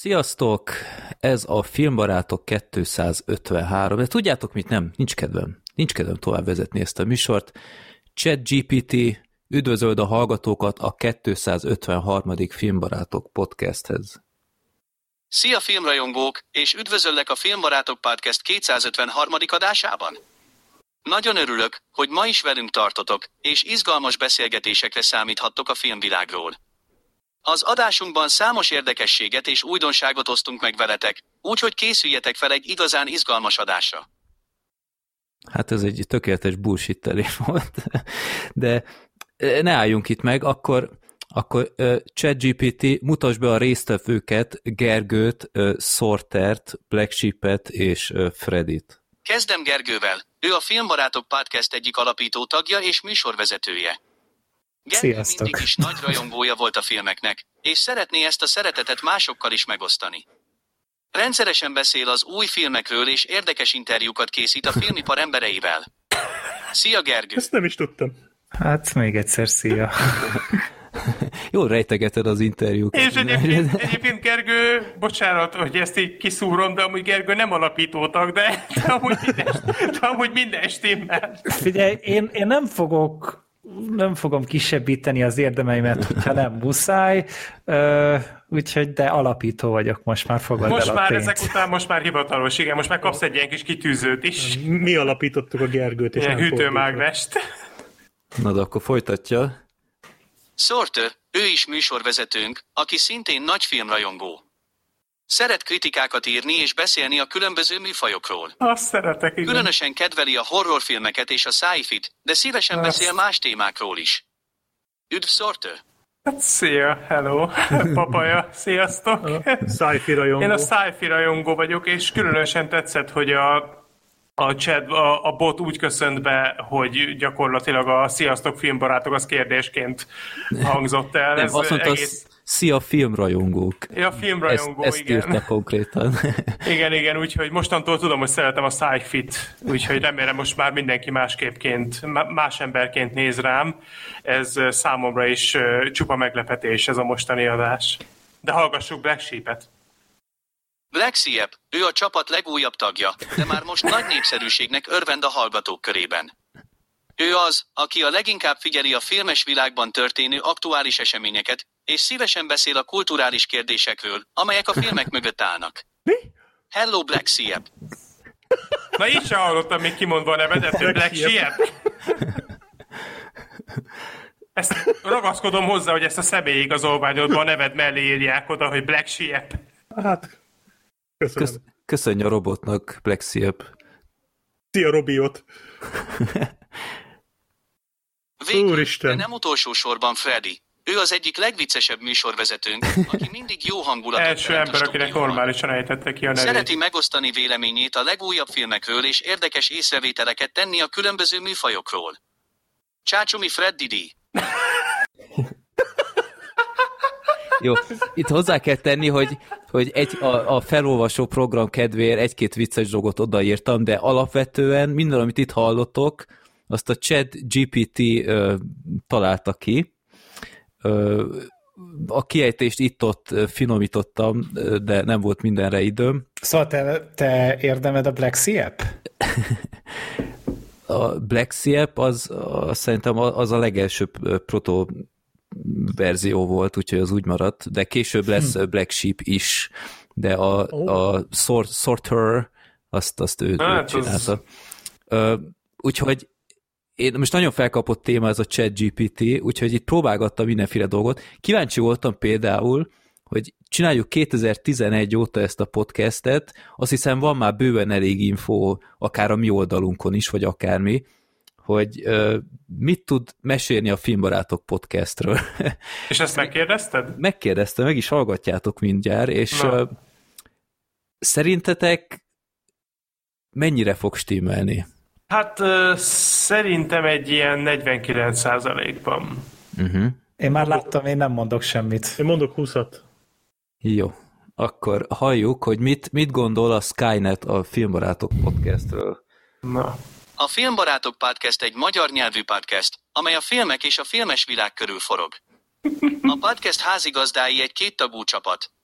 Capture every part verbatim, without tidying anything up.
Sziasztok! Ez a Filmbarátok kétszázötvenhárom. De tudjátok mit? Nem, nincs kedvem. Nincs kedvem tovább vezetni ezt a műsort. ChatGPT, üdvözöld a hallgatókat a kétszázötvenharmadik Filmbarátok podcasthez. Szia filmrajongók, és üdvözöllek a Filmbarátok Podcast kétszázötvenharmadik adásában. Nagyon örülök, hogy ma is velünk tartotok, és izgalmas beszélgetésekre számíthattok a filmvilágról. Az adásunkban számos érdekességet és újdonságot osztunk meg veletek, úgyhogy készüljetek fel egy igazán izgalmas adásra. Hát ez egy tökéletes bullshit-telés volt, de ne álljunk itt meg, akkor, akkor ChatGPT, mutasd be a résztvevőket, Gergőt, Sortert, Black Sheep-et és Freddit. Kezdem Gergővel, ő a Filmbarátok Podcast egyik alapító tagja és műsorvezetője. Gergő Sziasztok. mindig is nagy rajongója volt a filmeknek, és szeretné ezt a szeretetet másokkal is megosztani. Rendszeresen beszél az új filmekről és érdekes interjúkat készít a filmipar embereivel. Szia Gergő! Ezt nem is tudtam. Hát még egyszer szia. Jól rejtegeted az interjúkat. És egyébként, egyébként Gergő, bocsánat, hogy ezt így kiszúrom, de amúgy Gergő nem alapítótag, de, de amúgy minden, de amúgy minden stimmel. Figyelj, én, én nem fogok nem fogom kisebbíteni az érdemeimet, hogyha nem muszáj, uh, úgyhogy de alapító vagyok, most már fogad most el a már tényt. ezek után most már hivatalos, igen, most már kapsz egy ilyen kis kitűzőt is. Mi alapítottuk a Gergőt, és ilyen nem hűtőmágnest. Na de akkor folytatja. Sorter, ő is műsorvezetőnk, aki szintén nagy filmrajongó. Szeret kritikákat írni és beszélni a különböző műfajokról. Azt szeretek, igen. Különösen kedveli a horrorfilmeket és a sci-fit, de szívesen Azt. beszél más témákról is. Üdv Sorter! Hát, szia, hello, papaja, sziasztok. Sci-fi rajongó. Én a sci-fi rajongó vagyok, és különösen tetszett, hogy a, a chat, a, a bot úgy köszönt be, hogy gyakorlatilag a sziasztok filmbarátok az kérdésként hangzott el. Nem, Ez azt mondta, egész... szia filmrajongók. Ja, filmrajongó, ezt, ezt igen. írta konkrétan. Igen, igen, úgyhogy mostantól tudom, hogy szeretem a sci-fit, úgyhogy remélem most már mindenki másképpként, más emberként néz rám. Ez számomra is csupa meglepetés, ez a mostani adás. De hallgassuk Black Sheep-et. Black Sheep, ő a csapat legújabb tagja, de már most nagy népszerűségnek örvend a hallgatók körében. Ő az, aki a leginkább figyeli a filmes világban történő aktuális eseményeket, és szívesen beszél a kulturális kérdésekről, amelyek a filmek mögött állnak. Mi? Hello Black Sheep! Na így sem hallottam még kimondva a nevedet, hogy Black Sheep. Ezt ragaszkodom hozzá, hogy ezt a személyigazolványodban a neved mellé írják oda, hogy Black Sheep. Hát, köszönöm. Kösz, köszönj a robotnak, Black Sheep. Szia, Robiot. Végül, Úristen. de nem utolsó sorban Freddy. Ő az egyik legviccesebb műsorvezetőnk, aki mindig jó hangulatot Első teremt a ember, akinek stúdióban. normálisan ejtette ki a nevét. Szereti megosztani véleményét a legújabb filmekről és érdekes észrevételeket tenni a különböző műfajokról. Csácsumi Freddy D. Jó, itt hozzá kell tenni, hogy, hogy egy, a, a felolvasó program kedvéért egy-két vicces dolgot odaírtam, de alapvetően minden, amit itt hallottok, azt a ChatGPT uh, találta ki. Uh, a kiejtést itt-ott finomítottam, de nem volt mindenre időm. Szóval te, te érdemed a Black Sheep? A Black Sheep az, az szerintem az a legelső proto verzió volt, úgyhogy az úgy maradt, de később lesz hm. Black Sheep is, de a, oh. a sort, Sorter azt, azt ő, hát ő csinálta. Az... Uh, úgyhogy én most nagyon felkapott téma ez a ChatGPT, úgyhogy itt próbálgattam mindenféle dolgot. Kíváncsi voltam például, hogy csináljuk kétezer-tizenegy óta ezt a podcastet, azt hiszem van már bőven elég info, akár a mi oldalunkon is, vagy akármi, hogy uh, mit tud mesélni a Filmbarátok podcastről. És ezt megkérdezted? Megkérdeztem, meg is hallgatjátok mindjárt, és uh, szerintetek mennyire fog stimmelni? Hát uh, szerintem egy ilyen negyvenkilenc százalékban. Uh-huh. Én már láttam, én nem mondok semmit. Én mondok húszat. Jó, akkor halljuk, hogy mit, mit gondol a Skynet a Filmbarátok podcastről. Na. A Filmbarátok Podcast egy magyar nyelvű podcast, amely a filmek és a filmes világ körül forog. A podcast házigazdái egy kéttagú csapat,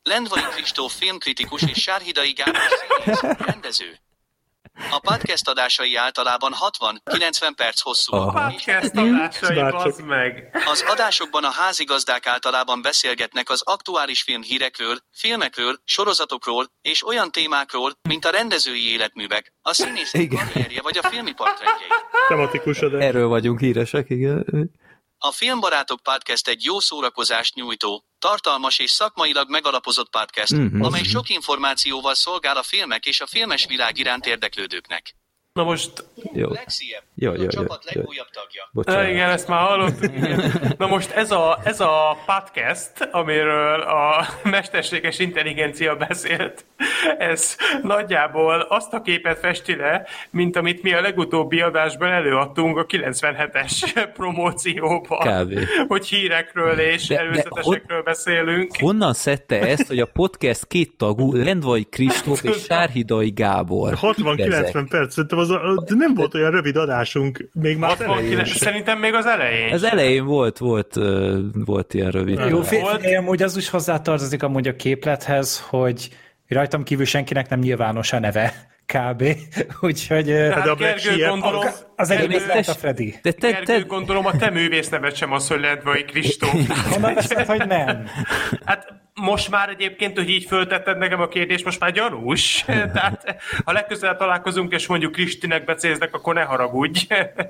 Lendvai Kristóf filmkritikus és Sárhidai Gábor színész, rendező. A podcast adásai általában hatvan-kilencven perc hosszú. A podcast adásai, bazd meg! Az adásokban a házigazdák általában beszélgetnek az aktuális filmhírekről, filmekről, sorozatokról és olyan témákról, mint a rendezői életművek, a színészek karrierje vagy a filmipar trendjei. Tematikus adás. Erről vagyunk híresek, igen. A Filmbarátok Podcast egy jó szórakozást nyújtó, tartalmas és szakmailag megalapozott podcast, mm-hmm. amely sok információval szolgál a filmek és a filmes világ iránt érdeklődőknek. Na most... Jó. Lexie, Jó, a jó, csapat jó, legújabb tagja. Bocsánat. Igen, ezt már hallottuk. Na most ez a, ez a podcast, amiről a mesterséges intelligencia beszélt, ez nagyjából azt a képet festi le, mint amit mi a legutóbbi adásban előadtunk a kilencvenhetes promócióban. Kb. Hogy hírekről és De- de előzetesekről beszélünk. Honnan szedte ezt, hogy a podcast két tagú, Lendvai Kristóf és Sárhidai Gábor? hatvan-kilencven perc, szerintem az a, nem volt olyan rövid adásunk, még már az elején is. Szerintem még az elején. Az elején volt, volt, volt, volt ilyen rövid. Jó, Volt. figyelj, amúgy az is hozzátartozik amúgy a képlethez, hogy rajtam kívül senkinek nem nyilvános a neve, kb. Úgyhogy Hát de a Black Gergő, Sheep- gondolom, az egész Gergő, lehet a Freddy. De te, Gergő, te, gondolom a te művész neved sem az, hogy Lendvai Kristóf. Honnan veszed, hogy nem? Hát most már egyébként, hogy így föltetted nekem a kérdést, most már gyanús. Tehát ha legközelebb találkozunk, és mondjuk Kristinek becéznek, akkor ne haragudj.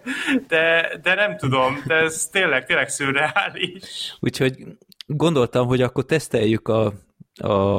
De, de nem tudom, de ez tényleg, tényleg szürreális. úgyhogy gondoltam, hogy akkor teszteljük a, a,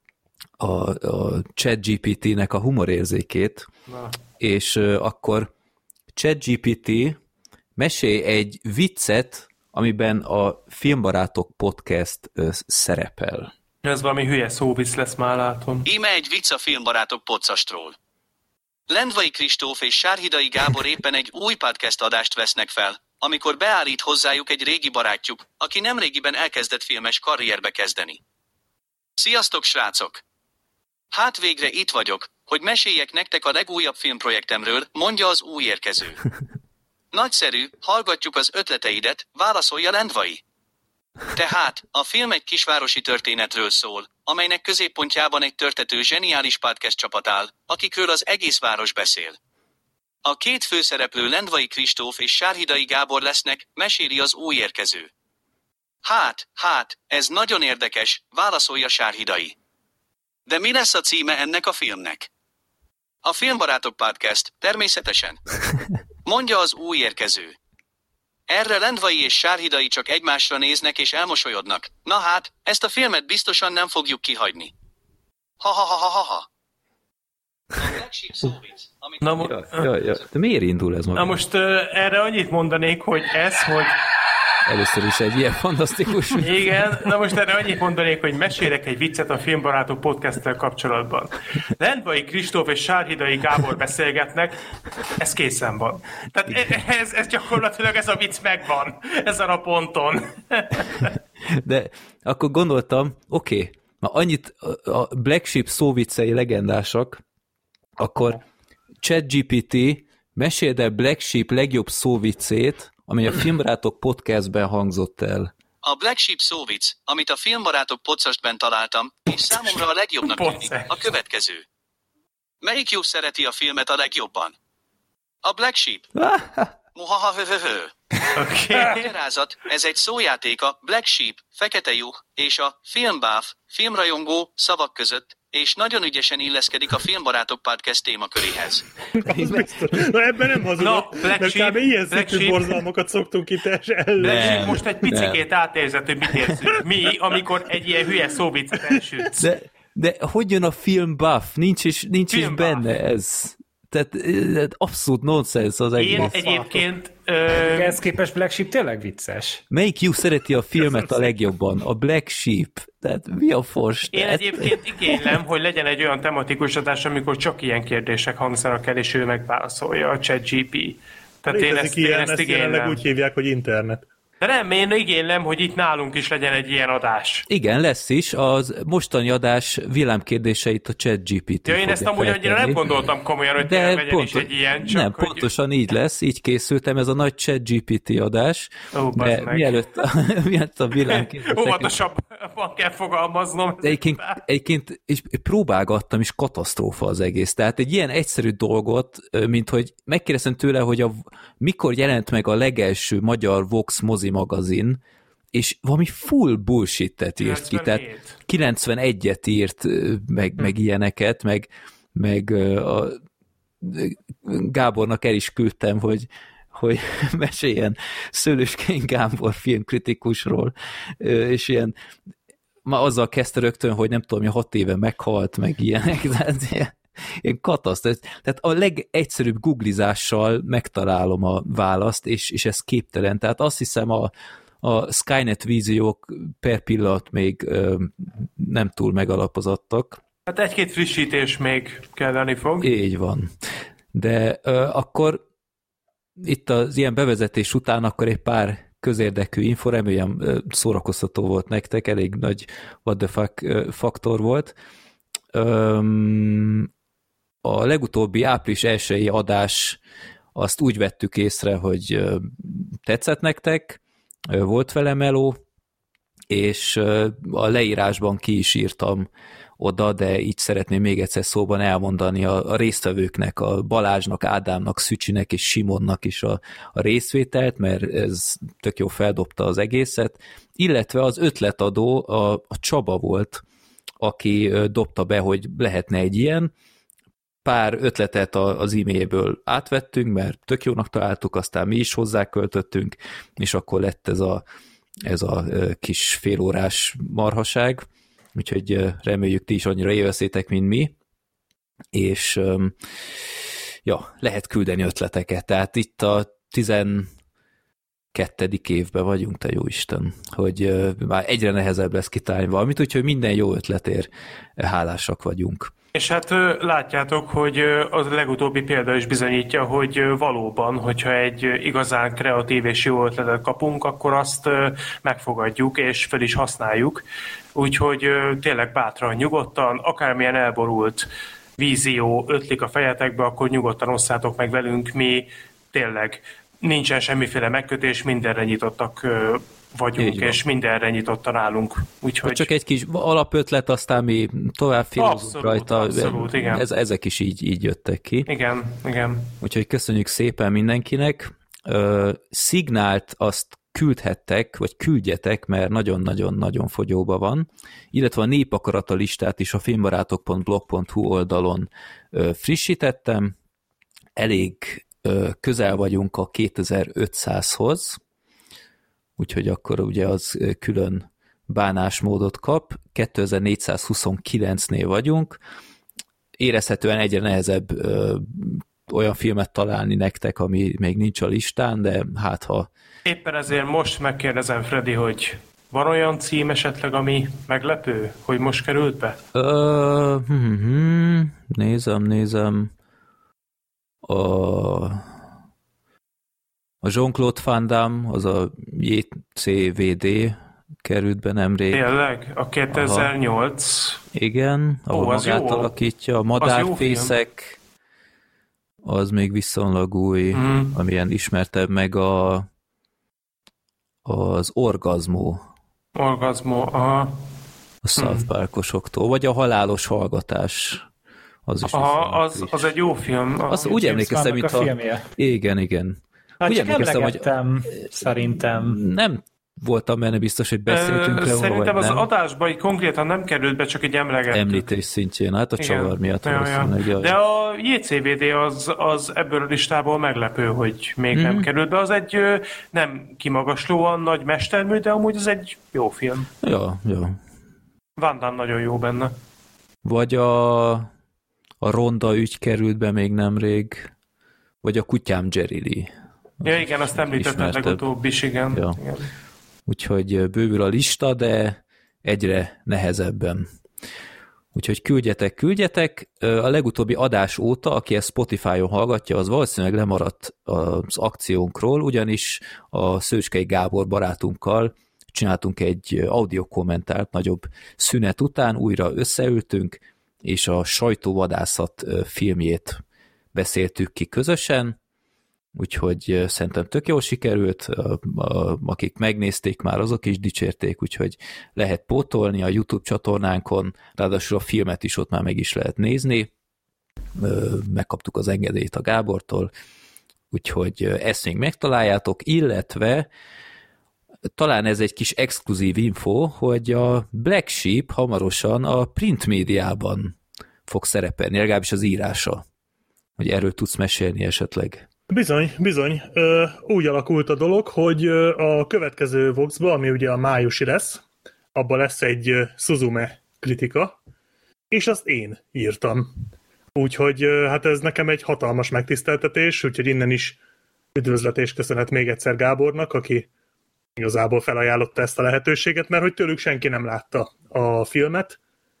a, a ChatGPT-nek a humorérzékét, Na. és uh, akkor ChatGPT mesélj egy viccet, amiben a Filmbarátok Podcast uh, szerepel. Ez valami hülye szóvisz lesz, már látom. Íme egy vicc a Filmbarátok podcastról. Lendvai Kristóf és Sárhidai Gábor éppen egy új podcast adást vesznek fel, amikor beállít hozzájuk egy régi barátjuk, aki nemrégiben elkezdett filmes karrierbe kezdeni. Sziasztok, srácok! Hát végre itt vagyok, hogy meséljek nektek a legújabb filmprojektemről, mondja az új érkező. Nagyszerű, hallgatjuk az ötleteidet, válaszolja Lendvai. Tehát, a film egy kisvárosi történetről szól, amelynek középpontjában egy törtető zseniális podcast csapat áll, akikről az egész város beszél. A két főszereplő Lendvai Kristóf és Sárhidai Gábor lesznek, meséli az új érkező. Hát, hát, ez nagyon érdekes, válaszolja Sárhidai. De mi lesz a címe ennek a filmnek? A Filmbarátok Podcast, természetesen. Mondja az új érkező. Erre Lendvai és Sárhidai csak egymásra néznek és elmosolyodnak. Na hát, ezt a filmet biztosan nem fogjuk kihagyni. Ha-ha-ha-ha-ha. A Black Sheep szóvic, amit... Na, mo- Ja, ja, ja. De miért indul ez Na maga? most uh, erre annyit mondanék, hogy ez, hogy Először is egy ilyen fantasztikus... igen, na most erre annyit mondanék, hogy mesélek egy viccet a Filmbarátok Podcast-tel kapcsolatban. Lendvai Kristóf és Sárhidai Gábor beszélgetnek, ez készen van. Tehát ez, ez gyakorlatilag ez a vicc megvan, ezen a ponton. De akkor gondoltam, oké, okay, ma annyit a Black Sheep szóviccei legendásak, akkor ChatGPT meséld el Black Sheep legjobb szóviccét, ami a Filmbarátok Podcastben hangzott el. A Black Sheep szóvic, amit a Filmbarátok podcastben találtam, és számomra a legjobbnak tűnik, a következő. Melyik jó szereti a filmet a legjobban? A Black Sheep. Muhaha-hö-hö-hö. Oké. A magyarázat, ez egy szójáték a Black Sheep, fekete juh, és a filmbáf, filmrajongó szavak között, és nagyon ügyesen illeszkedik a Filmbarátok Podcast témaköréhez. Az biztos. Na ebben nem hazudott, Na, Black mert Sheep, kb. Ilyen Black szintű Sheep. borzalmakat szoktunk itt ellen. De most egy picikét átérzed, hogy mit érzünk mi, amikor egy ilyen hülye szóviccet elsütsz. De, de hogy jön a film buff? Nincs is, nincs is Film benne buff. ez. Tehát eh, abszolút nonsens az egész. Én egyébként... Ö, Ehhez képest Black Sheep tényleg vicces. Melyik jó szereti a filmet a legjobban? A Black Sheep. Tehát mi a fors? Én Tehát- egyébként igénylem, hogy legyen egy olyan tematikus adás, amikor csak ilyen kérdések hangzanak el, és ő megválaszolja a ChatGPT. Tehát én Létezik ezt, én ilyen, ezt ezt jelenleg igénylem. úgy hívják, hogy internet. De nem, én igénylem, hogy itt nálunk is legyen egy ilyen adás. Igen, lesz is. Az mostani adás villámkérdéseit a ChatGPT Ja, én ezt amúgy annyira nem gondoltam komolyan, hogy de legyen pontos, is egy ilyen, csak nem, hogy... pontosan így lesz, így készültem, ez a nagy ChatGPT adás. Ó, de mielőtt a, mielőtt a villámkérdéseket... Óvatosabban kell fogalmaznom. De egyébként, egyébként és próbálgattam, és katasztrófa az egész. Tehát egy ilyen egyszerű dolgot, mint hogy megkérdeztem tőle, hogy a, mikor jelent meg a legelső magyar Vox mozi magazin, és valami full bullshit-et írt ki. Tehát kilencvenegyet írt, meg, hm. meg ilyeneket, meg, meg a Gábornak el is küldtem, hogy hogy meséljen Szőlőskény Gábor filmkritikusról, és ilyen ma azzal kezdte rögtön, hogy nem tudom, hogy hat éve meghalt, meg ilyenek, ilyen, ilyen katasztrófa. Tehát a legegyszerűbb googlizással megtalálom a választ, és, és ez képtelen. Tehát azt hiszem a, a Skynet víziók per pillanat még ö, nem túl megalapozottak. Hát egy-két frissítés még kelleni fog. Így van. De ö, akkor itt az ilyen bevezetés után akkor egy pár közérdekű info, remélem szórakoztató volt nektek, elég nagy what the fuck faktor volt. A legutóbbi április elsői adás azt úgy vettük észre, hogy tetszett nektek, volt vele meló, és a leírásban ki is írtam oda, de így szeretném még egyszer szóban elmondani a, a résztvevőknek, a Balázsnak, Ádámnak, Szücsinek és Simonnak is a, a részvételt, mert ez tök jó feldobta az egészet, illetve az ötletadó a, a Csaba volt, aki dobta be, hogy lehetne egy ilyen. Pár ötletet az e-mailből átvettünk, mert tök jónak találtuk, aztán mi is hozzáköltöttünk, és akkor lett ez a, ez a kis félórás marhaság, úgyhogy reméljük ti is annyira élvezétek, mint mi, és ja, lehet küldeni ötleteket, tehát itt a tizenkettedik évben vagyunk, te jó Isten, hogy már egyre nehezebb lesz kitalálni valamit, úgyhogy minden jó ötletért hálásak vagyunk. És hát látjátok, hogy az legutóbbi példa is bizonyítja, hogy valóban, hogyha egy igazán kreatív és jó ötletet kapunk, akkor azt megfogadjuk és fel is használjuk. Úgyhogy tényleg bátran, nyugodtan, akármilyen elborult vízió ötlik a fejetekbe, akkor nyugodtan osszátok meg velünk, mi tényleg nincsen semmiféle megkötés, mindenre nyitottak vagyunk, és mindenre nyitottan állunk. Úgyhogy... Csak egy kis alapötlet, aztán mi tovább filozunk rajta. Abszolút, igen. Ez, ezek is így, így jöttek ki. Igen, igen. Úgyhogy köszönjük szépen mindenkinek. Uh, szignált azt küldhettek, vagy küldjetek, mert nagyon-nagyon-nagyon fogyóba van, illetve a népakarata listát is a filmbarátok pont blog pont hu oldalon uh, frissítettem. Elég uh, közel vagyunk a kétezer-ötszázhoz, úgyhogy akkor ugye az külön bánásmódot kap. kétezer-négyszázhuszonkilencnél vagyunk. Érezhetően egyre nehezebb ö, olyan filmet találni nektek, ami még nincs a listán, de hát ha... Éppen ezért most megkérdezem, Freddy, hogy van olyan cím esetleg, ami meglepő, hogy most került be? Ö, hm, hm, nézem, nézem. A... A Jean-Claude Van Damme, az a jé cé vé dé került be nemrég. Tényleg? A kétezer-nyolc? Aha. Igen, ahol Ó, az magát jó. alakítja. A Madárfészek, az még viszonylag új, mm. amilyen ismertebb, meg a az Orgazmó. Orgazmó, aha. A South Parkosoktól, vagy a Halálos hallgatás. Az is aha, az, az egy jó film. Az úgy emlékeztem, mint a... Igen, igen. Hát úgy csak emlegettem, hogy szerintem. Nem voltam benne biztos, hogy beszéltünk le. Szerintem az adásban így konkrétan nem került be, csak így emlegettük. Említés szintjén, hát a igen. Csavar miatt. Ja, ja. De a jé cé vé dé az, az ebből a listából meglepő, hogy még mm-hmm. nem került be. Az egy nem kimagaslóan nagy mestermű, de amúgy az egy jó film. Ja, ja. Van Damme nagyon jó benne. Vagy a, a Ronda ügy került be még nemrég, vagy a Kutyám Jerry Lee. Ja, igen, azt említetted legutóbb is, igen. Ja. igen. Úgyhogy bővül a lista, de egyre nehezebben. Úgyhogy küldjetek, küldjetek. A legutóbbi adás óta, aki ezt Spotify-on hallgatja, az valószínűleg lemaradt az akciónkról, ugyanis a Szőcskei Gábor barátunkkal csináltunk egy audio kommentárt nagyobb szünet után, újra összeültünk, és a Sajtóvadászat filmjét beszéltük ki közösen, úgyhogy szerintem tök jól sikerült, akik megnézték már, azok is dicsérték, úgyhogy lehet pótolni a YouTube csatornánkon, ráadásul a filmet is ott már meg is lehet nézni, megkaptuk az engedélyt a Gábortól, úgyhogy ezt még megtaláljátok, illetve talán ez egy kis exkluzív info, hogy a Black Sheep hamarosan a print médiában fog szerepelni, legalábbis az írása. Hogy erről tudsz mesélni esetleg. Bizony, bizony. Ö, úgy alakult a dolog, hogy a következő Voxba, ami ugye a májusi lesz, abban lesz egy Suzume kritika, és azt én írtam. Úgyhogy hát ez nekem egy hatalmas megtiszteltetés, úgyhogy innen is üdvözletés köszönhet még egyszer Gábornak, aki igazából felajánlotta ezt a lehetőséget, mert hogy tőlük senki nem látta a filmet,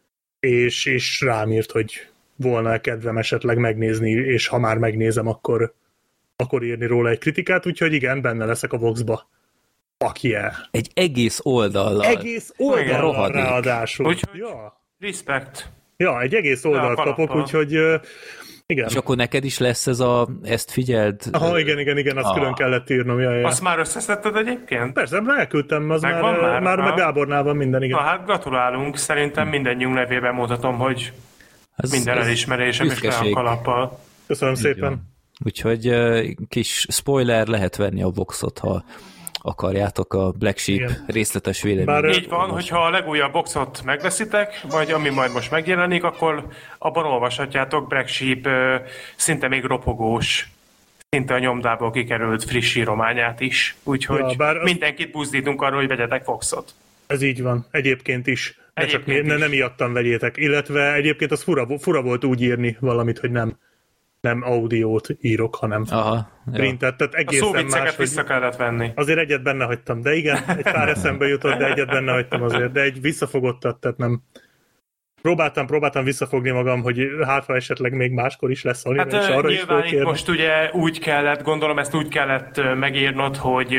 és, és rám írt, hogy volna kedvem esetleg megnézni, és ha már megnézem, akkor, akkor írni róla egy kritikát, úgyhogy igen, benne leszek a Voxba. Fuck yeah. Egy egész oldallal. Egész oldallal ráadásul. Úgyhogy ja. respect. Ja, egy egész oldalt ja, kapok, úgyhogy igen. És akkor neked is lesz ez a, ezt figyeld? Aha, igen, igen, igen, azt ah. külön kellett írnom. Ja, ja. Azt már összeszedted egyébként? Persze, elküldtem, az meg már, már, már meg Gábornál van minden, igen. Na hát gratulálunk, szerintem mindannyiunk nevében mutatom, hogy ez, minden ez elismerésem és olyan kalappal. Köszönöm szépen. Van. Úgyhogy kis spoiler, lehet venni a Voxot, ha akarjátok a Black Sheep igen. részletes véleményt. Így van, hogyha a legújabb boxot megveszitek, vagy ami majd most megjelenik, akkor abban olvashatjátok Black Sheep szinte még ropogós, szinte a nyomdából kikerült friss írományát is. Úgyhogy ja, mindenkit buzdítunk arról, hogy vegyetek Foxot. Ez így van, egyébként is. Ne csak mi, ne, nem ilyattan vegyétek. Illetve egyébként az fura, fura volt úgy írni valamit, hogy nem nem audiót írok, hanem Aha, printet. Tehát egészen a szóvicceket más, vissza kellett venni. Azért egyet benne hagytam, de igen, egy pár eszembe jutott, de egyet benne hagytam azért, de egy visszafogottat, tehát nem. Próbáltam, próbáltam visszafogni magam, hogy hát ha esetleg még máskor is lesz Oliver, hát, és arra nyilván is itt most ugye úgy kellett, gondolom ezt úgy kellett megírnod, hogy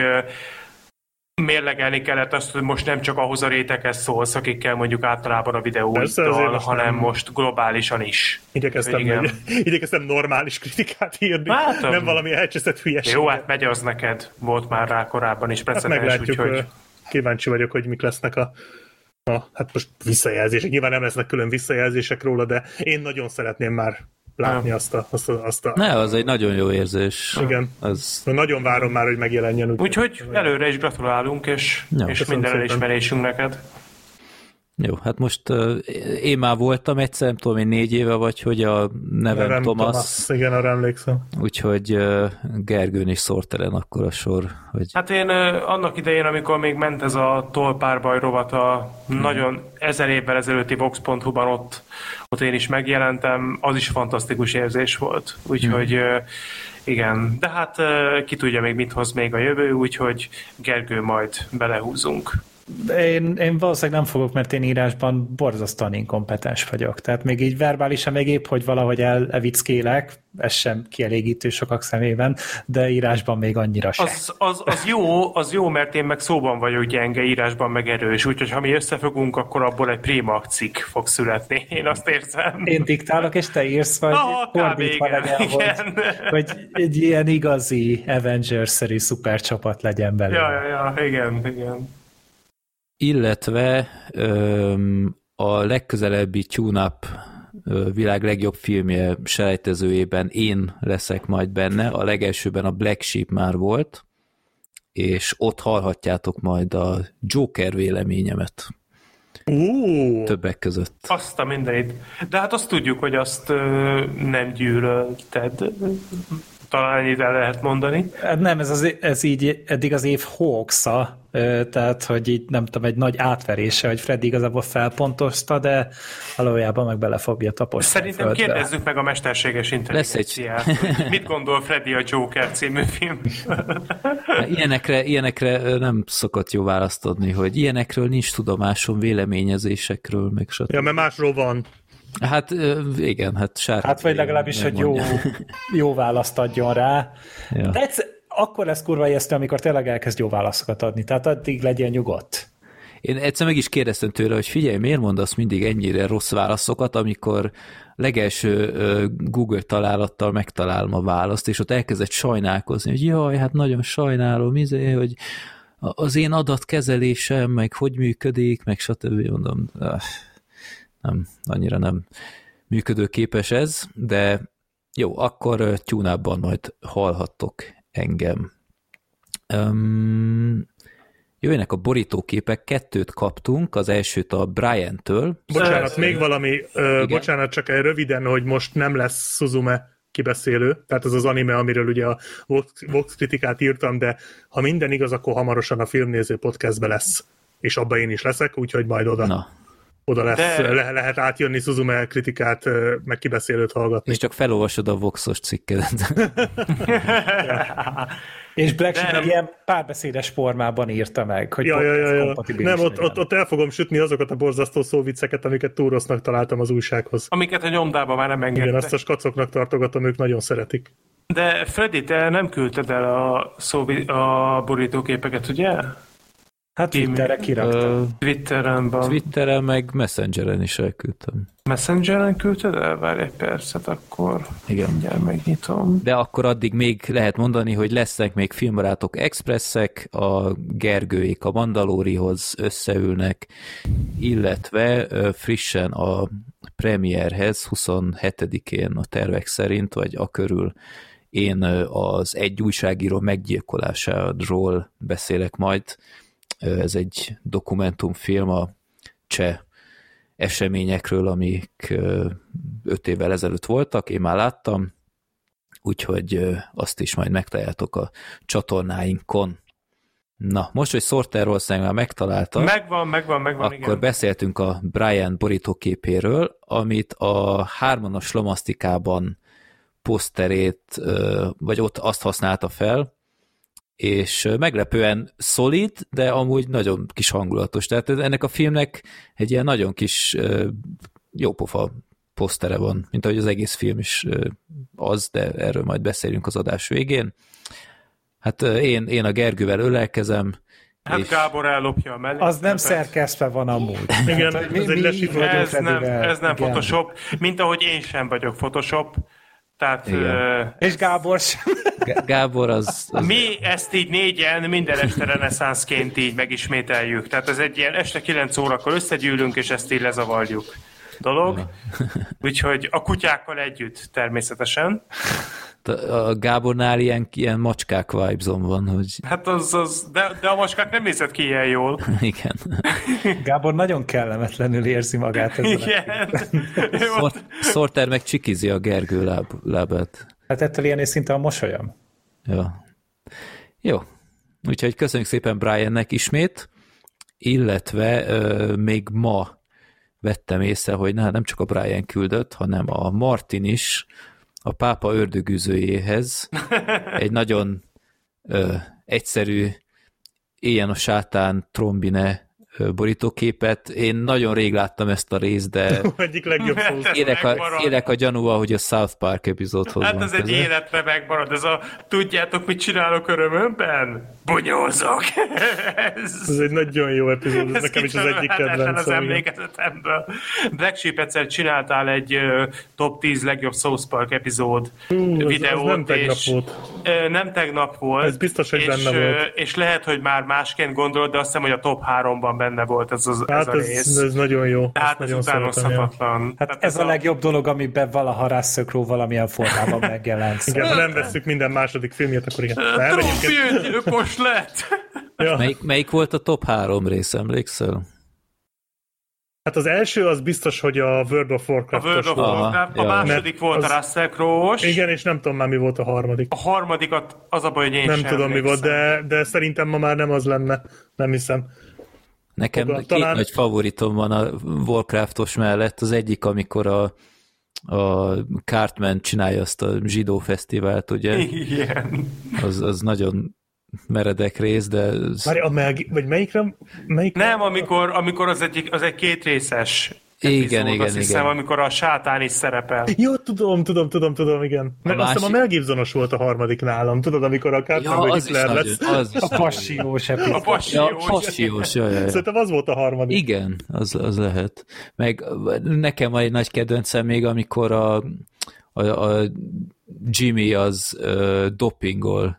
mérlegelni kellett azt, hogy most nem csak ahhoz a réteghez szólsz, akikkel mondjuk általában a videóiddal, hanem nem. most globálisan is. Igyekeztem, igyekeztem normális kritikát írni, hát, nem valami elcseszett hülyeség. Jó, hát megy az neked. Volt már rá korábban is precedens, hát meglátjuk, úgyhogy... kíváncsi vagyok, hogy mik lesznek a, a hát most visszajelzések. Nyilván nem lesznek külön visszajelzések róla, de én nagyon szeretném már látni azt a, azt, a, azt a... Ne, az egy nagyon jó érzés. Igen. Az... Nagyon várom már, hogy megjelenjen. Úgyhogy úgy, előre is gratulálunk, és, ja, és minden elismerésünk neked. Jó, hát most uh, én már voltam egyszer, nem tudom, én négy éve vagy, hogy a nevem, nevem Thomas. Thomas. Igen, arra emlékszem. Úgyhogy uh, Gergőn is szórtelen akkor a sor. Hogy... Hát én uh, annak idején, amikor még ment ez a tolpárbaj rovat a hmm. nagyon ezer évvel ezelőtti vox pont hu-ban ott, ott én is megjelentem, az is fantasztikus érzés volt. Úgyhogy hmm. uh, igen, de hát uh, ki tudja még mit hoz még a jövő, úgyhogy Gergő majd belehúzunk. Én, én valószínűleg nem fogok, mert én írásban borzasztóan inkompetens vagyok. Tehát még így verbálisan még épp, hogy valahogy elevickélek, ez sem kielégítő sokak szemében, de írásban még annyira sem. Az, az, az, jó, az jó, mert én meg szóban vagyok gyenge, írásban meg erős, úgyhogy ha mi összefogunk, akkor abból egy prima cikk fog születni. Én azt érzem. Én diktálok, és te írsz, vagy ah, fordítva legyen, igen. Hogy, hogy egy ilyen igazi Avengers-szerű szupercsapat legyen belőle. Ja, ja, ja, igen, igen. Illetve öm, a legközelebbi Tune-Up világ legjobb filmje selejtezőjében én leszek majd benne, a legelsőben a Black Sheep már volt, és ott hallhatjátok majd a Joker véleményemet. Uh. Többek között. Azt a mindenit. De hát azt tudjuk, hogy azt ö, nem gyűlölted. Talán ennyit el lehet mondani. Nem, ez, az, ez így eddig az év hoaxa, tehát, hogy így nem tudom, egy nagy átverése, hogy Freddy igazából felpontozta, de valójában meg bele fogja taposni. Szerintem kérdezzük meg a mesterséges intelligenciát. Egy... Mit gondol Freddy a Joker című film? Ilyenekre, ilyenekre nem szokott jó választ adni, hogy ilyenekről nincs tudomásom, véleményezésekről, meg stb. Ja, mert másról van. Hát igen, hát sárga. Hát vagy legalábbis, hogy jó, jó választ adjon rá. Ja. De egyszer, akkor lesz kurva ijesztő, amikor tényleg elkezd jó válaszokat adni. Tehát addig legyen nyugodt. Én egyszer meg is kérdeztem tőle, hogy figyelj, miért mondasz mindig ennyire rossz válaszokat, amikor legelső Google találattal megtalálom a választ, és ott elkezdett sajnálkozni, hogy jaj, hát nagyon sajnálom, izé, hogy az én adatkezelésem, meg hogy működik, meg stb. Mondom, nem, annyira nem működőképes ez, de jó, akkor tune-upban majd hallhattok engem. Um, jöjjenek a borítóképek, kettőt kaptunk, az elsőt a Brian-től. Bocsánat, Szerint. még valami, ö, bocsánat, csak röviden, hogy most nem lesz Suzume kibeszélő, tehát az az anime, amiről ugye a Vox, Vox kritikát írtam, de ha minden igaz, akkor hamarosan a Filmnéző podcastbe lesz, és abban én is leszek, úgyhogy majd oda, Na. oda lesz, de... le, lehet átjönni Suzume kritikát, meg kibeszélőt hallgatni. És csak felolvasod a Voxos cikkedet. És Black Sheep meg ilyen párbeszédes formában írta meg, hogy ja, ja, ja, ja. Nem, ott, ott, ott el fogom sütni azokat a borzasztó szóvicceket, amiket túl rossznak találtam az újsághoz. Amiket a nyomdában már nem engedtek. Igen, azt a skacoknak tartogatom, ők nagyon szeretik. De Freddy, te nem küldted el a, szóvi, a borítóképeket, ugye? Hát Twitterre kiraktam. Uh, Twitteren, Twitteren, meg Messengeren is elküldtem. Messengeren küldted el? Várj egy percet, akkor igen. Mindjárt megnyitom. De akkor addig még lehet mondani, hogy lesznek még Filmbarátok Expresszek, a Gergőék a Mandalorihoz összeülnek, illetve frissen a premierhez huszonhetedikén a tervek szerint, vagy a körül én az egy újságíró meggyilkolásáról beszélek majd. Ez egy dokumentumfilm a cseh eseményekről, amik öt évvel ezelőtt voltak, én már láttam, úgyhogy azt is majd megtaláljátok a csatornáinkon. Na, most, hogy Sorter valószínűleg már megtalálta, megvan, megvan, megvan, akkor igen. beszéltünk a Brian borítóképéről, amit a hármanos Lomasztikában poszterét, vagy ott azt használta fel, és meglepően szolid, de amúgy nagyon kis hangulatos. Tehát ennek a filmnek egy ilyen nagyon kis jópofa posztere van, mint ahogy az egész film is az, de erről majd beszélünk az adás végén. Hát én, én a Gergővel ölelkezem. Hát és... Gábor ellopja a mellé. Az nem szerkesztve van amúgy. Igen, hát, ez, mi, egy ez nem, ez nem Photoshop, mint ahogy én sem vagyok Photoshop. Tehát, uh, és Gábor sem. Gábor az, az... Mi ezt így négyen minden este reneszánszként így megismételjük. Tehát ez egy ilyen este kilenc órakor összegyűlünk, és ezt így lezavarjuk dolog. Ja. Úgyhogy a kutyákkal együtt természetesen. A Gábornál ilyen, ilyen macskák vibes-on van, hogy... Hát az, az de, de a macskák nem nézett ki ilyen jól. Igen. Gábor nagyon kellemetlenül érzi magát. Igen. Sorter meg csikizi a Gergő láb, lábát. Hát ettől ilyen és szinte a mosolyom. Ja. Jó. Úgyhogy köszönjük szépen Briannek ismét, illetve euh, még ma vettem észre, hogy na, nem csak a Brian küldött, hanem a Martin is a pápa ördögűzőjéhez egy nagyon ö, egyszerű Éljen a sátán trombine borítóképet. Én nagyon rég láttam ezt a részt, de egyik legjobb szó. Élek a, élek a gyanúval, hogy a South Park epizódhoz hát van. Hát ez egy életre megmarad. Ez a tudjátok, mit csinálok örömömben? Bunyózok. ez... ez egy nagyon jó epizód, ez, ez nekem is az egyik kedvencem. az emlékezetemből. Black Sheep egyszer csináltál egy uh, top tíz legjobb South Park epizód uh, videót. Az nem tegnap és, volt. Uh, nem tegnap volt. Ez biztos, hogy és, benne volt. Uh, és lehet, hogy már másként gondolod, de azt hiszem, hogy a top háromban benne volt ez, az, hát ez a rész. Ez, ez nagyon jó. Hát ez utánozhatatlan. Hát ez, ez a, a legjobb dolog, amiben valaha Russell Crowe valamilyen formában megjelent. Igen, ha nem vesszük minden második filmjét, akkor igen. Trófőgyilkos lett! Ja. Melyik, melyik volt a top három rész, emlékszel? Hát az első az biztos, hogy a World of Warcraft. A World of Warcraft. A második volt az... a Russell Crowe-os. Igen, és nem tudom már mi volt a harmadik. A harmadikat az a baj, hogy én nem sem tudom mi volt, de, de szerintem ma már nem az lenne. Nem hiszem. Nekem Oga, két talán... nagy favoritom van a Warcraftos mellett. Az egyik, amikor a, a Cartman csinálja azt a zsidó fesztivált, ugye? Igen. Az, az nagyon meredek rész, de... Várj, a meg... vagy melyikre? melyikre? Nem, amikor, amikor az, egy, az egy kétrészes Igen, epizód, igen, azt hiszem, igen. amikor a sátán is szerepel. Jó, tudom, tudom, tudom, tudom, igen. Meg azt hiszem a Mel Gibsonos volt a harmadik nálam. Tudod, amikor a Cartmanből Ja, az is Hitler nagyon, lesz. az is A passiós A epizód. Ja, passiós. passiós, jaj, jaj, jaj. Szerintem az volt a harmadik. Igen, az, az lehet. Meg nekem van egy nagy kedvencem még, amikor a, a, a Jimmy az uh, dopingol.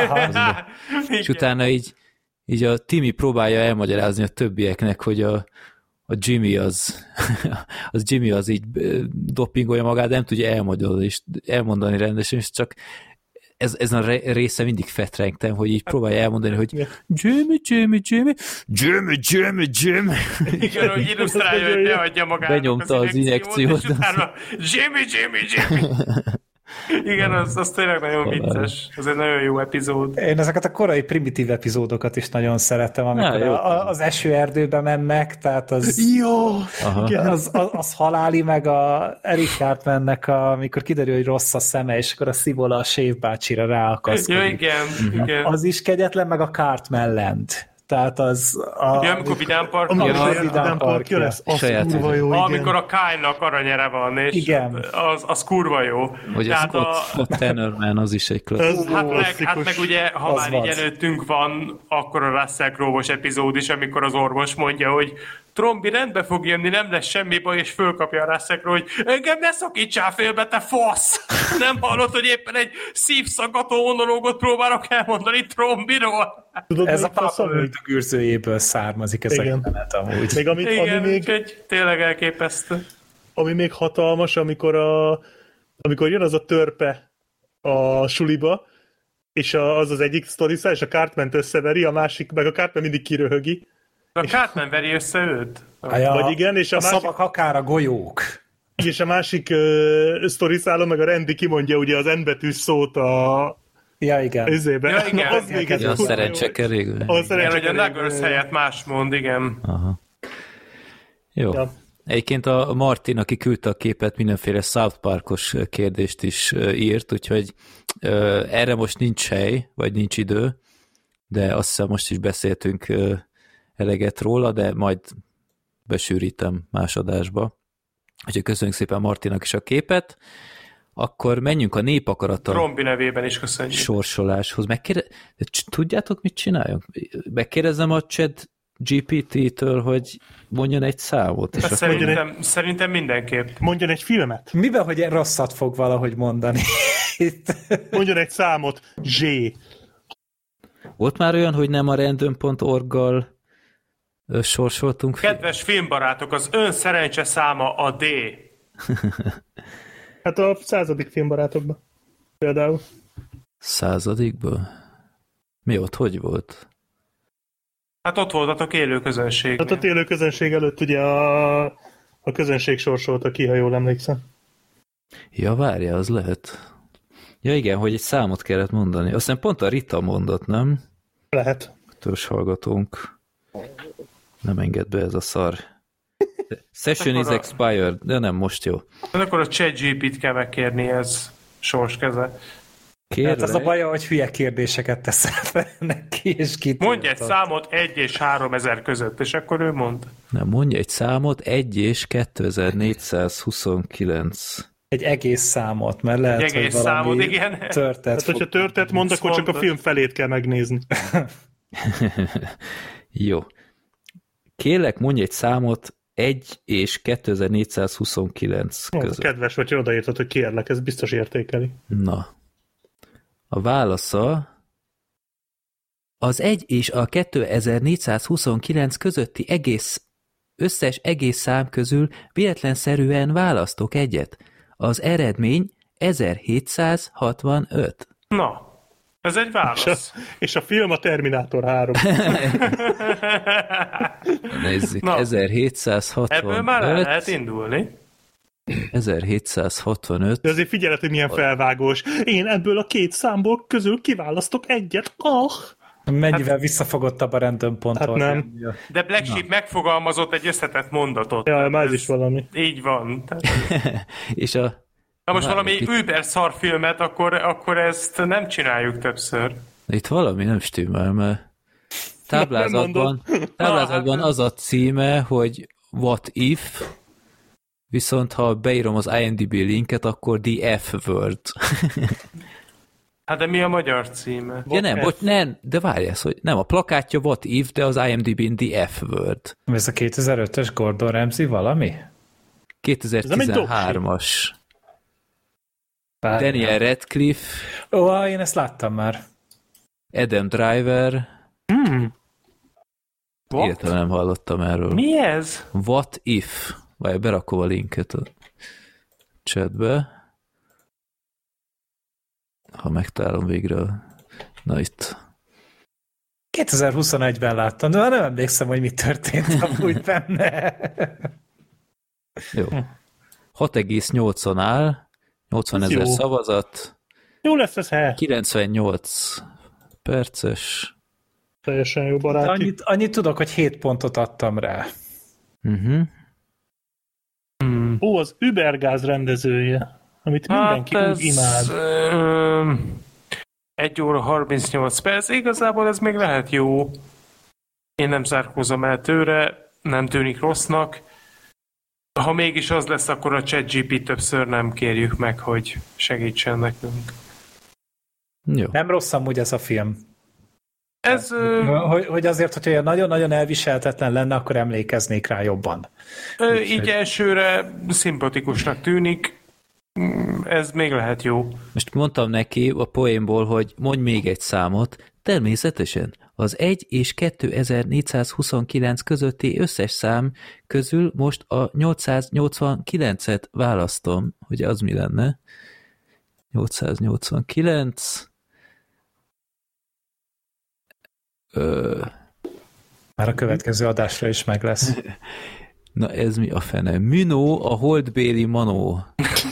És utána így, így a Timmy próbálja elmagyarázni a többieknek, hogy a, a Jimmy az, az Jimmy az így dopingolja magát, de nem tudja elmagyarázni, és elmondani rendesen, és csak ez, ez a része mindig fetrengtem, hogy így próbálja elmondani, hogy Jimmy, Jimmy, Jimmy, Jimmy, Jimmy, Jimmy. Igen, hogy illusztrálja, hogy ne adja magának Benyomta az injekciót. és utána Jimmy, Jimmy, Jimmy. Igen, az, az tényleg nagyon vicces. Ez egy nagyon jó epizód. Én ezeket a korai primitív epizódokat is nagyon szeretem, amikor Há, jó. a, az esőerdőbe mennek, tehát az, Jó! az, az, az haláli, meg a Eric Cartmannek, a, amikor kiderül, hogy rossz a szeme, és akkor a Szivola a Sév bácsira ráakaszkodik. Ja, igen, igen. Az is kegyetlen, meg a Cartman Land. Tehát az... A, Ja, amikor Vidám Park. Amikor Ja, a Vidám Vidám Park Parkja. lesz, az Saját kurva ügy. jó, igen. Amikor a Kyle-nak aranyere van, és Igen. az, az kurva jó. Hogy a Tehát Scott, a, Scott Tannerman, az is egy klasszikus. Ez hát, meg, klasszikus. hát meg ugye, ha Az már így vad. előttünk van, akkor a Russell Crowe-os epizód is, amikor az orvos mondja, hogy Trombi rendbe fog jönni, nem lesz semmi baj, és fölkapja a Russell Crowe, hogy engem ne szakítsál félbe, te fasz! Nem hallod, hogy éppen egy szívszaggató monológot próbálok elmondani Trombiról? Tudod, Ez a melyik faszom, pápa hogy- öldögűrzőjéből származik ez Igen. a jelenet amúgy. Még amit, ami Igen, még, úgyhogy tényleg elképesztő. ami még hatalmas, amikor, a, amikor jön az a törpe a suliba, és a, az az egyik sztoriszál, és a Cartman összeveri, a másik, meg a Cartman mindig kiröhögi. A Cartman veri össze őt? Ja, Vagy igen, és a a másik- szavak akár a golyók. És a másik uh, sztoriszálon, meg a Randy kimondja ugye az N betűs szót a Ja, igen. üzébe. Ja, igen. Na, az még ez Ja, a kurva jó. szerencsekerék. A Igen, hogy a szerencsekerék. Nuggers helyett más mond, igen. Aha. Jó. Ja. Egyébként a Martin, aki küldte a képet, mindenféle South Parkos kérdést is írt, úgyhogy uh, erre most nincs hely, vagy nincs idő, de azt hiszem most is beszéltünk uh, eleget róla, de majd besűrítem más adásba. Úgyhogy köszönjük szépen Martinak is a képet. Akkor menjünk a népakarata Trombi nevében is köszönjük. sorsoláshoz. Megkére... Tudjátok, mit csináljunk? Megkérdezem a Chat gé pé té-től, hogy mondjon egy számot. És Hát akkor... szerintem, szerintem mindenképp. Mondjon egy filmet. Mivel, hogy rosszat fog valahogy mondani. Itt. Mondjon egy számot. Zsé. Volt már olyan, hogy nem a random pont org-gal ö, sorsoltunk? Kedves filmbarátok, az ön szerencse száma a D. Hát a századik filmbarátokban. Például. Századikból? Mi ott, hogy volt? Hát ott voltatok élő közönség. Hát ott élő közönség előtt ugye a, a közönség sorsolta ki, ha jól emlékszem. Ja, várja, az lehet. Ja igen, hogy egy számot kellett mondani. Aztán pont a Rita mondott, nem? Lehet. Törzs hallgatónk. Nem enged be ez a szar. Session is expired, de nem most jó. De akkor a Chat gé pé-t kell megkérni, ez sorskeze. Hát az a Kérlek, baj, hogy hülye kérdéseket teszel fel neki, és kit. Mondj egy számot egy és három ezer között, és akkor ő mond. nem, mondj egy számot, egy és kétezer-négyszázhuszonkilenc. Egy egész számot, mert lehet, Egy egész hogy valami számot, igen. törtet Hát, hogyha törtet mond, akkor csak a mondta. film felét kell megnézni. Jó. Kérlek, mondj egy számot egy és kétezer-négyszázhuszonkilenc Ó, között. kedves vagy, hogy odaírtad, hogy kérlek, ez biztos értékeli. Na. A válasza az egy és a kétezer-négyszázhuszonkilenc közötti egész, összes egész szám közül véletlenszerűen választok egyet. Az eredmény ezerhétszázhatvanöt. Na, ez egy És a, válasz. és a film a Terminátor három. Nézzük, Na. ezerhétszázhatvanöt. Ebből már el lehet indulni. ezerhétszázhatvanöt. De azért figyeled, hogy milyen felvágós. Én ebből a két számból közül kiválasztok egyet. Ah! Mennyivel visszafogottabb a random pont. Hát nem. De Black Sheep megfogalmazott egy összetett mondatot. Ja, már ez Ez is valami. Így van. Tehát, És a... ha most Várj, valami itt- über szar filmet, akkor, akkor ezt nem csináljuk többször. Itt valami nem stimmel, mert táblázatban, táblázatban az a címe, hogy What If, Viszont ha beírom az IMDb linket, akkor The F-Word. Hát de mi a magyar címe? Ja nem, bocs, nem, de várj ezt, hogy nem, a plakátja What If, de az IMDb-n The F-Word. Ez a kétezer-ötös Gordon Ramsay valami? kétezer-tizenhármas. Daniel Radcliffe. Ó, én ezt láttam már. Adam Driver. Hmm. Értem, nem hallottam erről. Mi ez? What If? Vagy berakom a linket a chatbe. Ha megtalálom végre. Na itt. kétezer-huszonegyben láttam, de már nem emlékszem, hogy mi történt amúgy benne. Jó. hat egész nyolcon áll, nyolcvanezer szavazat. Jó lesz ez, he. kilencvennyolc perces. Teljesen jó baráti. Annyit, annyit tudok, hogy hét pontot adtam rá. Uh-huh. Hmm. Ó, az Übergáz rendezője, amit mindenki hát úgy imád. Ö, egy óra harmincnyolc perc, igazából ez még lehet jó. Én nem zárkózom el tőle, nem tűnik rossznak. Ha mégis az lesz, akkor a ChatGPT többször nem kérjük meg, hogy segítsen nekünk. Jó. Nem rossz amúgy ez a film. Ez... Ö, hogy, hogy azért, hogyha nagyon-nagyon elviselhetetlen lenne, akkor emlékeznék rá jobban. ö, így elsőre szimpatikusnak tűnik. Ez még lehet jó. Most mondtam neki a poénból, hogy mondj még egy számot. Természetesen az egy és kétezer-négyszázhuszonkilenc közötti összes szám közül most a nyolcszáznyolcvankilencet választom, hogy az mi lenne. nyolcszáznyolcvankilenc. Ö... Már a következő adásra is meg lesz. Na ez mi a fene? Minó, a holdbéli manó.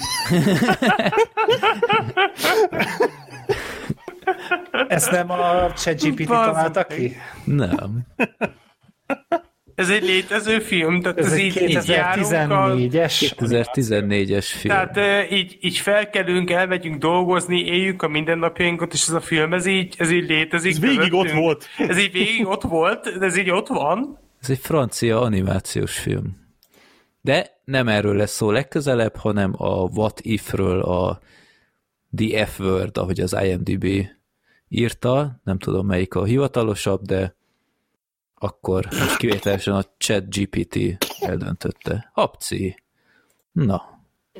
Ezt nem a ChatGPT találta ki? Nem. Ez egy létező film, tehát ez, Ez ez egy így, így kétezer-tizennégyes. kétezer-tizennégyes film. Tehát e, így, így felkelünk, elmegyünk dolgozni, éljük a mindennapjainkat, és ez a film, ez így, ez így létezik. Ez végig közöttünk. ott volt. Ez így végig ott volt, de ez így ott van. Ez egy francia animációs film. De nem erről lesz szó legközelebb, hanem a What If-ről, a The F-Word, ahogy az IMDb írta, nem tudom melyik a hivatalosabb, de akkor most kivételesen a ChatGPT eldöntötte. Habci. Na.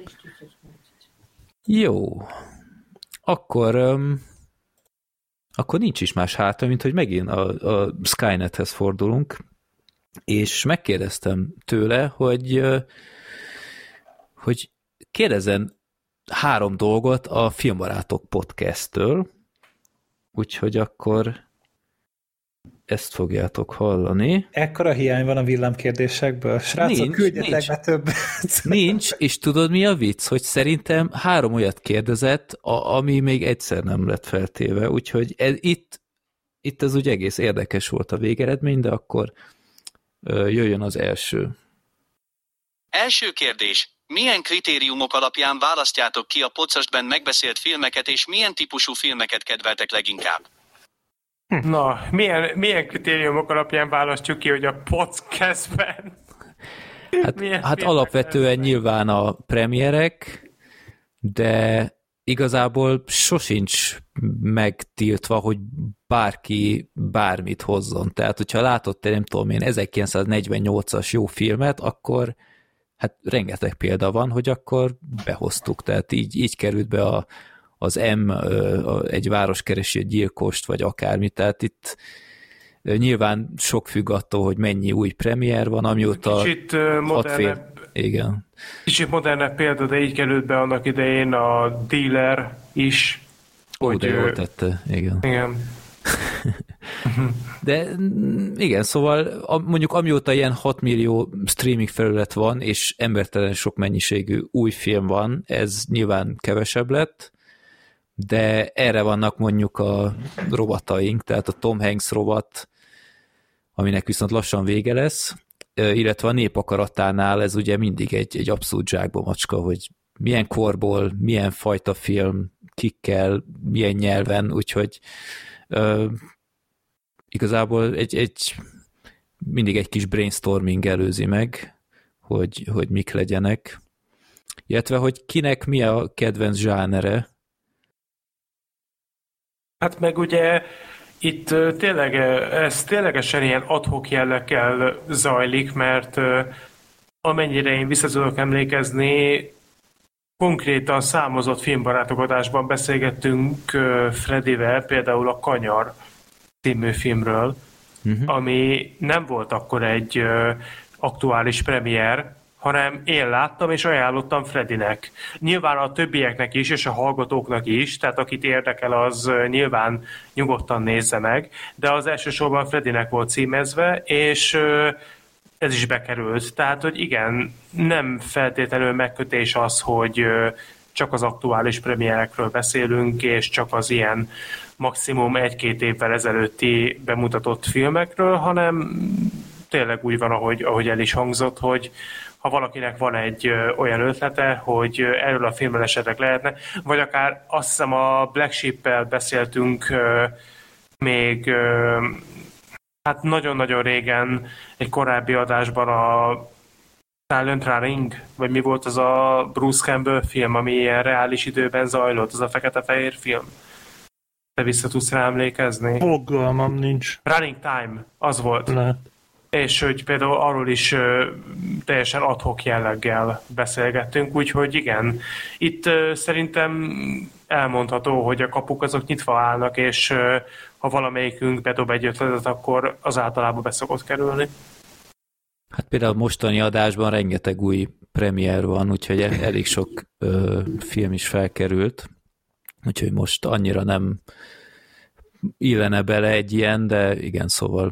Jó. Akkor um, akkor nincs is más hátra, mint hogy megint a, a Skynethez fordulunk, és megkérdeztem tőle, hogy hogy kérdezzen három dolgot a Filmbarátok podcasttől, úgyhogy akkor ezt fogjátok hallani. Ekkora hiány van a villámkérdésekből. Srácok, Nincs, küldjetek nincs. be többet. Nincs, és tudod mi a vicc? Hogy szerintem három olyat kérdezett, a, ami még egyszer nem lett feltéve, úgyhogy ez, itt, itt ez úgy egész érdekes volt a végeredmény, de akkor ö, jöjjön az első. Első kérdés. Milyen kritériumok alapján választjátok ki a podcastben megbeszélt filmeket, és milyen típusú filmeket kedveltek leginkább? Na, milyen, milyen kritériumok alapján választjuk ki, hogy a podcastben? Hát, Milyen hát filmek alapvetően lesznek? nyilván a premierek, de igazából sosincs megtiltva, hogy bárki bármit hozzon. Tehát, hogyha látott te, nem tudom én, ezerkilencszáznegyvennyolcas jó filmet, akkor hát rengeteg példa van, hogy akkor behoztuk. Tehát így, így került be a, az M, egy város keresi egy gyilkost, vagy akármi. Tehát itt nyilván sok függ attól, hogy mennyi új premier van, amióta Kicsit uh, modernebb, fél... Igen. kicsit modernebb példa, de így került be annak idején a Dealer is. Ó, hogy, de jól tette, igen. Igen. De igen, szóval a, mondjuk amióta ilyen hat millió streaming felület van, és embertelen sok mennyiségű új film van, ez nyilván kevesebb lett, de erre vannak mondjuk a rovataink, tehát a Tom Hanks rovat, aminek viszont lassan vége lesz, illetve a Népakaratánál ez ugye mindig egy, egy abszolút zsákba macska, hogy milyen korból, milyen fajta film, kikkel, milyen nyelven, úgyhogy uh, igazából egy, egy mindig egy kis brainstorming előzi meg, hogy, hogy mik legyenek. Illetve, hogy kinek mi a kedvenc zsánere? Hát meg ugye itt ö, tényleg, ö, ez ténylegesen ilyen ad-hoc jelleggel zajlik, mert ö, amennyire én vissza tudok emlékezni, konkrétan számozott filmbarátokodásban beszélgettünk ö, Fredivel, például a Kanyar című filmről, uh-huh. ami nem volt akkor egy ö, aktuális premier, hanem én láttam és ajánlottam Fredinek. Nyilván a többieknek is, és a hallgatóknak is, tehát akit érdekel, az nyilván nyugodtan nézze meg, de az elsősorban Fredinek volt címezve, és ez is bekerült. Tehát, hogy igen, nem feltétlenül megkötés az, hogy csak az aktuális premierekről beszélünk, és csak az ilyen maximum egy-két évvel ezelőtti bemutatott filmekről, hanem tényleg úgy van, ahogy, ahogy el is hangzott, hogy ha valakinek van egy ö, olyan ötlete, hogy ö, erről a filmről esetleg lehetne, vagy akár azt hiszem a Black Sheep-el beszéltünk ö, még ö, hát nagyon-nagyon régen egy korábbi adásban a Silent Running, vagy mi volt az a Bruce Campbell film, ami ilyen reális időben zajlott, az a fekete-fehér film. Te vissza tudsz rá emlékezni? Fogalmam nincs. Running Time, az volt. Lehet. És hogy például arról is ö, teljesen ad-hoc jelleggel beszélgettünk, úgyhogy igen, itt ö, szerintem elmondható, hogy a kapuk azok nyitva állnak, és ö, ha valamelyikünk bedob egy ötletet, akkor az általában be szokott kerülni. Hát például mostani adásban rengeteg új premier van, úgyhogy elég sok ö, film is felkerült, úgyhogy most annyira nem illene bele egy ilyen, de igen, szóval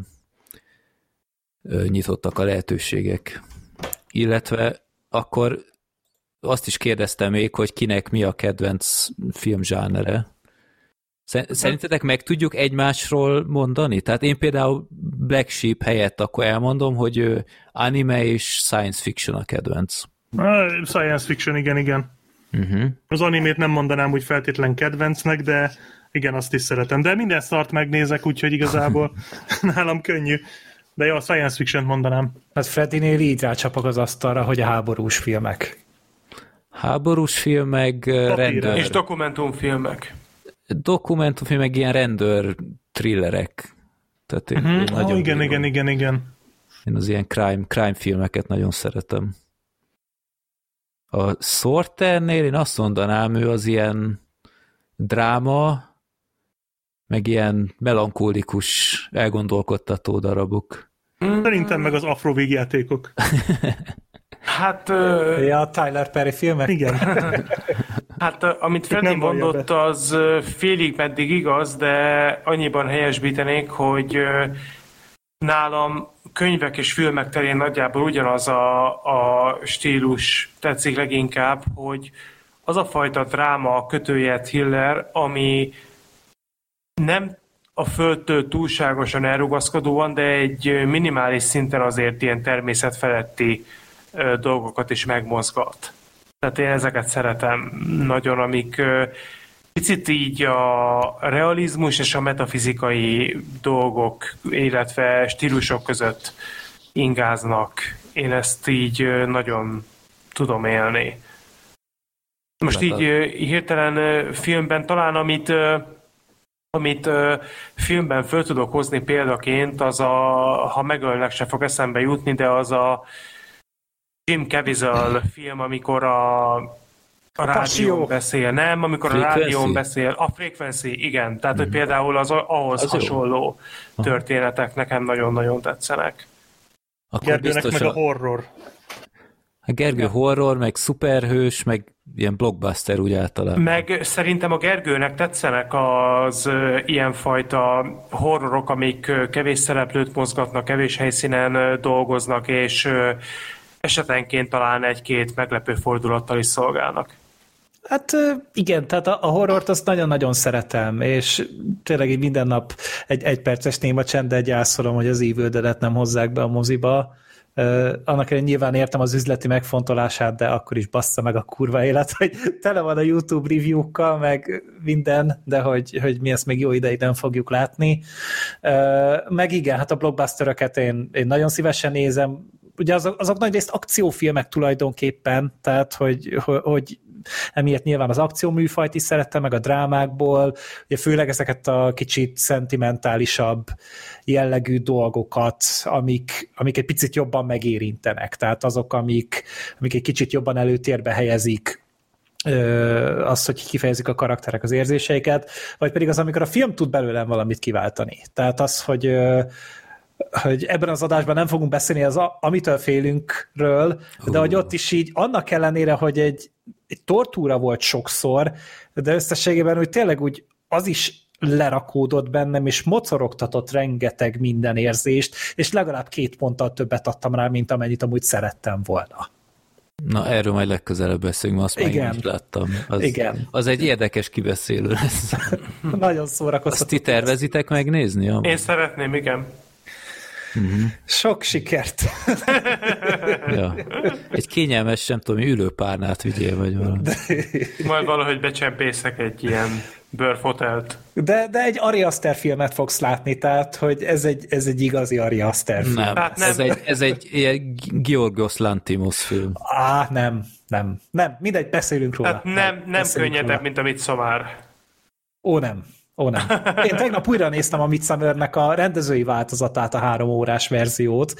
nyitottak a lehetőségek. Illetve akkor azt is kérdeztem még, hogy kinek mi a kedvenc filmzsánere. Szerintetek meg tudjuk egymásról mondani? Tehát én például Black Sheep helyett akkor elmondom, hogy anime és science fiction a kedvenc. Uh, science fiction, igen, igen. Uh-huh. Az animét nem mondanám úgy feltétlen kedvencnek, de igen, azt is szeretem. De minden szart megnézek, úgyhogy igazából nálam könnyű. De jó, a science fiction mondanám. Hát Fredinél így rácsapok az asztalra, hogy a háborús filmek. Háborús filmek, rendőr... És dokumentumfilmek. Dokumentumfilmek, ilyen rendőr thrillerek. Tehát én, uh-huh. én nagyon oh, igen, bírom. igen, igen, igen. Én az ilyen crime, crime filmeket nagyon szeretem. A Sorternél én azt mondanám, ő az ilyen dráma, meg ilyen melankólikus, elgondolkodtató darabok. Szerintem meg az afrovígjátékok. Hát... Uh, ja, a Tyler Perry filmek? Igen. Hát amit Freddy mondott, az félig meddig igaz, de annyiban helyesbítenék, hogy nálam könyvek és filmek terén nagyjából ugyanaz a, a stílus tetszik leginkább, hogy az a fajta dráma, kötője thriller, ami nem a földtől túlságosan elrugaszkodóan, de egy minimális szinten azért ilyen természetfeletti dolgokat is megmozgat. Tehát én ezeket szeretem nagyon, amik picit így a realizmus és a metafizikai dolgok, illetve stílusok között ingáznak. Én ezt így nagyon tudom élni. Most így hirtelen filmben talán, amit, amit filmben föl tudok hozni példaként, az a, ha megölnek, se fog eszembe jutni, de az a Jim Caviezel film, amikor a, a rádión beszél. Nem, amikor Frequency. A rádión beszél. A Frequency, igen. Tehát, mm. hogy például az ahhoz az hasonló jó. történetek nekem nagyon-nagyon tetszenek. Akkor Gergőnek meg a, a horror. A Gergő horror, meg szuperhős, meg ilyen blockbuster úgy általában. Meg szerintem a Gergőnek tetszenek az uh, ilyenfajta horrorok, amik uh, kevés szereplőt mozgatnak, kevés helyszínen uh, dolgoznak, és uh, esetenként talán egy-két meglepő fordulattal is szolgálnak. Hát igen, tehát a horrort azt nagyon-nagyon szeretem, és tényleg így minden nap egy egyperces néma csenddel gyászolom, hogy az Evil Dead-et nem hozzák be a moziba. Uh, annak én nyilván értem az üzleti megfontolását, de akkor is bassza meg a kurva élet, hogy tele van a YouTube review-kkal, meg minden, de hogy, hogy mi ezt még jó ideig nem fogjuk látni. Uh, meg igen, hát a blockbusteröket én, én nagyon szívesen nézem, ugye azok, azok nagyrészt akciófilmek tulajdonképpen, tehát hogy, hogy emiatt nyilván az akcióműfajt is szerettem, meg a drámákból, ugye főleg ezeket a kicsit szentimentálisabb jellegű dolgokat, amik, amik egy picit jobban megérintenek, tehát azok, amik, amik egy kicsit jobban előtérbe helyezik azt, hogy kifejezik a karakterek az érzéseiket, vagy pedig az, amikor a film tud belőlem valamit kiváltani. Tehát az, hogy hogy ebben az adásban nem fogunk beszélni az a, amitől félünkről, de hogy ott is így annak ellenére, hogy egy, egy tortúra volt sokszor, de összességében úgy tényleg úgy az is lerakódott bennem, és mocorogtatott rengeteg minden érzést, és legalább két ponttal többet adtam rá, mint amennyit amúgy szerettem volna. Na, erről majd legközelebb beszélünk, azt igen. meg is láttam. Az, igen. Az egy érdekes kibeszélő lesz. Nagyon szórakoztató. Azt ti tervezitek megnézni? Amúgy? Én szeretném, igen. Uh-huh. Sok sikert! Ja. Egy kényelmes, nem tudom, ülőpárnát vigyél, vagy valami. De... Majd valahogy becsempészek egy ilyen bőrfotelt. De, de egy Ari Aster filmet fogsz látni, tehát, hogy ez egy, ez egy igazi Ari Aster film. Nem, hát nem. Ez, egy, ez egy ilyen Georgos Lanthimos film. Á, nem, nem, nem, mindegy, beszélünk róla. Hát nem, nem könnyedebb, róla. Mint a Midsommar. Ó, nem. Ó, nem. Én tegnap újra néztem a Midsommarnek a rendezői változatát, a három órás verziót,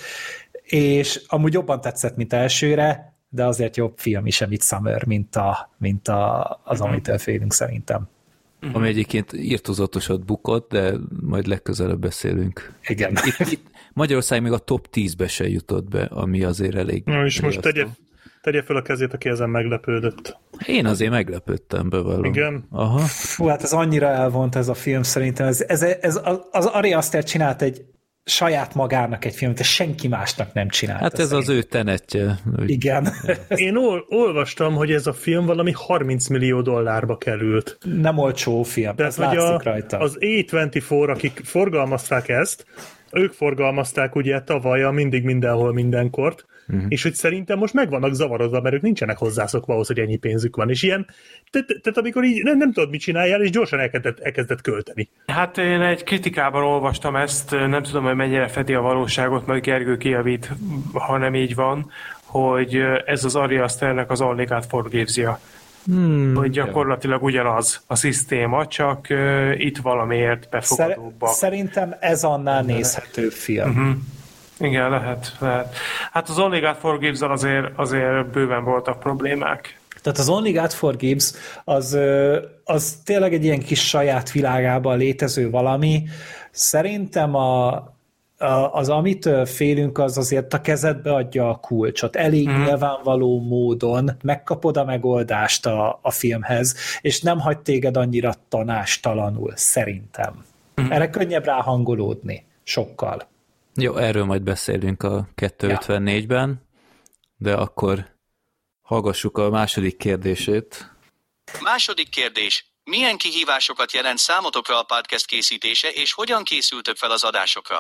és amúgy jobban tetszett, mint elsőre, de azért jobb film is a Midsommar, mint, a, mint a, az, uh-huh. amitől félünk szerintem. Uh-huh. Ami egyébként irtózatosat bukott, de majd legközelebb beszélünk. Igen. Itt, itt Magyarország még a top tízbe se jutott be, ami azért elég... Na, és most tegye, tegye fel a kezét, aki ezen meglepődött. Én azért meglepődtem be valami. Igen? Aha. Fú, hát ez annyira elvont ez a film szerintem. Ez, ez, ez, az Ari Aster csinált egy saját magának egy filmet, és senki másnak nem csinált. Hát ez szerintem. Az ő tenetje. Igen. Én ol- olvastam, hogy ez a film valami harminc millió dollárba került. Nem olcsó film, de ez látszik a, rajta. Az á huszonnégy, akik forgalmazták ezt, ők forgalmazták ugye tavaly a Mindig Mindenhol Mindenkort, uh-huh. és hogy szerintem most meg vannak zavarodva, mert ők nincsenek hozzászokva ahhoz, hogy ennyi pénzük van, és ilyen, tehát amikor így nem, nem tudod, mit csináljál, és gyorsan elkezdett, elkezdett költeni. Hát én egy kritikában olvastam ezt, nem tudom, hogy mennyire fedi a valóságot, majd Gergő kijavít, ha nem így van, hogy ez az Ari Asternek az Only God Forgives-ja. Hmm, hogy gyakorlatilag ugyanaz a szisztéma, csak uh, itt valamiért befogadóbbak. Szerintem ez annál nézhető film. Uh-huh. Igen, lehet, lehet. Hát az Only God Forgives-al azért, azért bőven voltak problémák. Tehát az Only God Forgives az, az tényleg egy ilyen kis saját világában létező valami. Szerintem a az, amit félünk, az azért a kezedbe adja a kulcsot. Elég mm. nyilvánvaló módon megkapod a megoldást a, a filmhez, és nem hagy téged annyira tanástalanul, szerintem. Mm. Erre könnyebb ráhangolódni. Sokkal. Jó, erről majd beszélünk a kétszázötvennégyben, de akkor hallgassuk a második kérdését. Második kérdés. Milyen kihívásokat jelent számotokra a podcast készítése, és hogyan készültök fel az adásokra?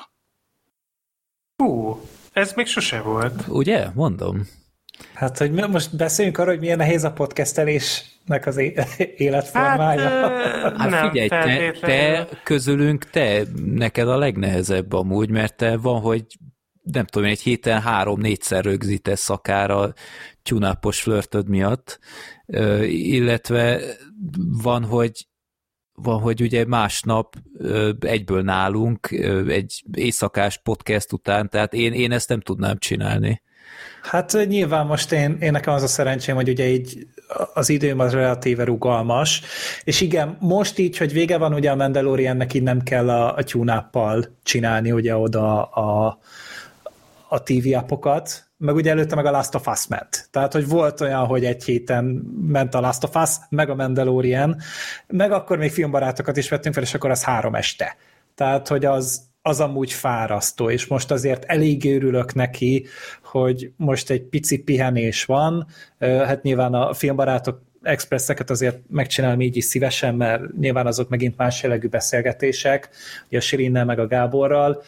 Hú, ez még sose volt. Ugye? Mondom. Hát, hogy most beszéljünk arról, hogy milyen nehéz a podcastelésnek az életformája. Hát, hát nem, figyelj, te, te közülünk, te, neked a legnehezebb amúgy, mert te van, hogy nem tudom, egy héten három-négyszer rögzítesz akár a tyúnápos flörtöd miatt, illetve van, hogy van, hogy ugye másnap egyből nálunk egy éjszakás podcast után, tehát én, én ezt nem tudnám csinálni. Hát nyilván most én, én nekem az a szerencsém, hogy ugye így az időm az relatíve rugalmas, és igen, most így, hogy vége van ugye a Mandaloriannek, így nem kell a, a tune-uppal csinálni ugye oda a, a té vé appokat, meg ugye előtte meg a Last of Us ment. Tehát, hogy volt olyan, hogy egy héten ment a Last of Us, meg a Mandalorian, meg akkor még filmbarátokat is vettünk fel, és akkor az három este. Tehát, hogy az, az amúgy fárasztó, és most azért elég örülök neki, hogy most egy pici pihenés van. Hát nyilván a filmbarátok expresszeket azért megcsinálom így is szívesen, mert nyilván azok megint más jellegű beszélgetések, ugye a Sirinnel meg a Gáborral.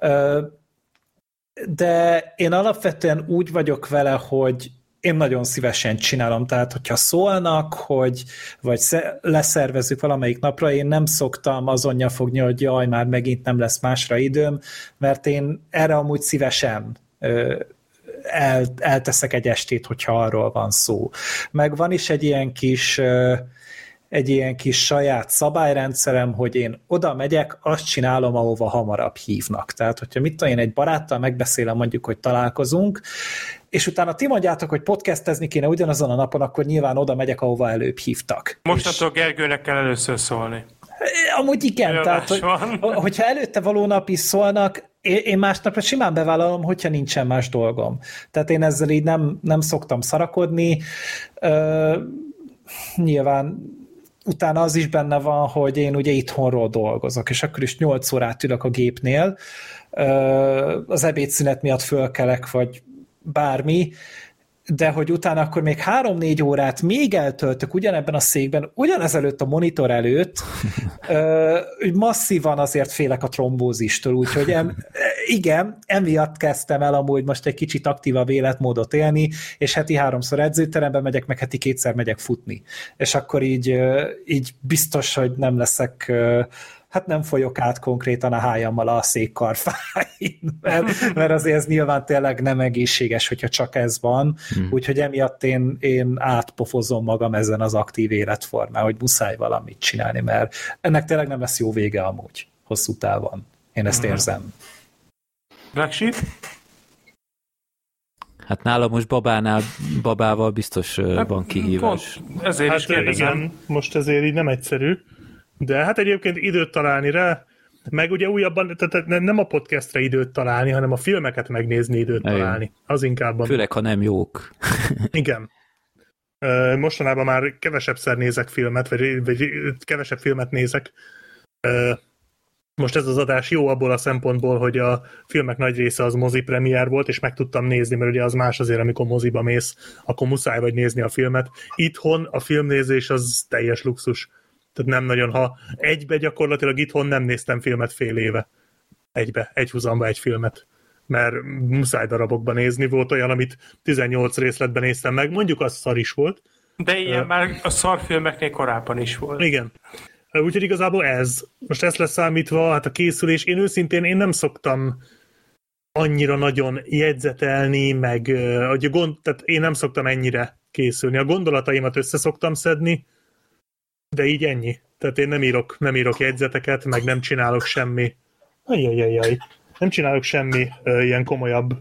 De én alapvetően úgy vagyok vele, hogy én nagyon szívesen csinálom, tehát hogyha szólnak, hogy vagy leszervezzük valamelyik napra, én nem szoktam azon nyafogni, hogy jaj, már megint nem lesz másra időm, mert én erre amúgy szívesen ö, el, elteszek egy estét, hogyha arról van szó. Meg van is egy ilyen kis egy ilyen kis saját szabályrendszerem, hogy én oda megyek, azt csinálom, ahova hamarabb hívnak. Tehát, hogyha mit tudom én, egy baráttal megbeszélem mondjuk, hogy találkozunk, és utána ti mondjátok, hogy podcastezni kéne ugyanazon a napon, akkor nyilván oda megyek, ahova előbb hívtak. Mostantól és... Gergőnek kell először szólni. Amúgy igen, Jön tehát, hogy, hogyha előtte való nap is szólnak, én másnapra simán bevállalom, hogyha nincsen más dolgom. Tehát én ezzel így nem, nem szoktam szarakodni. Uh, nyilván utána az is benne van, hogy én ugye itthonról dolgozok, és akkor is nyolc órát ülök a gépnél, az ebédszünet miatt fölkelek, vagy bármi, de hogy utána akkor még három-négy órát még eltöltök ugyanebben a székben, ugyanezelőtt a monitor előtt, hogy masszívan azért félek a trombózistól, úgyhogy em, igen, emiatt kezdtem el amúgy most egy kicsit aktívabb életmódot élni, és heti háromszor edzőterembe megyek, meg heti kétszer megyek futni. És akkor így, így biztos, hogy nem leszek, hát nem folyok át konkrétan a hájammal a székkarfáin, mert, mert azért ez nyilván tényleg nem egészséges, hogyha csak ez van, hmm. úgyhogy emiatt én, én átpofozom magam ezen az aktív életformán, hogy muszáj valamit csinálni, mert ennek tényleg nem lesz jó vége amúgy, hosszú távon. Én ezt hmm. érzem. Black Sheep? Hát nála most babánál, babával biztos hát, van kihívás. Pont, ezért hát is kérdezem. Igen, most ezért így nem egyszerű. De hát egyébként időt találni rá, meg ugye újabban, tehát nem a podcastre időt találni, hanem a filmeket megnézni időt Eljön. találni. Az inkább. A... Főleg, ha nem jók. Igen. Mostanában már kevesebbszer nézek filmet, vagy, vagy kevesebb filmet nézek. Most ez az adás jó abból a szempontból, hogy a filmek nagy része az mozi premier volt, és meg tudtam nézni, mert ugye az más azért, amikor moziba mész, akkor muszáj vagy nézni a filmet. Itthon a filmnézés az teljes luxus. Tehát nem nagyon, ha egybe gyakorlatilag itthon nem néztem filmet fél éve. Egybe, egy húzamba egy filmet. Mert muszáj darabokban nézni. Volt olyan, amit tizennyolc részletben néztem meg, mondjuk az szar is volt. De ilyen uh, már a szarfilmeknél korábban is volt. Igen. Úgyhogy igazából ez. Most ezt leszámítva, hát a készülés, én őszintén én nem szoktam annyira nagyon jegyzetelni, meg hogy gond, tehát én nem szoktam ennyire készülni. A gondolataimat össze szoktam szedni, de így ennyi. Tehát én nem írok, nem írok jegyzeteket, meg nem csinálok semmi. Ajajajaj. Nem csinálok semmi ö, ilyen komolyabb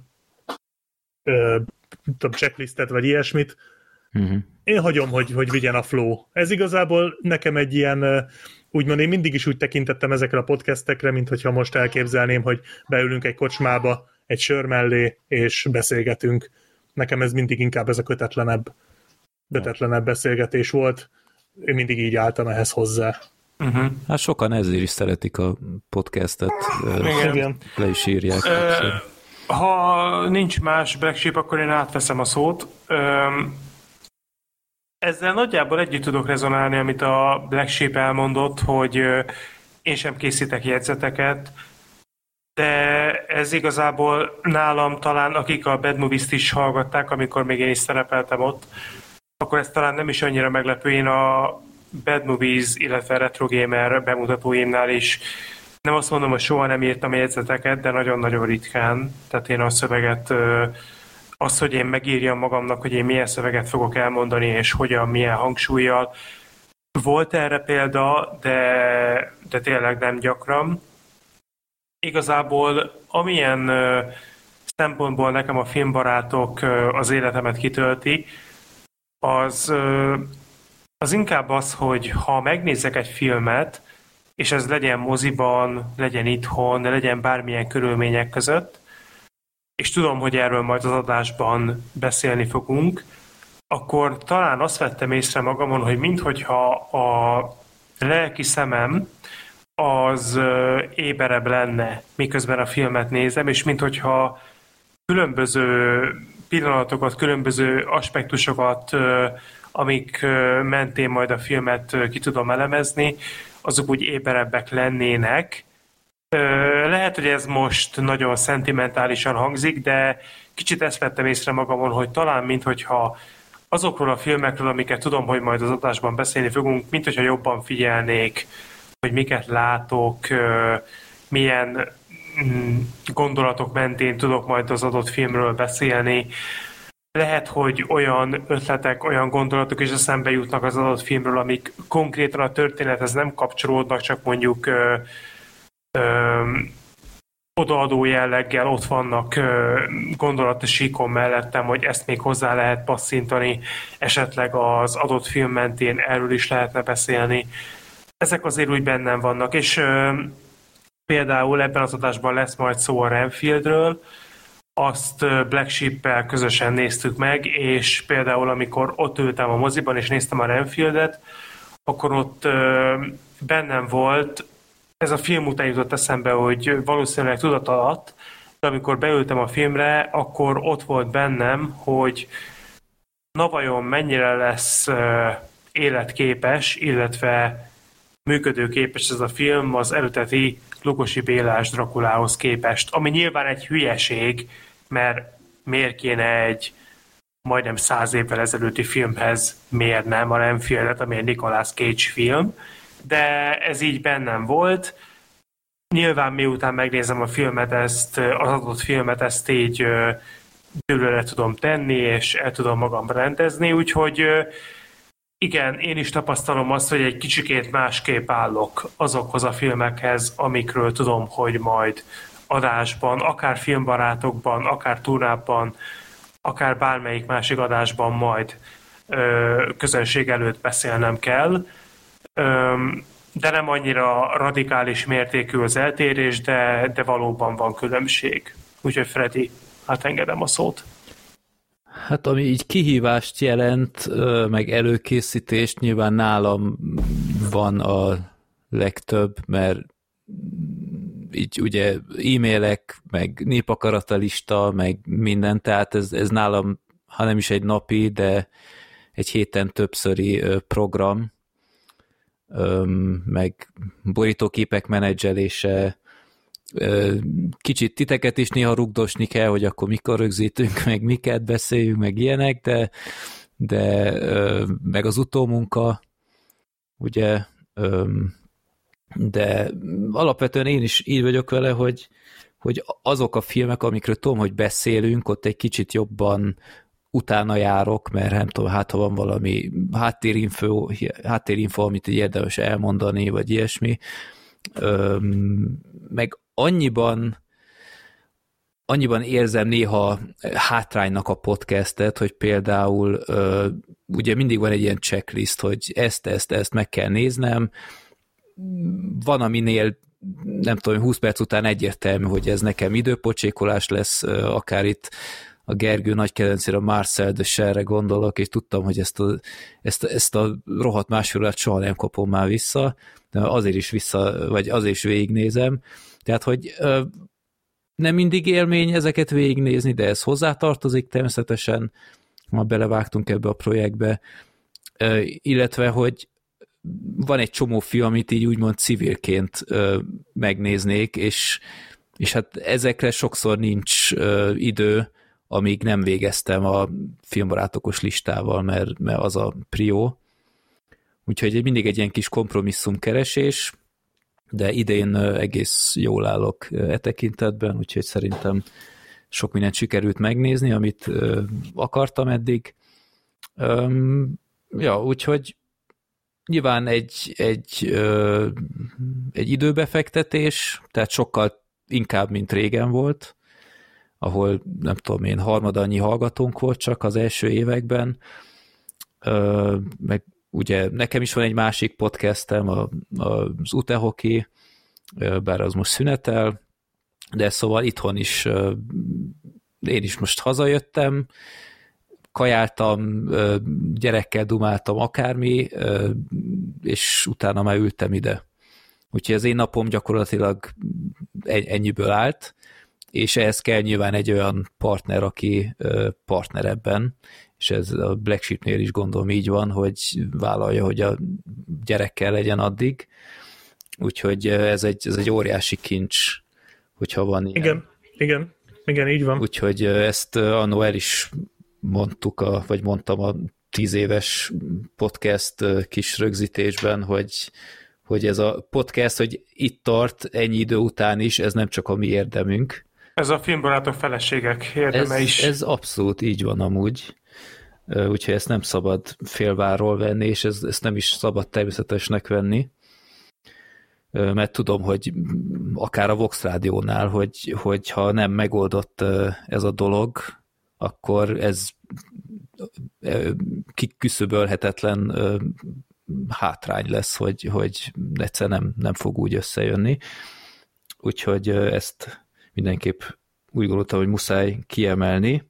ö, tudom, checklistet, vagy ilyesmit. Uh-huh. Én hagyom, hogy, hogy vigyen a flow. Ez igazából nekem egy ilyen, úgymond én mindig is úgy tekintettem ezekre a podcastekre, mint hogyha most elképzelném, hogy beülünk egy kocsmába, egy sör mellé, és beszélgetünk. Nekem ez mindig inkább ez a kötetlenebb, kötetlenebb beszélgetés volt. Én mindig így álltam ehhez hozzá. Uh-huh. Hát sokan ezért is szeretik a podcastet. Igen. Le is írják. Uh, ha nincs más Black Sheep, akkor én átveszem a szót. Um, ezzel nagyjából együtt tudok rezonálni, amit a Black Sheep elmondott, hogy uh, én sem készítek jegyzeteket, de ez igazából nálam talán, akik a Bad Movies-t is hallgatták, amikor még én is szerepeltem ott, akkor ez talán nem is annyira meglepő. Én a Bad Movies, illetve Retro Gamer bemutatóimnál is nem azt mondom, hogy soha nem írtam jegyzeteket, de nagyon-nagyon ritkán. Tehát én a szöveget, az, hogy én megírjam magamnak, hogy én milyen szöveget fogok elmondani, és hogyan, milyen hangsúlyjal. Volt erre példa, de, de tényleg nem gyakran. Igazából amilyen szempontból nekem a filmbarátok az életemet kitölti, az, az inkább az, hogy ha megnézek egy filmet, és ez legyen moziban, legyen itthon, legyen bármilyen körülmények között, és tudom, hogy erről majd az adásban beszélni fogunk, akkor talán azt vettem észre magamon, hogy minthogyha a lelki szemem az éberebb lenne, miközben a filmet nézem, és minthogyha különböző pillanatokat, különböző aspektusokat, amik mentén majd a filmet ki tudom elemezni, azok úgy éberebbek lennének. Lehet, hogy ez most nagyon szentimentálisan hangzik, de kicsit ezt vettem észre magamon, hogy talán minthogyha azokról a filmekről, amiket tudom, hogy majd az adásban beszélni fogunk, minthogyha jobban figyelnék, hogy miket látok, milyen gondolatok mentén tudok majd az adott filmről beszélni. Lehet, hogy olyan ötletek, olyan gondolatok is eszembe jutnak az adott filmről, amik konkrétan a történethez nem kapcsolódnak, csak mondjuk ö, ö, odaadó jelleggel ott vannak ö, gondolatsíkon mellettem, hogy ezt még hozzá lehet passzintani, esetleg az adott film mentén erről is lehetne beszélni. Ezek azért úgy bennem vannak, és ö, például ebben az adásban lesz majd szó a Renfieldről, azt Black Sheep-el közösen néztük meg, és például amikor ott ültem a moziban és néztem a Renfieldet, akkor ott ö, bennem volt, ez a film után jutott eszembe, hogy valószínűleg tudat alatt, de amikor beültem a filmre, akkor ott volt bennem, hogy na vajon mennyire lesz ö, életképes, illetve működőképes ez a film az eredeti Lugosi Bélás Drakulához képest, ami nyilván egy hülyeség, mert miért kéne egy majdnem száz évvel ezelőtti filmhez mérnem a Renfieldet, ami egy Nicolas Cage film, de ez így bennem volt. Nyilván miután megnézem a filmet, ezt, az adott filmet, ezt így belőle tudom tenni, és el tudom magam rendezni, úgyhogy igen, én is tapasztalom azt, hogy egy kicsikét másképp állok azokhoz a filmekhez, amikről tudom, hogy majd adásban, akár filmbarátokban, akár turnában, akár bármelyik másik adásban majd ö, közönség előtt beszélnem kell. Ö, de nem annyira radikális mértékű az eltérés, de, de valóban van különbség. Úgyhogy Freddy, átengedem a szót. Hát ami így kihívást jelent, meg előkészítést, nyilván nálam van a legtöbb, mert így ugye e-mailek, meg népakaratalista, meg minden, tehát ez, ez nálam, ha nem is egy napi, de egy héten többszöri program, meg borítóképek menedzselése, kicsit titeket is néha rugdosni kell, hogy akkor mikor rögzítünk, meg miket beszéljünk, meg ilyenek, de, de meg az utómunka, ugye, de alapvetően én is így vagyok vele, hogy, hogy azok a filmek, amikről tudom, hogy beszélünk, ott egy kicsit jobban utána járok, mert nem tudom, hát ha van valami háttérinfo, háttérinfo amit így érdemes elmondani, vagy ilyesmi, meg annyiban annyiban érzem néha hátránynak a podcastet, hogy például ugye mindig van egy ilyen checklist, hogy ezt, ezt, ezt meg kell néznem. Van, aminél nem tudom, húsz perc után egyértelmű, hogy ez nekem időpocsékolás lesz, akár itt a Gergő nagy kedvencére, a Marcel de Serre gondolok, és tudtam, hogy ezt a, ezt, ezt a rohadt másfél órát soha nem kapom már vissza, de azért is vissza, vagy azért is végignézem. Tehát, hogy ö, nem mindig élmény ezeket végignézni, de ez hozzátartozik természetesen, ma belevágtunk ebbe a projektbe, ö, illetve, hogy van egy csomó film, amit így úgymond civilként ö, megnéznék, és, és hát ezekre sokszor nincs ö, idő, amíg nem végeztem a filmbarátokos listával, mert, mert az a prió. Úgyhogy mindig egy ilyen kis kompromisszum keresés, de idén egész jól állok e tekintetben, úgyhogy szerintem sok mindent sikerült megnézni, amit akartam eddig. Ja, úgyhogy nyilván egy, egy, egy időbefektetés, tehát sokkal inkább, mint régen volt, ahol nem tudom én, harmad annyi hallgatónk volt csak az első években, meg ugye nekem is van egy másik podcastem, a, a, az Utehoki, bár az most szünetel, de szóval itthon is én is most hazajöttem, kajáltam, gyerekkel dumáltam akármi, és utána már ültem ide. Úgyhogy az én napom gyakorlatilag ennyiből állt, és ehhez kell nyilván egy olyan partner, aki partner ebben, és ez a Black Sheepnél is gondolom így van, hogy vállalja, hogy a gyerekkel legyen addig. Úgyhogy ez egy, ez egy óriási kincs, hogyha van ilyen. Igen, igen, igen, így van. Úgyhogy ezt annó el is mondtuk, a, vagy mondtam a tíz éves podcast kis rögzítésben, hogy, hogy ez a podcast, hogy itt tart ennyi idő után is, ez nem csak a mi érdemünk. Ez a filmbarátok feleségek érdeme ez, is. Ez abszolút így van amúgy. Úgyhogy ezt nem szabad félvárról venni, és ez, ezt nem is szabad természetesnek venni. Mert tudom, hogy akár a Vox Rádiónál, hogy, hogy ha nem megoldott ez a dolog, akkor ez kiküszöbölhetetlen hátrány lesz, hogy, hogy egyszer nem, nem fog úgy összejönni. Úgyhogy ezt mindenképp úgy gondoltam, hogy muszáj kiemelni.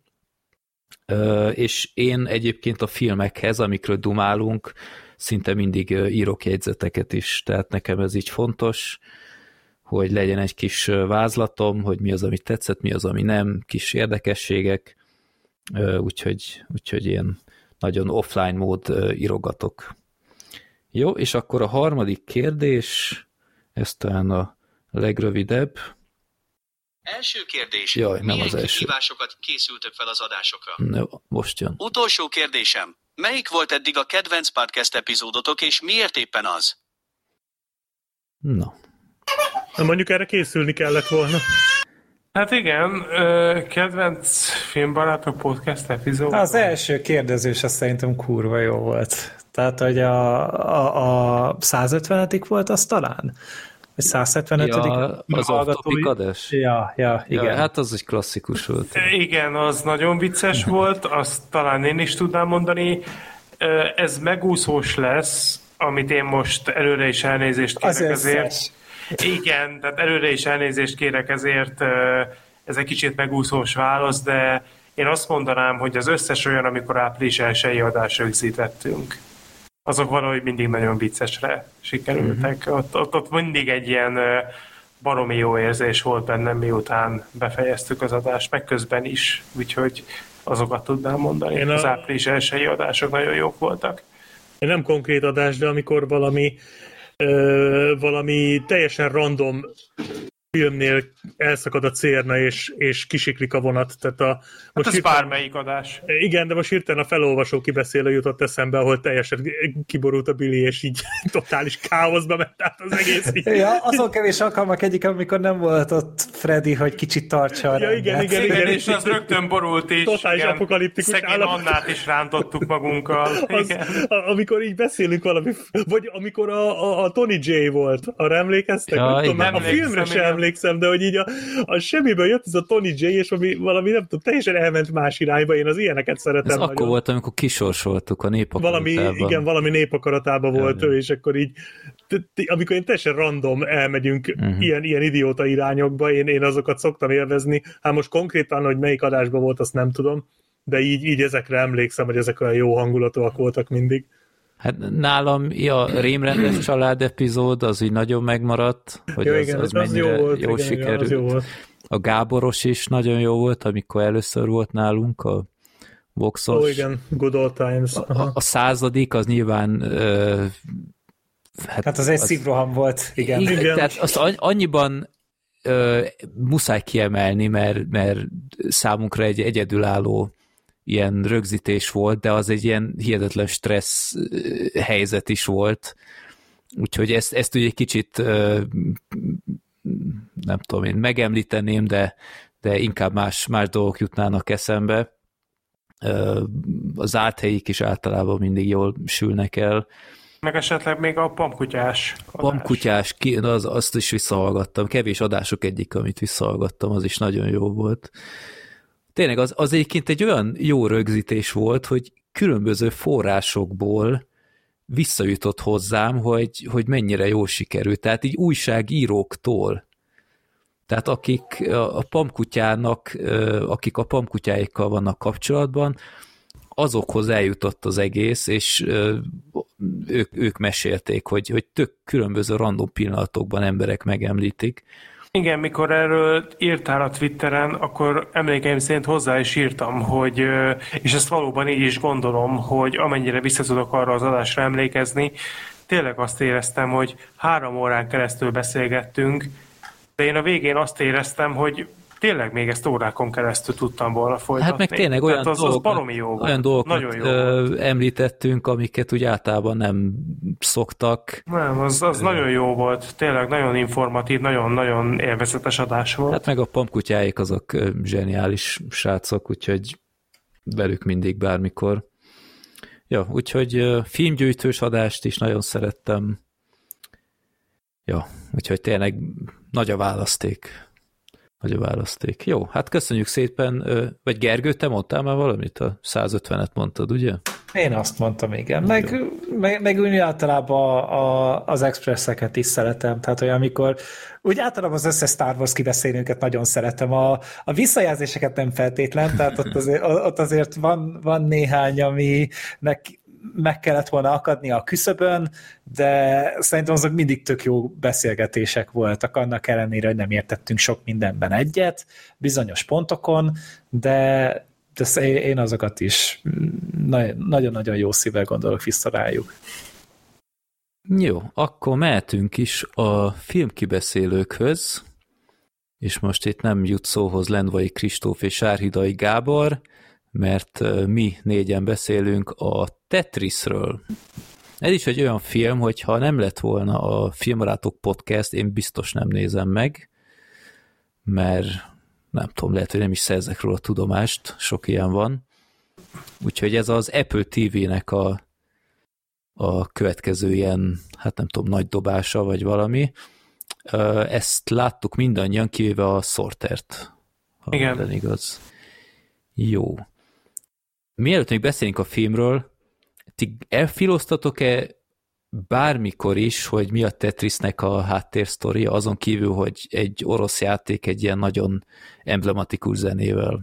És én egyébként a filmekhez, amikről dumálunk, szinte mindig írok jegyzeteket is, tehát nekem ez így fontos, hogy legyen egy kis vázlatom, hogy mi az, ami tetszett, mi az, ami nem, kis érdekességek, úgyhogy, úgyhogy én nagyon offline mód írogatok. Jó, és akkor a harmadik kérdés, ez talán a legrövidebb. Első kérdés. Jaj, nem milyen az első. kihívásokat készültök fel az adásokra? Ne, most jön. Utolsó kérdésem. Melyik volt eddig a kedvenc podcast epizódotok, és miért éppen az? Na. Na mondjuk erre készülni kellett volna. Hát igen, kedvenc filmbarátok podcast epizód. Az első kérdezős, az szerintem kurva jó volt. Tehát, hogy a, a, a százötvenedik volt az talán? Vagy száz hetvenötödik Ja, az off-topic adás? Ja, ja, igen. Ja, hát az egy klasszikus volt. Igen, az nagyon vicces volt, azt talán én is tudnám mondani. Ez megúszós lesz, amit én most előre is elnézést kérek az ezért. összes. Igen, tehát előre is elnézést kérek ezért, ez egy kicsit megúszós válasz, de én azt mondanám, hogy az összes olyan, amikor április elsői adás rögzítettünk, azok valahogy mindig nagyon viccesre sikerültek. Uh-huh. Ott, ott, ott mindig egy ilyen baromi jó érzés volt bennem, miután befejeztük az adást, meg közben is, úgyhogy azokat tudnám mondani. Én a... Az április elsői adások nagyon jók voltak. Én nem konkrét adás, de amikor valami ö, valami teljesen random filmnél elszakad a cérna, és, és kisiklik a vonat. Tehát a, most hát ez hirtelen, bármelyik adás. Igen, de most hirtelen a felolvasó kibeszélő jutott eszembe, ahol teljesen kiborult a Billy, és így totális káoszba ment át az egész. Ja, azon kevés alkalmak egyik, amikor nem volt ott Freddy, hogy kicsit tartsa a ja, igen, igen, igen, igen, és az rögtön borult is. Totális apokaliptikus szegény állapot. Annát is rántottuk magunkkal. Az, a, amikor így beszélünk valami, vagy amikor a, a, a Tony J volt, arra emlékeztek? Ja, tudom, a filmre sem emlékszem, de hogy így a, a semmiből jött ez a Tony J, és valami, valami nem tudom, teljesen elment más irányba, én az ilyeneket szeretem. Ez nagyon. akkor volt, amikor kisorsoltuk a népakaratában. Valami, igen, valami népakaratában volt ő, és akkor így, amikor én teljesen random elmegyünk uh-huh. ilyen, ilyen idióta irányokba, én, én azokat szoktam élvezni. Hát most konkrétan, hogy melyik adásban volt, azt nem tudom, de így, így ezekre emlékszem, hogy ezek olyan jó hangulatúak voltak mindig. Hát nálam a Rémrendes család epizód az így nagyon megmaradt, hogy jó, az, igen, az az mennyire jó volt, jól igen, sikerült. az jó volt. A Gáboros is nagyon jó volt, amikor először volt nálunk a Voxos. Ó, igen, good old times. A, a századik az nyilván uh, hát, hát az egy az, szívroham volt, igen. igen, igen. Tehát azt annyiban uh, muszáj kiemelni, mert, mert számunkra egy egyedülálló ilyen rögzítés volt, de az egy ilyen hihetetlen stressz helyzet is volt. Úgyhogy ezt, ezt ugye egy kicsit nem tudom én, megemlíteném, de, de inkább más, más dolgok jutnának eszembe. Az áthelyik is általában mindig jól sülnek el. Meg esetleg még a Pamkutyás adás. Pamkutyás, az, azt is visszahallgattam. Kevés adások egyik, amit visszahallgattam, az is nagyon jó volt. Tényleg az, az egyébként egy olyan jó rögzítés volt, hogy különböző forrásokból visszajutott hozzám, hogy, hogy mennyire jól sikerült. Tehát így újságíróktól. Tehát akik a Pamkutyának, akik a Pamkutyáikkal vannak kapcsolatban, azokhoz eljutott az egész, és ők, ők mesélték, hogy, hogy tök különböző random pillanatokban emberek megemlítik. Igen, mikor erről írtál a Twitteren, akkor emlékeim szerint hozzá is írtam, hogy, és ezt valóban így is gondolom, hogy amennyire vissza tudok arra az adásra emlékezni, tényleg azt éreztem, hogy három órán keresztül beszélgettünk, de én a végén azt éreztem, hogy tényleg még ezt órákon keresztül tudtam volna folytatni. Hát meg tényleg olyan, az, dolgok, az baromi jó volt. olyan dolgokat Nagyon jó volt. említettünk, amiket úgy általában nem szoktak. Nem, az, az nagyon jó volt. Tényleg nagyon informatív, nagyon-nagyon élvezetes adás volt. Hát meg a pampkutyáik azok zseniális srácok, úgyhogy velük mindig bármikor. Ja, úgyhogy filmgyűjtős adást is nagyon szerettem. Ja, úgyhogy tényleg nagy a választék. Nagy a választék. Jó, hát köszönjük szépen. Vagy Gergő, te mondtál már valamit? A száz ötvenet mondtad, ugye? Én azt mondtam, igen. Meg, meg, meg úgy általában a, a, az expresszeket is szeretem. Tehát, hogy amikor úgy általában az összes Star Wars kibeszélőnket nagyon szeretem. A, a visszajelzéseket nem feltétlen, tehát ott azért, ott azért van, van néhány, aminek meg kellett volna akadni a küszöbön, de szerintem azok mindig tök jó beszélgetések voltak, annak ellenére, hogy nem értettünk sok mindenben egyet, bizonyos pontokon, de, de én azokat is nagyon-nagyon jó szívvel gondolok vissza rájuk. Jó, akkor mehetünk is a filmkibeszélőkhöz, és most itt nem jut szóhoz Lendvai Kristóf és Sárhidai Gábor, mert mi négyen beszélünk a Tetrisről. Ez is egy olyan film, hogyha nem lett volna a Filmbarátok Podcast, én biztos nem nézem meg, mert nem tudom, lehet, hogy nem is szerzek róla tudomást, sok ilyen van. Úgyhogy ez az Apple té vé-nek a, a következő ilyen, hát nem tudom, nagy dobása, vagy valami. Ezt láttuk mindannyian, kivéve a Sortert. Ha igen. minden igaz. Jó. Mielőtt még beszélünk a filmről, ti elfiloztatok-e bármikor is, hogy mi a Tetrisnek a háttérsztoria, azon kívül, hogy egy orosz játék egy ilyen nagyon emblematikus zenével?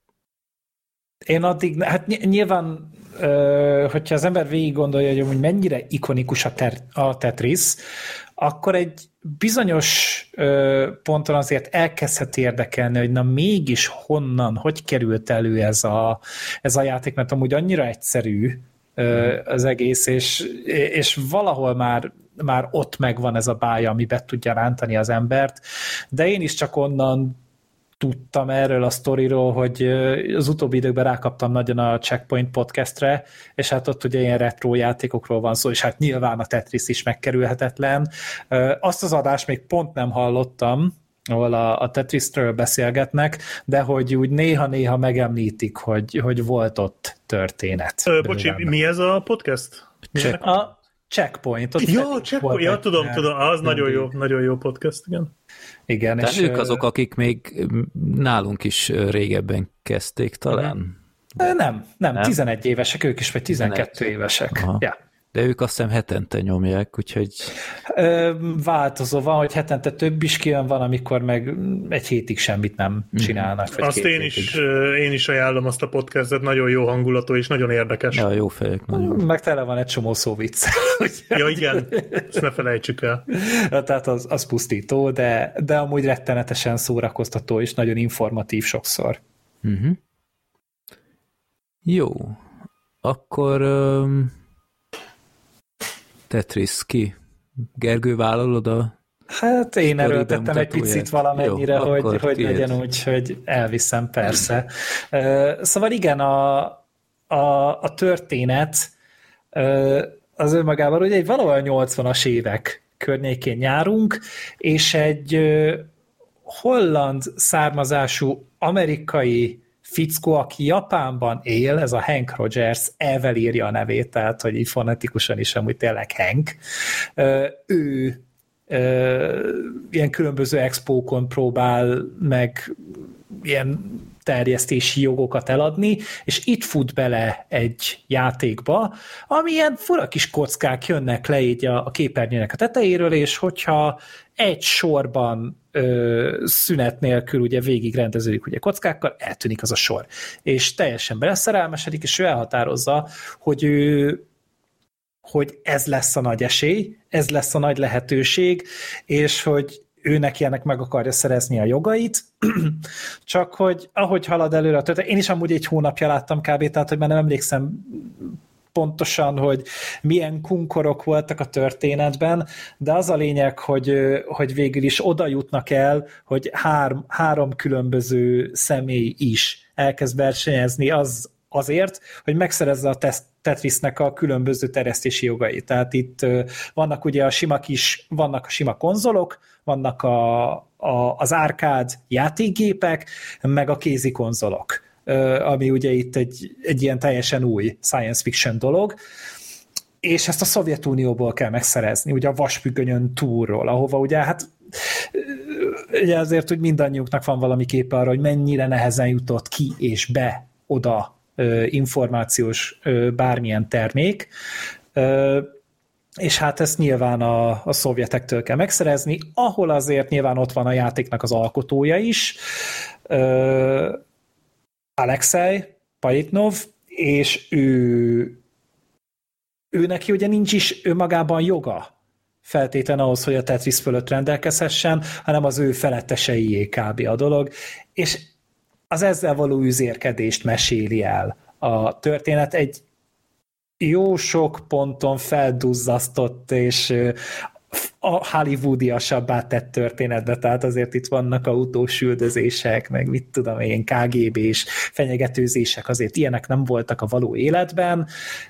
Én addig, hát nyilván, hogyha az ember végig gondolja, hogy mennyire ikonikus a, ter, a Tetris, akkor egy bizonyos ponton azért elkezdhet érdekelni, hogy na mégis honnan, hogy került elő ez a, ez a játék, mert amúgy annyira egyszerű az egész, és, és valahol már, már ott megvan ez a bája, ami be tudja rántani az embert, de én is csak onnan tudtam erről a sztoriról, hogy az utóbbi időkben rákaptam nagyon a Checkpoint podcastre, és hát ott ugye ilyen retro játékokról van szó, és hát nyilván a Tetris is megkerülhetetlen. Azt az adást még pont nem hallottam, ahol a, a Tetrisről beszélgetnek, de hogy úgy néha-néha megemlítik, hogy, hogy volt ott történet. Ö, bocsi, mi ez a podcast? Check, a Checkpoint. Ott ja, Checkpoint, ja, tudom, egy, tudom, az nagyon jó, nagyon jó podcast, igen. Igen, tehát és ők azok, akik még nálunk is régebben kezdték talán? Nem, nem, nem, tizenegy évesek ők is, vagy tizenkettő tizenegy évesek. Ja. De ők azt hiszem hetente nyomják, úgyhogy... Változó van, hogy hetente több is kijön, van, amikor meg egy hétig semmit nem csinálnak. Vagy azt én is, én is ajánlom azt a podcastet, nagyon jó hangulatú és nagyon érdekes. Ja, jó fejek, nagyon. Meg tele van egy csomó szó vicc. Ja, igen, ezt ne felejtsük el. Tehát az, az pusztító, de, de amúgy rettenetesen szórakoztató és nagyon informatív sokszor. Uh-huh. Jó. Akkor... Um... Tetris ki? Gergő, vállalod a... Hát én erőltettem egy picit valamennyire, jó, hogy, hogy legyen úgy, hogy elviszem, persze. Szóval igen, a, a, a történet az önmagában, ugye egy valahol nyolcvanas évek környékén járunk, és egy holland származású amerikai fickó, aki Japánban él, ez a Hank Rogers, elvel írja a nevét, tehát, hogy így fonetikusan is amúgy tényleg Hank. Ő ilyen különböző expókon próbál meg ilyen terjesztési jogokat eladni, és itt fut bele egy játékba, ami ilyen fura kis kockák jönnek le így a, a képernyőnek a tetejéről, és hogyha egy sorban ö, szünet nélkül ugye végig rendeződik ugye kockákkal, eltűnik az a sor. És teljesen beleszerelmesedik, és ő elhatározza, hogy ő hogy ez lesz a nagy esély, ez lesz a nagy lehetőség, és hogy ő neki ennek meg akarja szerezni a jogait, csak hogy ahogy halad előre a történet, én is amúgy egy hónapja láttam kb, tehát hogy már nem emlékszem pontosan, hogy milyen kunkorok voltak a történetben, de az a lényeg, hogy, hogy végül is oda jutnak el, hogy hár, három különböző személy is elkezd versenyezni az, azért, hogy megszerezze a teszt Tetrisnek a különböző terjesztési jogait. Tehát itt vannak ugye a sima kis, vannak a sima konzolok, vannak a, a, az árkád játékgépek, meg a kézi konzolok, ami ugye itt egy, egy ilyen teljesen új science fiction dolog, és ezt a Szovjetunióból kell megszerezni, ugye a vasfüggönyön túlról, ahova ugye hát ugye azért, hogy mindannyiunknak van valami képe arra, hogy mennyire nehezen jutott ki és be oda információs bármilyen termék, és hát ezt nyilván a, a szovjetektől kell megszerezni, ahol azért nyilván ott van a játéknak az alkotója is, Alexei Pajitnov, és ő, ő neki ugye nincs is önmagában joga feltétlen ahhoz, hogy a Tetris fölött rendelkezhessen, hanem az ő feletteseié kb. A dolog, és az ezzel való üzérkedést meséli el a történet. Egy jó sok ponton felduzzasztott és a hollywoodiasabbá tett történetbe, tehát azért itt vannak autós üldözések, meg mit tudom én, ká gé bé-s fenyegetőzések, azért ilyenek nem voltak a való életben,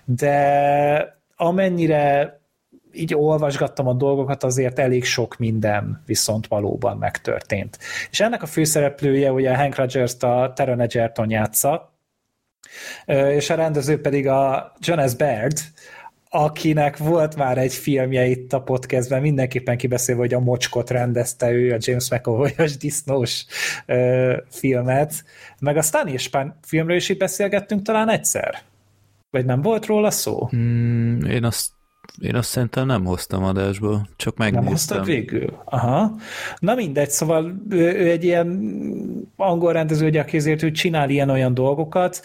de amennyire így olvasgattam a dolgokat, azért elég sok minden viszont valóban megtörtént. És ennek a főszereplője ugye Hank Rogers-t a Taron Egerton játsza, és a rendező pedig a Jonas Baird, akinek volt már egy filmje itt a podcastben, mindenképpen kibeszélve, hogy a Mocskot rendezte ő, a James McAvoy-os disznós filmet, meg a Stanley Spán filmről is itt beszélgettünk talán egyszer? Vagy nem volt róla szó? Mm, én azt Én azt szerintem nem hoztam adásba, csak megnéztem. Nem hoztad végül? Aha. Na mindegy, szóval ő, ő egy ilyen angol rendező, ugye, akiért ő csinál ilyen-olyan dolgokat,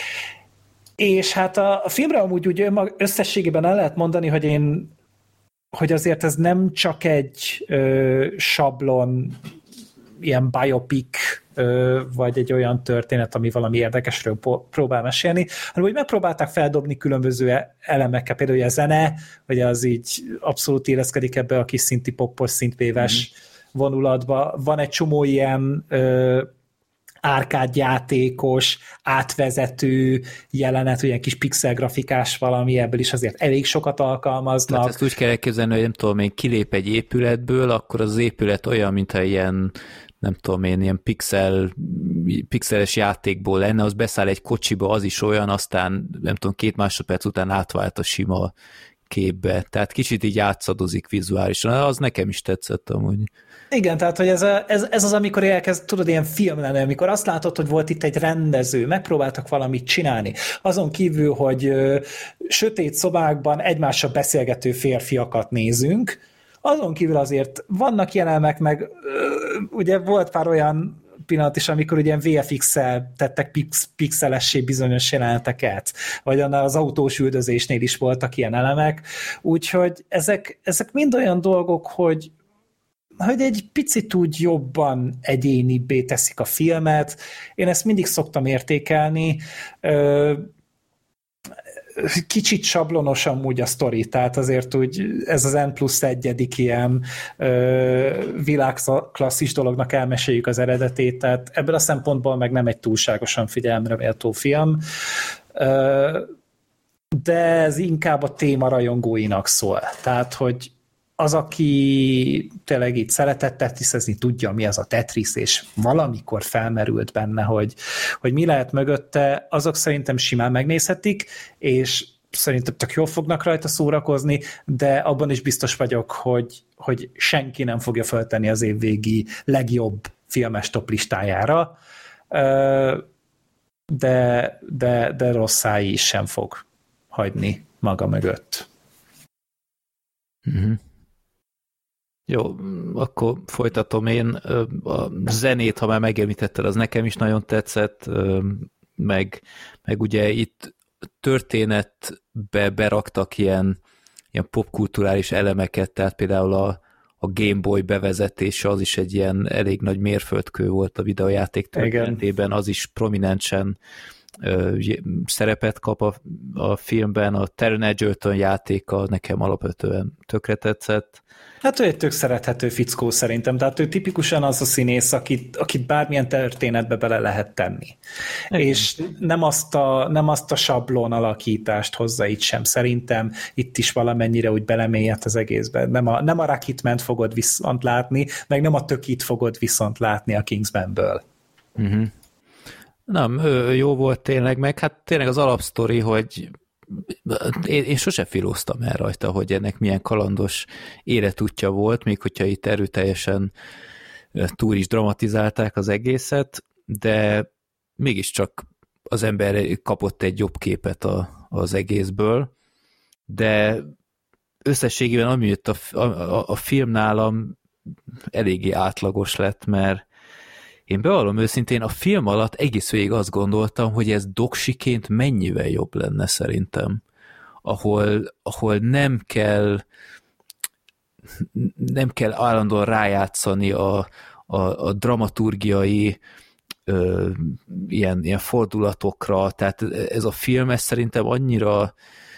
és hát a, a filmre amúgy úgy összességében el lehet mondani, hogy én, hogy azért ez nem csak egy ö, sablon, ilyen biopic, vagy egy olyan történet, ami valami érdekesről próbál mesélni, hanem hogy megpróbálták feldobni különböző elemekkel, például a zene, hogy az így abszolút éleszkedik ebbe a kis szinti poppos, szintvéves mm. vonulatba. Van egy csomó ilyen ö, árkádjátékos, átvezető jelenet, olyan kis pixelgrafikás valami, ebből is azért elég sokat alkalmaznak. Tehát ezt úgy kell elképzelni, hogy nem tudom, én kilép egy épületből, akkor az épület olyan, mintha ilyen nem tudom én, ilyen pixel, pixeles játékból lenne, az beszáll egy kocsiba, az is olyan, aztán nem tudom, két másodperc után átvált a sima képbe. Tehát kicsit így átszadozik vizuálisan. Az nekem is tetszett amúgy. Igen, tehát hogy ez, a, ez, ez az, amikor elkezd, tudod, ilyen film lenne, amikor azt látod, hogy volt itt egy rendező, megpróbáltak valamit csinálni. Azon kívül, hogy ö, sötét szobákban egymással beszélgető férfiakat nézünk, azon kívül azért vannak jelenek, meg ö, ugye volt pár olyan pillanat is, amikor ugye vé ef iksszel tettek pix, pixelessé bizonyos jeleneteket, vagy annál az autós üldözésnél is voltak ilyen elemek, úgyhogy ezek, ezek mind olyan dolgok, hogy hogy egy picit úgy jobban egyénibbé teszik a filmet. Én ezt mindig szoktam értékelni. Kicsit sablonos amúgy a sztori, tehát azért úgy ez az N plusz egyedik ilyen világklasszis dolognak elmeséljük az eredetét, tehát ebből a szempontból meg nem egy túlságosan figyelemre méltó film, de ez inkább a téma rajongóinak szól. Tehát, hogy az, aki tényleg így szeretett tetriszezni, tudja, mi az a Tetris, és valamikor felmerült benne, hogy, hogy mi lehet mögötte, azok szerintem simán megnézhetik, és szerintem tök jól fognak rajta szórakozni, de abban is biztos vagyok, hogy, hogy senki nem fogja föltenni az évvégi legjobb filmes top listájára, de, de, de Rosszái is sem fog hagyni maga mögött. Mhm. Jó, akkor folytatom én. A zenét, ha már megemlítetted, az nekem is nagyon tetszett, meg, meg ugye itt történetbe beraktak ilyen, ilyen popkulturális elemeket, tehát például a, a Game Boy bevezetése, az is egy ilyen elég nagy mérföldkő volt a videójáték történetében, az is prominensen ö, szerepet kap a, a filmben, a Taron Egerton játéka nekem alapvetően tökre tetszett. Hát ő egy tök szerethető fickó szerintem, tehát ő tipikusan az a színész, akit, akit bármilyen történetbe bele lehet tenni. Igen. És nem azt, a, nem azt a sablon alakítást hozza itt sem, szerintem itt is valamennyire úgy belemélyedt az egészbe. Nem a, nem a Rocketman-t fogod viszont látni, meg nem a Tökit fogod viszont látni a Kingsmanből. Uh-huh. Nem, jó volt tényleg, meg hát tényleg az alapsztori, hogy Én, én sose filóztam el rajta, hogy ennek milyen kalandos életútja volt, még hogyha itt erőteljesen túl is dramatizálták az egészet, de mégiscsak az ember kapott egy jobb képet a, az egészből, de összességében ami jött a, a, a film nálam eléggé átlagos lett, mert én bevallom őszintén, a film alatt egész végig azt gondoltam, hogy ez doksiként mennyivel jobb lenne szerintem. Ahol, ahol nem kell nem kell állandóan rájátszani a, a, a dramaturgiai ö, ilyen, ilyen fordulatokra, tehát ez a film, ez szerintem annyira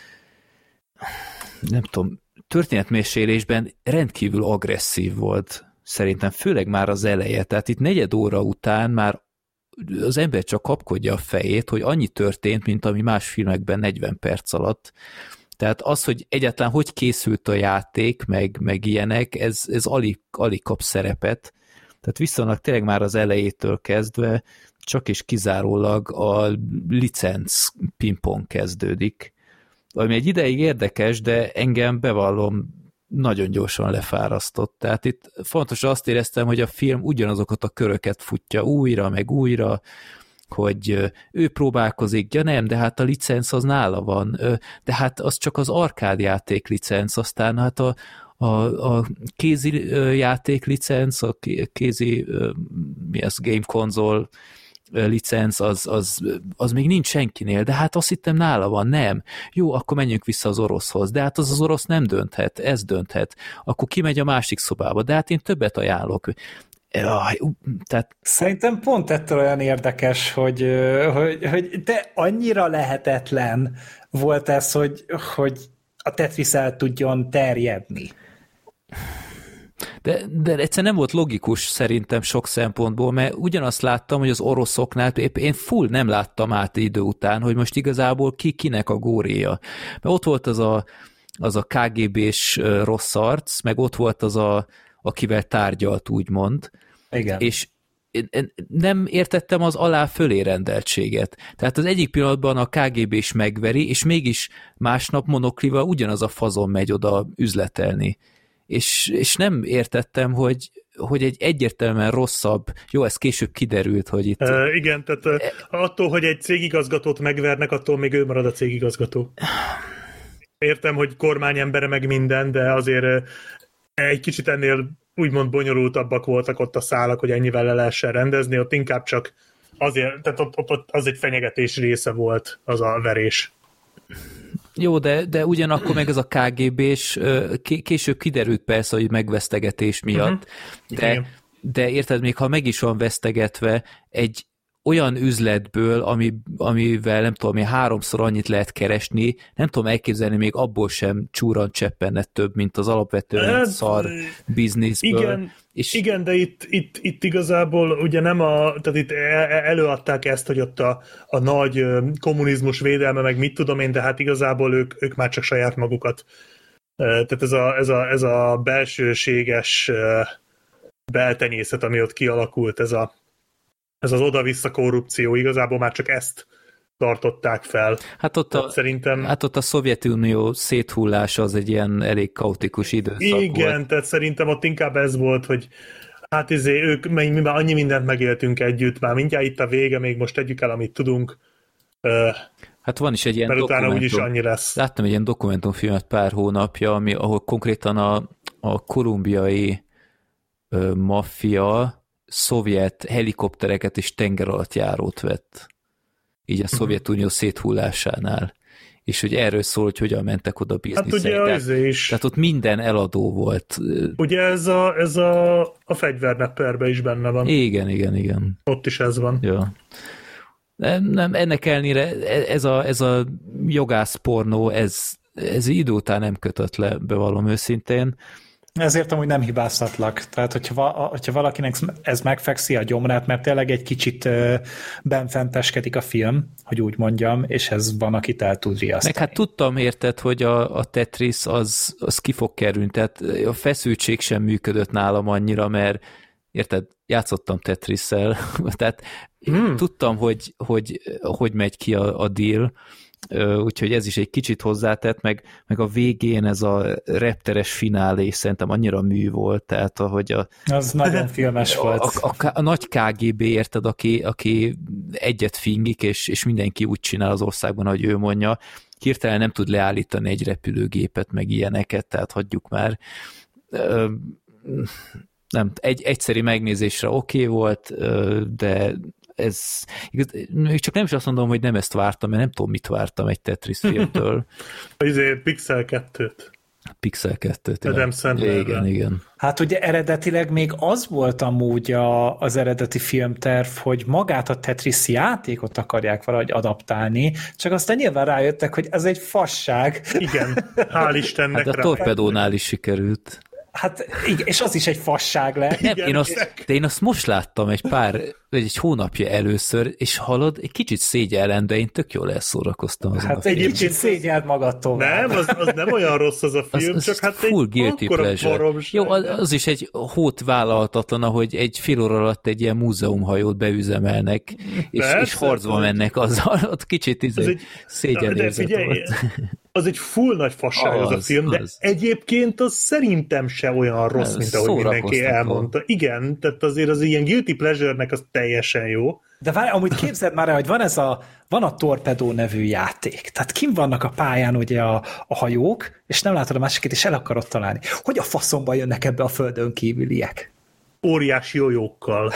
nem tudom, történetmesélésben rendkívül agresszív volt. Szerintem főleg már az eleje, tehát itt negyed óra után már az ember csak kapkodja a fejét, hogy annyi történt, mint ami más filmekben negyven perc alatt. Tehát az, hogy egyáltalán hogy készült a játék, meg, meg ilyenek, ez, ez alig, alig kap szerepet. Tehát viszonylag tényleg már az elejétől kezdve csak és kizárólag a licenc pingpong kezdődik. Ami egy ideig érdekes, de engem bevallom, nagyon gyorsan lefárasztott. Tehát itt fontos, azt éreztem, hogy a film ugyanazokat a köröket futja újra, meg újra, hogy ő próbálkozik, ja nem, de hát a licenc az nála van, de hát az csak az arkádjáték licenc, aztán hát a, a, a kézi játék licenc, a kézi mi az, game console licenc, az, az, az még nincs senkinél, de hát azt hittem nála van, nem. Jó, akkor menjünk vissza az oroszhoz, de hát az az orosz nem dönthet, ez dönthet. Akkor kimegy a másik szobába, de hát én többet ajánlok. Tehát... Szerintem pont ettől olyan érdekes, hogy, hogy, hogy de annyira lehetetlen volt ez, hogy, hogy a Tetris el tudjon terjedni. De, de egyszerűen nem volt logikus szerintem sok szempontból, mert ugyanazt láttam, hogy az oroszoknál, én full nem láttam át idő után, hogy most igazából ki kinek a góréja. Mert ott volt az a, az a ká gé bé-s rossz arc, meg ott volt az a, akivel tárgyalt, úgymond. Igen. És nem értettem az alá-fölé rendeltséget. Tehát az egyik pillanatban a ká gé bé is megveri, és mégis másnap monoklival ugyanaz a fazon megy oda üzletelni. És, és nem értettem, hogy, hogy egy egyértelműen rosszabb, jó, ez később kiderült, hogy itt... Uh, igen, tehát uh, attól, hogy egy cégigazgatót megvernek, attól még ő marad a cégigazgató. Értem, hogy kormányembere meg minden, de azért uh, egy kicsit ennél úgymond bonyolultabbak voltak ott a szálak, hogy ennyivel le lehessen rendezni, ott inkább csak azért, tehát ott, ott, ott az egy fenyegetés része volt az a verés. Jó, de, de ugyanakkor meg ez a ká gé bé-s később kiderült persze, hogy megvesztegetés miatt, uh-huh. de, de érted, még ha meg is van vesztegetve, egy olyan üzletből, ami, amivel nem tudom, én háromszor annyit lehet keresni, nem tudom elképzelni, még abból sem csúran cseppenne több, mint az alapvetően hát, szar bizniszből. Igen, és... igen, de itt, itt, itt igazából ugye nem a, tehát itt előadták ezt, hogy ott a, a nagy kommunizmus védelme, meg mit tudom én, de hát igazából ők, ők már csak saját magukat. Tehát ez a, ez a, ez a belsőséges beltenyészet, ami ott kialakult, ez a ez az oda-vissza korrupció, igazából már csak ezt tartották fel. Hát ott, a, szerintem... hát ott a Szovjetunió széthullása az egy ilyen elég kaotikus időszak igen, volt. Igen, tehát szerintem ott inkább ez volt, hogy hát izé, ők, mi már annyi mindent megéltünk együtt, már mindjárt itt a vége, még most tegyük el, amit tudunk. Hát van is egy ilyen mert dokumentum. Utána úgyis annyi lesz. Láttam egy ilyen dokumentumfilmet pár hónapja, ami, ahol konkrétan a, a kolumbiai ö, maffia szovjet helikoptereket és tengeralattjárót vett. Így a Szovjetunió széthullásánál. És hogy erről szól, hogy hogyan mentek oda bizniszek. Hát ugye az is. Tehát ott minden eladó volt. Ugye ez a, ez a, a fegyvernepperben is benne van. Igen, igen, igen. Ott is ez van. Ja. Nem, nem, ennek ellenére ez a, ez a jogász pornó, ez, ez idő után nem kötött le, bevallom őszintén. Ezért amúgy nem hibáztatlak. Tehát, hogyha, va, hogyha valakinek ez megfekszi a gyomrát, mert tényleg egy kicsit uh, benfenteskedik a film, hogy úgy mondjam, és ez van, akit el tud riasztani. Meg hát tudtam, érted, hogy a, a Tetris az, az ki fog kerülni, tehát a feszültség sem működött nálam annyira, mert érted, játszottam Tetrisszel, tehát hmm. tudtam, hogy, hogy, hogy megy ki a, a deal, úgyhogy ez is egy kicsit hozzátett, meg, meg a végén ez a repteres finálé szerintem annyira mű volt, tehát ahogy a... Az nagyon filmes volt. A, a, a, a nagy ká gé bé, érted, aki, aki egyet fingik, és, és mindenki úgy csinál az országban, ahogy ő mondja, hirtelen nem tud leállítani egy repülőgépet, meg ilyeneket, tehát hagyjuk már. Nem, egy egyszeri megnézésre oké okay volt, de ez, igaz, csak nem is azt mondom, hogy nem ezt vártam, mert nem tudom, mit vártam egy Tetris filmtől. Azért Pixel kettőt. Pixel kettőt. Adam Sandlerrel. Igen, igen. Hát ugye eredetileg még az volt amúgy a, az eredeti filmterv, hogy magát a Tetris játékot akarják valahogy adaptálni, csak aztán nyilván rájöttek, hogy ez egy fasság. Igen, hál' Istennek hát a rá. Torpedónál is sikerült. Hát igen, és az is egy fasság lett. Nem, én azt, de én azt most láttam egy pár, vagy egy hónapja először, és hallod, egy kicsit szégyellem, de én tök jól elszórakoztam azon hát a filmben. egy kicsit szégyeld magad tovább. Nem, az, az nem olyan rossz az a film, az, az csak hát full egy guilty pleasure. baromság. Jó, az, az is egy hót vállalhatatlan, ahogy egy fél óra alatt egy ilyen múzeumhajót beüzemelnek, és, Persze, és harcba mennek azzal, ott kicsit izé, szégyenérzet volt. Az egy full nagy fasság az, az a film, de az. Egyébként az szerintem se olyan rossz, ez mint ahogy mindenki elmondta. Igen, tehát azért az ilyen guilty pleasure-nek az teljesen jó. De várj, amúgy képzeld már el, hogy van ez a, van a Torpedó nevű játék. Tehát kim vannak a pályán ugye a, a hajók, és nem látod a másiket, és el akarod találni. Hogy a faszomba jönnek ebbe a földön kívüliek? Óriási jójókkal.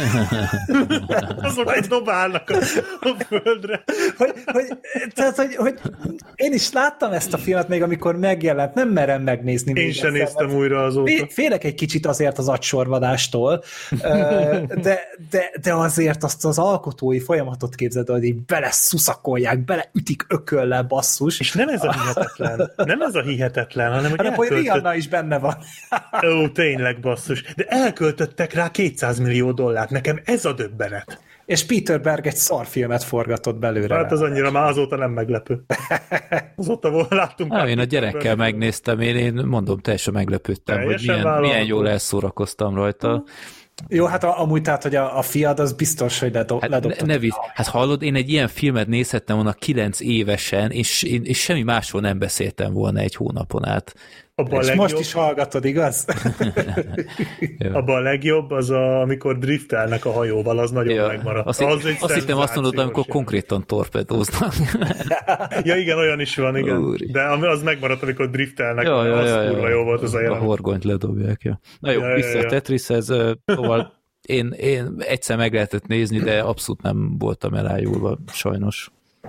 Azok majd dobálnak a, a földre. Hogy, hogy, tehát, hogy, hogy én is láttam ezt a filmet még, amikor megjelent, nem merem megnézni. Én sem néztem újra azóta. Félek egy kicsit azért az agysorvadástól, de, de, de azért azt az alkotói folyamatot képzeld, hogy így bele szuszakolják, beleütik ököllel, basszus. És nem ez a hihetetlen, nem ez a hihetetlen, hanem hogy hanem, elköltött... hogy Rihanna is benne van. Ó, tényleg basszus. De elköltöttek rá kétszáz millió dollárt. Nekem ez a döbbenet. És Peter Berg egy szarfilmet forgatott belőle. Hát az annyira már azóta nem meglepő. Azóta volna láttunk. Hát, én a gyerekkel megnéztem, én, én mondom, teljesen meglepődtem, teljesen hogy milyen, milyen jól elszórakoztam rajta. Jó, hát amúgy tehát, hogy a, a fiad az biztos, hogy ledo- hát ledobta. Ne, ne visz. Hát hallod, én egy ilyen filmet nézhettem volna kilenc évesen, és, én, és semmi másról nem beszéltem volna egy hónapon át. Abba és most is hallgatod, igaz? Abban a legjobb az, a, amikor driftelnek a hajóval, az nagyon ja, megmaradt. Azt, az azt, azt hittem azt mondod, amikor konkrétan torpedóznak. Ja, igen, olyan is van, igen. Úri. De az megmaradt, amikor driftelnek, ja, ja, az ja, kurva ja, jó volt az a jelenet. A horgonyt ledobják, ja. Na jó, ja, vissza ja, ja. a Tetrishez, szóval én, én egyszer meg lehetett nézni, de abszolút nem voltam elájulva, sajnos.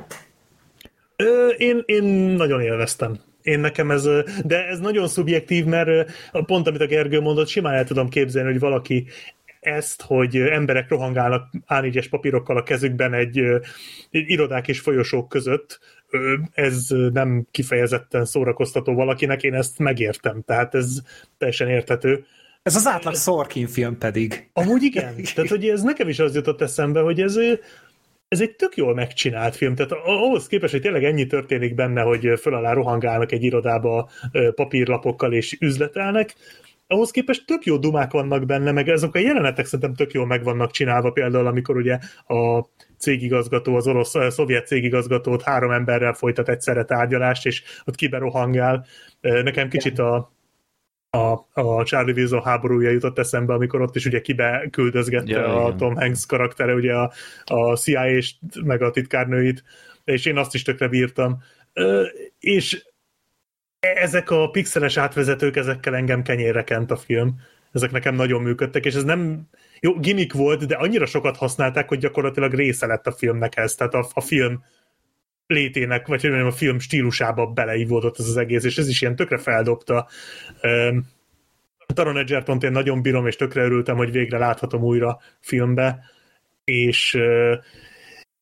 Ö, én, én nagyon élveztem. Én nekem ez, de ez nagyon szubjektív, mert pont amit a Gergő mondott, simán el tudom képzelni, hogy valaki ezt, hogy emberek rohangálnak á négyes papírokkal a kezükben egy, egy irodák és folyosók között, ez nem kifejezetten szórakoztató valakinek, én ezt megértem, tehát ez teljesen érthető. Ez az átlag Sorkin film pedig. Amúgy igen, tehát hogy ez nekem is az jutott eszembe, hogy ez ez egy tök jól megcsinált film, tehát ahhoz képest, hogy tényleg ennyi történik benne, hogy föl alá rohangálnak egy irodába papírlapokkal és üzletelnek, ahhoz képest tök jó dumák vannak benne, meg ezek a jelenetek szerintem tök jól meg vannak csinálva, például amikor ugye a cégigazgató, az orosz, a szovjet cégigazgatót három emberrel folytat egyszerre tárgyalást, és ott kiberohangál. Nekem kicsit a A, a Charlie Wilson háborúja jutott eszembe, amikor ott is ugye kibe küldözgette ja, a igen. Tom Hanks karaktere, ugye a, a C I A-st, meg a titkárnőit, és én azt is tökre bírtam. És ezek a pixeles átvezetők, ezekkel engem kenyérre kent a film. Ezek nekem nagyon működtek, és ez nem jó, gimmick volt, de annyira sokat használták, hogy gyakorlatilag része lett a filmnek ez, tehát a, a film létének, vagy hogy mondjam, a film stílusába beleívódott ez az egész, és ez is ilyen tökre feldobta. Um, Taron Egertont én nagyon bírom, és tökre örültem, hogy végre láthatom újra filmbe, és uh,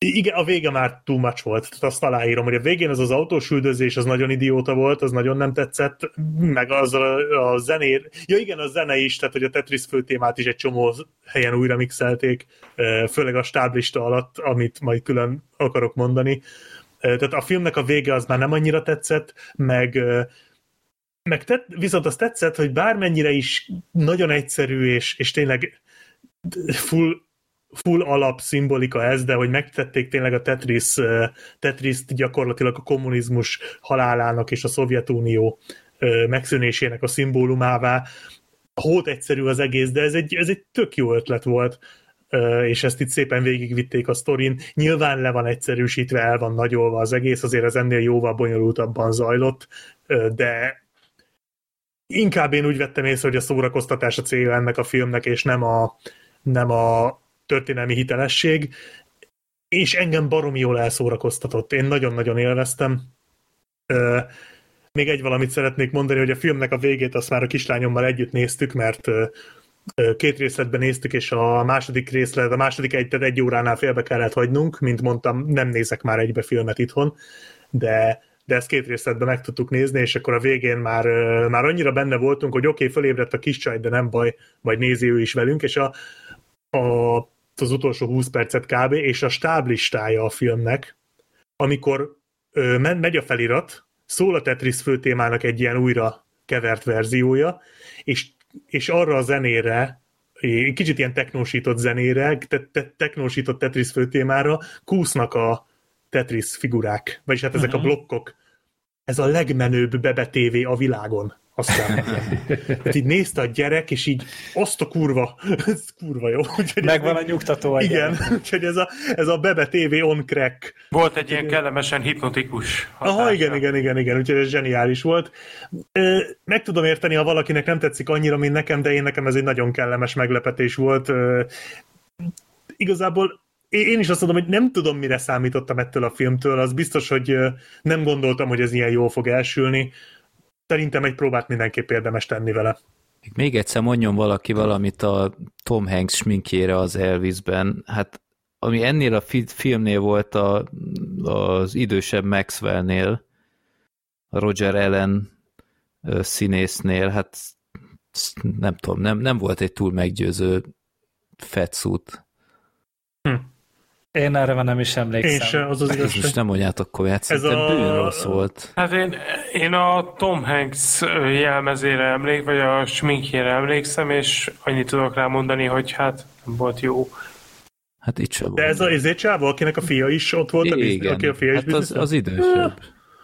Igen, a vége már too much volt, tehát azt aláírom, hogy a végén az az autós üldözés, az nagyon idióta volt, az nagyon nem tetszett, meg az a, a zenér, ja igen, a zene is, tehát hogy a Tetris főtémát is egy csomó helyen újra mixelték, főleg a stáblista alatt, amit majd külön akarok mondani. Tehát a filmnek a vége az már nem annyira tetszett, meg, meg tett, viszont azt tetszett, hogy bármennyire is nagyon egyszerű, és, és tényleg full full alap szimbolika ez, de hogy megtették tényleg a Tetris, Tetriszt gyakorlatilag a kommunizmus halálának és a Szovjetunió megszűnésének a szimbólumává. Hót egyszerű az egész, de ez egy, ez egy tök jó ötlet volt, és ezt itt szépen végigvitték a sztorin. Nyilván le van egyszerűsítve, el van nagyolva az egész, azért ez ennél jóval bonyolultabban zajlott, de inkább én úgy vettem észre, hogy a szórakoztatás a célja ennek a filmnek, és nem a, nem a történelmi hitelesség, és engem baromi jól elszórakoztatott. Én nagyon-nagyon élveztem. Még egy valamit szeretnék mondani, hogy a filmnek a végét azt már a kislányommal együtt néztük, mert két részletben néztük, és a második részlet, a második egy, tehát egy óránál félbe kellett hagynunk, mint mondtam, nem nézek már egybe filmet itthon, de, de ezt két részletben meg tudtuk nézni, és akkor a végén már, már annyira benne voltunk, hogy oké, okay, fölébredt a kis csaj, de nem baj, majd nézi ő is velünk, és a, a, az utolsó húsz percet kb. És a stáblistája a filmnek, amikor ö, megy a felirat, szól a Tetris főtémának egy ilyen újra kevert verziója, és, és arra a zenére, kicsit ilyen technósított zenére, te, te, technósított Tetris főtémára kúsznak a Tetris figurák, vagyis hát ezek uh-huh. a blokkok. Ez a legmenőbb Bebe té vé a világon. Aztán hát így nézte a gyerek, és így azt a kurva, ez kurva jó. Megvan a nyugtató agyam. Igen, úgyhogy ez a, ez a Bebe té vé on crack. Volt egy ilyen kellemesen hipnotikus hatása. Aha, igen, igen, igen, igen, úgyhogy ez zseniális volt. Meg tudom érteni, ha valakinek nem tetszik annyira, mint nekem, de én nekem ez egy nagyon kellemes meglepetés volt. Igazából én is azt mondom, hogy nem tudom, mire számítottam ettől a filmtől, az biztos, hogy nem gondoltam, hogy ez ilyen jól fog elsülni. Szerintem egy próbát mindenképp érdemes tenni vele. Még egyszer mondjon valaki valamit a Tom Hanks sminkjére az Elvisben. Hát ami ennél a fi- filmnél volt a, az idősebb Maxwellnél, a Roger Allen színésznél, hát nem tudom, nem, nem volt egy túl meggyőző fatsuit. Hm. Én erre már nem is emlékszem. Én sem, az az igazság. Most nem mondjátok kolyát, szerintem a... bűn rossz volt. Hát én, én a Tom Hanks jelmezére emlék, vagy a sminkjére emlékszem, és annyit tudok rá mondani, hogy hát nem volt jó. Hát itt sem De ez a ezért csáva, akinek a fia is ott volt, igen, a aki a fia hát is az, az idősebb.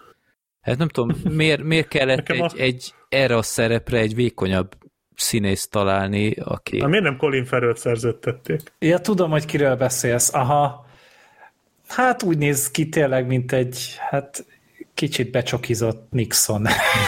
Hát nem tudom, miért, miért kellett egy, a... egy erre a szerepre egy vékonyabb színész találni, aki... Na, miért nem Colin Farrell-t szerződtették? Ja, tudom, hogy kiről beszélsz. Aha. Hát úgy néz ki tényleg, mint egy hát kicsit becsokizott Nixon.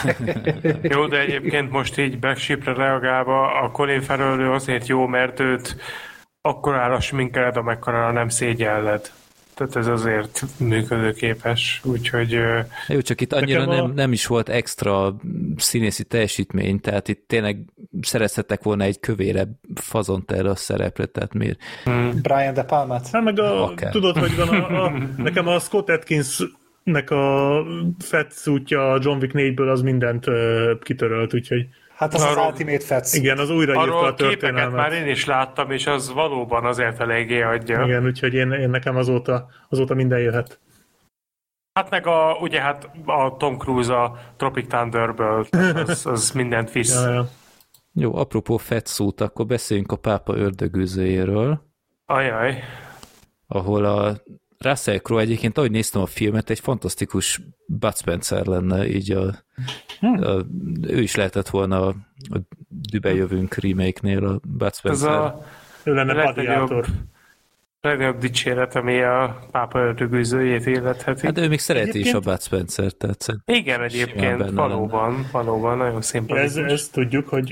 Jó, de egyébként most így Black Sheep-re reagálva a Colin Farrell azért jó, mert őt akkorára sminkeled, amekkorára nem szégyelled. Tehát ez azért működőképes, úgyhogy... Jó, csak itt annyira a... nem, nem is volt extra színészi teljesítmény, tehát itt tényleg szerezhettek volna egy kövérebb fazont erre a szerepre, tehát miért? Hmm. Brian De Palmát? Hát meg a, tudod, hogy van a, a, nekem a Scott Adkinsnek a fatsuitja a John Wick négyből az mindent uh, kitörölt, úgyhogy... Hát az arról, az Ultimate Fatsuit. Igen, az újraírta a történelmet. Képeket már én is láttam, és az valóban azért eléggé adja. Igen, úgyhogy én, én nekem azóta, azóta minden jöhet. Hát meg a, ugye hát a Tom Cruise a Tropic Thunderből, az, az mindent visz. Ja, ja. Jó, apropó fatsuit, akkor beszéljünk a pápa ördögűzőjéről. Ajaj. Ahol a Russell Crowe egyébként, ahogy néztem a filmet, egy fantasztikus Bud Spencer lenne, így a, hmm. a, ő is lehetett volna a, a Dübe jövünk remake-nél a Bud Spencer. Ez a ő lenne gladiátor. Legnagyobb dicséret, ami a pápa ördögűzőjét illetheti. Hát ő még szereti egyébként... is a Bud Spencer, tehát igen, egyébként valóban, lenne. valóban, nagyon szimpatikus. Ez, ezt tudjuk, hogy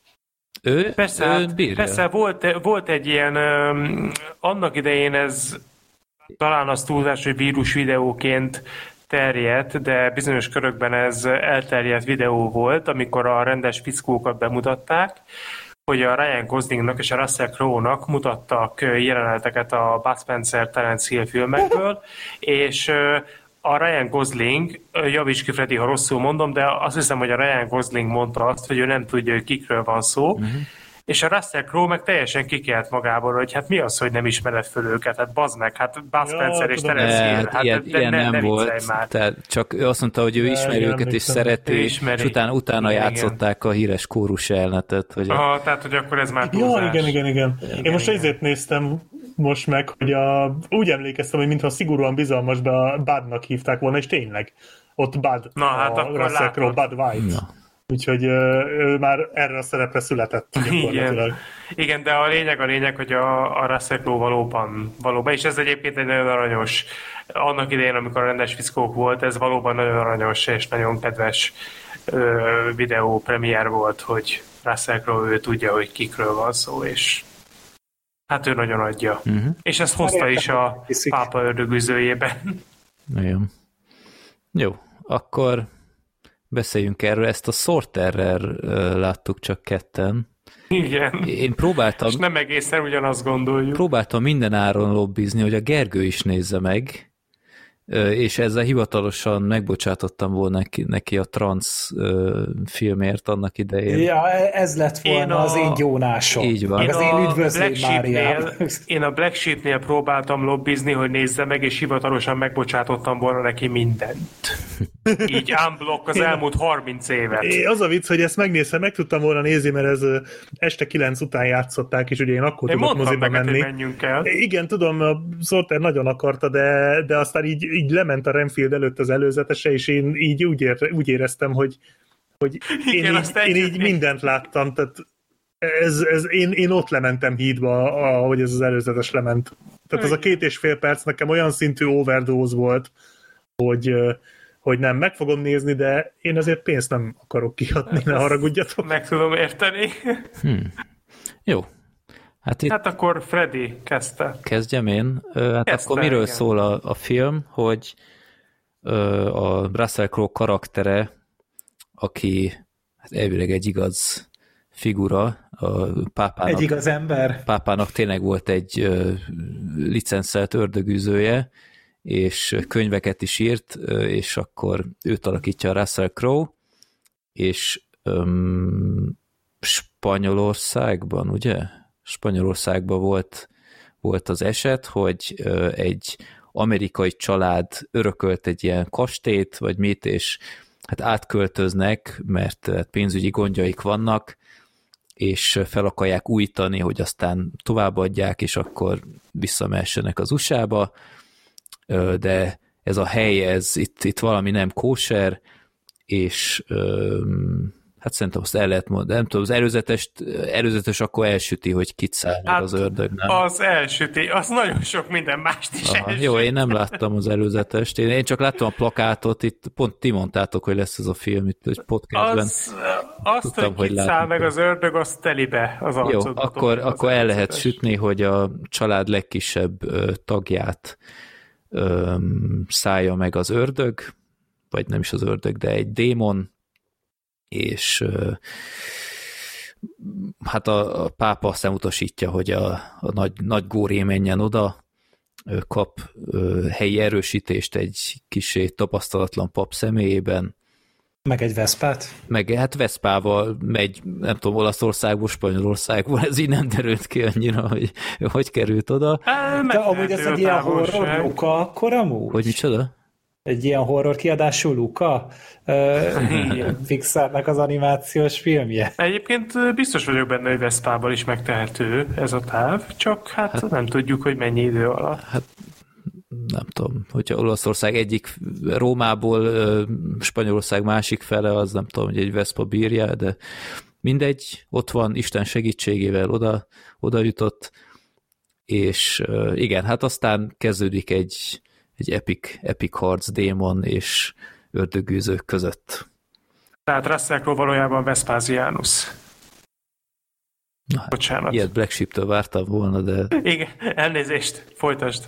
ő, persze, ő hát, bírja. Persze volt, volt egy ilyen, um, annak idején ez talán az túlzás, hogy vírus videóként terjedt, de bizonyos körökben ez elterjedt videó volt, amikor a rendes fickókat bemutatták, hogy a Ryan Goslingnak és a Russell Crowe-nak mutattak jeleneteket a Bud Spencer Terence Hill filmekből, és a Ryan Gosling, javíts ki Freddy, ha rosszul mondom, de azt hiszem, hogy a Ryan Gosling mondta azt, hogy ő nem tudja, hogy kikről van szó, uh-huh. és a Russell Crowe meg teljesen kikelt magából, hogy hát mi az, hogy nem ismered föl őket, hát bazd meg, hát Bud Spencer ja, és Terence Hill, hát ilyen, de ilyen ne, nem ne volt, már. Tehát csak ő azt mondta, hogy ő ismeri őket és szereti, ismeri. és utána, utána igen, játszották igen. a híres kórus jelenetet. Hogy Aha, a... tehát, hogy akkor ez már túlzás. Ja, igen, igen, igen. igen Én most igen. ezért néztem most meg, hogy a, úgy emlékeztem, hogy mintha szigorúan bizalmasba a Budnak hívták volna, és tényleg ott Bud, Na, hát a Russell Crowe, Bud White. Na. Úgyhogy ő már erre a szerepre született. Igen. Igen, de a lényeg a lényeg, hogy a, a Russell Crowe valóban, valóban, és ez egyébként egy nagyon aranyos, annak idején, amikor a rendes fickók volt, ez valóban nagyon aranyos és nagyon kedves ö, videó premier volt, hogy Russell Crowe ő tudja, hogy kikről van szó, és hát ő nagyon adja. Uh-huh. És ezt hozta is a pápa ördögűzőjében. Igen. Jó, akkor beszéljünk erről. Ezt a Sorterer láttuk csak ketten. Igen. Én próbáltam... És nem egészen ugyanazt gondoljuk. Próbáltam minden áron lobbizni, hogy a Gergő is nézze meg, és ezzel hivatalosan megbocsátottam volna neki, neki a Trans filmért annak idején. Ja, ez lett volna én a... az én gyónásom. Így van. Én az én üdvözlő Máriám. Én a Black Sheep-nél próbáltam lobbizni, hogy nézze meg, és hivatalosan megbocsátottam volna neki mindent. Így unblock az elmúlt harminc évet. É, az a vicc, hogy ezt megnézve, meg tudtam volna nézni, mert ez este kilenc után játszották, és ugye én akkor én tudok moziba menni. Hogy menjünk el. Igen, tudom, a Sorter nagyon akarta, de, de aztán így, így lement a Renfield előtt az előzetese, és én így úgy, ér, úgy éreztem, hogy, hogy én, Igen, így, én így mindent láttam, tehát ez, ez, én, én ott lementem hídba, ahogy ez az előzetes lement. Tehát az a két és fél perc nekem olyan szintű overdose volt, hogy hogy nem, meg fogom nézni, de én azért pénzt nem akarok kiadni, ne haragudjatok. Meg tudom érteni. Hmm. Jó. Hát, itt hát akkor Freddy kezdte. Kezdjem én. Hát kezdte, akkor miről igen. szól a, a film, hogy a Russell Crowe karaktere, aki hát elvileg egy igaz figura, a pápának, egy igaz ember. Pápának tényleg volt egy uh, licenszelt ördögűzője, és könyveket is írt, és akkor őt alakítja a Russell Crowe, és um, Spanyolországban, ugye? Spanyolországban volt, volt az eset, hogy uh, egy amerikai család örökölt egy ilyen kastélyt, vagy mit, és hát átköltöznek, mert pénzügyi gondjaik vannak, és fel akarják újítani, hogy aztán továbbadják, és akkor visszamehessenek az u es á-ba, de ez a hely, ez itt, itt valami nem kóser, és hát szerintem azt el lehet mondani, nem tudom, az előzetes, előzetes akkor elsüti, hogy kit száll hát az ördög, nem? Az elsüti, az nagyon sok minden mást is Aha, jó, én nem láttam az előzetest, én, én csak láttam a plakátot, itt pont ti mondtátok, hogy lesz ez a film itt egy podcastben. Az, azt, Tudtam, hogy kit száll meg az ördög, az telibe az arcod. Jó, akkor, akkor el lehet sütni, hogy a család legkisebb ö, tagját ö, szállja meg az ördög, vagy nem is az ördög, de egy démon, és uh, hát a, a pápa aztán utasítja, hogy a, a nagy, nagy góré menjen oda, ő kap uh, helyi erősítést egy kissé tapasztalatlan pap személyében. Meg egy veszpát? Meg hát veszpával megy, nem tudom, Olaszországból, Spanyolországból, ez így nem derült ki annyira, hogy hogy került oda. Há, de amúgy ez egy ilyen horror Luka, akkor amúgy? Hogy micsoda? Egy ilyen horror kiadású Luka? Uh, Pixarnak az animációs filmje. Egyébként biztos vagyok benne, hogy Veszpával is megtehető ez a táv, csak hát, hát nem tudjuk, hogy mennyi idő alatt. Hát nem tudom, hogyha Olaszország egyik Rómából, Spanyolország másik fele, az nem tudom, hogy egy Veszpa bírja, de mindegy, ott van, Isten segítségével oda, oda jutott, és igen, hát aztán kezdődik egy egy epic, epic harc démon és ördögűzők között. Tehát Russell Crowe valójában Vespasianus. Na, Bocsánat. Ilyet Black Sheep-től vártam volna, de... Igen, elnézést, folytasd.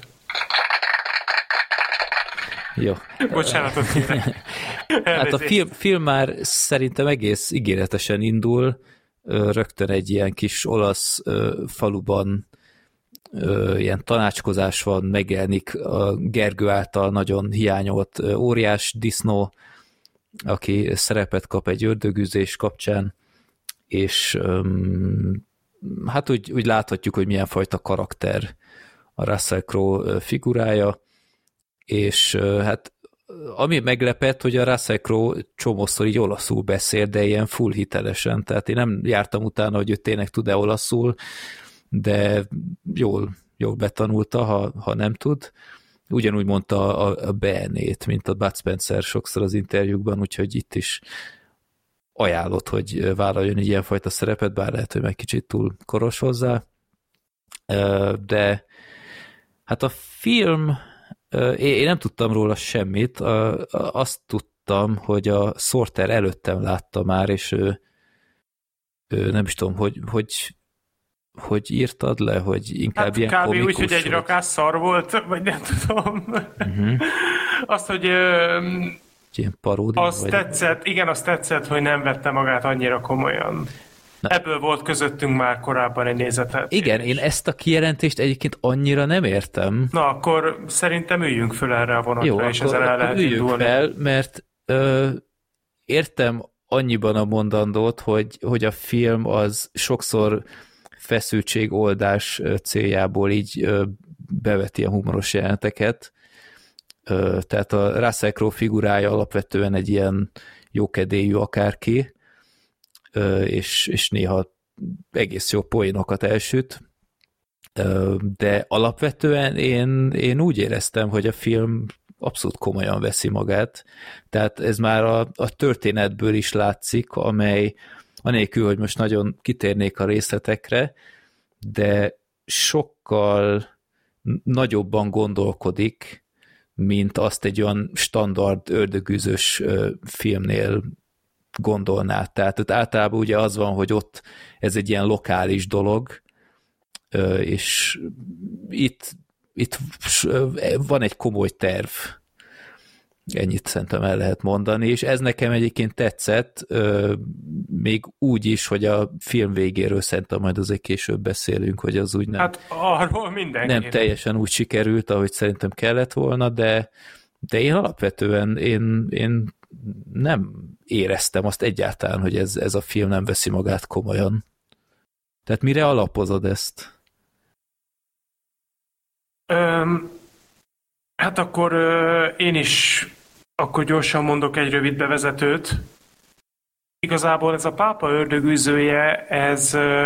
Jó. Bocsánatot kérek. Hát a film, film már szerintem egész ígéretesen indul, rögtön egy ilyen kis olasz faluban ilyen tanácskozás van, megjelenik a Gergő által nagyon hiányolt óriás disznó, aki szerepet kap egy ördögűzés kapcsán, és hát úgy, úgy láthatjuk, hogy milyen fajta karakter a Russell Crowe figurája, és hát ami meglepett, hogy a Russell Crowe csomószor így olaszul beszél, de ilyen full hitelesen, tehát én nem jártam utána, hogy ő tényleg tud-e olaszul, de jól, jól betanulta, ha, ha nem tud. Ugyanúgy mondta a, a Bernét, mint a Bud Spencer sokszor az interjúkban, úgyhogy itt is ajánlott, hogy vállaljon egy ilyenfajta szerepet, bár lehet, hogy meg kicsit túl koros hozzá. De hát a film, én nem tudtam róla semmit, azt tudtam, hogy a Sorter előttem látta már, és ő, ő nem is tudom, hogy, hogy hogy írtad le, hogy inkább hát, ilyen kb. komikus. Úgy, hogy egy rakás szar volt, vagy nem tudom. Uh-huh. Azt, hogy ilyen paródia, azt vagy... tetszett, igen, azt tetszett, hogy nem vette magát annyira komolyan. Na. Ebből volt közöttünk már korábban egy nézetet. Igen, én ezt a kijelentést egyébként annyira nem értem. Na, akkor szerintem üljünk föl erre a vonatra, jó, és akkor, ezen el akkor lehet üljünk indulni. fel, mert ö, értem annyiban a mondandót, hogy, hogy a film az sokszor feszültségoldás céljából így beveti a humoros jeleneteket. Tehát a Russell Crowe figurája alapvetően egy ilyen jókedélyű akárki, és, és néha egész jó poénokat elsüt, de alapvetően én, én úgy éreztem, hogy a film abszolút komolyan veszi magát. Tehát ez már a, a történetből is látszik, amely anélkül, hogy most nagyon kitérnék a részletekre, de sokkal nagyobban gondolkodik, mint azt egy olyan standard ördögűzös filmnél gondolná. Tehát ott általában ugye az van, hogy ott ez egy ilyen lokális dolog, és itt, itt van egy komoly terv. Ennyit szerintem el lehet mondani, és ez nekem egyébként tetszett, még úgy is, hogy a film végéről szerintem majd azért később beszélünk, hogy az úgy nem, hát arról mindenki. Nem teljesen úgy sikerült, ahogy szerintem kellett volna, de, de én alapvetően én, én nem éreztem azt egyáltalán, hogy ez, ez a film nem veszi magát komolyan. Tehát mire alapozod ezt? Öm, hát akkor ö, én is akkor gyorsan mondok egy rövid bevezetőt. Igazából ez a pápa ördögűzője, ez, ö,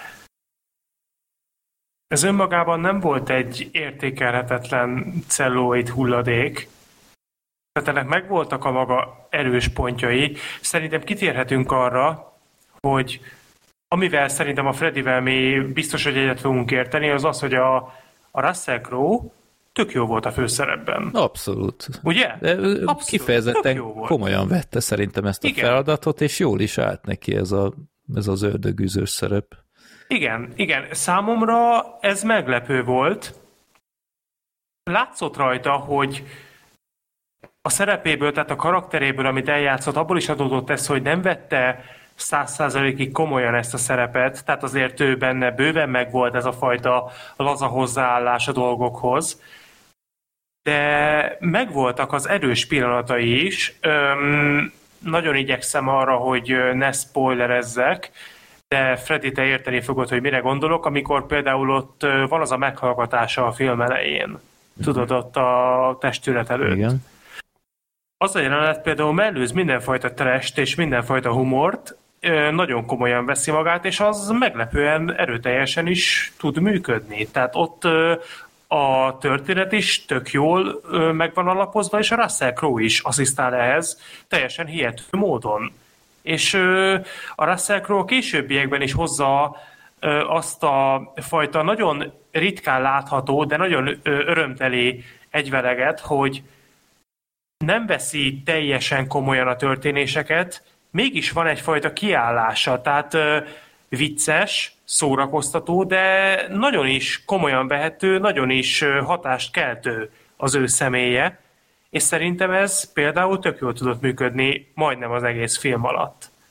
ez önmagában nem volt egy értékelhetetlen celluloid hulladék. Tehát ennek megvoltak a maga erős pontjai. Szerintem kitérhetünk arra, hogy amivel szerintem a Freddyvel mi biztos, hogy egyet fogunk érteni, az az, hogy a, a Russell Crowe tök jó volt a főszerepben. Abszolút. Ugye? De Abszolút. Kifejezetten komolyan vette szerintem ezt a Igen. feladatot, és jól is állt neki ez, a, ez az ördögűzős szerep. Igen, igen. Számomra ez meglepő volt. Látszott rajta, hogy a szerepéből, tehát a karakteréből, amit eljátszott, abból is adódott ez, hogy nem vette száz százalékig komolyan ezt a szerepet, tehát azért ő benne bőven megvolt ez a fajta laza hozzáállás a dolgokhoz, de megvoltak az erős pillanatai is. Öm, nagyon igyekszem arra, hogy ne spoilerezzek, de Freddy, te érteni fogod, hogy mire gondolok, amikor például ott van az a meghallgatása a film elején. Tudod, ott a testület előtt. Igen. Az a jelenet például mellőz mindenfajta trest és mindenfajta humort, nagyon komolyan veszi magát, és az meglepően erőteljesen is tud működni. Tehát ott a történet is tök jól meg van alapozva, és a Russell Crowe is asszisztál ehhez teljesen hihető módon. És a Russell Crowe későbbiekben is hozza azt a fajta nagyon ritkán látható, de nagyon örömteli egyveleget, hogy nem veszi teljesen komolyan a történéseket, mégis van egyfajta kiállása, tehát vicces, szórakoztató, de nagyon is komolyan vehető, nagyon is hatást keltő az ő személye, és szerintem ez például tök jól tudott működni majdnem az egész film alatt.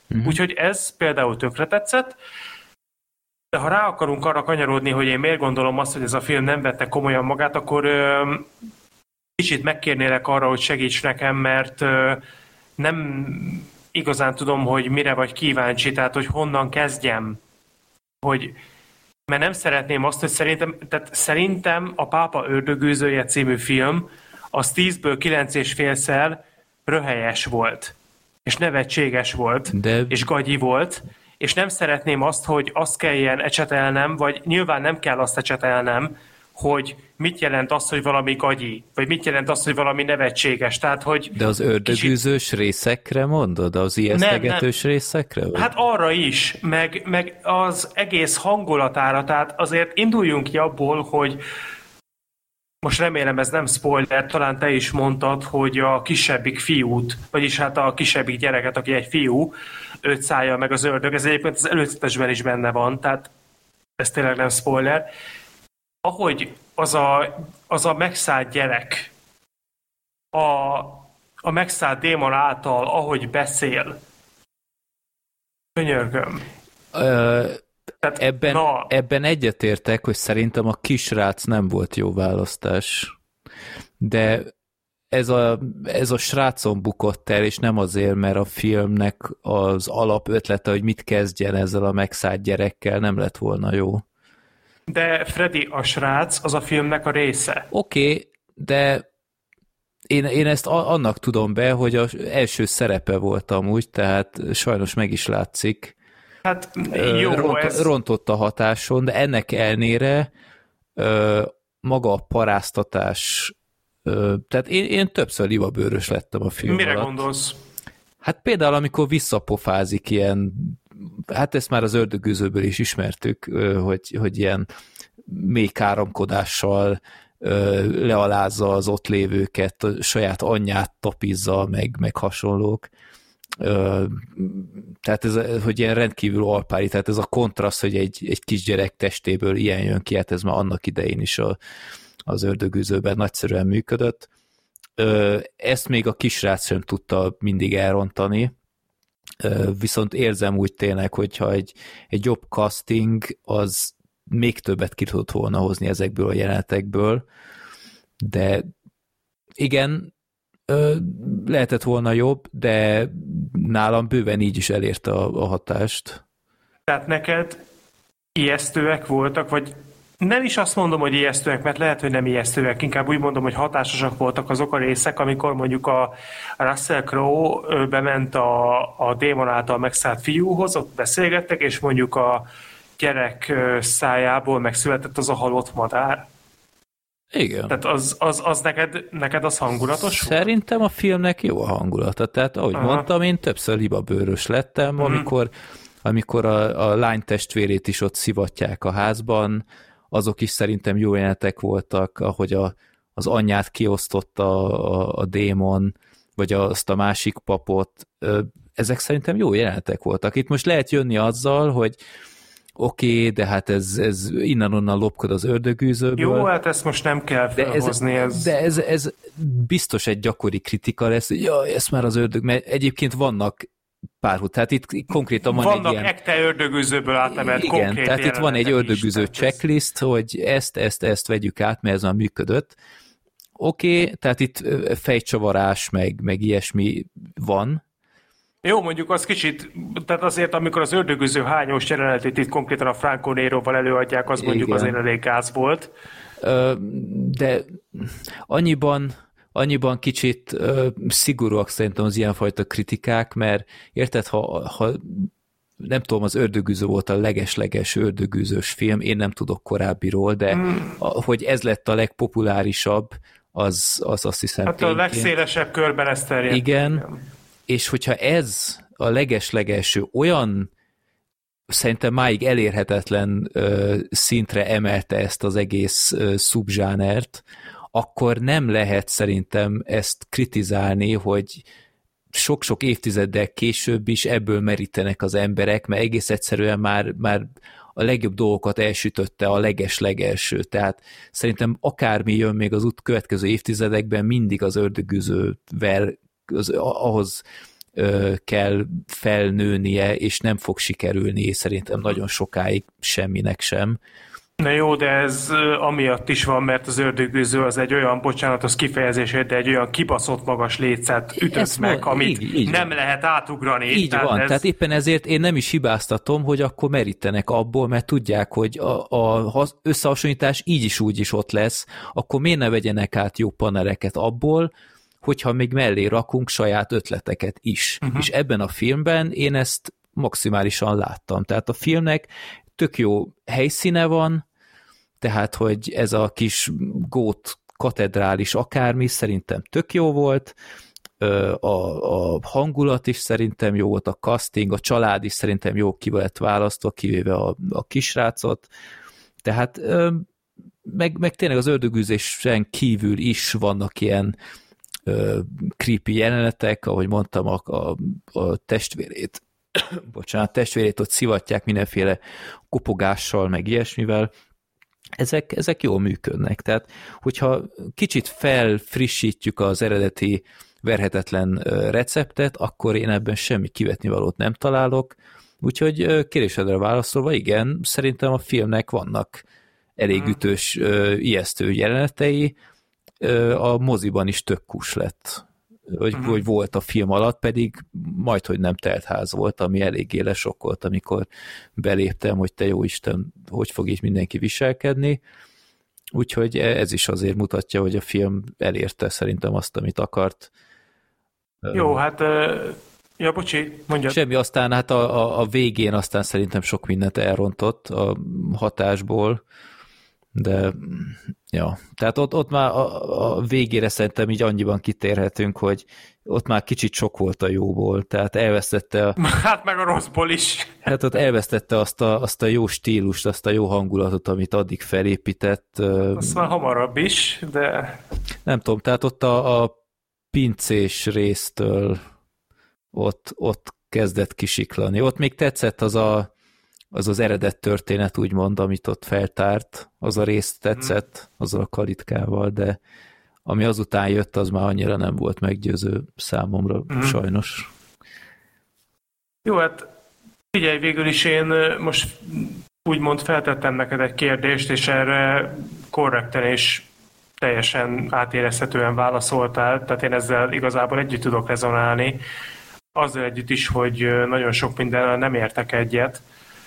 Uh-huh. Úgyhogy ez például tökre tetszett. De ha rá akarunk arra kanyarodni, hogy én miért gondolom azt, hogy ez a film nem vette komolyan magát, akkor ö, kicsit megkérnélek arra, hogy segíts nekem, mert ö, nem igazán tudom, hogy mire vagy kíváncsi, tehát hogy honnan kezdjem. Hogy, mert nem szeretném azt, hogy szerintem, tehát szerintem a Pápa ördögűzője című film az tízből kilenc és félszer röhelyes volt, és nevetséges volt, De... és gagyi volt, és nem szeretném azt, hogy azt kelljen ecsetelnem, vagy nyilván nem kell azt ecsetelnem, hogy mit jelent az, hogy valami gagyi, vagy mit jelent az, hogy valami nevetséges. Tehát, hogy De az ördögűzős kicsit... részekre mondod? Az ijesztegetős nem, nem. részekre? Vagy? Hát arra is, meg, meg az egész hangulatára, tehát azért induljunk ki abból, hogy most remélem ez nem spoiler, talán te is mondtad, hogy a kisebbik fiút, vagyis hát a kisebbik gyereket, aki egy fiú, őt szállja meg az ördög. Ez egyébként az előzetesben is benne van, tehát ez tényleg nem spoiler. Ahogy az a, az a megszállt gyerek a, a megszállt démon által, ahogy beszél, könyörgöm. Ö, Tehát, ebben, ebben egyetértek, hogy szerintem a kisrác nem volt jó választás. De ez a, ez a srácon bukott el, és nem azért, mert a filmnek az alapötlete, hogy mit kezdjen ezzel a megszállt gyerekkel, nem lett volna jó. De Freddy, a srác az a filmnek a része. Oké, okay, de én, én ezt annak tudom be, hogy az első szerepe volt amúgy, tehát sajnos meg is látszik. Hát jó, Ront, ez... rontott a hatáson, de ennek ellenére maga a paráztatás, tehát én, én többször libabőrös lettem a film Mire alatt. gondolsz? Hát például, amikor visszapofázik ilyen, hát ezt már az ördögűzőből is ismertük, hogy, hogy ilyen mély káromkodással lealázza az ott lévőket, a saját anyját tapizza, meg, meg hasonlók. Tehát ez, hogy ilyen rendkívül alpári, tehát ez a kontraszt, hogy egy, egy kisgyerek testéből ilyen jön ki, hát ez már annak idején is a, az ördögűzőben nagyszerűen működött. Ezt még a kisrác sem tudta mindig elrontani, viszont érzem úgy tényleg, hogyha egy, egy jobb casting, az még többet ki tudott volna hozni ezekből a jelenetekből, de igen, lehetett volna jobb, de nálam bőven így is elérte a, a hatást. Tehát neked ijesztőek voltak, vagy nem is azt mondom, hogy ijesztőek, mert lehet, hogy nem ijesztőek, inkább úgy mondom, hogy hatásosak voltak azok a részek, amikor mondjuk a Russell Crowe bement a, a démon által megszállt fiúhoz, ott beszélgettek, és mondjuk a gyerek szájából megszületett az a halott madár. Igen. Tehát az, az, az neked, neked az hangulatos Szerintem volt? a filmnek jó a hangulata. Tehát ahogy Aha. mondtam, én többször libabőrös lettem, mm. amikor, amikor a, a lány testvérét is ott szivatják a házban, azok is szerintem jó jelenetek voltak, ahogy a, az anyját kiosztotta a, a démon, vagy azt a másik papot. Ezek szerintem jó jelenetek voltak. Itt most lehet jönni azzal, hogy oké, okay, de hát ez, ez innen-onnan lopkod az ördögűzőből. Jó, hát ezt most nem kell felhozni. De, ez, ez... de ez, ez biztos egy gyakori kritika lesz, hogy jaj, ez már az ördög, mert egyébként vannak párhut, tehát itt konkrétan van vannak egy ilyen... Vannak ekte ördögűzőből átemelt igen, konkrét tehát itt van egy ördögűző is, checklist, hogy ezt, ezt, ezt vegyük át, mert ez már működött. Oké, okay, tehát itt fejcsavarás, meg, meg ilyesmi van. Jó, mondjuk az kicsit, tehát azért, amikor az ördögűző hányós jelenetét itt konkrétan a Franco Nero-val előadják, az mondjuk igen. Azért elég gáz volt. De annyiban, annyiban kicsit szigorúak szerintem az ilyenfajta kritikák, mert érted, ha, ha nem tudom, az ördögűző volt a leges-leges ördögűzős film, én nem tudok korábbiról, de mm. hogy ez lett a legpopulárisabb, az, az azt hiszem hát tényként. A legszélesebb körben ezt terjedt. Igen, igen. És hogyha ez a leges-legelső olyan, szerintem máig elérhetetlen ö, szintre emelte ezt az egész ö, szubzsánert, akkor nem lehet szerintem ezt kritizálni, hogy sok-sok évtizeddel később is ebből merítenek az emberek, mert egész egyszerűen már, már a legjobb dolgokat elsütötte a leges-legelső. Tehát szerintem akármi jön még az út következő évtizedekben, mindig az ördögűzővel az, ahhoz ö, kell felnőnie, és nem fog sikerülni, és szerintem nagyon sokáig semminek sem. Na jó, de ez amiatt is van, mert az ördögűző az egy olyan, bocsánat, az kifejezését, de egy olyan kibaszott magas lécet ütött Ezt meg, ma, amit így, így nem van. lehet átugrani. Így tehát van, ez... tehát éppen ezért én nem is hibáztatom, hogy akkor merítenek abból, mert tudják, hogy a, a összehasonlítás így is úgy is ott lesz, akkor miért ne vegyenek át jó paneleket abból, hogyha még mellé rakunk saját ötleteket is. Uh-huh. És ebben a filmben én ezt maximálisan láttam. Tehát a filmnek tök jó helyszíne van, tehát, hogy ez a kis gót katedrális akármi szerintem tök jó volt, a, a hangulat is szerintem jó volt, a casting, a család is szerintem jó ki lett választva, kivéve a, a kisrácot, tehát meg, meg tényleg az ördögűzésen kívül is vannak ilyen ö, creepy jelenetek, ahogy mondtam, a, a, a testvérét, bocsánat, testvérét ott szivatják mindenféle kopogással, meg ilyesmivel, ezek, ezek jól működnek. Tehát, hogyha kicsit felfrissítjük az eredeti verhetetlen receptet, akkor én ebben semmi kivetnivalót nem találok. Úgyhogy kérésedre válaszolva, igen, szerintem a filmnek vannak elég ütős, ijesztő jelenetei. A moziban is tök kus lett, hogy, uh-huh. hogy volt a film alatt, pedig majdhogy nem teltház volt, ami eléggé lesokkolt, amikor beléptem, hogy te jó Isten, hogy fog így mindenki viselkedni. Úgyhogy ez is azért mutatja, hogy a film elérte szerintem azt, amit akart. Jó, hát ja, bocsi, mondjad. Semmi, aztán hát a, a, a végén aztán szerintem sok mindent elrontott a hatásból, de ja, tehát ott, ott már a, a végére szerintem így annyiban kitérhetünk, hogy ott már kicsit sok volt a jóból, tehát elvesztette a... Hát meg a rosszból is. Hát ott elvesztette azt a, azt a jó stílust, azt a jó hangulatot, amit addig felépített. Azt már hamarabb is, de... Nem tudom, tehát ott a, a pincés résztől ott, ott kezdett kisiklani. Ott még tetszett az a az az eredet történet, úgymond, amit ott feltárt, az a rész tetszett, azzal a kalitkával, de ami azután jött, az már annyira nem volt meggyőző számomra, mm. sajnos. Jó, hát figyelj, végül is én most úgymond feltettem neked egy kérdést, és erre korrekten és teljesen átérezhetően válaszoltál, tehát én ezzel igazából együtt tudok rezonálni, azzal együtt is, hogy nagyon sok mindennel nem értek egyet.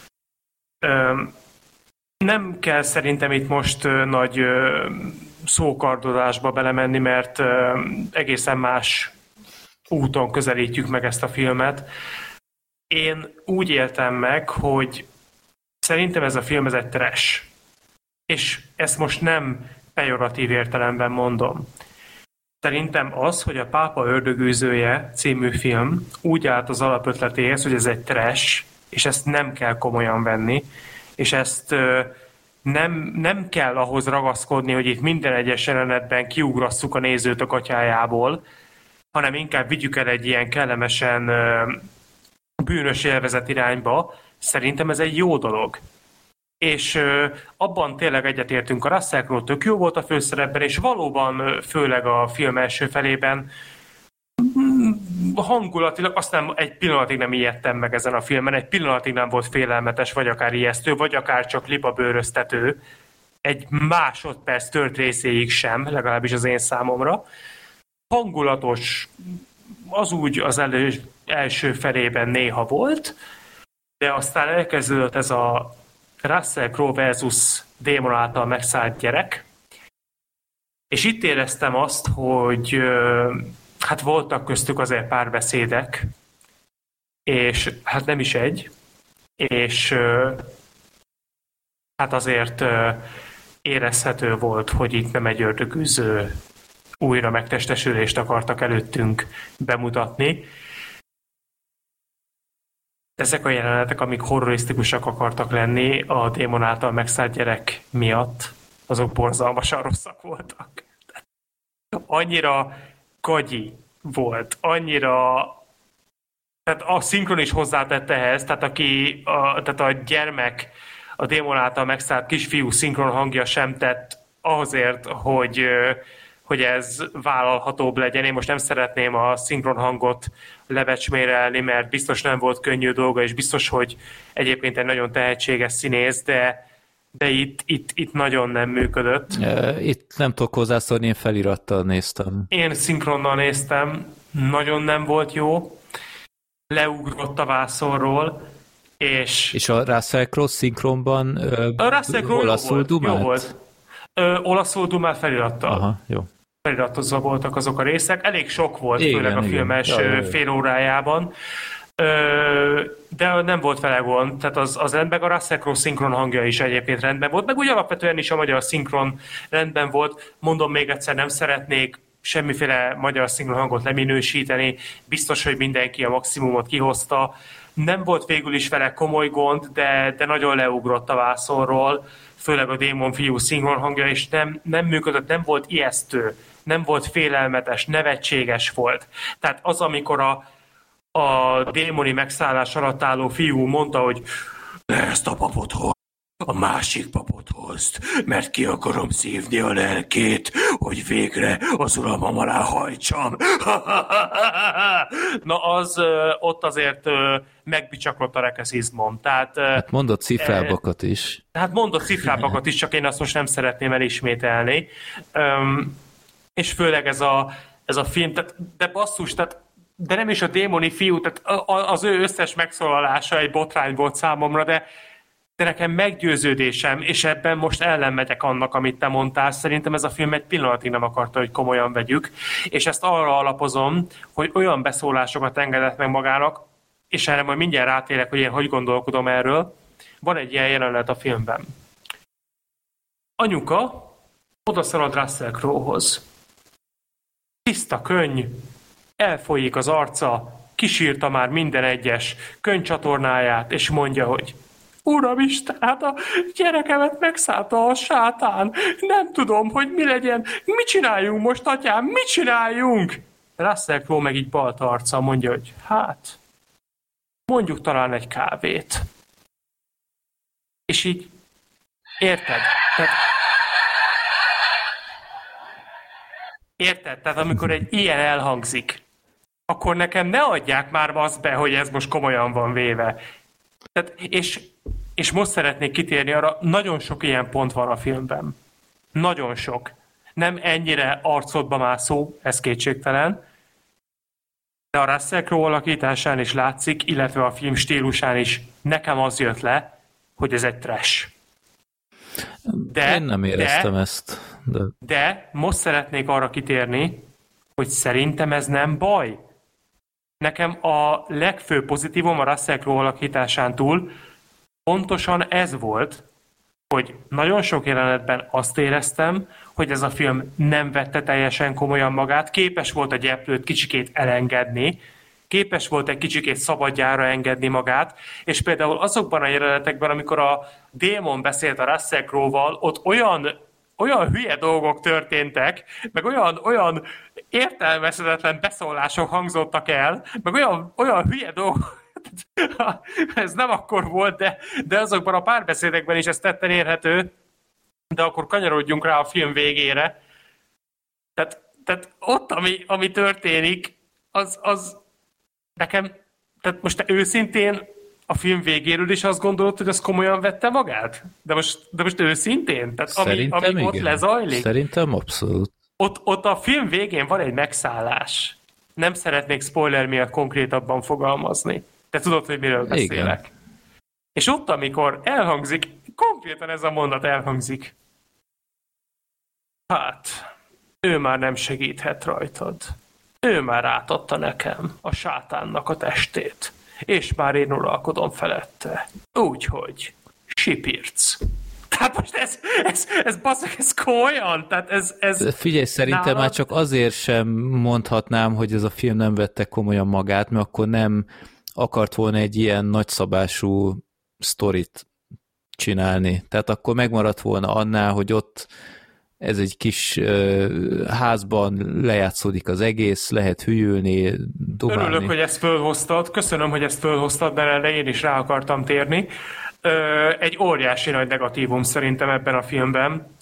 Nem kell szerintem itt most nagy szókardozásba belemenni, mert egészen más úton közelítjük meg ezt a filmet. Én úgy éltem meg, hogy szerintem ez a film ez egy trash. És ezt most nem pejoratív értelemben mondom. Szerintem az, hogy a Pápa ördögűzője című film úgy állt az alapötletéhez, hogy ez egy trash, és ezt nem kell komolyan venni, és ezt ö, nem, nem kell ahhoz ragaszkodni, hogy itt minden egyes jelenetben kiugrasszuk a nézőt a katyájából, hanem inkább vigyük el egy ilyen kellemesen ö, bűnös élvezet irányba. Szerintem ez egy jó dolog. És ö, abban tényleg egyetértünk, a Russell Crowe tök jó volt a főszerepben, és valóban főleg a film első felében hangulatilag azt nem, egy pillanatig nem ijedtem meg ezen a filmen, egy pillanatig nem volt félelmetes, vagy akár ijesztő, vagy akár csak libabőröztető. Egy másodperc tört részéig sem, legalábbis az én számomra. Hangulatos, az úgy az elő, első felében néha volt, de aztán elkezdődött ez a Russell Crowe versus démon által megszállt gyerek, és itt éreztem azt, hogy hát voltak köztük azért párbeszédek, és hát nem is egy, és hát azért érezhető volt, hogy itt nem egy ördögűző újra megtestesülést akartak előttünk bemutatni. Ezek a jelenetek, amik horrorisztikusak akartak lenni a démon által megszállt gyerek miatt, azok borzalmasan rosszak voltak. Annyira gagyi volt, annyira, tehát a szinkron is hozzátett ehhez, tehát, aki, a, tehát a gyermek, a démon által megszállt kisfiú szinkron hangja sem tett azért, hogy, hogy ez vállalhatóbb legyen. Én most nem szeretném a szinkron hangot lebecsmérelni, mert biztos nem volt könnyű dolga, és biztos, hogy egyébként egy nagyon tehetséges színész, de, de itt, itt, itt nagyon nem működött. Itt nem tudok hozzászólni, én felirattal néztem. Én szinkronnal néztem, nagyon nem volt jó, leugrott a vászonról, és... És a Russell Crowe szinkronban a Russell Crowe olaszul jó dumált? Jó volt. Ö, olaszul dumált felirattal. Aha, jó. Feliratozva voltak azok a részek. Elég sok volt, igen, főleg a igen. filmes ja, ja, ja. fél órájában. Ö, de nem volt vele gond. Tehát az, az rendben, a Russell Crowe szinkron hangja is egyébként rendben volt, meg úgy alapvetően is a magyar szinkron rendben volt. Mondom még egyszer, nem szeretnék semmiféle magyar szinkron hangot leminősíteni. Biztos, hogy mindenki a maximumot kihozta. Nem volt végül is vele komoly gond, de, de nagyon leugrott a vászonról, főleg a démon fiú szinkron hangja, és nem, nem működött, nem volt ijesztő, nem volt félelmetes, nevetséges volt. Tehát az, amikor a, a démoni megszállás alatt álló fiú mondta, hogy ezt a papot hoz, a másik papot hozd, mert ki akarom szívni a lelkét, hogy végre az uramam alá hajtsam. Na az ott azért megbicsaklott a rekeszizmom. Tehát, hát mondott cifrábakat is. Hát mondott cifrábakat is, csak én azt most nem szeretném elismételni. Um, és főleg ez a, ez a film, tehát, de basszus, tehát, de nem is a démoni fiú, tehát az ő összes megszólalása egy botrány volt számomra, de de nekem meggyőződésem, és ebben most ellenmegyek annak, amit te mondtál, szerintem ez a film egy pillanatig nem akarta, hogy komolyan vegyük, és ezt arra alapozom, hogy olyan beszólásokat engedett meg magának, és erre majd mindjárt rátérek, hogy én hogy gondolkodom erről. Van egy ilyen jelenet a filmben. Anyuka odaszalad Russell Crowe-hoz. Tiszta könny, elfolyik az arca, kisírta már minden egyes könnycsatornáját, és mondja, hogy Uramisten, hát a gyerekemet megszállta a sátán. Nem tudom, hogy mi legyen. Mit csináljunk most, atyám? Mit csináljunk? Russell Crowe meg így balt arccal mondja, hogy hát, mondjuk talán egy kávét. És így, érted? Tehát, érted? Tehát amikor egy ilyen elhangzik, akkor nekem ne adják már azt be, hogy ez most komolyan van véve. Tehát, és, és most szeretnék kitérni arra, nagyon sok ilyen pont van a filmben. Nagyon sok. Nem ennyire arcodba mászó, ez kétségtelen, de a Russell Crowe alakításán is látszik, illetve a film stílusán is nekem az jött le, hogy ez egy trash. De, Én nem éreztem de, ezt. De... de most szeretnék arra kitérni, hogy szerintem ez nem baj. Nekem a legfőbb pozitívum a Russell Crowe alakításán túl pontosan ez volt, hogy nagyon sok jelenetben azt éreztem, hogy ez a film nem vette teljesen komolyan magát, képes volt a gyeplőt kicsikét elengedni, képes volt egy kicsikét szabadjára engedni magát, és például azokban a jelenetekben, amikor a démon beszélt a Russell Crowe-val, ott olyan olyan hülye dolgok történtek, meg olyan, olyan értelmezhetetlen beszólások hangzottak el, meg olyan, olyan hülye dolgok, ez nem akkor volt, de, de azokban a párbeszédekben is ez tetten érhető, de akkor kanyarodjunk rá a film végére. Tehát, tehát ott, ami, ami történik, az, az nekem, tehát most te őszintén a film végéről is azt gondolod, hogy az komolyan vette magát? De most, de most őszintén? Tehát ami, ami ott lezajlik? Szerintem abszolút. Ott, ott a film végén van egy megszállás. Nem szeretnék spoiler miatt konkrétabban fogalmazni. Te tudod, hogy miről beszélek. Igen. És ott, amikor elhangzik, konkrétan ez a mondat elhangzik. Hát, ő már nem segíthet rajtad. Ő már átadta nekem a sátánnak a testét. És már én uralkodom felette. Úgyhogy sipirc. Tehát most ez, ez, ez basszak, ez komolyan? Tehát ez, ez Figyelj, szerintem nálad... már csak azért sem mondhatnám, hogy ez a film nem vette komolyan magát, mert akkor nem akart volna egy ilyen nagyszabású sztorit csinálni. Tehát akkor megmaradt volna annál, hogy ott ez egy kis uh, házban lejátszódik az egész, lehet hülyülni, dumálni. Örülök, hogy ezt fölhoztad. Köszönöm, hogy ezt fölhoztad, mert erre én is rá akartam térni. Ö, egy óriási nagy negatívum szerintem ebben a filmben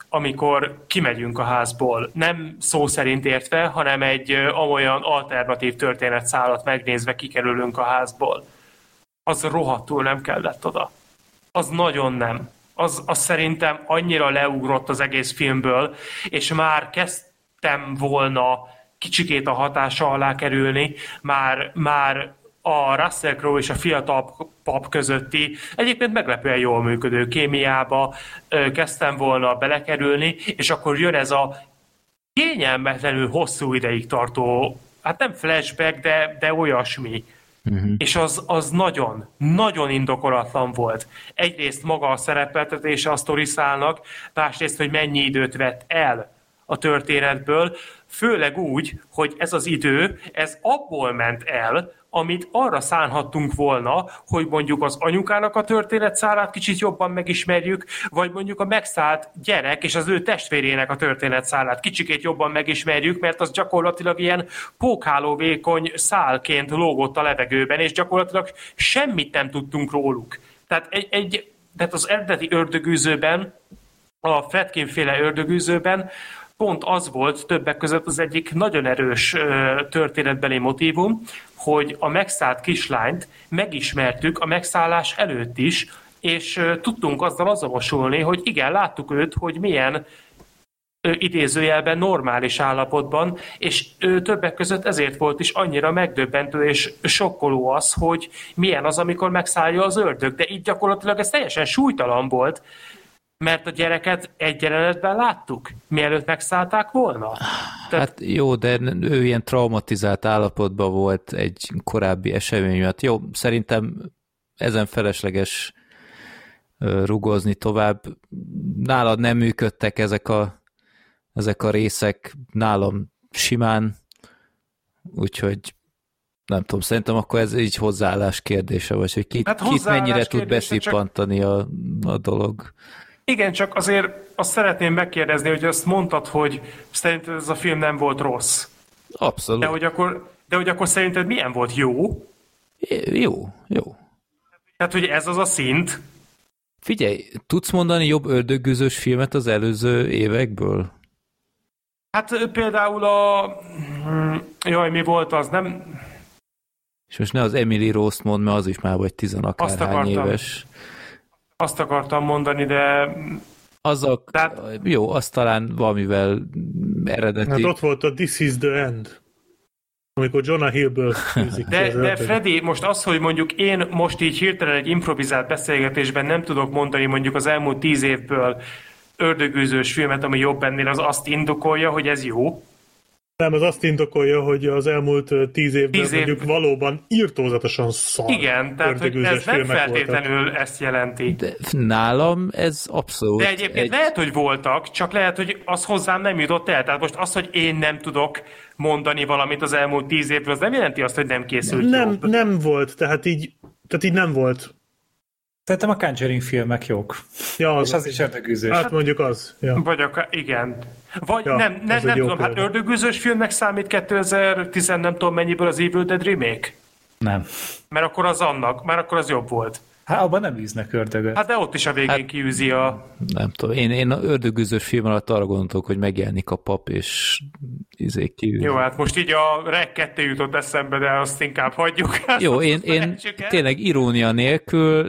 amikor kimegyünk a házból. Nem szó szerint értve, hanem egy olyan alternatív történetszálat megnézve kikerülünk a házból. Az rohadtul nem kellett oda. Az nagyon nem. Az, az szerintem annyira leugrott az egész filmből, és már kezdtem volna kicsikét a hatása alá kerülni, már, már a Russell Crowe és a fiatal pap közötti egyébként meglepően jól működő kémiába kezdtem volna belekerülni, és akkor jön ez a kényelmetlenül hosszú ideig tartó, hát nem flashback, de, de olyasmi. Uh-huh. És az, az nagyon, nagyon indokolatlan volt. Egyrészt maga a szerepeltetése a sztoriszálnak, másrészt, hogy mennyi időt vett el a történetből, főleg úgy, hogy ez az idő, ez abból ment el, amit arra szánhattunk volna, hogy mondjuk az anyukának a történetszálát kicsit jobban megismerjük, vagy mondjuk a megszállt gyerek és az ő testvérének a történetszálát kicsikét jobban megismerjük, mert az gyakorlatilag ilyen pókhálóvékony szálként lógott a levegőben, és gyakorlatilag semmit nem tudtunk róluk. Tehát, egy, egy, tehát az eredeti ördögűzőben, a Friedkin-féle ördögűzőben pont az volt többek között az egyik nagyon erős történetbeli motívum, hogy a megszállt kislányt megismertük a megszállás előtt is, és tudtunk azzal azonosulni, hogy igen, láttuk őt, hogy milyen idézőjelben normális állapotban, és többek között ezért volt is annyira megdöbbentő és sokkoló az, hogy milyen az, amikor megszállja az ördög, de így gyakorlatilag ez teljesen súlytalan volt, mert a gyereket egy jelenetben láttuk, mielőtt megszállták volna. Tehát... Hát jó, de ő ilyen traumatizált állapotban volt egy korábbi esemény miatt. Jó, szerintem ezen felesleges rugozni tovább. Nálad nem működtek ezek a, ezek a részek, nálam simán, úgyhogy nem tudom, szerintem akkor ez így hozzáállás kérdése, vagy hogy kit, hát kit mennyire tud beszippantani csak... a, a dolog. Igen, csak azért azt szeretném megkérdezni, hogy azt mondtad, hogy szerinted ez a film nem volt rossz. Abszolút. De hogy akkor, de hogy akkor szerinted milyen volt? Jó? Jó, jó. Tehát, hogy ez az a szint? Figyelj, tudsz mondani jobb ördöggűzős filmet az előző évekből? Hát például a... Jaj, mi volt az? Nem... És most ne az Emily Rose-t mondd, mert az is már vagy tizenakárhány éves. Azt akartam mondani, de... Azok, Tehát... jó, az talán valamivel eredeti... Hát ott volt a This is the End, amikor Jonah Hillből fűzik. De, de Freddy, most az, hogy mondjuk én most így hirtelen egy improvizált beszélgetésben nem tudok mondani mondjuk az elmúlt tíz évből ördögűzős filmet, ami jobb ennél, az azt indokolja, hogy ez jó? Nem, az azt indokolja, hogy az elmúlt tíz évben tíz év... mondjuk valóban irtózatosan szar. Igen, tehát hogy ez nem feltétlenül voltak. Ezt jelenti. De nálam ez abszolút. De egyébként egy... lehet, hogy voltak, csak lehet, hogy az hozzám nem jutott el. Tehát most az, hogy én nem tudok mondani valamit az elmúlt tíz évről, az nem jelenti azt, hogy nem készült Nem, jobb. nem volt, tehát így, tehát így nem volt. Szerintem a Conjuring filmek jók. Ja, az és az is ördögűzős. Hát mondjuk az. Ja. Vagy akár, igen. Vagy ja, nem, nem, nem tudom, példa. Hát ördögűzős filmnek számít kétezer-tíz nem tudom mennyiből az Evil Dead remake? Nem. Mert akkor az annak, mert akkor az jobb volt. Hát abban nem űznek ördögöt. Hát de ott is a végén hát, kiűzi a... Nem tudom, én, én ördögűzős film alatt arra gondoltok, hogy megjelenik a pap, és izé kiűzi. Jó, hát most így a Reg kettő jutott eszembe, de azt inkább hagyjuk. Jó, én, én tényleg irónia nélkül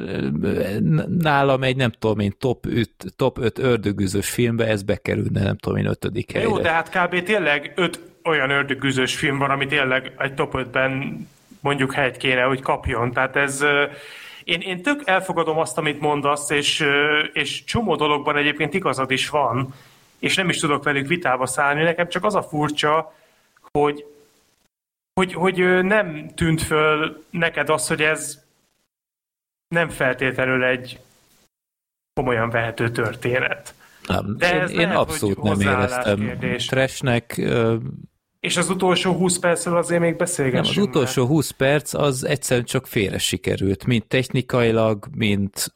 nálam egy nem tudom én top öt, top öt ördögűzős filmbe ez bekerülne, nem tudom én ötödik helyre. Jó, de hát kb. Tényleg öt olyan ördögűzős film van, ami tényleg egy top ötben mondjuk helyt kéne, hogy kapjon. Tehát ez... Én, én tök elfogadom azt, amit mondasz, és, és csomó dologban egyébként igazad is van, és nem is tudok velük vitába szállni. Nekem csak az a furcsa, hogy, hogy, hogy nem tűnt föl neked az, hogy ez nem feltétlenül egy komolyan vehető történet. Nem, De ez én, lehet, én abszolút nem éreztem trashnek. És az utolsó húsz percről azért még beszélgessünk. Nem, az utolsó húsz perc az egyszerűen csak félre sikerült, mint technikailag, mint,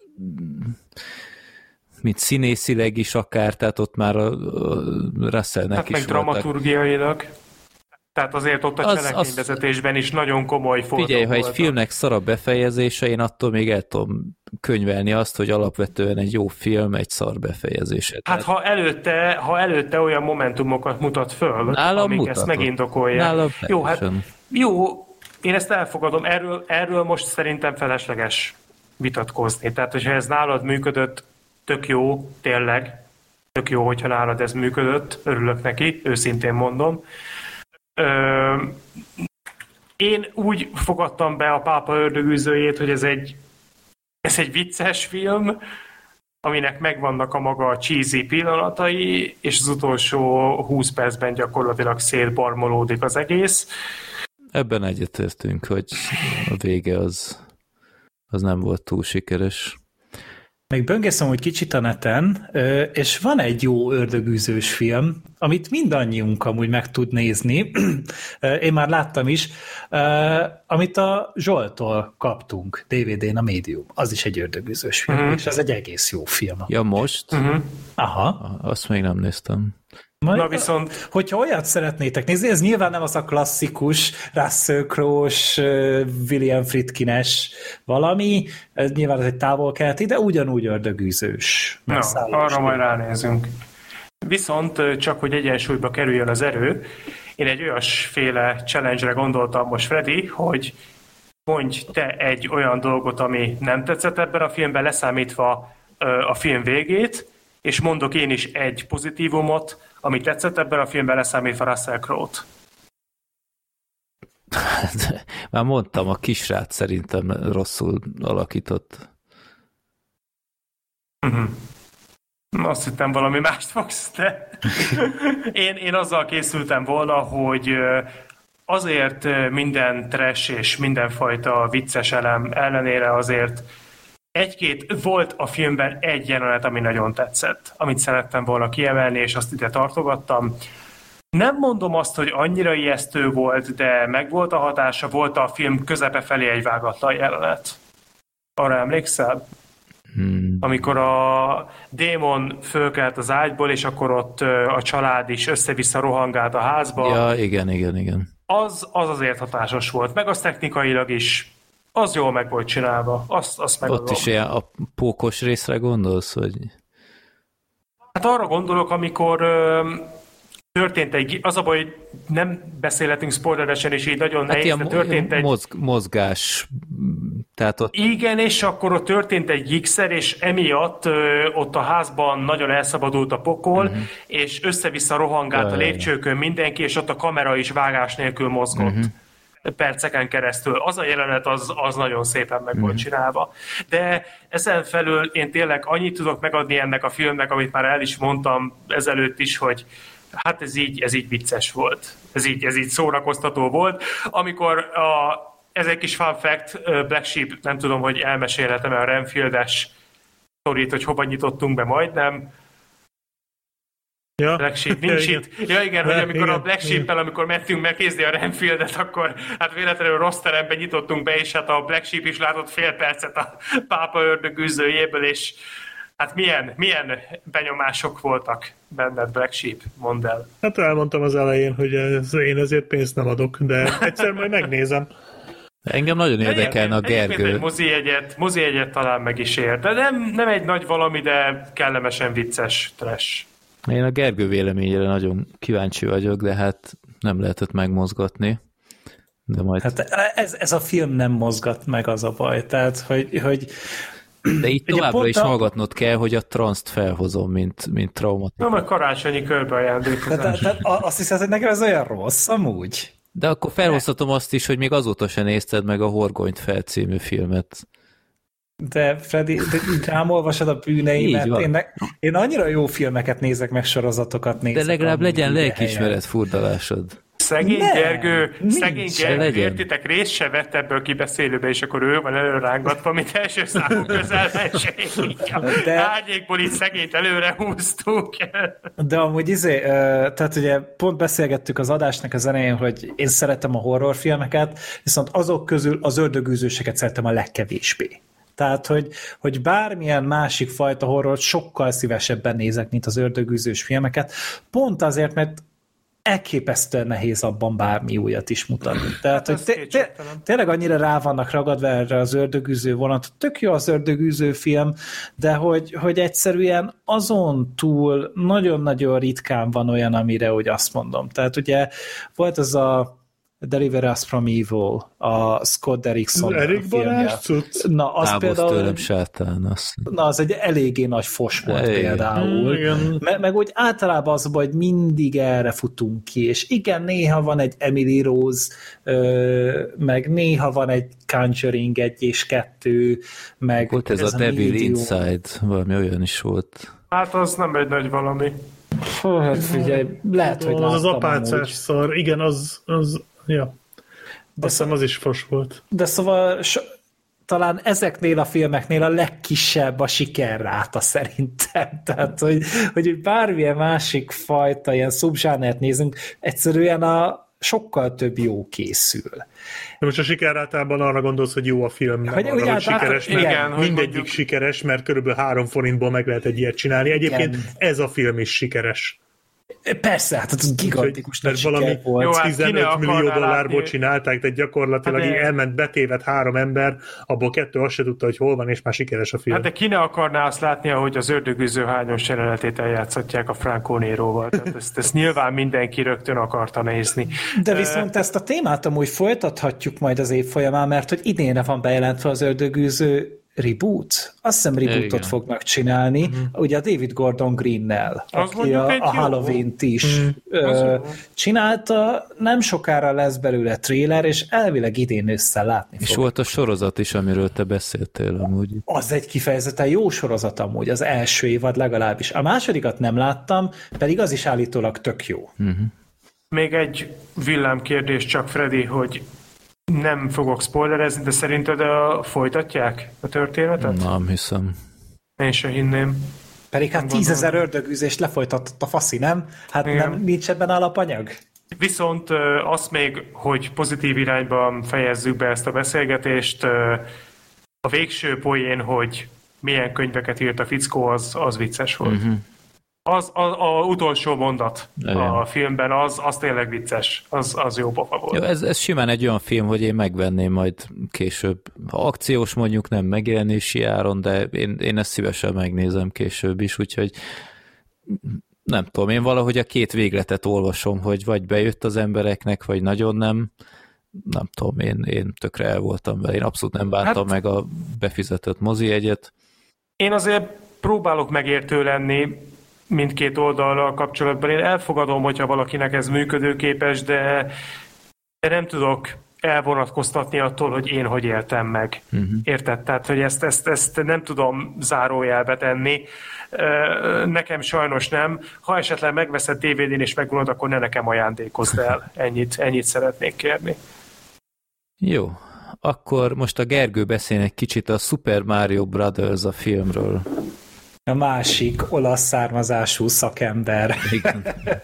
mint színészileg is akár, tehát ott már a, a Russellnek hát is meg voltak. Dramaturgiailag. Tehát azért ott a cselekményvezetésben is nagyon komoly foltok Figyelj, ha voltak. egy filmnek szar a befejezése, én attól még el tudom könyvelni azt, hogy alapvetően egy jó film, egy szar befejezése. Hát ha előtte, ha előtte olyan momentumokat mutat föl, nálam amik mutatott. ezt megindokolják. Nálam jó, hát teljesen. jó, én ezt elfogadom, erről, erről most szerintem felesleges vitatkozni. Tehát, hogyha ez nálad működött, tök jó, tényleg, tök jó, hogyha nálad ez működött, örülök neki, őszintén mondom. Ö, én úgy fogadtam be a Pápa ördögűzőjét, hogy ez egy, ez egy vicces film, aminek megvannak a maga cheesy pillanatai, és az utolsó húsz percben gyakorlatilag szétbarmolódik az egész. Ebben egyetértünk, hogy a vége az, az nem volt túl sikeres. Még böngészem, hogy kicsit a neten, és van egy jó ördögűzős film, amit mindannyiunk amúgy meg tud nézni, én már láttam is, amit a Zsoltól kaptunk dé vé dén a Medium. Az is egy ördögűzős film, uh-huh. és ez egy egész jó film. Ja, most? Uh-huh. Aha. Azt még nem néztem. Majd, Na viszont... Hogyha olyat szeretnétek nézni, ez nyilván nem az a klasszikus Russell Crowe-s, William Friedkin-es valami, ez nyilván ez egy távol-keleti, de ugyanúgy ördögűzős. Na, arra majd ránézünk. Viszont csak, hogy egyensúlyba kerüljön az erő, én egy olyasféle challenge-re gondoltam most, Freddy, hogy mondj te egy olyan dolgot, ami nem tetszett ebben a filmben, leszámítva a film végét, és mondok én is egy pozitívumot, ami tetszett ebben a filmben, leszámítva Russell Crowe-t. Már mondtam, a kisrác szerintem rosszul alakított. Uh-huh. Azt hittem valami mást fogsz te. én, én azzal készültem volna, hogy azért minden trash és mindenfajta vicces elem ellenére azért egy-két, volt a filmben egy jelenet, ami nagyon tetszett, amit szerettem volna kiemelni, és azt ide tartogattam. Nem mondom azt, hogy annyira ijesztő volt, de megvolt a hatása, volt a film közepe felé egy vágatlan jelenet. Arra emlékszel? Hmm. Amikor a démon fölkelt az ágyból, és akkor ott a család is össze-vissza rohangált a házba. Ja, igen, igen, igen. Az, az azért hatásos volt, meg az technikailag is. Az jól meg volt csinálva. Azt, azt Ott is ilyen a pókos részre gondolsz, hogy... Hát arra gondolok, amikor ö, történt egy... Az a baj, hogy nem beszélhetünk spoileresen, és így nagyon hát nehéz, de történt egy... Mozg, mozgás... Tehát ott... Igen, és akkor ott történt egy gigszer, és emiatt ö, ott a házban nagyon elszabadult a pokol, uh-huh. és össze-vissza rohangált a lépcsőkön mindenki, és ott a kamera is vágás nélkül mozgott. Uh-huh. perceken keresztül. Az a jelenet az, az nagyon szépen meg volt csinálva. De ezen felül én tényleg annyit tudok megadni ennek a filmnek, amit már el is mondtam ezelőtt is, hogy hát ez így, ez így vicces volt. Ez így, ez így szórakoztató volt. Amikor a, ez egy kis fun fact, Black Sheep, nem tudom, hogy elmesélhetem-e a Renfield-es sztorit, hogy hova nyitottunk be majdnem. Ja. Black Sheep nincs ja, itt. Ja igen, hogy amikor igen, a Black Sheep-el, amikor mentünk megnézni a Renfieldet, akkor hát véletlenül rossz teremben nyitottunk be, és hát a Black Sheep is látott fél percet a pápa ördögűzőjéből, és hát milyen, milyen benyomások voltak benned, Black Sheep? Mondd el. Hát elmondtam az elején, hogy ez, én ezért pénzt nem adok, de egyszer majd megnézem. Engem nagyon érdekelne a Gergő. Egy mozijegyet, mozijegyet talán meg is ér, de nem, nem egy nagy valami, de kellemesen vicces trash. Én a Gergő véleményére nagyon kíváncsi vagyok, de hát nem lehetett megmozgatni. De majd... Hát ez, ez a film nem mozgat meg, az a baj. Tehát, hogy... hogy de itt továbbra is hallgatnod kell, hogy a transzt felhozom, mint, mint traumatikus. Na, majd karácsonyi körbeajándékozás. Tehát azt hiszed, hogy nekem ez olyan rossz amúgy? De akkor felhozhatom azt is, hogy még azóta sem nézted meg a Horgonyt fel című filmet. De Freddy, de rám olvasod a bűneimet. Én, ne, én annyira jó filmeket nézek, meg sorozatokat nézek. De legalább legyen lelkiismeret furdalásod. Szegény nem, Gergő, szegény Gergő, értitek, részt se vett ebből kibeszélőbe, és akkor ő van előrángatva, mint első számú közellenség. De... Árnyékból itt szegényt előre húztuk. De amúgy izé, tehát ugye pont beszélgettük az adásnak az elején, hogy én szeretem a horrorfilmeket, viszont azok közül az ördögűzőseket szeretem a legkevésbé. Tehát, hogy, hogy bármilyen másik fajta horrort sokkal szívesebben nézek, mint az ördögűzős filmeket, pont azért, mert elképesztően nehéz abban bármi újat is mutatni. Tehát, Hát hogy té- té- tényleg annyira rá vannak ragadva erre az ördögűző vonat. Tök jó az ördögűző film, de hogy, hogy egyszerűen azon túl nagyon-nagyon ritkán van olyan, amire úgy azt mondom. Tehát ugye volt az a Deliver Us from Evil, a Scott Derrickson Erik Balázs cucc? Na, az Távolsz például... tőlem, sátán. Azt. Na, az egy eléggé nagy fos volt Igen. például. Igen. Me- meg úgy általában az, hogy mindig erre futunk ki, és igen, néha van egy Emily Rose, ö, meg néha van egy Conjuring egy és kettő, meg Volt ez, ez a Devil Medium. Inside, valami olyan is volt. Hát az nem egy nagy valami. Hú, hát figyelj, lehet, hogy Az az láttam apácás amúgy. szar. Igen, az, az ja. De, Azt hiszem, az is fos volt. de szóval so, talán ezeknél a filmeknél a legkisebb a sikerráta szerintem. Tehát, hogy, hogy bármilyen másik fajta ilyen szubzsánert nézünk, egyszerűen a sokkal több jó készül. De most a sikerrátában arra gondolsz, hogy jó a film, nem Hogy arra, úgy hogy általában- sikeres, mert igen, hogy mindegyik mondjuk- sikeres, mert körülbelül három forintból meg lehet egy ilyet csinálni. Egyébként Igen. ez a film is sikeres. Persze, hát ez gigantikus nagy Mert valami siker volt. Jó, hát ki ne tizenöt millió akarná dollárból látni- csinálták, tehát gyakorlatilag Hát de- így elment betévet három ember, abból kettő azt se tudta, hogy hol van, és már sikeres a film. Hát de ki ne akarná azt látni, hogy az ördögűző hányos jelenetét eljátszhatják a Franco Néróval. Tehát ezt, ezt nyilván mindenki rögtön akarta nézni. De viszont ezt a témát amúgy folytathatjuk majd az év folyamán, mert hogy idénre van bejelentve az ördögűző reboot. Azt hiszem rebootot Igen. fognak csinálni, mm-hmm. ugye a David Gordon Greennel, Az aki mondjuk a, egy a jó. Halloween-t is Mm. Az ö, jó. csinálta, nem sokára lesz belőle trailer, és elvileg idén össze látni És fog. volt a sorozat is, amiről te beszéltél amúgy. Az egy kifejezetten jó sorozat amúgy, az első évad legalábbis. A másodikat nem láttam, pedig az is állítólag tök jó. Még egy villámkérdés csak, Freddy, hogy nem fogok spoilerezni, de szerinted a, folytatják a történetet? Nem hiszem. Én se hinném. Pedig hát tízezer ördögűzést lefolytatott a faszi, nem? Hát Igen. nem, nincs ebben alapanyag? Viszont ö, azt még, hogy pozitív irányban fejezzük be ezt a beszélgetést, ö, a végső poén, hogy milyen könyveket írt a fickó, az, az vicces volt. Uh-huh. Az a, a utolsó mondat Igen. a filmben, az, az tényleg vicces, az, az jó pofa volt. Jó, ez, ez simán egy olyan film, hogy én megvenném majd később. Ha akciós mondjuk nem megjelenési áron, de én, én ezt szívesen megnézem később is, úgyhogy nem tudom, én valahogy a két végletet olvasom, hogy vagy bejött az embereknek, vagy nagyon nem. Nem tudom, én, én tökre el voltam vele. Én abszolút nem bántam Hát- meg a befizetett mozi jegyet. Én azért próbálok megértő lenni mindkét oldallal kapcsolatban. Én elfogadom, hogyha valakinek ez működőképes, de, de nem tudok elvonatkoztatni attól, hogy én hogy éltem meg. Uh-huh. Érted? Tehát, hogy ezt, ezt, ezt nem tudom zárójelbe tenni. Ö, Nekem sajnos nem. Ha esetleg megveszed dé vé dén és megunod, akkor ne nekem ajándékozd el. Ennyit, ennyit szeretnék kérni. Jó, akkor most a Gergő beszél egy kicsit a Super Mario Brothers a filmről. A másik olasz származású szakember, Igen.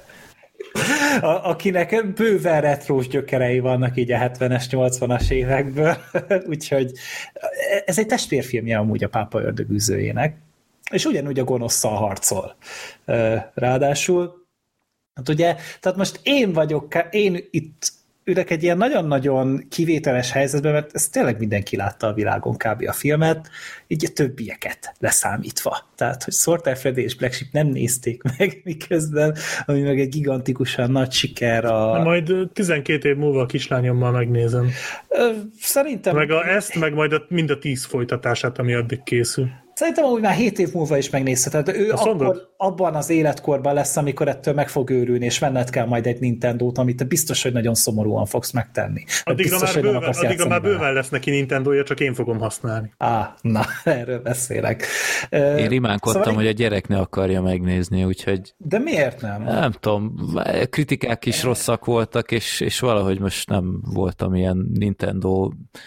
a, akinek bőven retrós gyökerei vannak így a hetvenes, nyolcvanas évekből, úgyhogy ez egy testvérfilmje amúgy a Pápa ördögűzőjének, és ugyanúgy a gonoszszal harcol. Ráadásul, hát ugye, tehát most én vagyok, én itt ülök egy ilyen nagyon-nagyon kivételes helyzetben, mert ezt tényleg mindenki látta a világon kb. A filmet, így a többieket leszámítva. Tehát, hogy Sorter Freddy és Black Sheep nem nézték meg miközben, ami meg egy gigantikusan nagy siker a... Majd tizenkét év múlva a kislányommal megnézem. Ö, Szerintem... Meg a, ezt, meg majd a, mind a tíz folytatását, ami addig készül. Szerintem amúgy már hét év múlva is megnézheted. Ő Azt akkor mondod? abban az életkorban lesz, amikor ettől meg fog őrülni, és venned kell majd egy Nintendót, amit te biztos, hogy nagyon szomorúan fogsz megtenni. Addigra biztos, már hogy nem bőven, akarsz addigra játszani már vele. bőven lesz neki Nintendója, csak én fogom használni. Á, na, erről beszélek. Én rimánkodtam, Szóval- hogy a gyerek ne akarja megnézni, úgyhogy De miért nem? nem tudom, kritikák is rosszak voltak, és, és valahogy most nem voltam ilyen Nintendo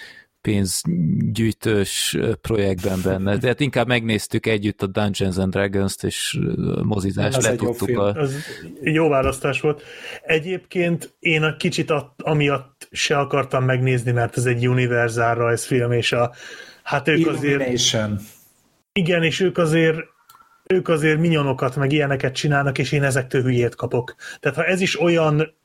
pénzgyűjtős projektben benne. De hát inkább megnéztük együtt a Dungeons and Dragons-t, és mozizást Az egy jó letudtuk film. a... Az jó választás volt. Egyébként én a kicsit att, amiatt se akartam megnézni, mert ez egy Universal rajzfilm, és a, hát ők azért, Illumination. igen, és ők azért ők azért minyonokat, meg ilyeneket csinálnak, és én ezektől hülyét kapok. Tehát ha ez is olyan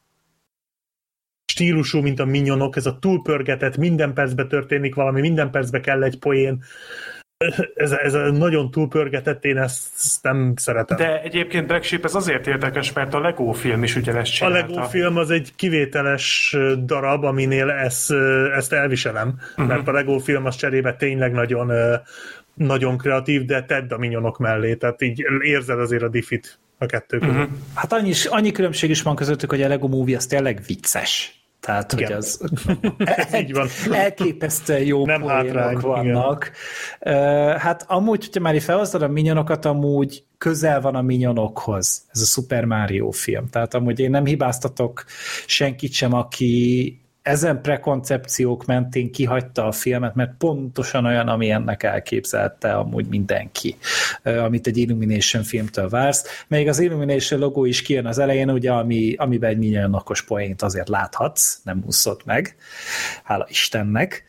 stílusú, mint a minyonok, ez a túlpörgetett, minden percben történik valami, minden percben kell egy poén, ez, ez a nagyon túlpörgetett, én ezt nem szeretem. De egyébként Black Sheep ez azért érdekes, mert a Lego film is ugyanezt csinálta. A Lego film az egy kivételes darab, aminél ezt, ezt elviselem, uh-huh. mert a Lego film az cserébe tényleg nagyon, nagyon kreatív, de tedd a minyonok mellé, tehát így érzed azért a diffit a kettő között. Uh-huh. Hát annyi, annyi különbség is van közöttük, hogy a Lego Movie az tényleg vicces. Tehát, igen. Hogy az így van. elképesztően jó nem poénok vannak. Igen. Hát amúgy, hogyha már így felhoztad a minyonokat, amúgy közel van a minyonokhoz ez a Super Mario film. Tehát amúgy én nem hibáztatok senkit sem, aki ezen prekoncepciók mentén kihagyta a filmet, mert pontosan olyan, ami ennek elképzelte amúgy mindenki, amit egy Illumination filmtől vársz. Még az Illumination logó is kijön az elején, ugye, ami, amiben egy minyonokos poént azért láthatsz, nem úszott meg, hála Istennek.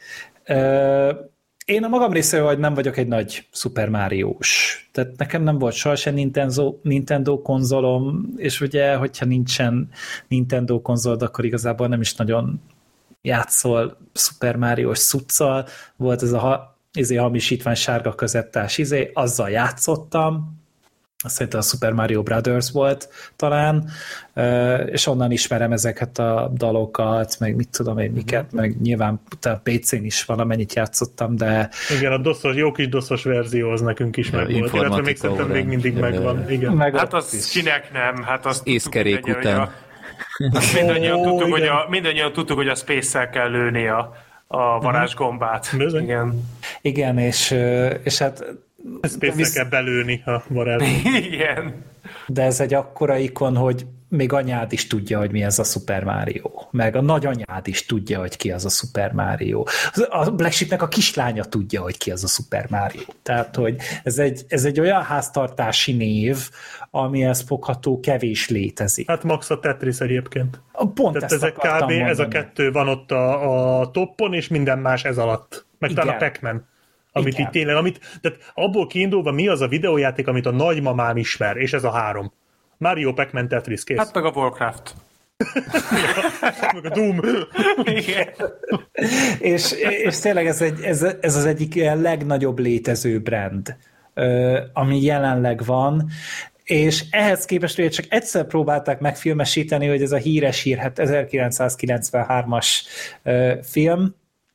Én a magam részéről, hogy nem vagyok egy nagy Super Mario-s. Tehát nekem nem volt sohasem Nintendo, Nintendo konzolom, és ugye, hogyha nincsen Nintendo konzolod, akkor igazából nem is nagyon játszol Super Mario-s cuccal, volt ez a ha, izé, hamisítvány sárga közettás, izé, azzal játszottam, azt szerintem a Super Mario Brothers volt talán, és onnan ismerem ezeket a dalokat, meg mit tudom én miket, meg nyilván a pé cén is valamennyit játszottam, de... Igen, a doszos, jó kis doszos verzió az nekünk is meg volt, illetve még szerintem még mindig megvan. Igen. Meg hát az kinek nem, hát azt észkerék után. Mindannyian, oh, tudtuk, hogy a, mindannyian tudtuk, hogy a Space-szel kell lőni a, a varázsgombát. Uh-huh. Igen. Igen, és, és hát... Space-szel visz... kell belőni a varázsgombát. Igen. De ez egy akkora ikon, hogy még anyád is tudja, hogy mi ez a Super Mario. Meg a nagyanyád is tudja, hogy ki az a Super Mario. A Black Sheepnek a kislánya tudja, hogy ki az a Super Mario. Tehát, hogy ez egy, ez egy olyan háztartási név, amihez fogható kevés létezik. Hát max a Tetris egyébként. Pont Tehát ezt ezek kb. Mondani. Ez a kettő van ott a, a toppon, és minden más ez alatt. Meg talán a Pac-Man. Amit igen. Itt tényleg, amit, tehát abból kiindulva mi az a videójáték, amit a nagymamám ismer, és ez a három. Mario, Pac-Man, Tetris, kész. Hát meg a Warcraft. meg a Doom. Igen. és, és tényleg ez, egy, ez, ez az egyik legnagyobb létező brand, ami jelenleg van, és ehhez képest ugye csak egyszer próbálták megfilmesíteni, hogy ez a híres hír, hát ezerkilencszázkilencvenhármas film.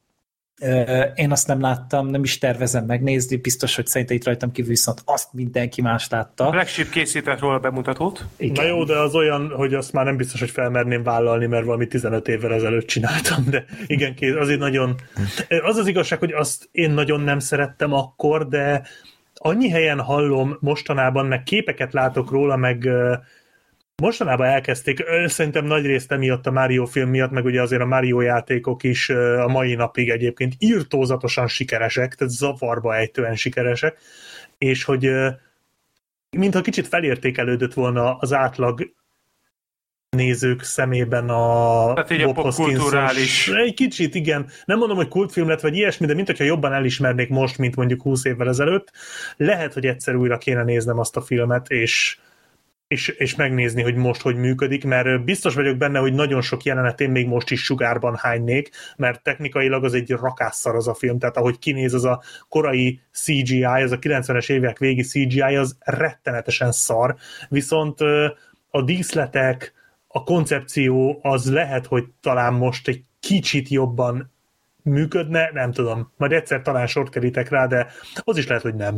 Én azt nem láttam, nem is tervezem megnézni, biztos, hogy szerintem itt rajtam kívül viszont azt mindenki más látta. Black Sheep készített róla bemutatót. Igen. Na jó, de az olyan, hogy azt már nem biztos, hogy felmerném vállalni, mert valami tizenöt évvel ezelőtt csináltam, de igen, kész, azért nagyon... Az az igazság, hogy azt én nagyon nem szerettem akkor, de annyi helyen hallom mostanában, meg képeket látok róla, meg mostanában elkezdték, szerintem nagy részt emiatt a Mario film miatt, meg ugye azért a Mario játékok is a mai napig egyébként irtózatosan sikeresek, tehát zavarba ejtően sikeresek, és hogy mintha kicsit felértékelődött volna az átlag nézők szemében a hát így Bob a popkulturális. Egy kicsit, igen. Nem mondom, hogy kultfilm lett, vagy ilyesmi, de mint hogyha jobban elismernék most, mint mondjuk húsz évvel ezelőtt. Lehet, hogy egyszer újra kéne néznem azt a filmet, és És, és megnézni, hogy most hogy működik, mert biztos vagyok benne, hogy nagyon sok jelenet én még most is sugárban hánynék, mert technikailag az egy rakásszar az a film, tehát ahogy kinéz az a korai cé gé í, az a kilencvenes évek végi cé gé í, az rettenetesen szar, viszont a díszletek, a koncepció az lehet, hogy talán most egy kicsit jobban működne, nem tudom, majd egyszer talán sort kerítek rá, de az is lehet, hogy nem.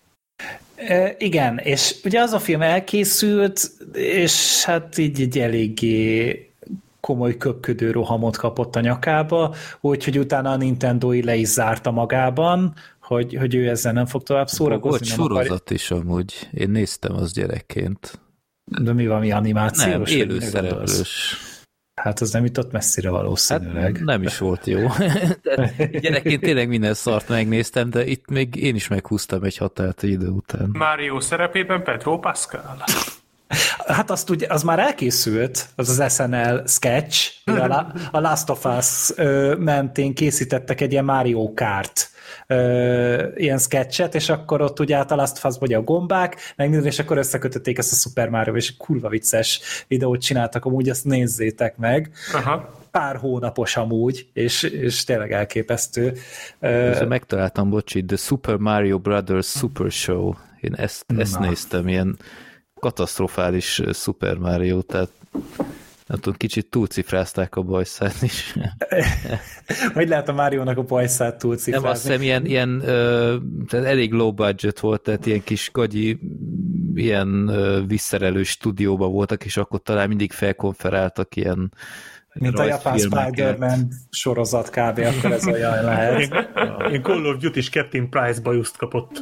E, igen, és ugye az a film elkészült, és hát így egy eléggé komoly köpködő rohamot kapott a nyakába, úgyhogy utána a Nintendo le is zárta magában, hogy, hogy ő ezzel nem fog tovább szórakozni. Volt sorozat akar... is amúgy, én néztem az gyerekként. De mi van, mi animációs? Nem, élő szereplős. Hát az nem jutott messzire valószínűleg. Hát nem is volt jó. Gyerekként tényleg minden szart megnéztem, de itt még én is meghúztam egy határt idő után. Mario szerepében Pedro Pascal. Hát azt ugye, az már elkészült, az az es en el sketch, a, a Last of Us mentén készítettek egy ilyen Mario Kart ilyen sketchet, és akkor ott ugye át a Last of Us vagy a gombák, megnézni, és akkor összekötötték ezt a Super Mario, és kurva vicces videót csináltak, amúgy azt nézzétek meg. Aha. Pár hónapos amúgy, és, és tényleg elképesztő. Ezzel megtaláltam, bocsi, The Super Mario Brothers Super Show. Én ezt, ezt néztem, ilyen katasztrofális Super Mario, tehát nem tudom, kicsit túlcifrázták a bajszát is. Hogy lehet a Máriónak a bajszát túlcifrázni? Nem, azt hiszem, ilyen, ilyen ö, tehát elég low budget volt, tehát ilyen kis gagyi, ilyen ö, visszerelő stúdióban voltak, és akkor talán mindig felkonferáltak ilyen mint a japán Spider-Man sorozat kb. Akkor ez olyan lehet. Ilyen Call of Duty-s Captain Price bajuszt kapott.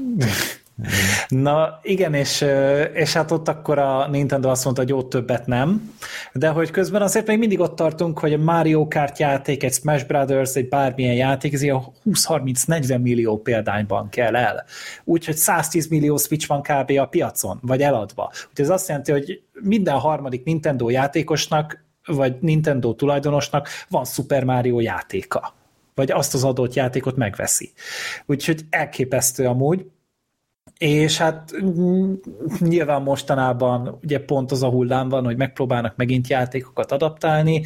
Na igen, és, és hát ott akkor a Nintendo azt mondta, hogy jó, többet nem, de hogy közben azért még mindig ott tartunk, hogy a Mario Kart játék, egy Smash Brothers, egy bármilyen játék, ez a húsz-harminc-negyven millió példányban kell el. Úgyhogy száztíz millió Switch van kb. A piacon, vagy eladva. Úgyhogy ez azt jelenti, hogy minden harmadik Nintendo játékosnak, vagy Nintendo tulajdonosnak van Super Mario játéka. Vagy azt az adott játékot megveszi. Úgyhogy elképesztő amúgy. És hát nyilván mostanában ugye pont az a hullám van, hogy megpróbálnak megint játékokat adaptálni,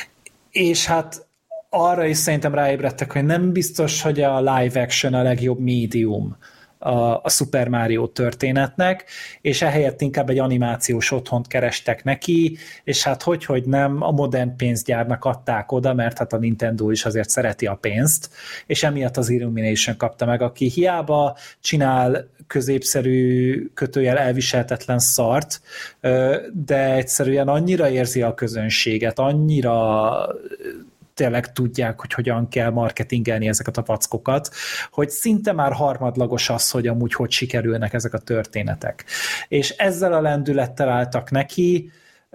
és hát arra is szerintem ráébredtek, hogy nem biztos, hogy a live action a legjobb médium a, a Super Mario történetnek, és ehelyett inkább egy animációs otthont kerestek neki, és hát hogy, hogy nem, a modern pénzgyárnak adták oda, mert hát a Nintendo is azért szereti a pénzt, és emiatt az Illumination kapta meg, aki hiába csinál középszerű, kötőjel elviselhetetlen szart, de egyszerűen annyira érzi a közönséget, annyira tényleg tudják, hogy hogyan kell marketingelni ezeket a packokat, hogy szinte már harmadlagos az, hogy amúgy hogy sikerülnek ezek a történetek. És ezzel a lendülettel álltak neki,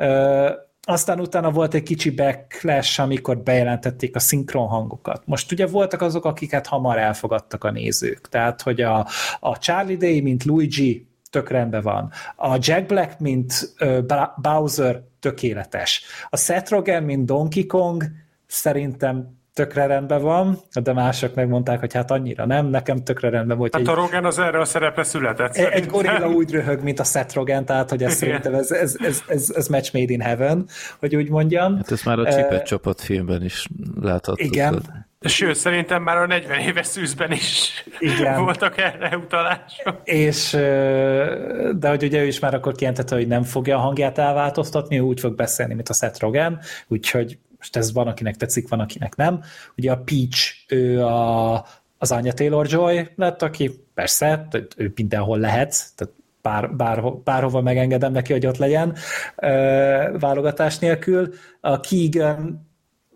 aztán utána volt egy kicsi backlash, amikor bejelentették a szinkron hangokat. Most ugye voltak azok, akiket hamar elfogadtak a nézők. Tehát, hogy a, a Charlie Day, mint Luigi, tök rendben van. A Jack Black, mint uh, Bowser, tökéletes. A Seth Rogen, mint Donkey Kong, szerintem tökre rendben van, de mások megmondták, hogy hát annyira nem, nekem tökre rendben volt. Hát a Rogen az erre a szerepre született. Egy, egy gorilla úgy röhög, mint a Seth Rogen, tehát hogy ez szerintem ez, ez, ez, ez, ez match made in heaven, hogy úgy mondjam. Hát ez már a Csipet uh, csapat filmben is láthattuk. Igen. Sőt, szerintem már a negyven éves szűzben is igen. voltak erre utalások. És, de hogy ugye ő is már akkor kijelentette, hogy nem fogja a hangját elváltoztatni, ő úgy fog beszélni, mint a Seth Rogen, úgyhogy most ez van, akinek tetszik, van, akinek nem. Ugye a Peach, ő a, az Anya Taylor-Joy lett, aki persze, ő mindenhol lehet, tehát bár, bár, bárhova megengedem neki, hogy ott legyen válogatás nélkül. A Keegan,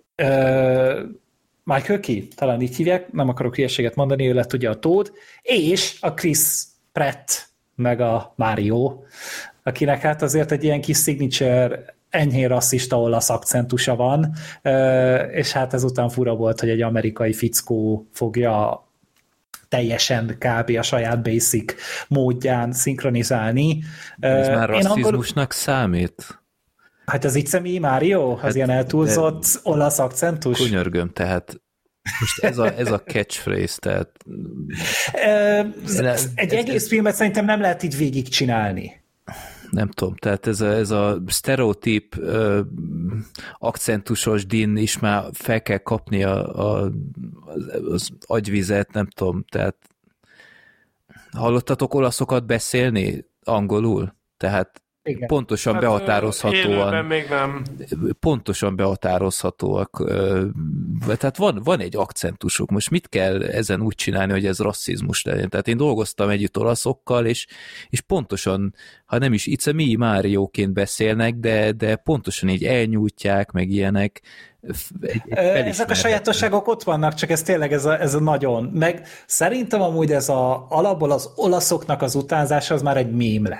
Michael Key, talán így hívják, nem akarok hülyeséget mondani, ő lett ugye a Toad, és a Chris Pratt, meg a Mario, akinek hát azért egy ilyen kis signature enyhén rasszista olasz akcentusa van, és hát ezután fura volt, hogy egy amerikai fickó fogja teljesen kb. A saját basic módján szinkronizálni. Ez már rasszizmusnak angol... számít? Hát az It's me, Mario? Az hát, ilyen eltúlzott de... olasz akcentus? Kunyörgöm, tehát most ez a, ez a catchphrase, tehát... Ez, ez, egy ez, egész ez... filmet szerintem nem lehet így végigcsinálni. Nem tudom, tehát ez a, ez a sztereotíp ö, akcentusos din is már fel kell kapni a, a, az agyvizet, nem tudom, tehát hallottatok olaszokat beszélni angolul? Tehát igen. Pontosan hát, behatározhatóan még nem. pontosan behatározhatóak. Tehát van, van egy akcentusuk. Most mit kell ezen úgy csinálni, hogy ez rasszizmus legyen? Tehát én dolgoztam együtt olaszokkal, és, és pontosan, ha nem is It's a me Márióként beszélnek, de, de pontosan így elnyújtják, meg ilyenek. Egy, egy Ezek a sajátosságok ott vannak, csak ez tényleg ez a, ez a nagyon. Meg szerintem amúgy ez a alapból az olaszoknak az utánzása az már egy mém lett.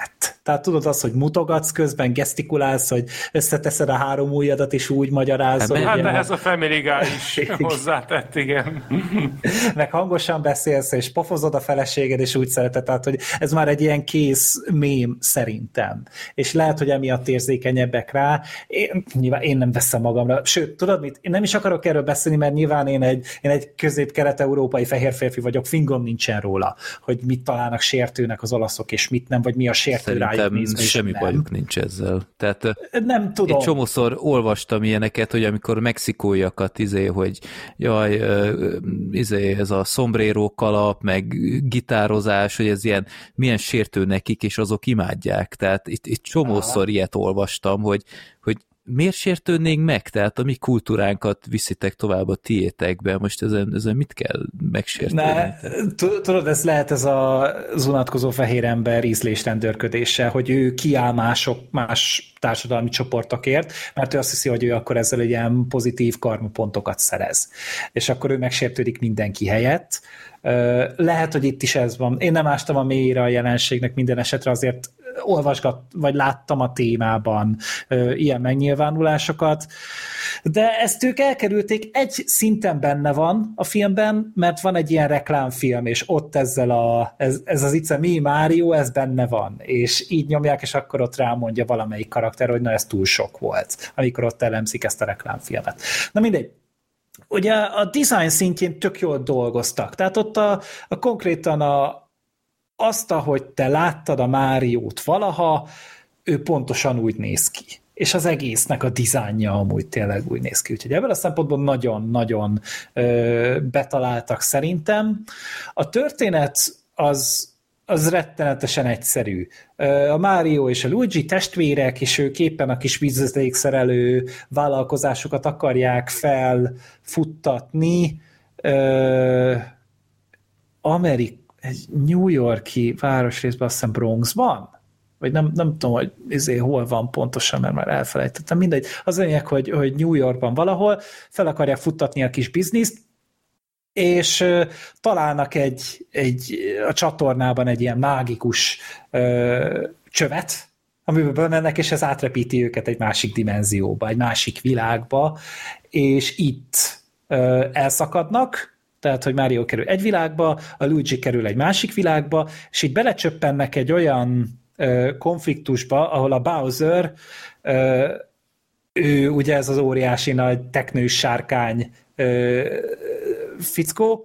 Tehát tudod azt, hogy mutogatsz közben, gesztikulálsz, hogy összeteszed a három ujjadat, és úgy magyarázol. Hát, hát ugye, ehhez a Family Guy is hozzátett, igen. Meg hangosan beszélsz, és pofozod a feleséged, és úgy szereted, tehát, hogy ez már egy ilyen kész mém szerintem. És lehet, hogy emiatt érzékenyebbek rá. Én, nyilván én nem veszem magamra. Sőt, tudod mit? Én nem is akarok erről beszélni, mert nyilván én egy, én egy közép-kelet-európai fehér férfi vagyok, fingom nincsen róla, hogy mit találnak sértőnek az olaszok, és mit nem, vagy mi a sértő rájuk nézve. Semmi bajuk nincs ezzel. Tehát nem tudom. Egy csomószor olvastam ilyeneket, hogy amikor mexikóiakat izé, hogy jaj, izé, ez a sombrero kalap, meg gitározás, hogy ez ilyen, milyen sértő nekik, és azok imádják. Tehát itt, itt csomószor Aha. ilyet olvastam, hogy, hogy miért sértődnénk meg? Tehát a mi kultúránkat viszitek tovább a tiétekbe, most ezen, ezen mit kell megsértődni? Ne, tudod, ez lehet ez az unatkozó fehér ember ízlésrendőrködése, hogy ő kiáll mások, más társadalmi csoportokért, mert ő azt hiszi, hogy ő akkor ezzel egy ilyen pozitív karmapontokat szerez. És akkor ő megsértődik mindenki helyett. Lehet, hogy itt is ez van. Én nem ástam a mélyére a jelenségnek, minden esetre azért olvasgat, vagy láttam a témában ö, ilyen megnyilvánulásokat, de ezt ők elkerülték, egy szinten benne van a filmben, mert van egy ilyen reklámfilm, és ott ezzel a, ez, ez az It's a Me Mario, ez benne van, és így nyomják, és akkor ott rámondja valamelyik karakter, hogy na ez túl sok volt, amikor ott elemzik ezt a reklámfilmet. Na mindegy. Ugye a design szintjén tök jól dolgoztak, tehát ott a, a konkrétan a azt, ahogy te láttad a Máriót valaha, ő pontosan úgy néz ki. És az egésznek a dizájnja amúgy tényleg úgy néz ki. Úgyhogy ebből a szempontból nagyon-nagyon ö, betaláltak szerintem. A történet az, az rettenetesen egyszerű. A Mario és a Luigi testvérek, és ők éppen a kis vízvezetékszerelő vállalkozásokat akarják felfuttatni ö, Amerikában, egy New York-i városrészben, azt hiszem Bronxban, vagy nem, nem tudom, hogy izé, hol van pontosan, mert már elfelejtettem, mindegy. Az lényeg, hogy, hogy New Yorkban valahol fel akarják futtatni a kis bizniszt, és uh, találnak egy, egy, a csatornában egy ilyen mágikus uh, csövet, amiben bemennek, és ez átrepíti őket egy másik dimenzióba, egy másik világba, és itt uh, elszakadnak, tehát, hogy Mario kerül egy világba, a Luigi kerül egy másik világba, és így belecsöppennek egy olyan ö, konfliktusba, ahol a Bowser, ö, ő ugye ez az óriási nagy teknős sárkány ö, fickó,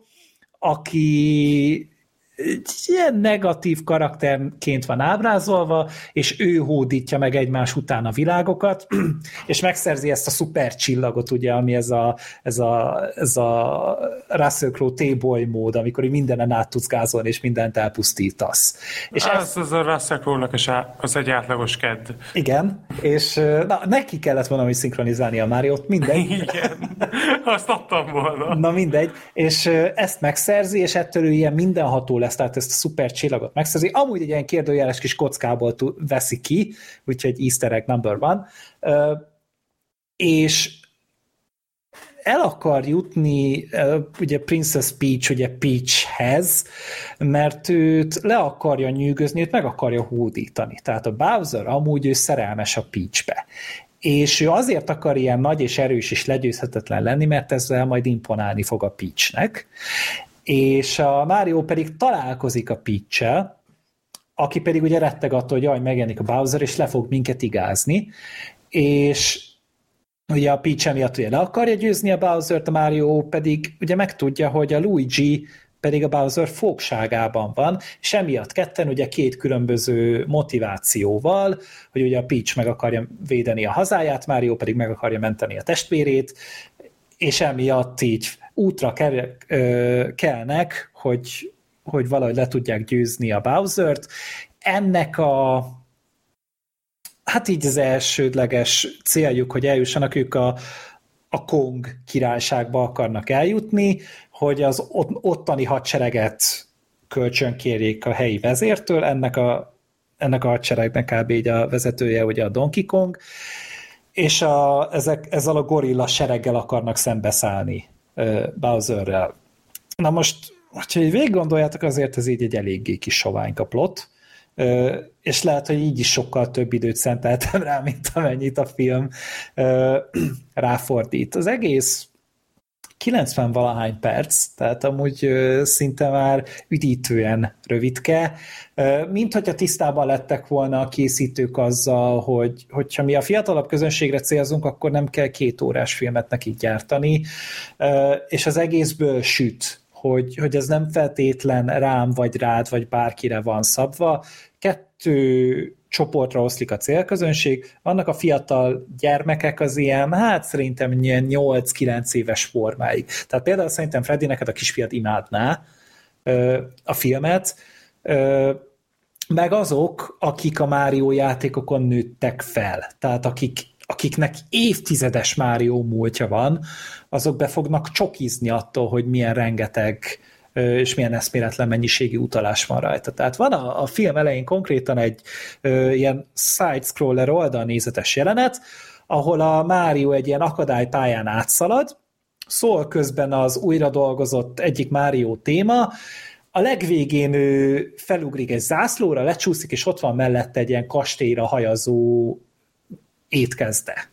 aki ilyen negatív karakterként van ábrázolva, és ő hódítja meg egymás után a világokat, és megszerzi ezt a szuper csillagot, ugye, ami ez a, ez a, ez a Russell Crowe T-boy mód, amikor mindenen át tudsz gázolni, és mindent elpusztítasz. És az, ez, az a Russell Crowe-nak az egy átlagos kedd. Igen, és na, neki kellett volna, hogy szinkronizálni a Máriót, mindegy. Igen, azt adtam volna. Na mindegy, és ezt megszerzi, és ettől ő ilyen mindenható lesz, tehát ezt a szuper csillagot megszerzi. Amúgy egy ilyen kérdőjeles kis kockából veszi ki, úgyhogy easter egg number one, és el akar jutni ugye Princess Peach, ugye Peachhez, mert őt le akarja nyűgözni, őt meg akarja hódítani. Tehát a Bowser amúgy ő szerelmes a Peachbe. És ő azért akar ilyen nagy és erős és legyőzhetetlen lenni, mert ezzel majd imponálni fog a Peachnek. És a Mario pedig találkozik a Peach-sel, aki pedig ugye retteg attól, hogy jaj, megjelenik a Bowser, és le fog minket igázni, és ugye a Peach emiatt ugye le akarja győzni a Bowsert, a Mario pedig ugye megtudja, hogy a Luigi pedig a Bowser fogságában van, és emiatt ketten ugye két különböző motivációval, hogy ugye a Peach meg akarja védeni a hazáját, Mario pedig meg akarja menteni a testvérét, és emiatt így útra kelnek, hogy, hogy valahogy le tudják győzni a Bowsert. Ennek a hát így az elsődleges céljuk, hogy eljussanak, ők a, a Kong királyságba akarnak eljutni, hogy az ott, ottani hadsereget kölcsönkérjék a helyi vezértől, ennek a, ennek a hadseregnek kb. Így a vezetője ugye a Donkey Kong, és a, ezek, ezzel a gorilla sereggel akarnak szembeszállni uh, Bowserrel. Na most, hogyha végig gondoljátok, azért ez így egy eléggé kis soványka plot, és lehet, hogy így is sokkal több időt szenteltem rá, mint amennyit a film ráfordít. Az egész kilencven-valahány perc, tehát amúgy szinte már üdítően rövidke, mint hogyha tisztában lettek volna a készítők azzal, hogy hogyha mi a fiatalabb közönségre célzunk, akkor nem kell két órás filmet nekik gyártani, és az egészből süt, hogy, hogy ez nem feltétlen rám, vagy rád, vagy bárkire van szabva. Kettő csoportra oszlik a célközönség, vannak a fiatal gyermekek az ilyen, hát szerintem ilyen nyolc-kilenc éves formáig. Tehát például szerintem Freddy, neked a kisfiad imádná ö, a filmet, ö, meg azok, akik a Mario játékokon nőttek fel. Tehát akik, akiknek évtizedes Mario múltja van, azok be fognak csokizni attól, hogy milyen rengeteg és milyen eszméletlen mennyiségű utalás van rajta. Tehát van a, a film elején konkrétan egy ö, ilyen side-scroller oldalnézetes jelenet, ahol a Mario egy ilyen akadálypályán átszalad, szól közben az újra dolgozott egyik Mario téma, a legvégén ő felugrik egy zászlóra, lecsúszik, és ott van mellette egy ilyen kastélyra hajazó étkezde.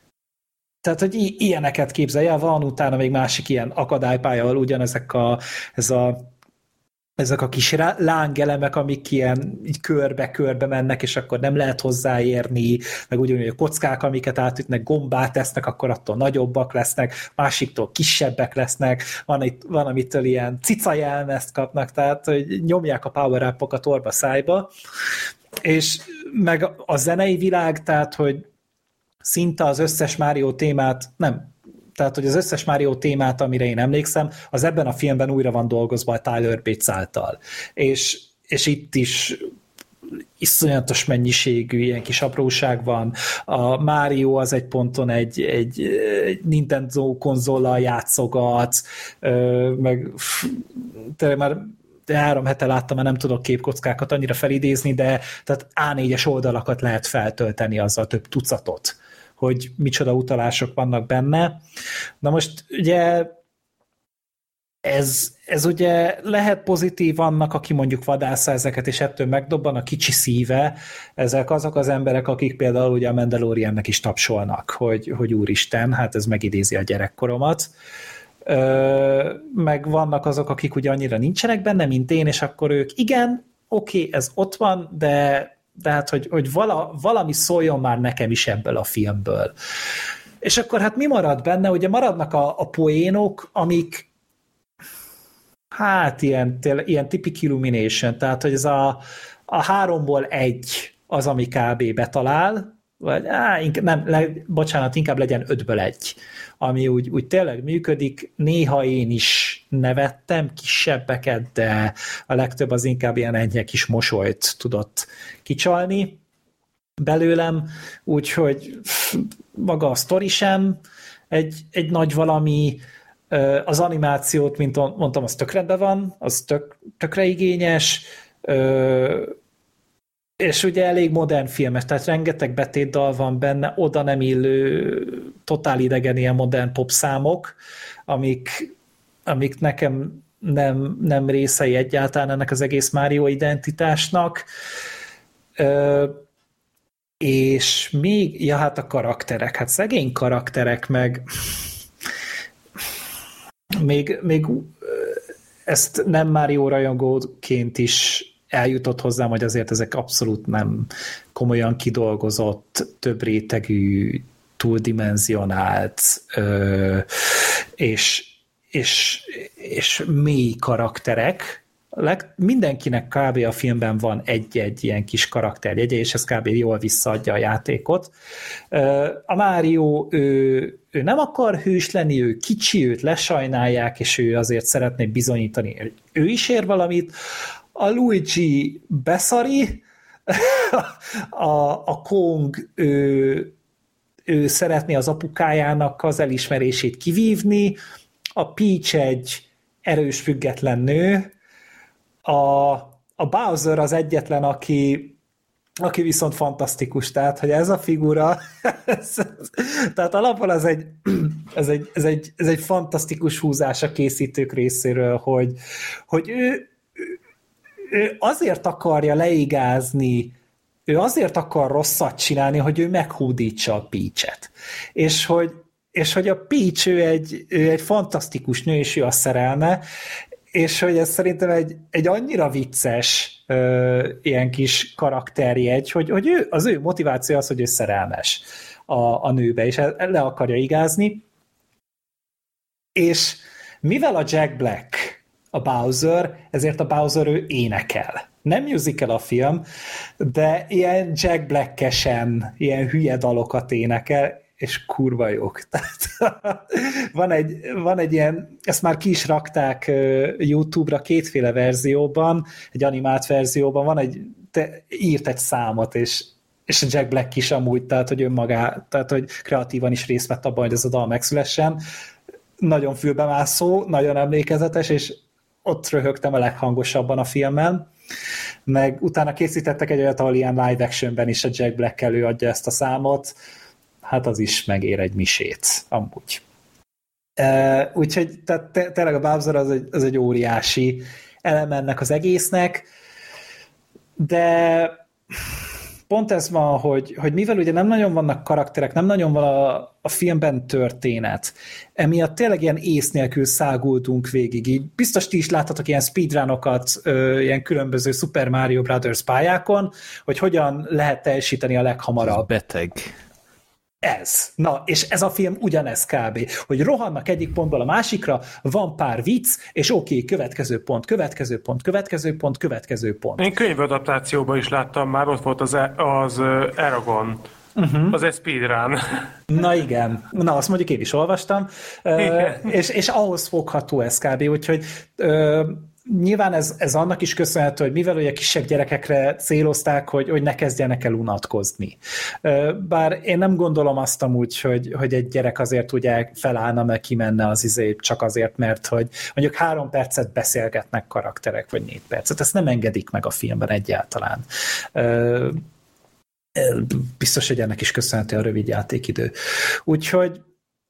Tehát, hogy i- ilyeneket képzelje, van utána még másik ilyen akadálypálya, ahol ugyanezek a, ez a, ezek a kis lángelemek, amik ilyen így körbe-körbe mennek, és akkor nem lehet hozzáérni, meg ugyanúgy a kockák, amiket átütnek, gombát tesznek, akkor attól nagyobbak lesznek, másiktól kisebbek lesznek, van, itt, van amitől ilyen cicajelmezt kapnak, tehát hogy nyomják a power-upokat orba szájba, és meg a zenei világ, tehát, hogy szinte az összes Mario témát, nem, tehát, hogy az összes Mario témát, amire én emlékszem, az ebben a filmben újra van dolgozva a Tyler Bates által. És, és itt is iszonyatos mennyiségű ilyen kis apróság van. A Mario az egy ponton egy, egy, egy Nintendo konzollal játszogat, meg tényleg már de három hete láttam, már nem tudok képkockákat annyira felidézni, de tehát á négyes oldalakat lehet feltölteni azzal, több tucatot, hogy micsoda utalások vannak benne. Na most ugye ez, ez ugye lehet pozitív annak, aki mondjuk vadásza ezeket, és ettől megdobban a kicsi szíve, ezek azok az emberek, akik például ugye a Mandaloriannek is tapsolnak, hogy, hogy úristen, hát ez megidézi a gyerekkoromat. Ö, meg vannak azok, akik ugye annyira nincsenek benne, mint én, és akkor ők igen, oké, okay, ez ott van, de, de hát, hogy, hogy vala, valami szóljon már nekem is ebből a filmből. És akkor hát mi marad benne? Ugye maradnak a, a poénok, amik hát ilyen, tél, ilyen typical Illumination, tehát hogy ez a, a háromból egy az, ami kb. Betalál, vagy á, inkább, nem, le, bocsánat, inkább legyen ötből egy, ami úgy, úgy tényleg működik. Néha én is nevettem kisebbeket, de a legtöbb az inkább ilyen enyhe kis mosolyt tudott kicsalni belőlem, úgyhogy maga a sztori sem egy, egy nagy valami, az animációt, mint mondtam, az tök rendben van, az tök, tökre igényes, és ugye elég modern filmes, tehát rengeteg betétdal van benne, oda nem illő, totál idegen ilyen modern popszámok, amik, amik nekem nem, nem részei egyáltalán ennek az egész Mario identitásnak. Ö, és még, ja hát a karakterek, hát szegény karakterek, meg még, még ezt nem Mario rajongóként is eljutott hozzám, hogy azért ezek abszolút nem komolyan kidolgozott, több rétegű, túldimenzionált ö, és, és, és mély karakterek. Leg, mindenkinek kb. A filmben van egy-egy ilyen kis karakterjegye, és ez kb. Jól visszaadja a játékot. A Mario, ő, ő nem akar hős lenni, ő kicsi, őt lesajnálják, és ő azért szeretné bizonyítani, hogy ő is ér valamit. A Luigi beszari, a, a Kong ő, ő szeretné az apukájának az elismerését kivívni, a Peach egy erős, független nő, a, a Bowser az egyetlen, aki, aki viszont fantasztikus, tehát, hogy ez a figura, ez, tehát alapból ez egy, ez, egy, ez, egy, ez egy fantasztikus húzás a készítők részéről, hogy, hogy ő ő azért akarja leigázni, ő azért akar rosszat csinálni, hogy ő meghódítsa a Peach-et. És hogy, és hogy a Peach, ő egy, ő egy fantasztikus nő, és ő a szerelme, és hogy ez szerintem egy, egy annyira vicces ö, ilyen kis karakterjegy, hogy, hogy ő, az ő motiváció az, hogy ő szerelmes a, a nőbe, és le akarja igázni. És mivel a Jack Black a Bowser, ezért a Bowser ő énekel. Nem musical a film, de ilyen Jack Black-esen, ilyen hülye dalokat énekel, és kurva jók. Tehát van egy, van egy ilyen, ezt már ki is rakták YouTube-ra kétféle verzióban, egy animált verzióban, van egy, te írt egy számot, és, és a Jack Black is amúgy, tehát hogy önmagá, tehát hogy kreatívan is részt vett abban, hogy ez a dal megszülessen. Nagyon fülbemászó, nagyon emlékezetes, és ott röhögtem a leghangosabban a filmen, meg utána készítettek egy olyat, ahol ilyen live actionben is a Jack Black előadja ezt a számot, hát az is megér egy misét, amúgy. Uh, úgyhogy tehát te, tényleg a Bowser az egy, az egy óriási elem ennek az egésznek, de pont ez van, hogy, hogy mivel ugye nem nagyon vannak karakterek, nem nagyon van a, a filmben történet, emiatt tényleg ilyen ész nélkül szágultunk végig. Így biztos ti is láthatok ilyen speedrunokat, ö, ilyen különböző Super Mario Brothers pályákon, hogy hogyan lehet teljesíteni a leghamarabb. Ez beteg. Ez. Na, és ez a film ugyanez kb. Hogy rohannak egyik pontból a másikra, van pár vicc, és oké, okay, következő pont, következő pont, következő pont, következő pont. Én könyvadaptációban is láttam, már ott volt az, az Eragon, uh-huh. az speedrun. Na igen, na azt mondjuk én is olvastam, uh, és, és ahhoz fogható ez kb. Úgyhogy uh, nyilván ez, ez annak is köszönhető, hogy mivel ugye kisebb gyerekekre célozták, hogy, hogy ne kezdjenek el unatkozni. Bár én nem gondolom azt amúgy, hogy, hogy egy gyerek azért ugye felállna, meg kimenne az izé csak azért, mert hogy mondjuk három percet beszélgetnek karakterek, vagy négy percet. Ezt nem engedik meg a filmben egyáltalán. Biztos, hogy ennek is köszönhető a rövid játékidő. Úgyhogy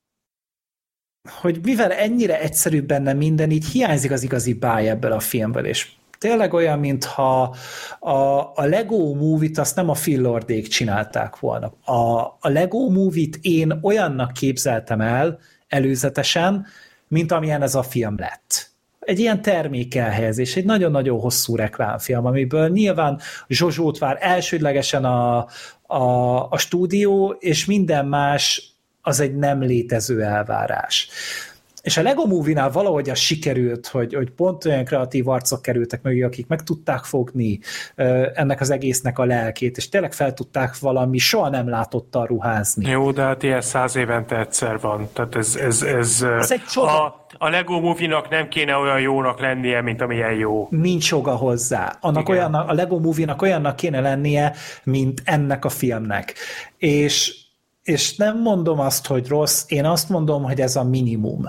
hogy mivel ennyire egyszerű benne minden, így hiányzik az igazi báj ebből a filmből, és tényleg olyan, mintha a, a Lego Movie-t azt nem a Phil Lordék csinálták volna. A, a Lego Movie-t én olyannak képzeltem el előzetesen, mint amilyen ez a film lett. Egy ilyen termékelhelyezés, egy nagyon-nagyon hosszú reklámfilm, amiből nyilván Zsozsót vár elsődlegesen a, a, a stúdió, és minden más az egy nem létező elvárás. És a Lego Movie-nál valahogy az sikerült, hogy, hogy pont olyan kreatív arcok kerültek mögé, akik meg tudták fogni uh, ennek az egésznek a lelkét, és tényleg fel tudták valami soha nem látottal ruházni. Jó, de hát ilyen száz évente egyszer van. Tehát ez, ez, ez, ez egy csoda. A, a Lego Movie-nak nem kéne olyan jónak lennie, mint amilyen jó. Nincs joga hozzá. Annak olyan, a Lego Movie-nak olyannak kéne lennie, mint ennek a filmnek. És És nem mondom azt, hogy rossz, én azt mondom, hogy ez a minimum.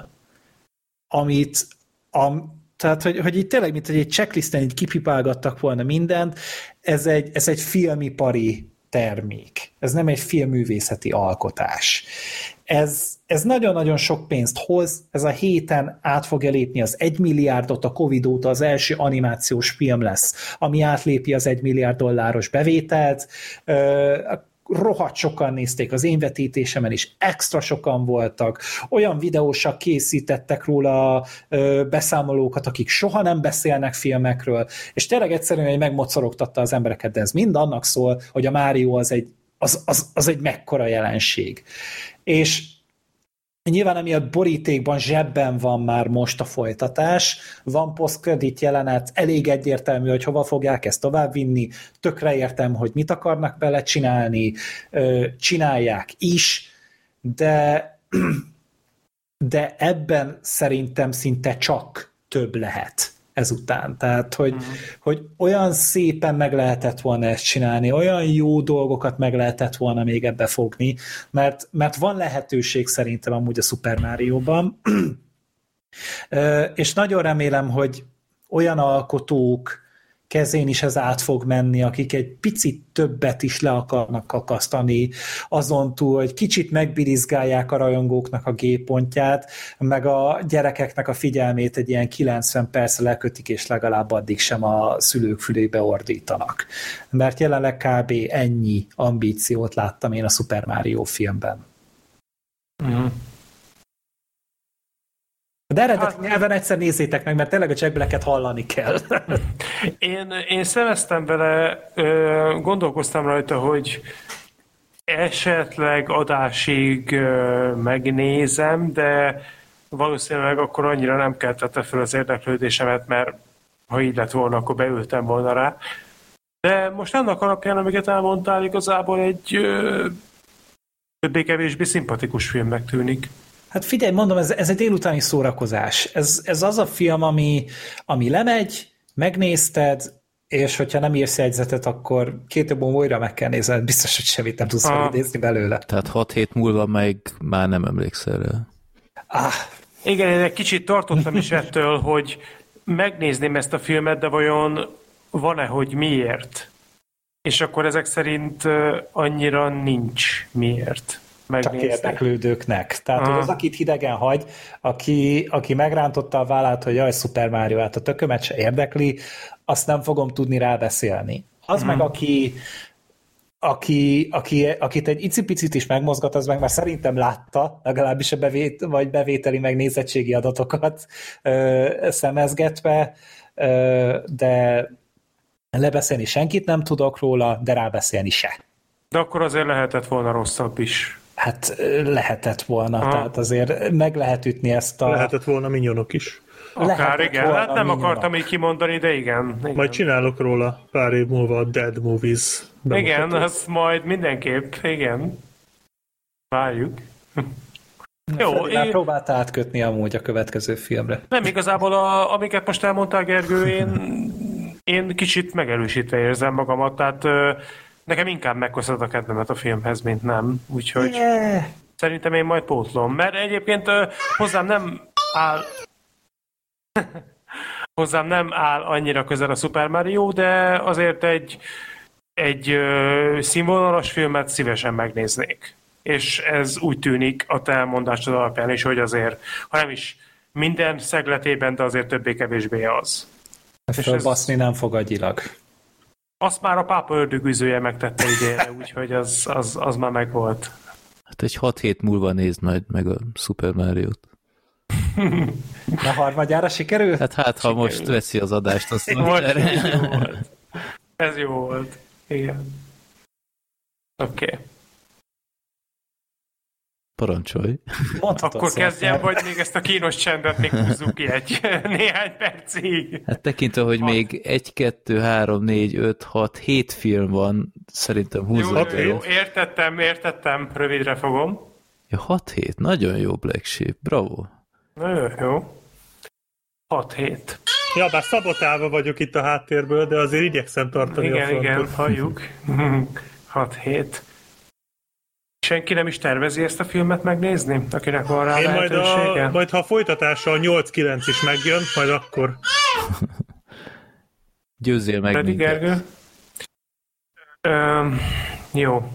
Amit, a, tehát, hogy, hogy itt tényleg, mint hogy egy checklisten így kipipálgattak volna mindent, ez egy, ez egy filmipari termék. Ez nem egy filmművészeti alkotás. Ez, ez nagyon-nagyon sok pénzt hoz, ez a héten át fogja lépni az egy milliárdot, a Covid óta az első animációs film lesz, ami átlépi az egy milliárd dolláros bevételt. Rohadt sokan nézték az én vetítésemen is, extra sokan voltak, olyan videósak készítettek róla ö, beszámolókat, akik soha nem beszélnek filmekről, és tényleg egyszerűen egy megmocorogtatta az embereket, de ez mind annak szól, hogy a Mario az egy, az, az, az egy mekkora jelenség. És nyilván emiatt borítékban, zsebben van már most a folytatás, van post-credit jelenet, elég egyértelmű, hogy hova fogják ezt továbbvinni, tökre értem, hogy mit akarnak vele csinálni, csinálják is, de, de ebben szerintem szinte csak több lehet ezután. Tehát, hogy, uh-huh. hogy olyan szépen meg lehetett volna ezt csinálni, olyan jó dolgokat meg lehetett volna még ebbe fogni, mert, mert van lehetőség szerintem amúgy a Super Mario-ban, és nagyon remélem, hogy olyan alkotók kezén is ez át fog menni, akik egy picit többet is le akarnak kakasztani, azon túl, hogy kicsit megbirizgálják a rajongóknak a G-pontját, meg a gyerekeknek a figyelmét egy ilyen kilencven percre lekötik, és legalább addig sem a szülők fülébe ordítanak. Mert jelenleg kb. Ennyi ambíciót láttam én a Super Mario filmben. Mm. De eredeti hát, nyelven egyszer nézzétek meg, mert tényleg a Jack Black-et hallani kell. én, én szemeztem vele, gondolkoztam rajta, hogy esetleg adásig megnézem, de valószínűleg akkor annyira nem keltette fel az érdeklődésemet, mert ha így lett volna, akkor beültem volna rá. De most annak alapján, amiket elmondtál, igazából egy többé-kevésbé szimpatikus filmnek tűnik. Hát figyelj, mondom, ez, ez egy délutáni szórakozás. Ez, ez az a film, ami, ami lemegy, megnézted, és hogyha nem írsz jegyzetet, akkor két év újra meg kell nézned, biztos, hogy semmit nem tudsz felidézni belőle. Tehát hat hét múlva meg már nem emlékszel rá. Ah. Igen, én egy kicsit tartottam is ettől, hogy megnézném ezt a filmet, de vajon van-e, hogy miért? És akkor ezek szerint annyira nincs miért. Csak érdeklődőknek. Tehát, hogy az, akit hidegen hagy, aki, aki megrántotta a vállát, hogy jaj, Super Mario, hát a tökömet se érdekli, azt nem fogom tudni rábeszélni. Az mm. meg, aki, aki, aki, akit egy icipicit is megmozgat, az meg már szerintem látta, legalábbis a bevét, vagy bevételi megnézettségi adatokat ö, szemezgetve, ö, de lebeszélni senkit nem tudok róla, de rábeszélni se. De akkor azért lehetett volna rosszabb is. Hát lehetett volna, ha. Tehát azért meg lehet ütni ezt a... Lehetett volna minyonok is. Akár igen, hát nem akartam így kimondani, de igen, igen. Majd csinálok róla pár év múlva a Dead Movies. Igen, az majd mindenképp, igen. Várjuk. Jó, én... próbálta átkötni amúgy a következő filmre. Nem, igazából a, amiket most elmondtál, Gergő, én, én kicsit megerősítve érzem magamat, tehát nekem inkább megkosztod a kedvemet a filmhez, mint nem. Úgyhogy yeah. Szerintem én majd pótlom. Mert egyébként hozzám nem áll hozzám nem áll annyira közel a Super Mario, de azért egy, egy színvonalas filmet szívesen megnéznék. És ez úgy tűnik a te elmondásod alapján is, hogy azért, ha nem is minden szegletében, de azért többé-kevésbé az. Fölbaszni ez... nem fog agyilag. Azt már a pápa ördögűzője megtette idénre, úgyhogy az, az, az már megvolt. Hát egy hat hét múlva nézd majd meg a Super Mario-t. Na harmadjára sikerül? Hát hát, ha sikerül. Most veszi az adást, azt most ez jó volt. Ez jó volt. Igen. Oké. Okay. Parancsolj. Mondhatod. Akkor kezdjem, vagy még ezt a kínos csendet még húzzuk ki egy néhány percig. Hát tekintve, hogy hat. Még egy, kettő, három, négy, öt, hat, hét film van, szerintem húzzuk. Jó, jó, jó, értettem, értettem, rövidre fogom. Ja, hat hét, nagyon jó Black Sheep, bravo. Nagyon jó. hat hét. Ja, bár szabotálva vagyok itt a háttérből, de azért igyekszem tartani igen, a frontot. Igen, igen, halljuk. hat hét. Senki nem is tervezi ezt a filmet megnézni? Akinek van rá Én lehetősége? Majd, a, majd ha a folytatása a nyolc kilenc is megjön, majd akkor. Győzzél meg Pedig minket. Gergő? Ö, jó.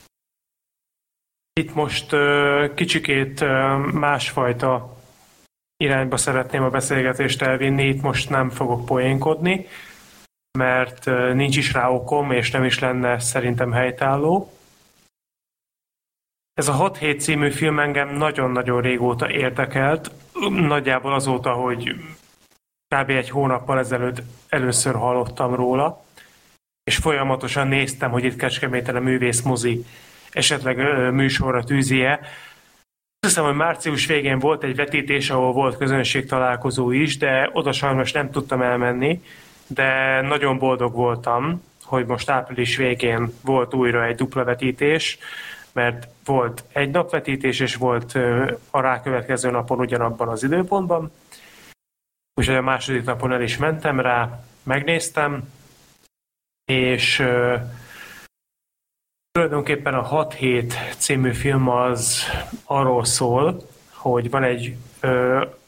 Itt most ö, kicsikét ö, másfajta irányba szeretném a beszélgetést elvinni, itt most nem fogok poénkodni, mert ö, nincs is rá okom, és nem is lenne szerintem helytálló. Ez a hat hét című film engem nagyon-nagyon régóta érdekelt, nagyjából azóta, hogy kb. Egy hónappal ezelőtt először hallottam róla, és folyamatosan néztem, hogy itt Kecskeméten a Művész Mozi esetleg műsorra tűzi-e. Azt hiszem, hogy március végén volt egy vetítés, ahol volt közönségtalálkozó is, de oda sajnos nem tudtam elmenni, de nagyon boldog voltam, hogy most április végén volt újra egy dupla vetítés, mert volt egy napvetítés, és volt a rákövetkező napon ugyanabban az időpontban. Úgyhogy a második napon el is mentem rá, megnéztem, és uh, tulajdonképpen a hat hét című film az arról szól, hogy van egy uh,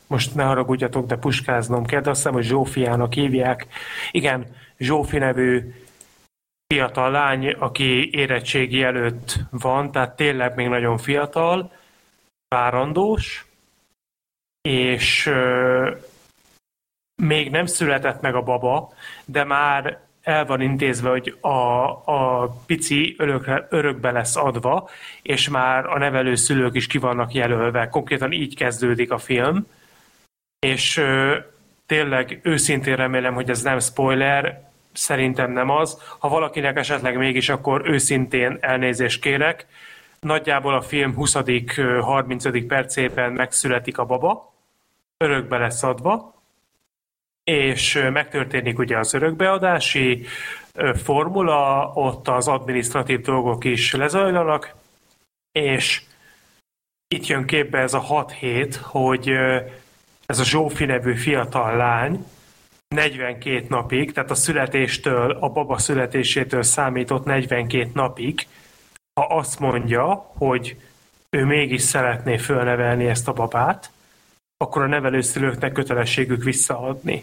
most ne haragudjatok, de puskáznom kell, de azt hiszem, hogy Zsófiának hívják. Igen, Zsófi nevű fiatal lány, aki érettségi előtt van, tehát tényleg még nagyon fiatal, várandós, és euh, még nem született meg a baba, de már el van intézve, hogy a, a pici örökre, örökbe lesz adva, és már a nevelőszülők is ki vannak jelölve. Konkrétan így kezdődik a film, és euh, tényleg őszintén remélem, hogy ez nem spoiler, szerintem nem az. Ha valakinek esetleg mégis, akkor őszintén elnézést kérek. Nagyjából a film huszadik-harmincadik percében megszületik a baba, örökbe lesz adva, és megtörténik ugye az örökbeadási formula, ott az adminisztratív dolgok is lezajlanak, és itt jön képbe ez a hat hét, hogy ez a Zsófi nevű fiatal lány negyvenkét napig, tehát a születéstől, a baba születésétől számított negyvenkét napig, ha azt mondja, hogy ő mégis szeretné fölnevelni ezt a babát, akkor a nevelőszülőknek kötelességük visszaadni.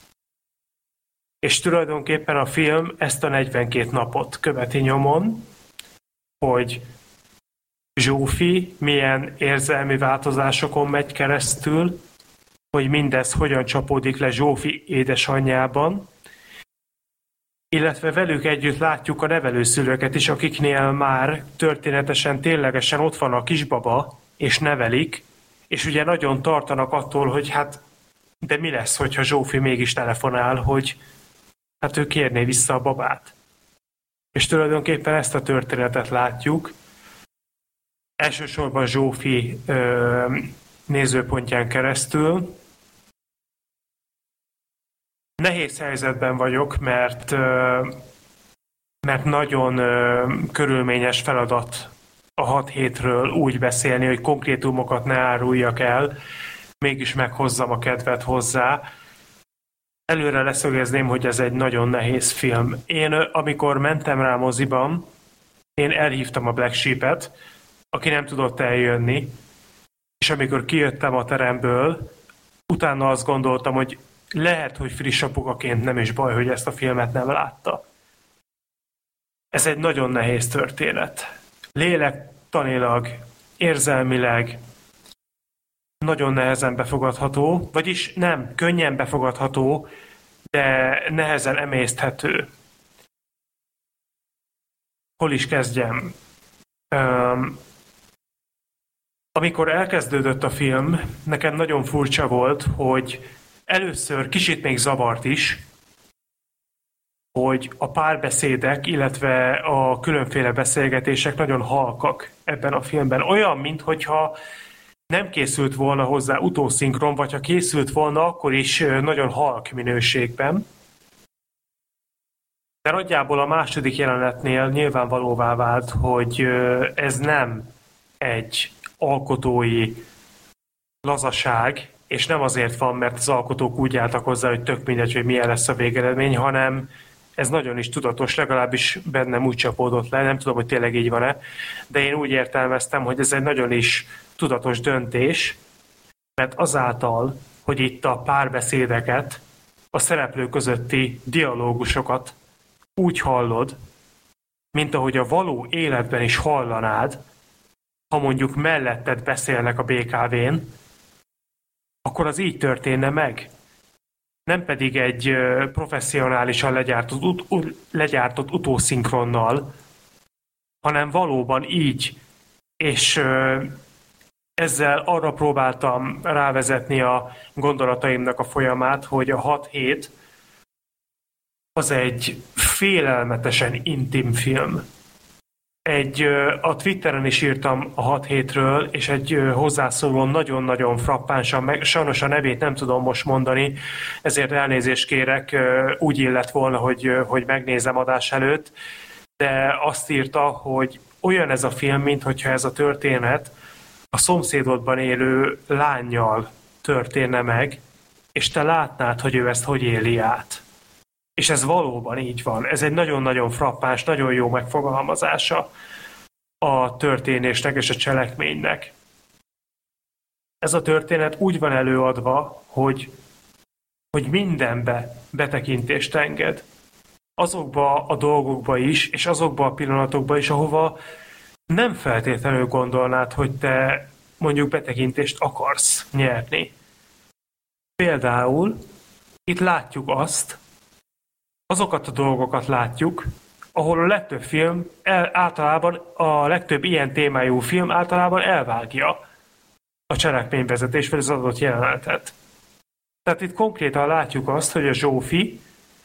És tulajdonképpen a film ezt a negyvenkét napot követi nyomon, hogy Zsófi milyen érzelmi változásokon megy keresztül, hogy mindez hogyan csapódik le Zsófi édesanyjában, illetve velük együtt látjuk a nevelőszülőket is, akiknél már történetesen, ténylegesen ott van a kisbaba, és nevelik, és ugye nagyon tartanak attól, hogy hát, de mi lesz, hogyha Zsófi mégis telefonál, hogy hát ő kérné vissza a babát. És tulajdonképpen ezt a történetet látjuk. Elsősorban Zsófi ö, nézőpontján keresztül. Nehéz helyzetben vagyok, mert, ö, mert nagyon ö, körülményes feladat a hat hétről úgy beszélni, hogy konkrétumokat ne áruljak el, mégis meghozzam a kedvet hozzá. Előre leszögezném, hogy ez egy nagyon nehéz film. Én, amikor mentem rá moziban, én elhívtam a Black Sheep-et, aki nem tudott eljönni, és amikor kijöttem a teremből, utána azt gondoltam, hogy lehet, hogy friss apukaként nem is baj, hogy ezt a filmet nem látta. Ez egy nagyon nehéz történet. Lélektanilag, érzelmileg nagyon nehezen befogadható, vagyis nem, könnyen befogadható, de nehezen emészthető. Hol is kezdjem? Um, amikor elkezdődött a film, nekem nagyon furcsa volt, hogy először kicsit még zavart is, hogy a párbeszédek, illetve a különféle beszélgetések nagyon halkak ebben a filmben. Olyan, minthogyha nem készült volna hozzá utószinkron, vagy ha készült volna, akkor is nagyon halk minőségben. De nagyjából a második jelenetnél nyilvánvalóvá vált, hogy ez nem egy alkotói lazaság, és nem azért van, mert az alkotók úgy álltak hozzá, hogy tök mindegy, hogy milyen lesz a végeredmény, hanem ez nagyon is tudatos, legalábbis bennem úgy csapódott le, nem tudom, hogy tényleg így van-e, de én úgy értelmeztem, hogy ez egy nagyon is tudatos döntés, mert azáltal, hogy itt a párbeszédeket, a szereplők közötti dialógusokat úgy hallod, mint ahogy a való életben is hallanád, ha mondjuk melletted beszélnek a bé ká vén, akkor az így történne meg. Nem pedig egy professzionálisan legyártott, ut- legyártott utószinkronnal, hanem valóban így. És ezzel arra próbáltam rávezetni a gondolataimnak a folyamát, hogy a hat hét az egy félelmetesen intim film. Egy, a Twitteren is írtam a hat hétről, és egy hozzászóló nagyon-nagyon frappánsan, meg, sajnos a nevét nem tudom most mondani, ezért elnézést kérek, úgy illett volna, hogy, hogy megnézem adás előtt, de azt írta, hogy olyan ez a film, mintha ez a történet a szomszédodban élő lánnyal történne meg, és te látnád, hogy ő ezt hogy éli át. És ez valóban így van. Ez egy nagyon-nagyon frappáns, nagyon jó megfogalmazása a történésnek és a cselekménynek. ez a történet úgy van előadva, hogy, hogy mindenbe betekintést enged. Azokba a dolgokba is, és azokba a pillanatokba is, ahova nem feltétlenül gondolnád, hogy te mondjuk betekintést akarsz nyerni. Például itt látjuk azt, azokat a dolgokat látjuk, ahol a legtöbb film, el, általában a legtöbb ilyen témájú film általában elvágja a cselekményvezetés vagy az adott jelenetet. Tehát itt konkrétan látjuk azt, hogy a Zsófi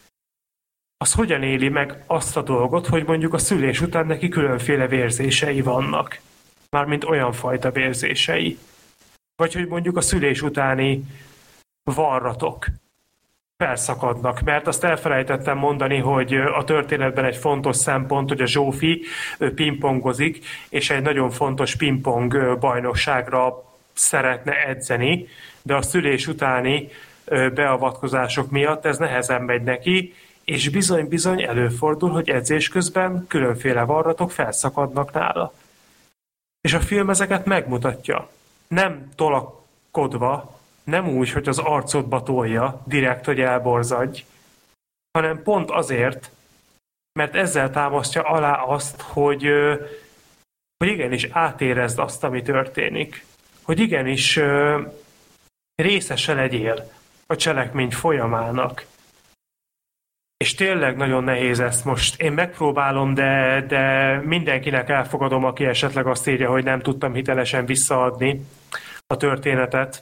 az hogyan éli meg azt a dolgot, hogy mondjuk a szülés után neki különféle vérzései vannak. Mármint olyan fajta vérzései. Vagy hogy mondjuk a szülés utáni varratok felszakadnak, mert azt elfelejtettem mondani, hogy a történetben egy fontos szempont, hogy a Zsófi pingpongozik, és egy nagyon fontos pingpong bajnokságra szeretne edzeni, de a szülés utáni beavatkozások miatt ez nehezen megy neki, és bizony-bizony előfordul, hogy edzés közben különféle varratok felszakadnak nála. És a film ezeket megmutatja. Nem tolakodva, nem úgy, hogy az arcodba tolja, direkt, hogy elborzadj, hanem pont azért, mert ezzel támasztja alá azt, hogy, hogy igenis átérezd azt, ami történik. Hogy igenis részese legyél a cselekmény folyamának. És tényleg nagyon nehéz ezt most. Én megpróbálom, de, de mindenkinek elfogadom, aki esetleg azt írja, hogy nem tudtam hitelesen visszaadni a történetet.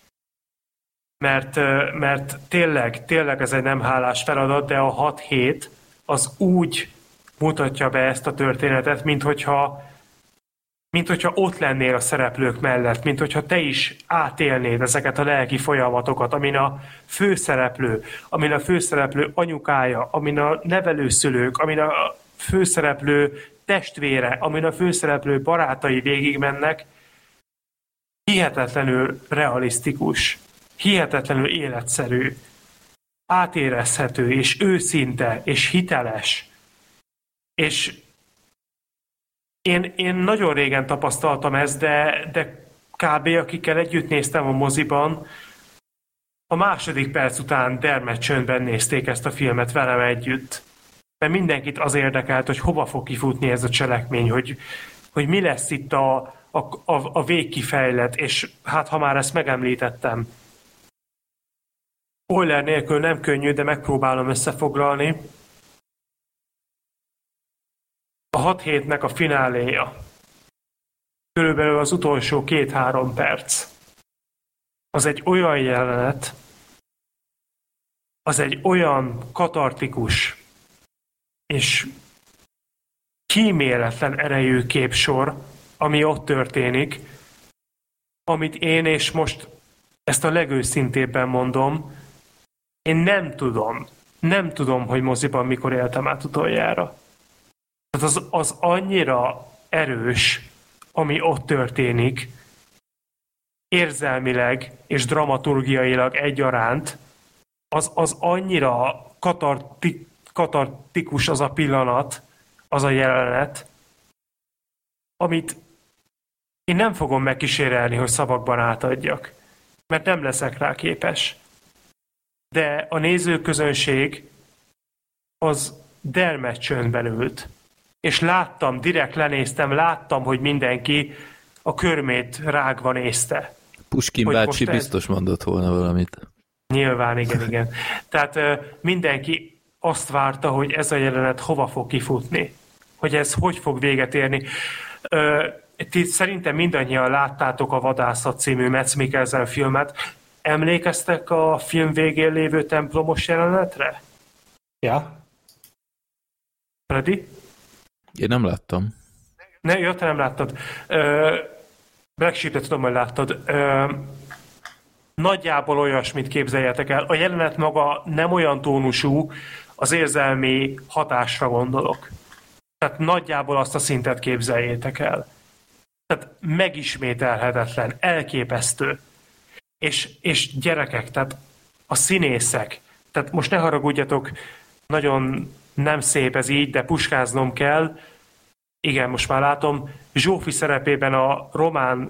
Mert, mert tényleg, tényleg ez egy nem hálás feladat, de a hat hét az úgy mutatja be ezt a történetet, mint hogyha, mint hogyha ott lennél a szereplők mellett, mint hogyha te is átélnéd ezeket a lelki folyamatokat, amin a főszereplő, amin a főszereplő anyukája, amin a nevelőszülők, amin a főszereplő testvére, amin a főszereplő barátai végigmennek, hihetetlenül realisztikus, hihetetlenül életszerű, átérezhető, és őszinte, és hiteles. És én, én nagyon régen tapasztaltam ezt, de, de kb. Akikkel együtt néztem a moziban, a második perc után dermed csöndben nézték ezt a filmet velem együtt. Mert mindenkit az érdekelt, hogy hova fog kifutni ez a cselekmény, hogy, hogy mi lesz itt a, a, a, a végkifejlet, és hát ha már ezt megemlítettem, spoiler nélkül nem könnyű, de megpróbálom összefoglalni. A hat hétnek a fináléja. Körülbelül az utolsó két-három perc. Az egy olyan jelenet, az egy olyan katartikus és kíméletlen erejű képsor, ami ott történik, amit én, és most ezt a legőszintébben mondom, én nem tudom, nem tudom, hogy moziban mikor éltem át utoljára. Tehát az, az annyira erős, ami ott történik, érzelmileg és dramaturgiailag egyaránt, az, az annyira katarti, katartikus az a pillanat, az a jelenet, amit én nem fogom megkísérelni, hogy szavakban átadjak, mert nem leszek rá képes. De a nézőközönség az dermed csöndben ült. És láttam, direkt lenéztem, láttam, hogy mindenki a körmét rágva nézte. Puskin hogy bácsi biztos ez... mondott volna valamit. Nyilván, igen, igen. Tehát uh, mindenki azt várta, hogy ez a jelenet hova fog kifutni. Hogy ez hogy fog véget érni. Uh, ti szerintem mindannyian láttátok a Vadászat című Mads Mikkelsen filmet. Emlékeztek a film végén lévő templomos jelenetre? Ja. Freddy? Én nem láttam. Ne, jó, te nem láttad. Uh, Black Sheep-et tudom, hogy láttad. Uh, nagyjából olyasmit képzeljetek el. A jelenet maga nem olyan tónusú, az érzelmi hatásra gondolok. Tehát nagyjából azt a szintet képzeljétek el. Tehát megismételhetetlen, elképesztő. És, és gyerekek, tehát a színészek, tehát most ne haragudjatok, nagyon nem szép ez így, de puskáznom kell. Igen, most már látom, Zsófi szerepében a román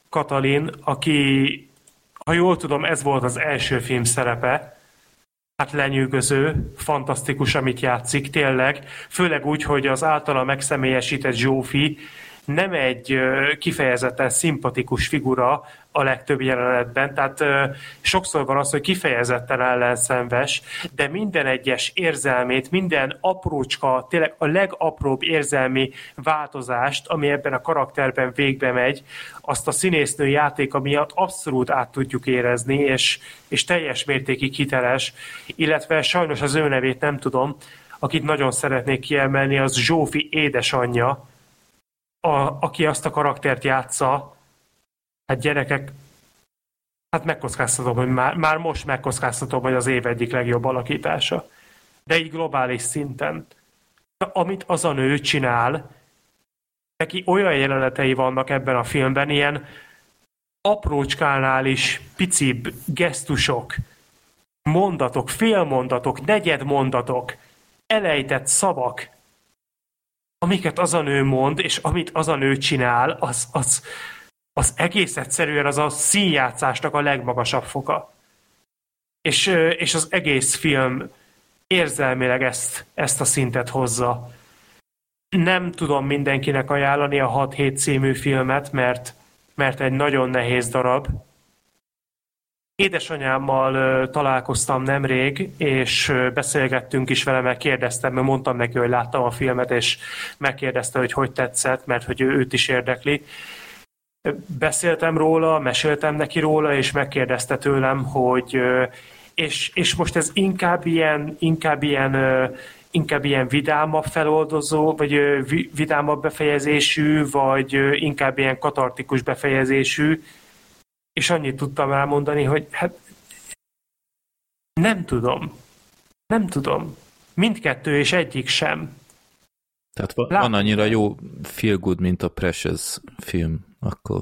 Katalin, aki, ha jól tudom, ez volt az első film szerepe, hát lenyűgöző, fantasztikus, amit játszik, tényleg, főleg úgy, hogy az általa megszemélyesített Zsófi nem egy kifejezetten szimpatikus figura a legtöbb jelenetben, tehát sokszor van az, hogy kifejezetten ellenszenves, de minden egyes érzelmét, minden aprócska, tényleg a legapróbb érzelmi változást, ami ebben a karakterben végbe megy, azt a színésznő játéka miatt abszolút át tudjuk érezni, és, és teljes mértékig hiteles, illetve sajnos az ő nevét nem tudom, akit nagyon szeretnék kiemelni, az Zsófi édesanyja, A, aki azt a karaktert játsza, hát gyerekek, hát megkockáztatom, hogy már, már most megkockáztatom, hogy az év egyik legjobb alakítása. De így globális szinten. Amit az a nő csinál, neki olyan jelenetei vannak ebben a filmben, ilyen aprócskánál is picibb gesztusok, mondatok, félmondatok, negyedmondatok, elejtett szavak, amiket az a nő mond, és amit az a nő csinál, az, az, az egész egyszerűen az a színjátszásnak a legmagasabb foka. És, és az egész film érzelmileg ezt, ezt a szintet hozza. Nem tudom mindenkinek ajánlani a hat hét című filmet, mert, mert egy nagyon nehéz darab. Édesanyámmal találkoztam nemrég, és beszélgettünk is vele, mert kérdeztem, mert mondtam neki, hogy láttam a filmet, és megkérdezte, hogy hogy tetszett, mert hogy ő, őt is érdekli. Beszéltem róla, meséltem neki róla, és megkérdezte tőlem, hogy és, és most ez inkább ilyen, inkább ilyen, inkább ilyen vidámabb feloldozó, vagy vidámabb befejezésű, vagy inkább ilyen katartikus befejezésű, és annyit tudtam elmondani, hogy hát nem tudom. Nem tudom. Mindkettő és egyik sem. Tehát van, van annyira jó feel good, mint a Precious film, akkor...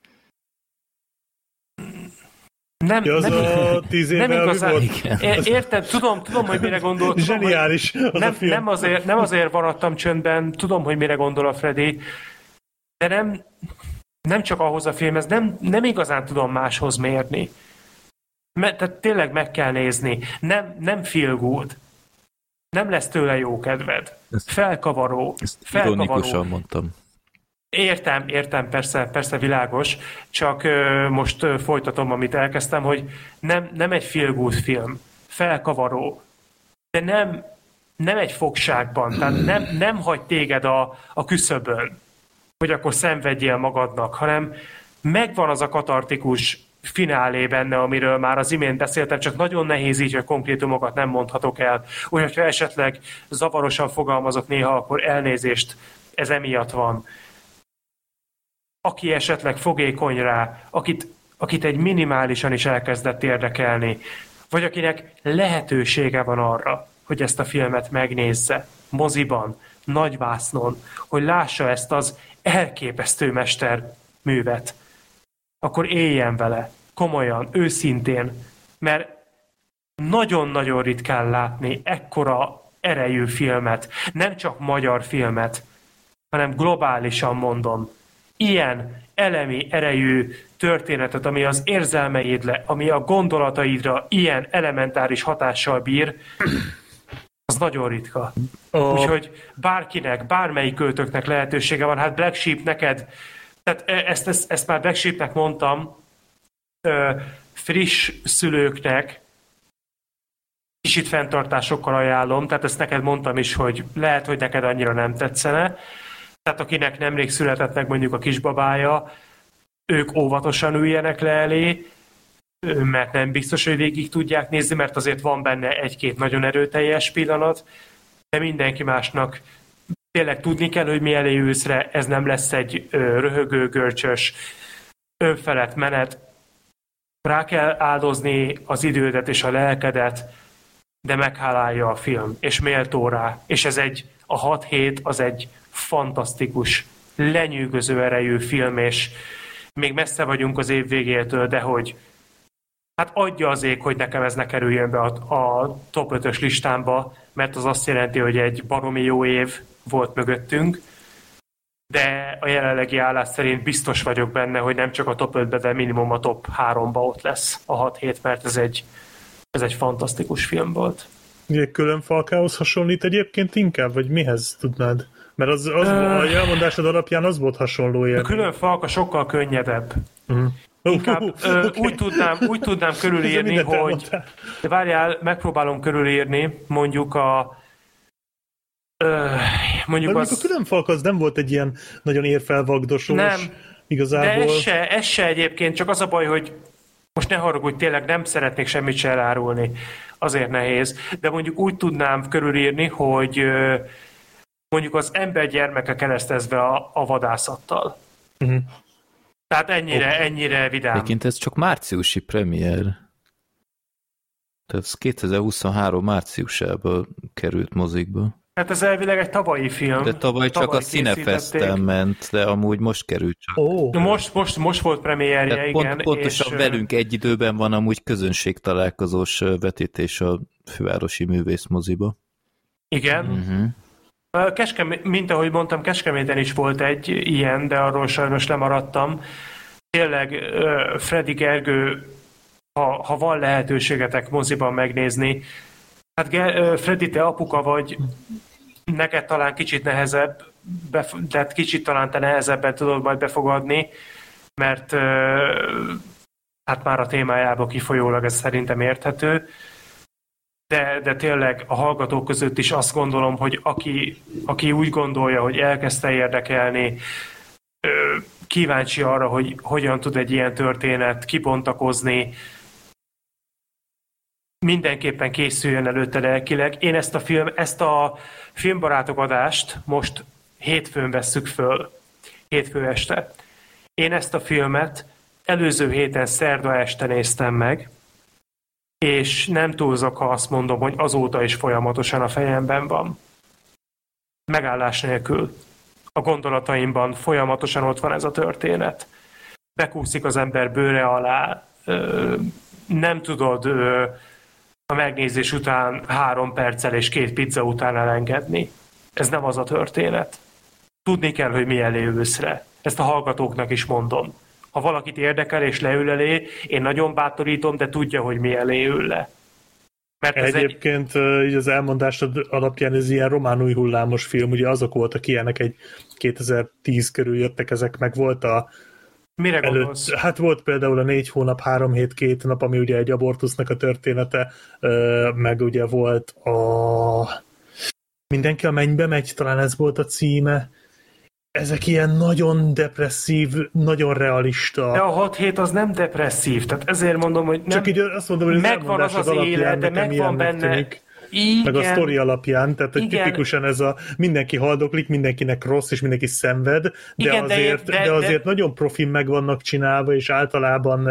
Nem, ja, az nem, a tíz éve nem igazán. Volt? Értem, tudom, tudom, hogy mire gondol. Tudom, zseniális az nem, a film. Nem azért, nem azért maradtam csöndben, tudom, hogy mire gondol a Freddy, de nem... Nem csak ahhoz a filmhez, nem, nem igazán tudom máshoz mérni. Mert, tehát tényleg meg kell nézni. Nem, nem feel good. Nem lesz tőle jó kedved. Felkavaró. Ezt felkavaró. ironikusan mondtam. Értem, értem, persze, persze világos, csak ö, most ö, folytatom, amit elkezdtem, hogy nem, nem egy feel good film. Felkavaró. De nem, nem egy fogságban. Tehát nem, nem hagy téged a, a küszöbön, hogy akkor szenvedjél magadnak, hanem megvan az a katartikus finálé benne, amiről már az imént beszéltem, csak nagyon nehéz így, hogy konkrétumokat nem mondhatok el. Úgyhogy ha esetleg zavarosan fogalmazok néha, akkor elnézést, ez emiatt van. Aki esetleg fogékony rá, akit, akit egy minimálisan is elkezdett érdekelni, vagy akinek lehetősége van arra, hogy ezt a filmet megnézze, moziban, nagyvásznon, hogy lássa ezt az elképesztő mesterművet, akkor éljen vele, komolyan, őszintén, mert nagyon-nagyon ritkán látni ekkora erejű filmet, nem csak magyar filmet, hanem globálisan mondom, ilyen elemi, erejű történetet, ami az érzelmeidre, ami a gondolataidra ilyen elementáris hatással bír, az nagyon ritka. Oh. Úgyhogy bárkinek, bármelyik költőknek lehetősége van, hát Black Sheep neked, tehát ezt, ezt, ezt már Black Sheepnek mondtam, friss szülőknek kicsit fenntartásokkal ajánlom, tehát ezt neked mondtam is, hogy lehet, hogy neked annyira nem tetszene, tehát akinek nemrég született meg mondjuk a kisbabája, ők óvatosan üljenek le elé, mert nem biztos, hogy végig tudják nézni, mert azért van benne egy-két nagyon erőteljes pillanat, de mindenki másnak tényleg tudni kell, hogy mi elé ülsz rá, ez nem lesz egy röhögő, görcsös, önfelett menet. Rá kell áldozni az idődet és a lelkedet, de meghálálja a film, és méltó rá. És ez egy, a hat hét az egy fantasztikus, lenyűgöző erejű film, és még messze vagyunk az év végétől, de hogy hát adja az ég, hogy nekem ez ne kerüljön be a, a top ötös listámba, mert az azt jelenti, hogy egy baromi jó év volt mögöttünk. de a jelenlegi állás szerint biztos vagyok benne, hogy nem csak a top ötbe, de minimum a top háromba ott lesz a hat hét, mert ez egy, ez egy fantasztikus film volt. Ugye külön falkához hasonlít egyébként inkább, vagy mihez tudnád? Mert az, az uh, a elmondásod alapján az volt hasonló élmény. A külön falka sokkal könnyedebb. Uh-huh. Inkább uh, uh, okay. úgy, tudnám, úgy tudnám körülírni, hogy... De várjál, megpróbálom körülírni mondjuk a... Uh, mondjuk az... A külön falka az nem volt egy ilyen nagyon érfelvagdosós nem, igazából. De ez se, ez se egyébként, csak az a baj, hogy most ne haragudj, tényleg nem szeretnék semmit se elárulni. Azért nehéz. De mondjuk úgy tudnám körülírni, hogy mondjuk az ember gyermeke keresztezve a, a vadászattal. Uh-huh. Tehát ennyire, okay. ennyire vidám. Egyébként ez csak márciusi premier. Tehát ez kétezer-huszonhárom márciusában került mozikba. Hát ez elvileg egy tavalyi film. De tavaly csak tavaly a Cinefesten ment, de amúgy most került csak. Oh. Most, most, most volt premierje, pont, igen. Pontosan és velünk egy időben van amúgy közönségtalálkozós vetítés a Fővárosi Művészmoziba. Igen. Uh-huh. Keskemé- mint ahogy mondtam, Kecskeméten is volt egy ilyen, de arról sajnos lemaradtam. Tényleg Freddy Gergő, ha, ha van lehetőségetek moziban megnézni, hát Freddy, te apuka vagy, neked talán kicsit nehezebb, bef- de kicsit talán te nehezebben tudod majd befogadni, mert hát már a témájából kifolyólag ez szerintem érthető, de, de tényleg a hallgatók között is azt gondolom, hogy aki, aki úgy gondolja, hogy elkezdte érdekelni, kíváncsi arra, hogy hogyan tud egy ilyen történet kibontakozni, mindenképpen készüljön előtte lelkileg. Én ezt a film, ezt a filmbarátok adást most hétfőn vesszük föl, hétfő este. Én ezt a filmet előző héten szerda este néztem meg, és nem túlzok, ha azt mondom, hogy azóta is folyamatosan a fejemben van. Megállás nélkül. A gondolataimban folyamatosan ott van ez a történet. Bekúszik az ember bőre alá, nem tudod a megnézés után három perccel és két pizza után elengedni. Ez nem az a történet. Tudni kell, hogy mi elé ülsz le. Ezt a hallgatóknak is mondom. Ha valakit érdekel és leül elé, én nagyon bátorítom, de tudja, hogy mi elé ül le. Mert Egyébként egy... így az elmondásod alapján ez ilyen román új hullámos film, ugye azok voltak ilyenek, egy kétezer-tíz körül jöttek ezek, meg volt a Mire gondolsz? Előtt, hát volt például a négy hónap, három hét, két nap, ami ugye egy abortusznak a története, meg ugye volt a Mindenki a mennybe megy, talán ez volt a címe. Ezek ilyen nagyon depresszív, nagyon realista. De a hat hét az nem depresszív, tehát ezért mondom, hogy nem... Csak így azt mondom, hogy az megvan az az élet, de megvan benne... Tűnik. Igen. Meg a sztori alapján, tehát hogy tipikusan ez a mindenki haldoklik, mindenkinek rossz, és mindenki szenved, de, igen, azért, de, de, de azért de... nagyon profin meg vannak csinálva, és általában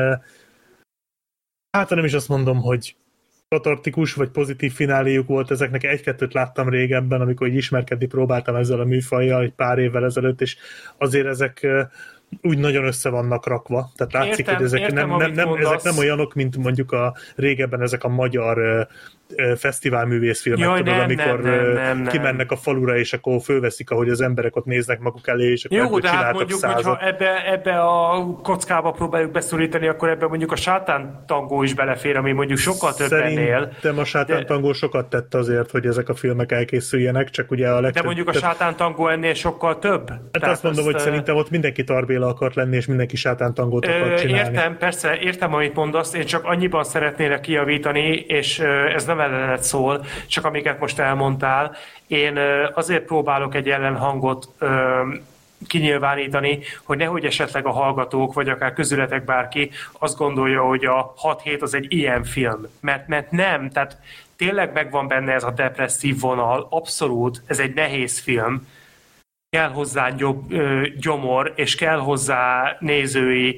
hát nem is azt mondom, hogy katartikus, vagy pozitív fináléjuk volt ezeknek. Egy-kettőt láttam régebben, amikor így ismerkedni próbáltam ezzel a műfajjal egy pár évvel ezelőtt, és azért ezek úgy nagyon össze vannak rakva. Tehát látszik, értem, hogy ezek, értem, nem, nem, nem, ezek nem olyanok, mint mondjuk a régebben ezek a magyar uh, fesztiválművészfilmek, Jaj, tudod, nem, amikor nem, nem, nem, nem. kimennek a falura, és akkor fölveszik, ahogy az emberek ott néznek maguk elé, és akkor jó, de hát mondjuk, százat. Hogyha ebbe, ebbe a kockába próbáljuk beszorítani, akkor ebbe mondjuk a sátántangó is belefér, ami mondjuk sokkal több ennél. Szerintem a sátántangó de... sokat tett azért, hogy ezek a filmek elkészüljenek, csak ugye a legtöbb... De mondjuk a sátántangó ennél sokkal több. Hát tehát azt mondom, azt, hogy szerintem ott mindenki Tarbéla akart lenni, és mindenki sátántangót akart csinálni. Értem, persze, értem, amit mondasz, én csak annyiban szeretnélek kijavítani, és ez nem ellenet szól, csak amiket most elmondtál. Én azért próbálok egy ellenhangot kinyilvánítani, hogy nehogy esetleg a hallgatók, vagy akár közületek bárki azt gondolja, hogy a hat hét az egy ilyen film. Mert, mert nem, tehát tényleg megvan benne ez a depresszív vonal, abszolút, ez egy nehéz film, kell hozzá gyomor, és kell hozzá nézői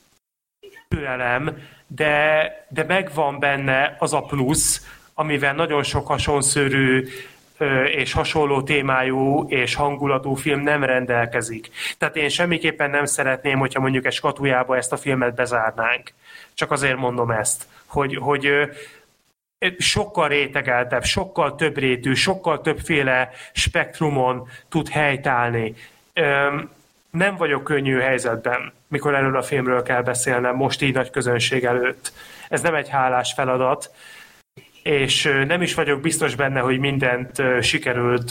türelem, de, de megvan benne az a plusz, amivel nagyon sok hasonszörű és hasonló témájú és hangulatú film nem rendelkezik. Tehát én semmiképpen nem szeretném, hogyha mondjuk egy skatujába ezt a filmet bezárnánk. Csak azért mondom ezt, hogy, hogy sokkal rétegeltebb, sokkal több rétű, sokkal többféle spektrumon tud helytállni. nem vagyok könnyű helyzetben, mikor erről a filmről kell beszélnem, most így nagy közönség előtt. Ez nem egy hálás feladat, és nem is vagyok biztos benne, hogy mindent sikerült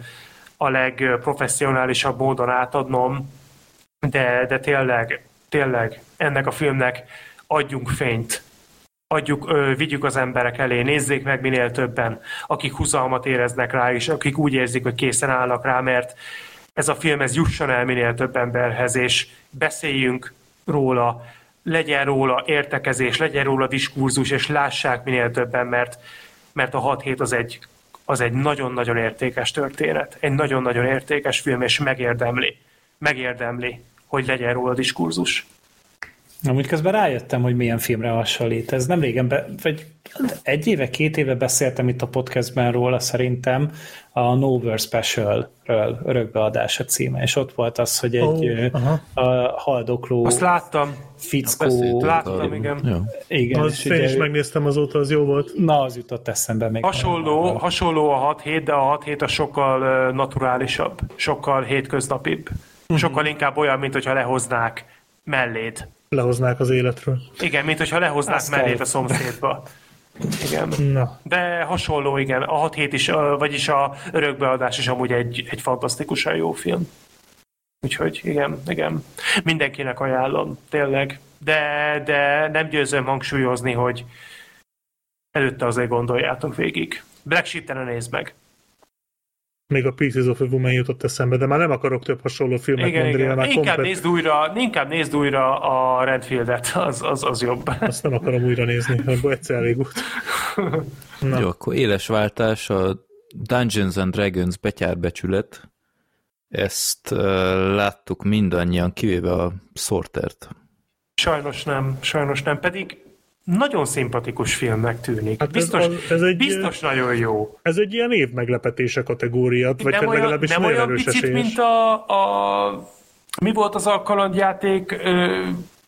a legprofesszionálisabb módon átadnom, de, de tényleg, tényleg ennek a filmnek adjunk fényt. Adjuk, vigyük az emberek elé, nézzék meg minél többen, akik huzalmat éreznek rá, és akik úgy érzik, hogy készen állnak rá, mert ez a film ez jusson el minél több emberhez, és beszéljünk róla, legyen róla értekezés, legyen róla diskurzus, és lássák minél többen, mert, mert a hat hét az egy, az egy nagyon-nagyon értékes történet, egy nagyon-nagyon értékes film, és megérdemli, megérdemli, hogy legyen róla diskurzus. Amúgy közben rájöttem, hogy milyen filmre hasonlít. Ez nem régen, be, vagy egy éve, két éve beszéltem itt a podcastben róla szerintem, a Nowhere Special-ről, örökbeadás a címe, és ott volt az, hogy egy oh, a haldokló azt láttam. fickó. Láttam, igen. Ja. Igen, azt én is megnéztem azóta, az jó volt. Na, az jutott eszembe még. Hasonló, hasonló a hat hét, de a hat hét a sokkal naturálisabb, sokkal hétköznapibb. Uh-huh. Sokkal inkább olyan, mint hogyha lehoznák melléd. Lehoznák az életről. Igen, mint hogyha lehoznák azt mellét kell a szomszédba. Igen. Na. De hasonló, igen. A hat hét is, vagyis a örökbeadás is amúgy egy, egy fantasztikusan jó film. Úgyhogy igen, igen. Mindenkinek ajánlom, tényleg. De, de nem győzöm hangsúlyozni, hogy előtte azért gondoljátok végig. Black Sheep-te ne nézd meg. Még a Pieces of a Woman jutott eszembe, de már nem akarok több hasonló filmet igen, mondani. Igen. Már inkább, komplet... nézd újra, inkább nézd újra a Renfieldet, az, az, az jobb. Azt nem akarom újra nézni, abból egyszer elég út. Jó, akkor éles váltás, a Dungeons and Dragons betyárbecsület, ezt uh, láttuk mindannyian, kivéve a Sortert. Sajnos nem, sajnos nem, pedig nagyon szimpatikus filmnek tűnik. Hát biztos, ez, ez egy, biztos nagyon jó. Ez egy ilyen évmeglepetése kategóriát, vagy nem olyan, legalábbis nem nagyon olyan erős picit, esélyes. mint a, a... Mi volt az a kalandjáték ö,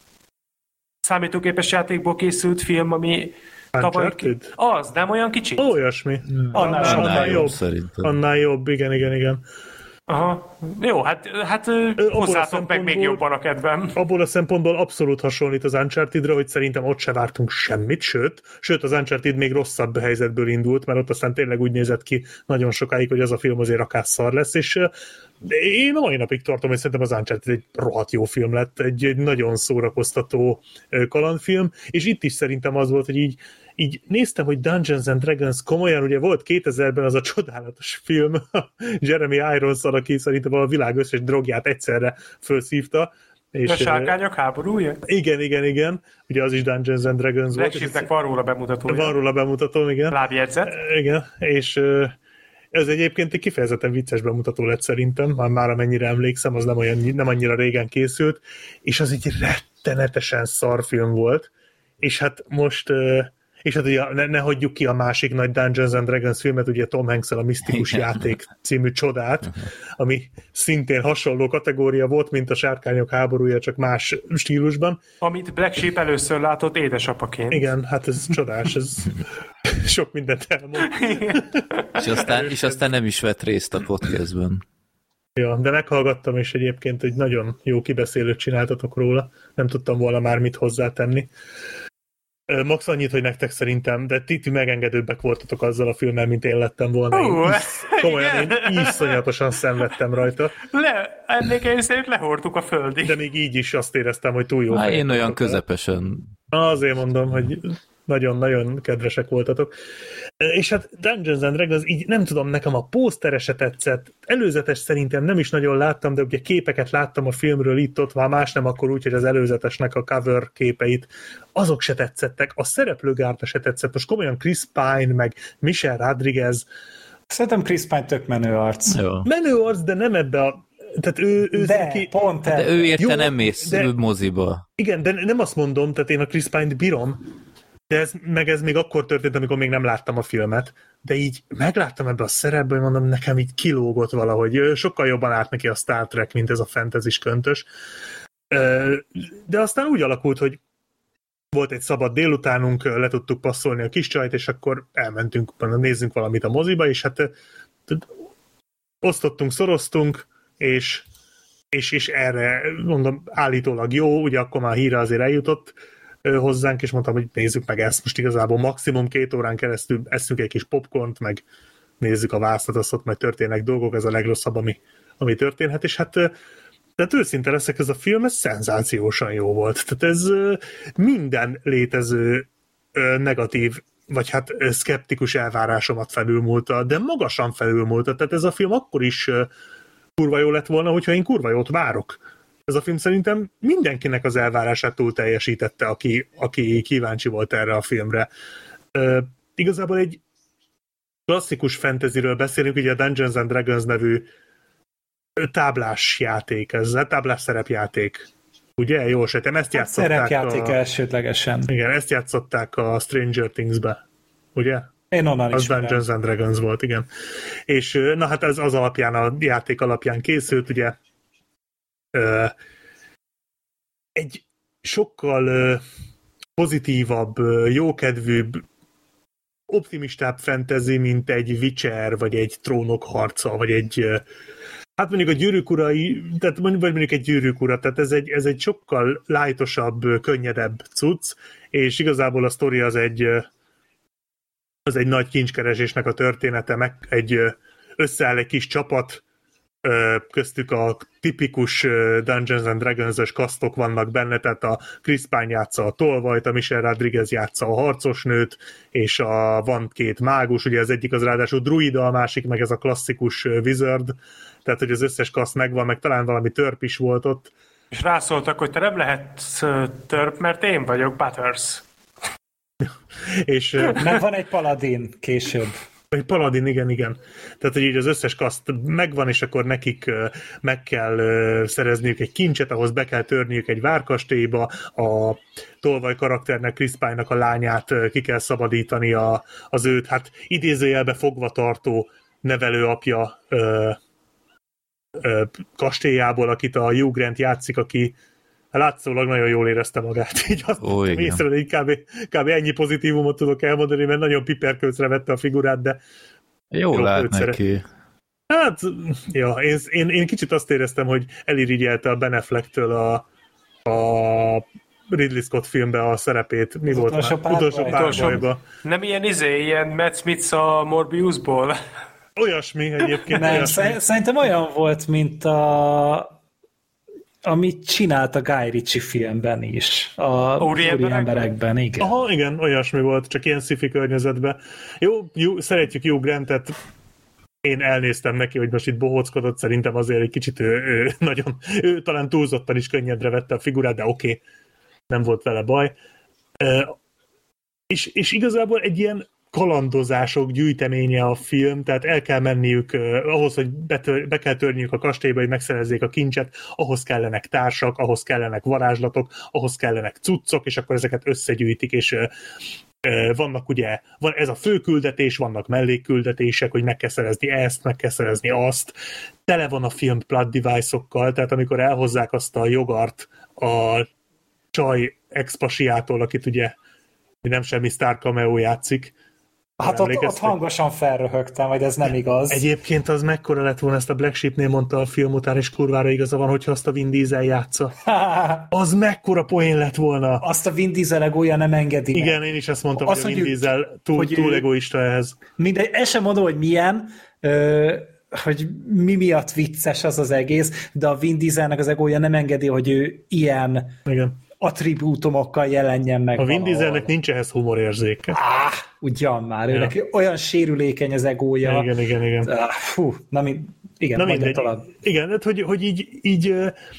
számítógépes játékból készült film, ami tavaly... Az, nem olyan kicsit? Olyasmi. Hmm. Annál, annál, annál jobb. Szerintem. Annál jobb, igen, igen, igen. Aha. Jó, hát, hát hozzátok meg még jobban a kedvem. Abból a szempontból abszolút hasonlít az Uncharted-ra, hogy szerintem ott se vártunk semmit, sőt, sőt az Uncharted még rosszabb helyzetből indult, mert ott aztán tényleg úgy nézett ki nagyon sokáig, hogy az a film azért akár szar lesz, és én a mai napig tartom, hogy szerintem az Uncharted egy rohadt jó film lett, egy, egy nagyon szórakoztató kalandfilm, és itt is szerintem az volt, hogy így így néztem, hogy Dungeons and Dragons komolyan, ugye volt kétezerben az a csodálatos film, Jeremy Irons-szal, aki szerintem a világ összes drogját egyszerre felszívta. És a sárkányok háborúja? Igen, igen, igen. Ugye az is Dungeons and Dragons volt. Black van róla bemutatója. Van róla bemutatóm, igen. Lábjegyzet. Igen, és ez egyébként egy kifejezetten vicces bemutató lett szerintem, már, már amennyire emlékszem, az nem, olyan, nem annyira régen készült, és az egy rettenetesen szar film volt, és hát most... És hát ugye ne, ne hagyjuk ki a másik nagy Dungeons and Dragons filmet, ugye Tom Hanks-el a Misztikus Játék című csodát, ami szintén hasonló kategória volt, mint a Sárkányok háborúja, csak más stílusban. Amit Black Sheep először látott édesapaként. Igen, hát ez csodás, ez sok mindent elmond. és, aztán, és aztán nem is vett részt a podcastben. Ja, de meghallgattam, és egyébként egy nagyon jó kibeszélőt csináltatok róla. Nem tudtam volna már mit hozzátenni. Max annyit, hogy nektek szerintem, de ti, ti megengedőbbek voltatok azzal a filmmel, mint én lettem volna. Én uh, isz, komolyan, én iszonyatosan szenvedtem rajta. Le, ennék én szerint lehordtuk a földig. De még így is azt éreztem, hogy túl jó. Há, én olyan közepesen. Azért mondom, hogy nagyon-nagyon kedvesek voltatok. És hát Dungeons and Dragons, így nem tudom, nekem a pósztere se tetszett. Előzetes szerintem nem is nagyon láttam, de ugye képeket láttam a filmről itt-ott, már más nem, akkor úgy, hogy az előzetesnek a cover képeit, azok se tetszettek. A szereplőgárda se tetszett. Most komolyan Chris Pine, meg Michelle Rodriguez. Szerintem Chris Pine tök menő arc. Jó. Menő arc, de nem ebbe a... Tehát ő, ő de, neki... pont de ő érte jó, nem mész de... moziba. Igen, de nem azt mondom, tehát én a Chris Pine-t bírom, de ez, meg ez még akkor történt, amikor még nem láttam a filmet, de így megláttam ebbe a szerepbe, hogy mondom, nekem így kilógott valahogy. Sokkal jobban állt neki a Star Trek, mint ez a fantasy köntös. De aztán úgy alakult, hogy volt egy szabad délutánunk, le tudtuk passzolni a kis csajt, és akkor elmentünk, nézzünk valamit a moziba, és hát osztottunk, szoroztunk, és és, és erre mondom állítólag jó, ugye akkor már híre azért eljutott hozzánk, és mondtam, hogy nézzük meg ezt most igazából maximum két órán keresztül eszünk egy kis popcornt, meg nézzük a vászlatot, majd történnek dolgok, ez a legrosszabb, ami, ami történhet, és hát tehát őszinte leszek, ez a film, ez szenzációsan jó volt. Tehát ez minden létező negatív, vagy hát szkeptikus elvárásomat felülmúlta, de magasan felülmúlta. Tehát ez a film akkor is kurva jó lett volna, hogyha én kurva jót várok. Ez a film szerintem mindenkinek az elvárását túl teljesítette, aki, aki kíváncsi volt erre a filmre. Uh, igazából egy klasszikus fantasyről beszélünk, ugye a Dungeons and Dragons nevű táblás játék, ez a táblás szerepjáték. Ugye? Jól sejtem, ezt játszották. Szerepjáték a... elsődlegesen. Igen, ezt játszották a Stranger Things-be. Ugye? Én onnan az ismerem. Dungeons and Dragons volt, igen. És na hát ez az alapján, a játék alapján készült, ugye uh, egy sokkal uh, pozitívabb, uh, jókedvűbb, optimistább fantasy, mint egy Witcher, vagy egy Trónok harca, vagy egy uh, hát mondjuk a Gyűrűk urai, tehát vagy mondjuk egy Gyűrűk ura, tehát ez egy, ez egy sokkal lightosabb, könnyedebb cucc, és igazából a sztori az egy az egy nagy kincskeresésnek a története, meg egy összeáll egy kis csapat, köztük a tipikus Dungeons and Dragons-ös kasztok vannak benne, tehát a Chris Pine játsza a tolvajt, a Michelle Rodriguez játsza a harcosnőt, és a, van két mágus, ugye az egyik az ráadásul druida, a másik meg ez a klasszikus wizard, tehát hogy az összes kaszt megvan, meg talán valami törp is volt ott. És rászóltak, hogy te nem lehetsz törp, mert én vagyok Butters. és, meg van egy paladin később. Egy paladin, igen, igen. Tehát, hogy így az összes kaszt megvan, és akkor nekik meg kell szerezniük egy kincset, ahhoz be kell törniük egy várkastélyba, a tolvaj karakternek, Chris Pine-nak a lányát ki kell szabadítani a, az őt, hát idézőjelbe fogva tartó nevelőapja ö, ö, kastélyából, akit a Hugh Grant játszik, aki látszólag nagyon jól érezte magát. Így azt Ó, észre, hogy kb, kb. Ennyi pozitívumot tudok elmondani, mert nagyon piperkőcre vette a figurát, de jó lát neki. Hát, ja, én, én, én kicsit azt éreztem, hogy elirigyelte a Ben Afflecktől a, a Ridley Scott filmbe a szerepét. Mi az volt utolsó már? Utolsó párbajba. Nem ilyen izé, ilyen Matt Smith a Morbiusból. Olyasmi egyébként. Nem, olyasmi. szerintem olyan volt, mint a amit csinált a Guy Ritchie filmben is. A Úri emberekben? emberekben, igen. Aha, igen, olyasmi volt, csak ilyen sci-fi környezetben. Jó, jó, szeretjük Hugh Grantet, én elnéztem neki, hogy most itt bohóckodott, szerintem azért egy kicsit ő, ő, nagyon, ő talán túlzottan is könnyedre vette a figurát, de oké, okay, nem volt vele baj. E, és, és igazából egy ilyen kalandozások gyűjteménye a film, tehát el kell menniük uh, ahhoz, hogy betör, be kell törniük a kastélyba, hogy megszerezzék a kincset, ahhoz kellenek társak, ahhoz kellenek varázslatok, ahhoz kellenek cuccok, és akkor ezeket összegyűjtik, és uh, uh, vannak ugye, van ez a főküldetés, vannak mellékküldetések, hogy meg kell szerezni ezt, meg kell szerezni azt. Tele van a film plot device-okkal, tehát amikor elhozzák azt a jogart a csaj ex-pasiától, akit ugye nem semmi sztár cameo játszik. Hát ott, ott hangosan felröhögtem, hogy ez nem igaz. Egyébként az mekkora lett volna, ezt a Black Sheep-nél mondta a film után, és kurvára igaza van, hogyha azt a Vin Diesel játsza. Az mekkora poén lett volna. Azt a Vin Diesel egója nem engedi Igen, meg. én is ezt mondtam, azt hogy a Vin Diesel túl, túl egoista ehhez. Mindegy, ezt sem mondom, hogy milyen, ö, hogy mi miatt vicces az az egész, de a Vin Dieselnek az egója nem engedi, hogy ő ilyen Igen. attribútumokkal jelenjen meg. A Vin Dieselnek nincs ehhez humorérzéke. Ah, ugyan már, ja. Őnek olyan sérülékeny az egója. Igen, igen, igen. Ah, fú, na mi, igen, na majd mindegy. tovább. Igen, hát, hogy, hogy így, így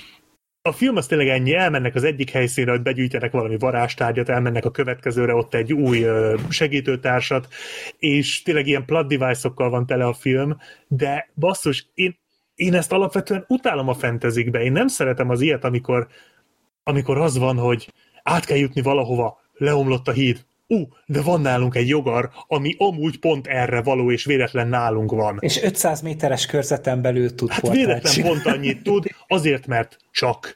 a film az tényleg ennyi, elmennek az egyik helyszínre, hogy begyűjtenek valami varázstárgyat, elmennek a következőre, ott egy új segítőtársat, és tényleg ilyen plot device-okkal van tele a film, de basszus, én, én ezt alapvetően utálom a fantasy-kbe. Én nem szeretem az ilyet, amikor amikor az van, hogy át kell jutni valahova, leomlott a híd, ú, uh, de van nálunk egy jogar, ami amúgy pont erre való, és véletlen nálunk van. És ötszáz méteres körzeten belül tud Hát véletlen pont annyit tud, azért, mert csak.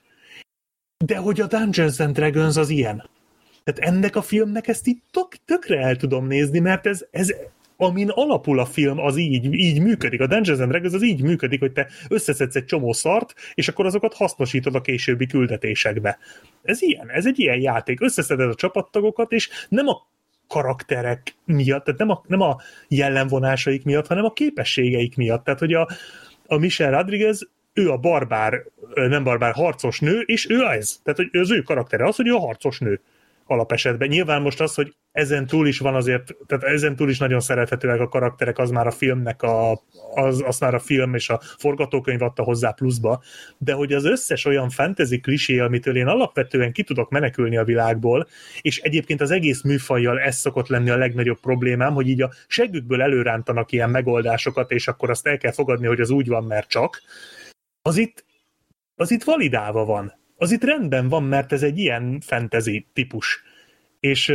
De hogy a Dungeons and Dragons az ilyen. Tehát ennek a filmnek ezt itt tök, tökre el tudom nézni, mert ez, ez amin alapul a film, az így, így működik. A Dungeons and Dragons az így működik, hogy te összeszedsz egy csomó szart, és akkor azokat hasznosítod a későbbi küldetésekbe. Ez ilyen, ez egy ilyen játék. Összeszeded a csapattagokat, és nem a karakterek miatt, tehát nem a, nem a jellemvonásaik miatt, hanem a képességeik miatt. Tehát, hogy a, a Michelle Rodriguez, ő a barbár, nem barbár, harcos nő, és ő ez. Tehát, hogy az ő karaktere az, hogy ő a harcos nő alapesetben. Nyilván most az, hogy ezen túl is van azért, tehát ezen túl is nagyon szerethetőek a karakterek, az már a filmnek a, az, az már a film és a forgatókönyv adta hozzá pluszba, de hogy az összes olyan fantasy klisé, amitől én alapvetően ki tudok menekülni a világból, és egyébként az egész műfajjal ez szokott lenni a legnagyobb problémám, hogy így a seggükből előrántanak ilyen megoldásokat, és akkor azt el kell fogadni, hogy az úgy van, mert csak, az itt, az itt validálva van. Az itt rendben van, mert ez egy ilyen fantasy típus. És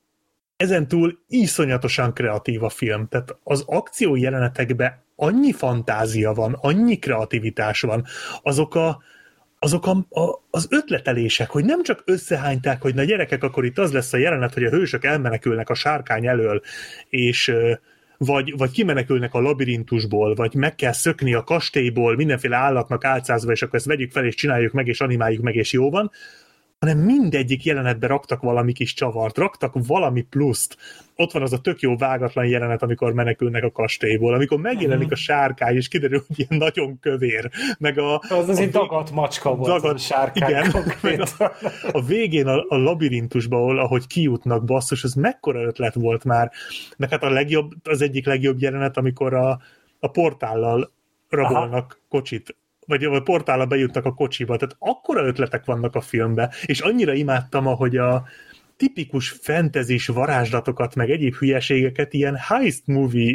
ezen túl iszonyatosan kreatív a film. Tehát az akció jelenetekben annyi fantázia van, annyi kreativitás van, azok, a, azok a, a, az ötletelések, hogy nem csak összehányták, hogy na gyerekek, akkor itt az lesz a jelenet, hogy a hősök elmenekülnek a sárkány elől, és vagy, vagy kimenekülnek a labirintusból, vagy meg kell szökni a kastélyból mindenféle állatnak álcázva, és akkor ezt vegyük fel, és csináljuk meg, és animáljuk meg, és jó van, hanem mindegyik jelenetbe raktak valami kis csavart, raktak valami pluszt. Ott van az a tök jó vágatlan jelenet, amikor menekülnek a kastélyból, amikor megjelenik uh-huh. a sárkány, és kiderül, hogy ilyen nagyon kövér. Meg a, az az egy dagadt macska volt, dagadt, a sárkány. Igen, meg a, a végén a, a labirintusba, ahol, ahogy kijutnak, basszus, az mekkora ötlet volt már. Meg hát a legjobb, az egyik legjobb jelenet, amikor a, a portállal rabolnak Aha. kocsit, vagy a portállal bejutnak a kocsiba. Tehát akkora ötletek vannak a filmben, és annyira imádtam, ahogy a tipikus fantasy-s varázslatokat, meg egyéb hülyeségeket ilyen heist movie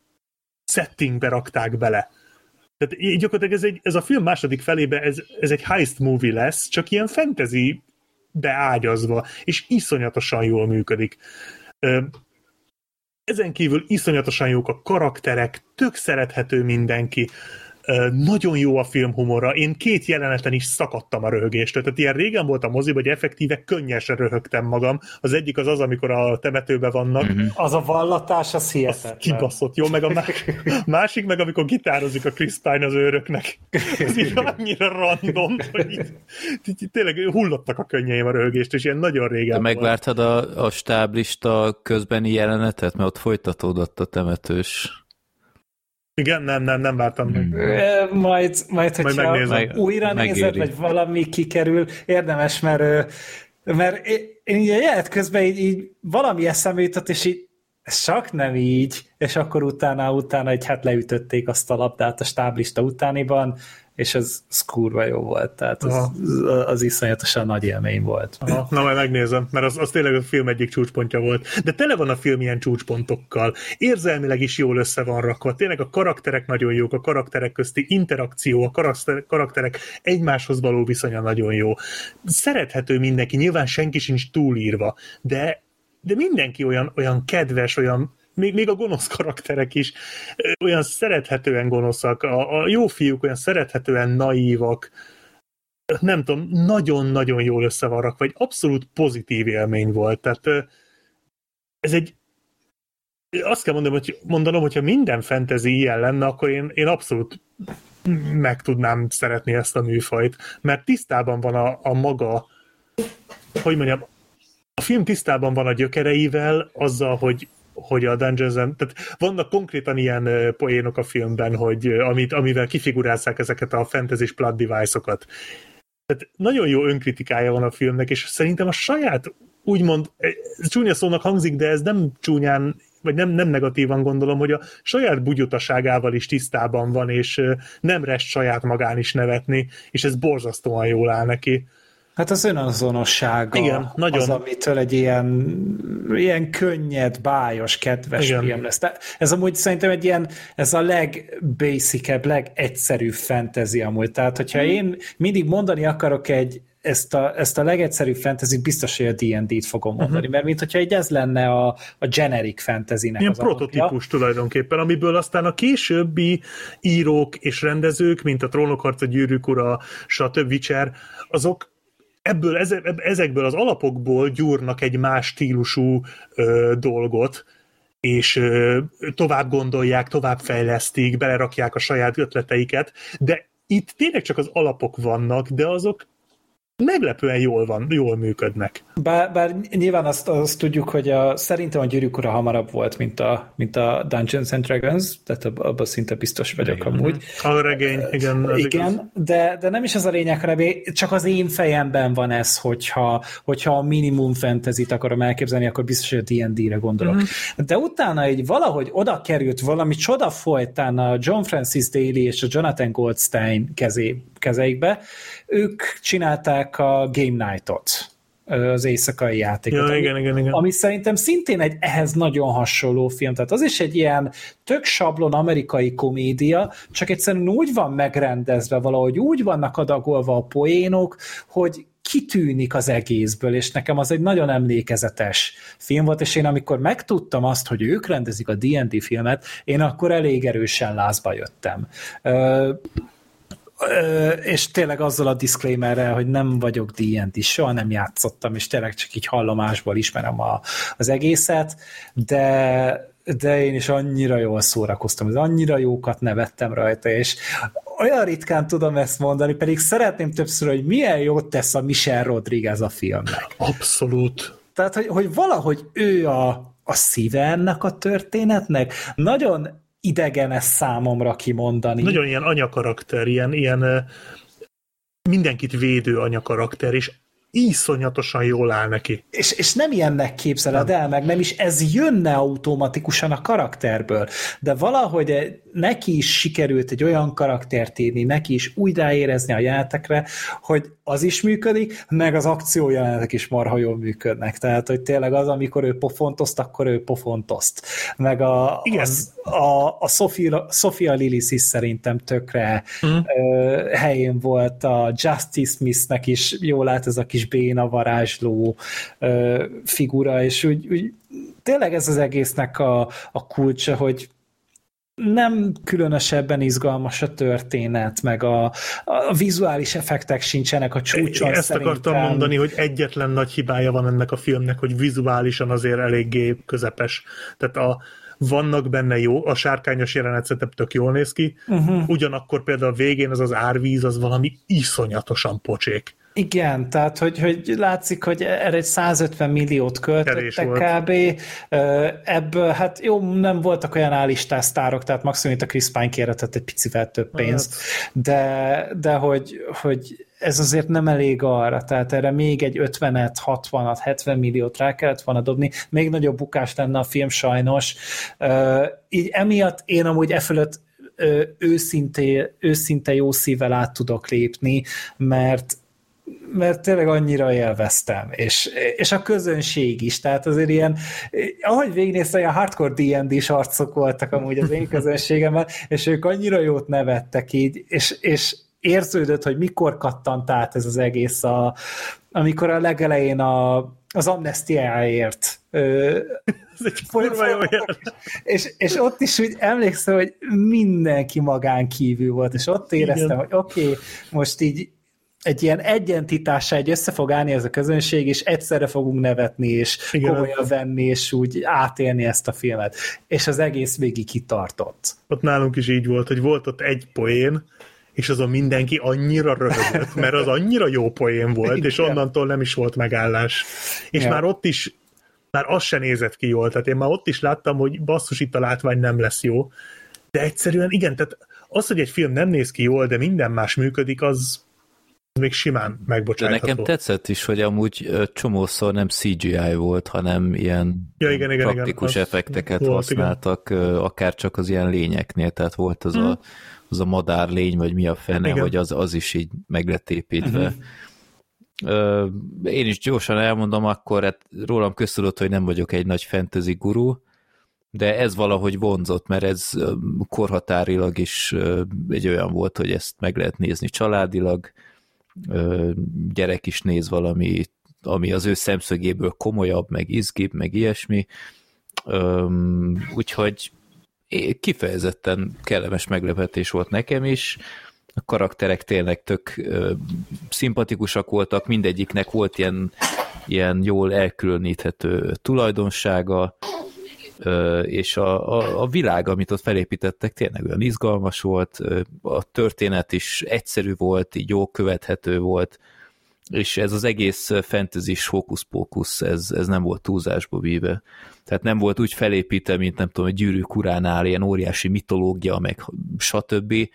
settingbe rakták bele. Tehát gyakorlatilag ez, egy, ez a film második felébe ez, ez egy heist movie lesz, csak ilyen fantasy beágyazva, és iszonyatosan jól működik. Ezen kívül iszonyatosan jók a karakterek, tök szerethető mindenki, nagyon jó a film humora. Én két jeleneten is szakadtam a röhögéstől. Tehát ilyen régen volt a moziban, hogy effektíve könnyesre röhögtem magam. Az egyik az az, amikor a temetőben vannak. Mm-hmm. Az a vallatás, az hihetetlen. Az kibaszott, jó? Meg a másik, másik meg, amikor gitározik a Chris Pine az őröknek. Ez így annyira random, hogy így, így, tényleg hullottak a könnyeim a röhögést, és ilyen nagyon régen De megvártad a, a stáblista közbeni jelenetet? Mert ott folytatódott a temetős. Igen, nem, nem, nem vártam meg. Majd, majd hogyha majd újra nézed, vagy valami kikerül, érdemes, mert, mert én így a jelet közben így, így valami eszembe jutott, és így ez csak nem így, és akkor utána, utána egy hát leütötték azt a labdát a stáblista utániban, és ez, ez kurva jó volt, tehát az, az iszonyatosan nagy élmény volt. Aha, na majd megnézem, mert az, az tényleg a film egyik csúcspontja volt. De tele van a film ilyen csúcspontokkal. Érzelmileg is jól össze van rakva. Tényleg a karakterek nagyon jók, a karakterek közti interakció, a karakter, karakterek egymáshoz való viszonya nagyon jó. Szerethető mindenki, nyilván senki sincs túlírva, de, de mindenki olyan, olyan kedves, olyan Még, még a gonosz karakterek is olyan szerethetően gonoszak, a, a jó fiúk olyan szerethetően naívak, nem tudom, nagyon-nagyon jól össze van rakva, egy abszolút pozitív élmény volt. Tehát ez egy, azt kell mondanom, hogy mondanom, hogyha minden fantasy ilyen lenne, akkor én, én abszolút meg tudnám szeretni ezt a műfajt, mert tisztában van a, a maga, hogy mondjam, a film tisztában van a gyökereivel, azzal, hogy hogy a Dungeons and... Tehát vannak konkrétan ilyen poénok a filmben, hogy amit, amivel kifigurázzák ezeket a fantasy plot device-okat. Tehát nagyon jó önkritikája van a filmnek, és szerintem a saját, úgymond, csúnya szónak hangzik, de ez nem csúnyán, vagy nem, nem negatívan gondolom, hogy a saját bugyutaságával is tisztában van, és nem rest saját magán is nevetni, és ez borzasztóan jól áll neki. Hát az önazonossága, igen, nagyon. Az, amitől egy ilyen, ilyen könnyed, bájos, kedves igen. film lesz. De ez amúgy szerintem egy ilyen, ez a legbasicebb, legegyszerűbb fantasy amúgy. Tehát, hogyha hmm. én mindig mondani akarok egy, ezt a, ezt a legegyszerűbb fantasy, biztos, hogy a dé és dét fogom mondani, uh-huh. mert mint hogyha így ez lenne a, a generic fantasynek ilyen az prototípus alapja. Tulajdonképpen, amiből aztán a későbbi írók és rendezők, mint a Trónokharca, Gyűrűk ura, stb. Witcher, azok ebből, ezekből az alapokból gyúrnak egy más stílusú ö, dolgot, és ö, tovább gondolják, tovább fejlesztik, belerakják a saját ötleteiket, de itt tényleg csak az alapok vannak, de azok meglepően jól van, jól működnek. Bár, bár nyilván azt, azt tudjuk, hogy a, szerintem a Gyűrűk Ura hamarabb volt, mint a, mint a Dungeons and Dragons, tehát abban szinte biztos vagyok igen. amúgy. A regény, igen. Igen, de, de nem is az a lényeg, hanem csak az én fejemben van ez, hogyha, hogyha a minimum fantasy-t akarom elképzelni, akkor biztos, hogy a dé and dé-re gondolok. Uh-huh. De utána egy valahogy oda került valami csoda folytán a John Francis Daley és a Jonathan Goldstein kezé, kezeikbe, ők csinálták a Game Night-ot, az éjszakai játékot, ja, ami, igen, igen, igen. ami szerintem szintén egy ehhez nagyon hasonló film, tehát az is egy ilyen tök sablon amerikai komédia, csak egyszerűen úgy van megrendezve, valahogy úgy vannak adagolva a poénok, hogy kitűnik az egészből, és nekem az egy nagyon emlékezetes film volt, és én amikor megtudtam azt, hogy ők rendezik a dé and dé filmet, én akkor elég erősen lázba jöttem. Ö, ö, és tényleg azzal a disclaimerrel, hogy nem vagyok dé and dé, soha nem játszottam, és tényleg csak így hallomásból ismerem a, az egészet, de de én is annyira jól szórakoztam, az annyira jókat nevettem rajta, és olyan ritkán tudom ezt mondani, pedig szeretném többször, hogy milyen jót tesz a Michelle Rodriguez a filmnek. Abszolút. Tehát, hogy, hogy valahogy ő a, a szíve ennek a történetnek, nagyon idegen ez számomra kimondani. Nagyon ilyen anyakarakter, ilyen, ilyen mindenkit védő anyakarakter, és iszonyatosan jól áll neki. És, és nem ilyennek képzeled el, meg nem is ez jönne automatikusan a karakterből, de valahogy neki is sikerült egy olyan karaktert írni, neki is úgy ráérezni a jelentekre, hogy az is működik, meg az akciójelenetek is marha jól működnek. Tehát, hogy tényleg az, amikor ő pofontoszt, akkor ő pofontoszt. Meg a, az, a, a Sophia, Sophia Lillis is szerintem tökre mm. ö, helyén volt, a Justice Smithnek is jól állt ez a kis béna varázsló ö, figura, és úgy, úgy tényleg ez az egésznek a, a kulcsa, hogy nem különösebben izgalmas a történet, meg a, a vizuális effektek sincsenek a csúcson. Ezt szerintem. akartam mondani, hogy egyetlen nagy hibája van ennek a filmnek, hogy vizuálisan azért eléggé közepes. Tehát a, vannak benne jó, a sárkányos jelenet szerintem tök jól néz ki, uh-huh. ugyanakkor például a végén az az árvíz, az valami iszonyatosan pocsék. Igen, tehát hogy, hogy látszik, hogy erre egy százötven milliót költöttek kb. Ebből, hát jó, nem voltak olyan állistás sztárok, tehát maximum itt a Chris Pine kérhetett egy picivel több pénzt, de, de hogy, hogy ez azért nem elég arra, tehát erre még egy ötvenet, hatvanat, hetven milliót rá kellett volna dobni, még nagyobb bukás lenne a film sajnos. Így emiatt én amúgy e fölött őszinte, őszinte jó szívvel át tudok lépni, mert mert tényleg annyira élveztem, és, és a közönség is, tehát azért ilyen, ahogy végignéztem, ilyen hardcore dé and dés arcok voltak amúgy az én közönségemben, és ők annyira jót nevettek így, és, és érződött, hogy mikor kattant át ez az egész, a, amikor a legelején a, az amnestiáért ez egy kurva jó és, és ott is úgy emlékszem, hogy mindenki magán kívül volt, és ott éreztem, igen. hogy oké, okay, most így egy ilyen egyentitássá egy össze fog állni ez a közönség, és egyszerre fogunk nevetni, és igen, komolyan venni, és úgy átélni ezt a filmet. És az egész végig kitartott. Ott nálunk is így volt, hogy volt ott egy poén, és azon mindenki annyira röhögött, mert az annyira jó poén volt, igen. és onnantól nem is volt megállás. És ja. már ott is, már az se nézett ki jól, tehát én már ott is láttam, hogy basszus, itt a látvány nem lesz jó. De egyszerűen igen, tehát az, hogy egy film nem néz ki jól, de minden más működik, az még simán megbocsátható. De nekem tetszett is, hogy amúgy csomószor nem cé gé í volt, hanem ilyen ja, igen, igen, praktikus igen, effekteket volt, igen. akár csak az ilyen lényeknél, tehát volt az, hmm. a, az a madár lény, vagy mi a fene, igen. hogy az, az is így meg lett építve. Uh-huh. Én is gyorsan elmondom, akkor hát rólam köztudott, hogy nem vagyok egy nagy fantasy guru, de ez valahogy vonzott, mert ez korhatárilag is egy olyan volt, hogy ezt meg lehet nézni családilag, gyerek is néz valami, ami az ő szemszögéből komolyabb, meg izgibb, meg ilyesmi. Úgyhogy kifejezetten kellemes meglepetés volt nekem is. A karakterek tényleg tök szimpatikusak voltak, mindegyiknek volt ilyen, ilyen jól elkülöníthető tulajdonsága. és a, a, a világ, amit ott felépítettek, tényleg olyan izgalmas volt, a történet is egyszerű volt, így jó követhető volt, és ez az egész fantasy-s hókusz-pókusz, ez, ez nem volt túlzásba víve. Tehát nem volt úgy felépítve, mint nem tudom, a Gyűrűk uránál, ilyen óriási mitológia, meg stb.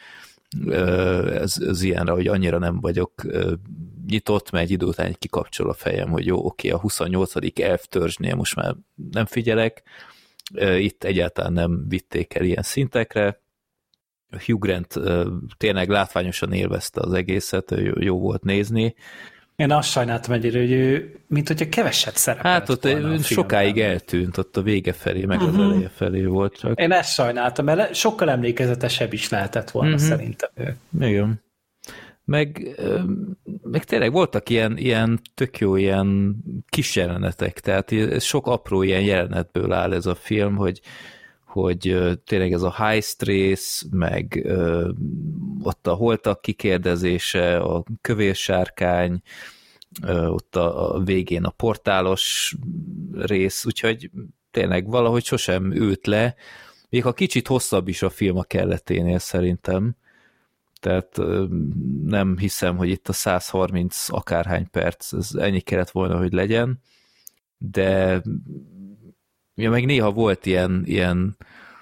Ez, ez ilyenre, hogy annyira nem vagyok nyitott, mert egy idő után kikapcsol a fejem, hogy jó, oké, a huszonnyolcadik elftörzsnél most már nem figyelek, itt egyáltalán nem vitték el ilyen szintekre. Hugh Grant tényleg látványosan élvezte az egészet, jó volt nézni. Én azt sajnáltam egyre, hogy ő, mint hogyha keveset szerepelt. Hát ott sokáig eltűnt, ott a vége felé, meg uh-huh. az eleje felé volt csak. Én ezt sajnáltam, mert sokkal emlékezetesebb is lehetett volna uh-huh. szerintem ő. Igen. Meg, meg tényleg voltak ilyen, ilyen tök jó ilyen kis jelenetek, tehát sok apró ilyen jelenetből áll ez a film, hogy, hogy tényleg ez a heist rész, meg ö, ott a holtak kikérdezése, a kövérsárkány, ö, ott a, a végén a portálos rész, úgyhogy tényleg valahogy sosem ült le, még ha kicsit hosszabb is a film a kelleténél szerintem, tehát ö, nem hiszem, hogy itt a száz harminc akárhány perc, ez ennyi kellett volna, hogy legyen, de ja, meg néha volt ilyen, ilyen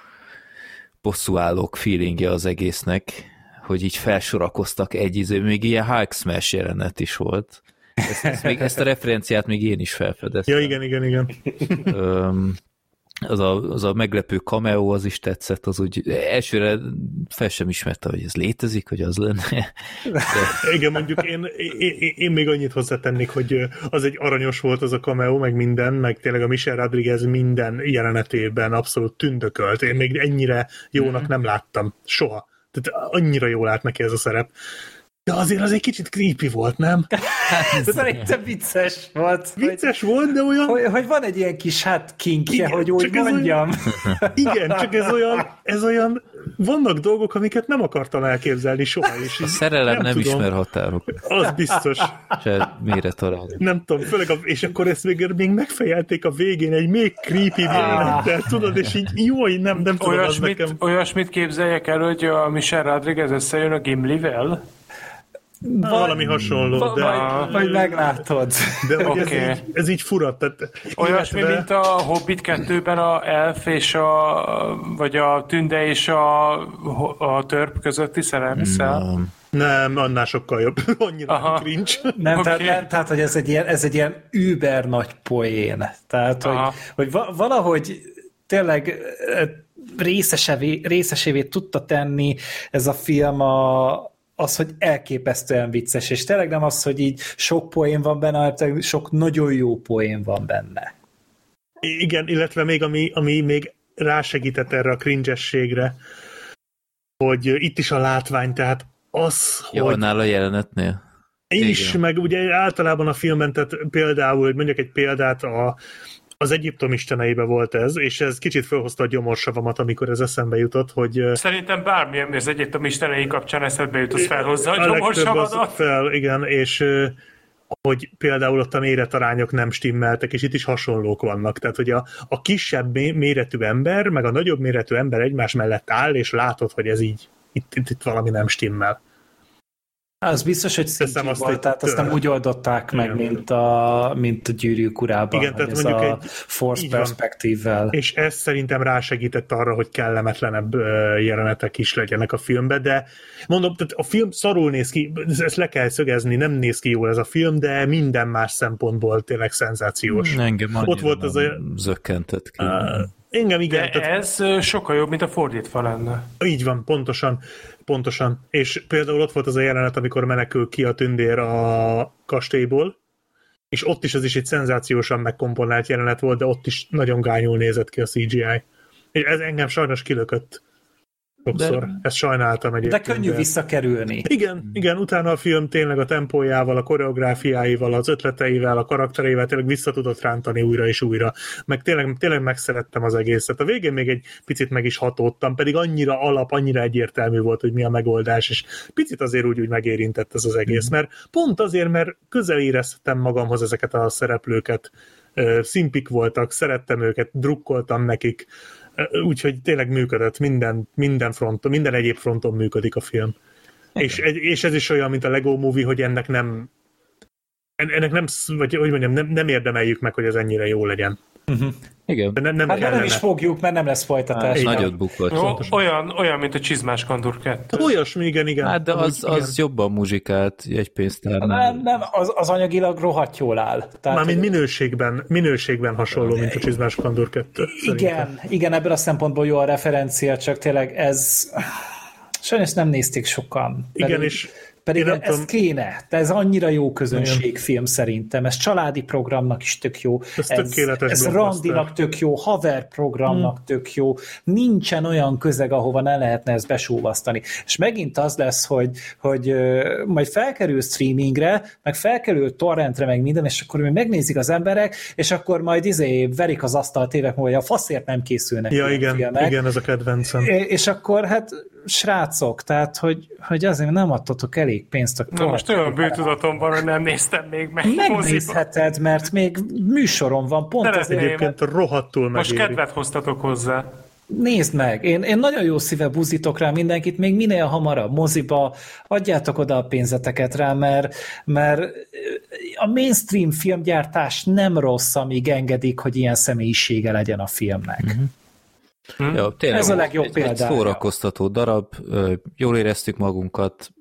bosszúállók feelingje az egésznek, hogy így felsorakoztak egy izé, még ilyen Hulk smash jelenet is volt. Ezt, ezt, még, ezt a referenciát még én is felfedeztem. Ja, igen, igen, igen. Öm, az, a, az a meglepő cameo, az is tetszett, az úgy elsőre fel sem ismerte, hogy ez létezik, hogy az lenne. De... Igen, mondjuk én, én, én még annyit hozzátennék, hogy az egy aranyos volt az a cameo, meg minden, meg tényleg a Michelle Rodriguez minden jelenetében abszolút tündökölt. Én még ennyire jónak nem láttam. Soha. Tehát annyira jól állt neki ez a szerep. De azért az egy kicsit creepy volt, nem? Szerintem vicces volt. Vicces hogy, volt, de olyan... Hogy, hogy van egy ilyen kis hát kinkje, igen, hogy úgy mondjam. Olyan... Igen, csak ez olyan, ez olyan... Vannak dolgok, amiket nem akartam elképzelni soha is. A szerelem nem, nem ismer határok. Az biztos. Se mire találni. Nem tudom, főleg a... és akkor ezt még, még megfejelték a végén egy még creepy jelenettel, tudod, és így jó, nem, nem tudom, olyasmit, az nekem... Olyasmit képzeljek el, hogy a Michelle Rodriguez összejön a Gimlivel? Vagy, valami hasonló, de... Majd, majd meglátod. De hogy okay. ez, így, ez így furat. Tehát olyasmi, illetve... mint a Hobbit kettőben a elf és a... vagy a tünde és a, a törp közötti szerelmiszel? Nem, annál sokkal jobb. Annyira Aha. cringe. Nem, okay. tehát, nem, tehát, hogy ez egy ilyen, ez egy ilyen über nagy poén. Tehát, hogy, hogy valahogy tényleg részesévé, részesévé tudta tenni ez a film a az, hogy elképesztően vicces, és tényleg nem az, hogy így sok poén van benne, hanem sok nagyon jó poén van benne. Igen, illetve még ami, ami még rásegített erre a cringe-ességre, hogy itt is a látvány, tehát az, Jó, hogy... Jó, a jelenetnél? És, igen. meg ugye általában a filmben, tehát például, hogy mondjak egy példát, a, az Egyiptom isteneibe volt ez, és ez kicsit felhozta a gyomorsavamat, amikor ez eszembe jutott, hogy... Szerintem bármilyen az Egyiptom istenei kapcsán eszedbe jut, az felhozza a gyomorsavadat. Fel, igen, és hogy például ott a méretarányok nem stimmeltek, és itt is hasonlók vannak. Tehát, hogy a, a kisebb méretű ember, meg a nagyobb méretű ember egymás mellett áll, és látod, hogy ez így, itt, itt, itt valami nem stimmel. Az biztos, hogy szintű volt, tehát azt nem úgy oldották meg, mint a, mint a Gyűrűk urában, igen, hogy ez a force perspektívvel. És ez szerintem rásegített arra, hogy kellemetlenebb jelenetek is legyenek a filmben, de mondom, tehát a film szarul néz ki, ezt le kell szögezni, nem néz ki jól ez a film, de minden más szempontból tényleg szenzációs. Engem ott volt az a... zökkentett ki. Uh, engem igen. De tehát... ez sokkal jobb, mint a fordítva lenne. Így van, pontosan. Pontosan. És például ott volt az a jelenet, amikor menekül ki a tündér a kastélyból, és ott is ez is egy szenzációsan megkomponált jelenet volt, de ott is nagyon gányul nézett ki a cé gé i. És ez engem sajnos kilökött sokszor. De, Ezt sajnáltam egyébként. De könnyű de... visszakerülni. Igen, igen, utána a film tényleg a tempójával, a koreográfiáival, az ötleteivel, a karaktereivel tényleg vissza tudott rántani újra és újra. Meg tényleg, tényleg megszerettem az egészet. A végén még egy picit meg is hatódtam, pedig annyira alap, annyira egyértelmű volt, hogy mi a megoldás, és picit azért úgy, úgy megérintett ez az egész, mert pont azért, mert közel éreztem magamhoz ezeket a szereplőket, szimpik voltak, szerettem őket, drukkoltam nekik, úgyhogy tényleg működött, minden, minden fronton, minden egyéb fronton működik a film. És, és ez is olyan, mint a Lego Movie, hogy ennek nem ennek nem, vagy hogy mondjam, nem, nem érdemeljük meg, hogy ez ennyire jó legyen. Uh-huh. Igen. Nem, nem, hát nem is fogjuk, mert nem lesz folytatás. Hát, nagyot bukott. Jó, olyan, olyan, mint a Csizmás Kandúr kettő. Olyasmi, igen, igen. Hát de az, az igen. jobban muzsikált jegypénztárnál. Nem, nem, az, az anyagilag rohadt jól áll. Mármint minőségben, minőségben hasonló, mint a Csizmás Kandúr kettő. Igen, igen, ebből a szempontból jó a referencia, csak tényleg ez... Sajnos nem nézték sokan. Igen, pedig... és Pedig ez tudom. kéne, de ez annyira jó közönségfilm szerintem, ez családi programnak is tök jó, ez, ez, ez randinak tök jó, haver programnak hmm. tök jó, nincsen olyan közeg, ahova ne lehetne ezt besúvasztani. És megint az lesz, hogy, hogy uh, majd felkerül streamingre, meg felkerül torrentre, meg minden, és akkor még megnézik az emberek, és akkor majd izé verik az asztalt évek múlva, hogy a faszért nem készülnek. Ja, igen, filmek. igen, ez a kedvencem. És akkor hát srácok, tehát, hogy, hogy azért nem adtatok elég pénzt. A Na most olyan bűntudatom van, hogy nem néztem még meg. Megnézheted, mert még műsorom van. Pont de azért egyébként rohadtul megéri. Most kedvet hoztatok hozzá. Nézd meg, én, én nagyon jó szíve buzítok rá mindenkit, még minél hamarabb moziba, adjátok oda a pénzeteket rá, mert, mert a mainstream filmgyártás nem rossz, amíg engedik, hogy ilyen személyisége legyen a filmnek. Mm-hmm. Hmm. Ja, tényleg, ez a legjobb egy, példája. Egy szórakoztató darab, jól éreztük magunkat,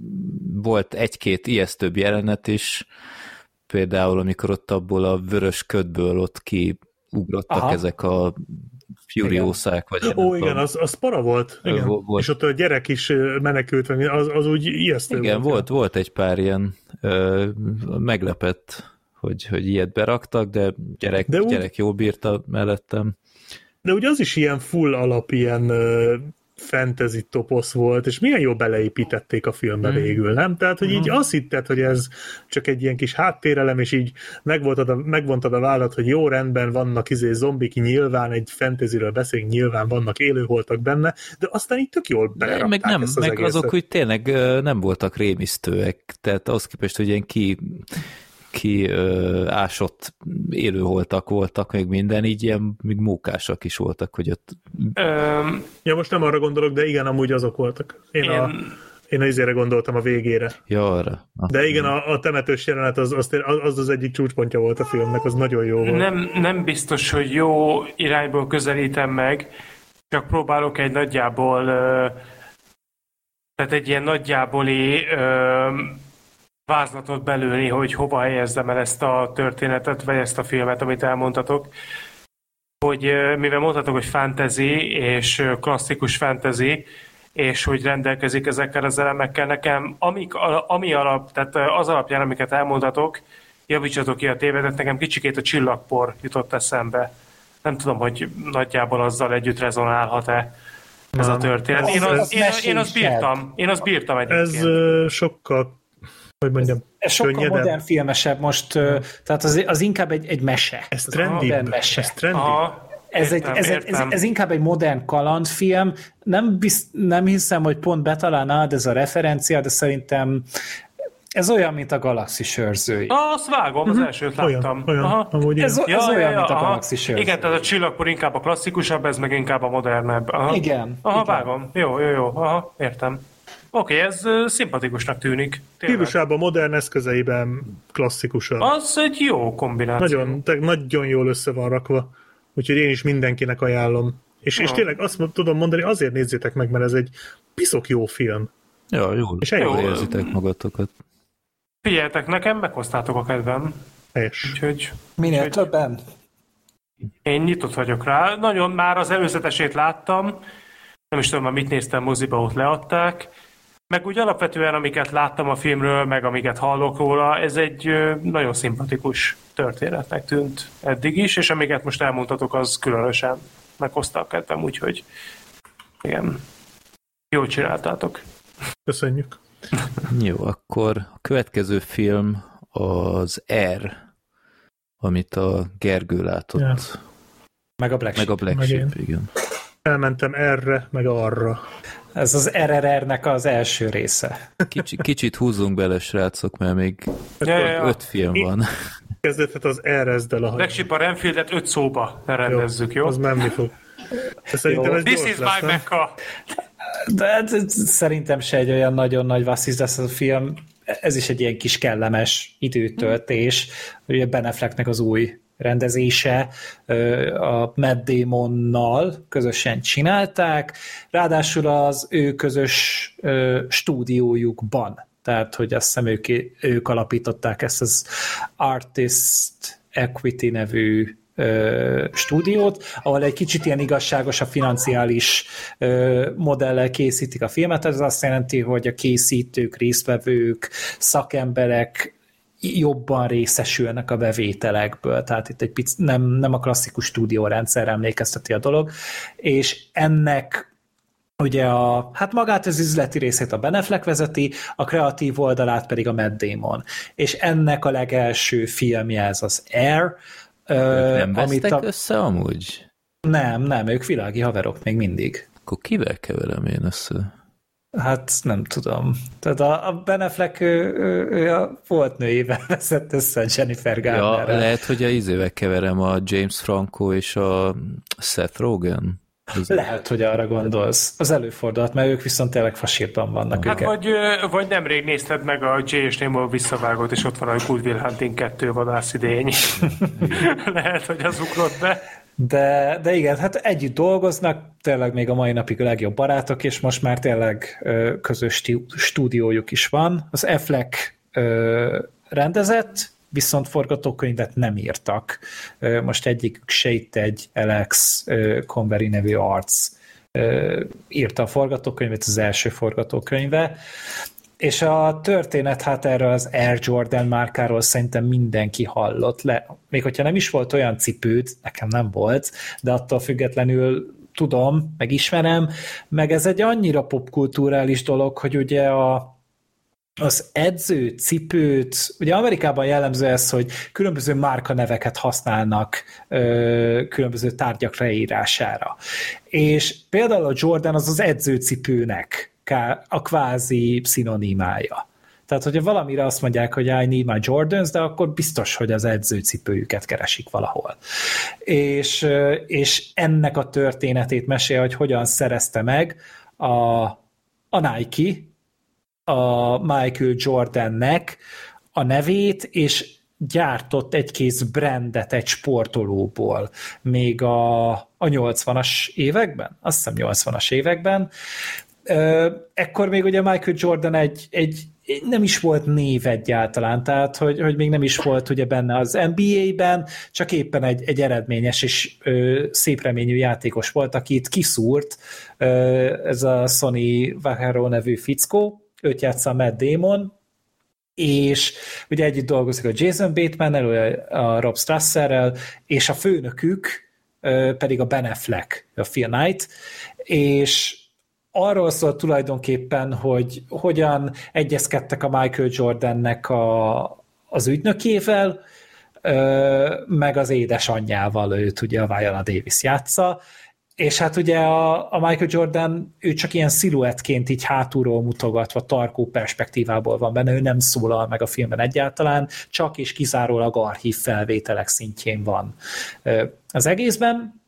volt egy-két ijesztőbb jelenet is, például amikor ott abból a vörös ködből ott kiugrottak Aha. ezek a furiószák. Vagy Ó, igen, az, az para volt. Igen. volt. És ott a gyerek is menekült, az, az úgy ijesztő igen, volt. volt, volt egy pár ilyen ö, meglepett, hogy, hogy ilyet beraktak, de gyerek, de úgy... gyerek jól bírta mellettem. De ugye az is ilyen full alap, ilyen uh, fantasy toposz volt, és milyen jól beleépítették a filmbe mm. végül, nem? Tehát, hogy így mm. azt hitted, hogy ez csak egy ilyen kis háttérelem, és így megvontad a, megvontad a vállat, hogy jó, rendben, vannak izé zombik, nyilván egy fantasyről beszélünk, nyilván vannak élőholtak benne, de aztán így tök jól belerakták meg nem, ezt az meg egészet. azok, hogy tényleg nem voltak rémisztőek, tehát ahhoz képest, hogy ilyen ki ki ö, ásott élőholtak voltak, még minden, így ilyen még mókásak is voltak, hogy ott... Um, ja, most nem arra gondolok, de igen, amúgy azok voltak. Én, én... a Én izére gondoltam a végére. Ja, arra. Ah, de igen, a, a temetős jelenet az az, az az egyik csúcspontja volt a filmnek, az nagyon jó volt. Nem, nem biztos, hogy jó irányból közelítem meg, csak próbálok egy nagyjából tehát egy ilyen nagyjáboli vázlatot belőni, hogy hova helyezzem el ezt a történetet, vagy ezt a filmet, amit elmondtatok. Hogy mivel mondhatok, hogy fantasy és klasszikus fantasy, és hogy rendelkezik ezekkel az elemekkel nekem, amik, ami alap, tehát az alapján, amiket elmondatok, javítsatok ki a tévedet, nekem kicsikét a Csillagpor jutott eszembe. Nem tudom, hogy nagyjából azzal együtt rezonálhat-e ez a történet. Én, az, az, én, én azt bírtam. Én azt bírtam egyébként. Ez uh, sokkal, hogy mondjam, ez, ez sokkal könnyedem. Modern filmesebb most, uh, tehát az, az inkább egy, egy mese. Ez trendy. Ez trendy. Ez, értem, egy, ez, egy, ez, ez inkább egy modern kalandfilm. Nem, bizt, nem hiszem, hogy pont betalálnád ez a referencia, de szerintem ez olyan, mint a Galaxis őrzői. Ah, azt vágom, az uh-huh. elsőt láttam. Olyan, olyan, ez, ez ja, olyan, ja, ja, mint a Galaxis őrzői. Igen, tehát a Csillagpor inkább a klasszikusabb, ez meg inkább a modernebb. Aha. Igen. Aha, igen. vágom. Jó, jó, jó. Aha, értem. Oké, okay, ez uh, szimpatikusnak tűnik. Stílusában, modern eszközeiben klasszikusabb. Az egy jó kombináció. Nagyon, te, nagyon jól össze van rakva. Úgyhogy én is mindenkinek ajánlom. És, és tényleg azt tudom mondani, azért nézzétek meg, mert ez egy piszok jó film. Ja, jól, és jól érzitek magatokat. Figyeljetek, nekem meghoztátok a kedvem. Helyes. Úgyhogy... Minél úgyhogy többen? Én nyitott vagyok rá. Nagyon már az előzetesét láttam. Nem is tudom, már mit néztem moziba, ott leadták. Meg úgy alapvetően, amiket láttam a filmről, meg amiket hallok róla, ez egy nagyon szimpatikus történetnek tűnt eddig is, és amiket most elmondhatok, az különösen meghozta a kedvem, úgyhogy igen, jól csináltátok. Köszönjük. Jó, akkor a következő film az R, amit a Gergő látott. Ja. Meg a Black Sheep. Meg a Black Sheep, igen. Elmentem erre, meg arra. Ez az er er er-nek az első része. Kicsi, kicsit húzzunk bele, srácok, mert még ja, ja, ja. öt film van. Kezdődhet az elrezdel a Black Sheep a Renfieldet öt szóba rendezzük, jó? jó? Az menni fog. De szerintem ez This is lesz, my Mecca! De ez, szerintem se egy olyan nagyon nagy vasszisz lesz a film. Ez is egy ilyen kis kellemes időtöltés. Ugye Ben Afflecknek az új rendezése a Matt Damonnal közösen csinálták, ráadásul az ő közös stúdiójukban. Tehát, hogy azt hiszem ők, ők alapították ezt az Artist Equity nevű ö, stúdiót, ahol egy kicsit ilyen igazságos a financiális ö, modellel készítik a filmet. Ez azt jelenti, hogy a készítők, résztvevők, szakemberek jobban részesülnek a bevételekből, tehát itt egy pic, nem, nem a klasszikus stúdiórendszerre emlékezteti a dolog, és ennek ugye a, hát magát az üzleti részét a Ben Affleck vezeti, a kreatív oldalát pedig a Matt Damon. És ennek a legelső filmje ez az Air. Nem amit vesztek a... össze amúgy? Nem, nem, ők világi haverok még mindig. Akkor kivel keverem én össze? Hát nem tudom. Tehát a, a Ben Affleck ő, ő, ő a volt nőjével veszett össze Jennifer Garnerrel. Ja, lehet, hogy a izével keverem a James Franco és a Seth Rogen. Lehet, hogy arra gondolsz. Az előfordulhat, mert ők viszont tényleg fasírban vannak. Hát őket. vagy, vagy nemrég nézted meg a J és Nemo visszavágót, és ott van a Good Will Hunting kettő vadászidény. Lehet, hogy az ugrott be. De, de igen, hát együtt dolgoznak, tényleg még a mai napig a legjobb barátok, és most már tényleg ö, közös stúdiójuk is van. Az Affleck ö, rendezett, viszont forgatókönyvet nem írtak. Most egyikük se itt egy Alex Convery nevű arc írta a forgatókönyvet, az első forgatókönyve, és a történet, hát erről az Air Jordan márkáról szerintem mindenki hallott le. Még hogyha nem is volt olyan cipőd, nekem nem volt, de attól függetlenül tudom, meg ismerem, meg ez egy annyira popkulturális dolog, hogy ugye a az edző, cipőt, ugye Amerikában jellemző ez, hogy különböző márkaneveket használnak ö, különböző tárgyak leírására. És például a Jordan az az edzőcipőnek a kvázi szinonimája. Tehát, hogyha valamire azt mondják, hogy I need my Jordans, de akkor biztos, hogy az edzőcipőjüket keresik valahol. És, és ennek a történetét mesél, hogy hogyan szerezte meg a, a Nike, a Michael Jordannek a nevét, és gyártott egy kész brandet egy sportolóból még a, a nyolcvanas években, azt hiszem nyolcvanas években. Ekkor még ugye Michael Jordan egy, egy nem is volt név egyáltalán, tehát hogy, hogy még nem is volt ugye benne az en bé á-ben, csak éppen egy, egy eredményes és ö, szép reményű játékos volt, akit kiszúrt ö, ez a Sonny Vaccaro nevű fickó, őt játsza a Matt Damon, és ugye együtt dolgozik a Jason Bateman-nel, a Rob Strasserrel, és a főnökük pedig a Ben Affleck, a Phil Knight, és arról szól tulajdonképpen, hogy hogyan egyezkedtek a Michael Jordannek a, az ügynökével, meg az édesanyjával, őt ugye a Viola Davis játsza, és hát ugye a, a Michael Jordan, ő csak ilyen sziluettként így hátulról mutogatva, tarkó perspektívából van benne, ő nem szólal meg a filmben egyáltalán, csak és kizárólag archív felvételek szintjén van az egészben,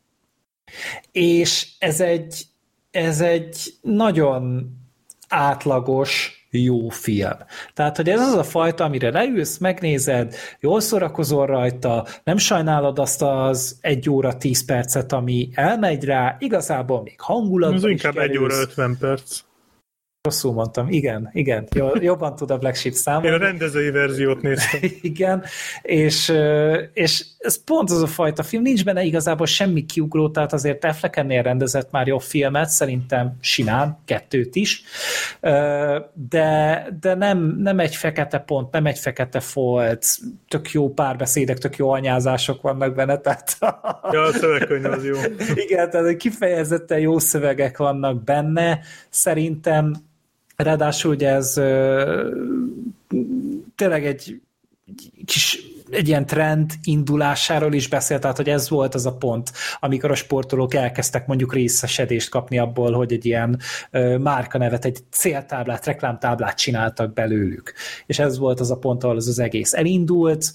és ez egy, ez egy nagyon átlagos, jó film. Tehát, hogy ez az a fajta, amire leülsz, megnézed, jól szórakozol rajta, nem sajnálod azt az egy óra tíz percet, ami elmegy rá, igazából még hangulatban ez is inkább kerülsz. egy óra ötven perc. Rosszul mondtam, igen, igen, jobban tud a Black Sheep számolni. Én a rendezői verziót néztem. Igen, és, és ez pont az a fajta film, nincs benne igazából semmi kiugró, tehát azért Affleckennél rendezett már jobb filmet, szerintem simán, kettőt is, de, de nem, nem egy fekete pont, nem egy fekete folt, tök jó párbeszédek, tök jó anyázások vannak benne, tehát... Ja, a szövegkönyv az jó. Igen, tehát kifejezetten jó szövegek vannak benne, szerintem ráadásul ugye ez ö, tényleg egy kis egy ilyen trend indulásáról is beszélt, tehát hogy ez volt az a pont, amikor a sportolók elkezdtek mondjuk részesedést kapni abból, hogy egy ilyen ö, márkanevet, egy céltáblát, reklámtáblát csináltak belőlük. És ez volt az a pont, ahol az, az egész elindult.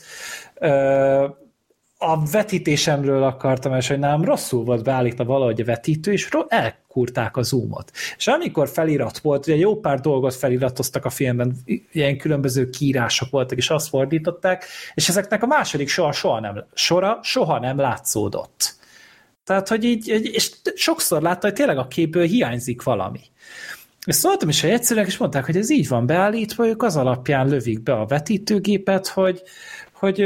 Ö, a vetítésemről akartam el, hogy nálam rosszul volt beállítva valahogy a vetítő, és elkurták a zoomot. És amikor felirat volt, ugye jó pár dolgot feliratoztak a filmben, ilyen különböző kiírások voltak, és azt fordították, és ezeknek a második soha, soha nem, sora soha nem látszódott. Tehát, hogy így, és sokszor látta, hogy tényleg a képből hiányzik valami. És szóltam is, hogy egyszerűen, és mondták, hogy ez így van beállítva, ők az alapján lövik be a vetítőgépet, hogy hogy,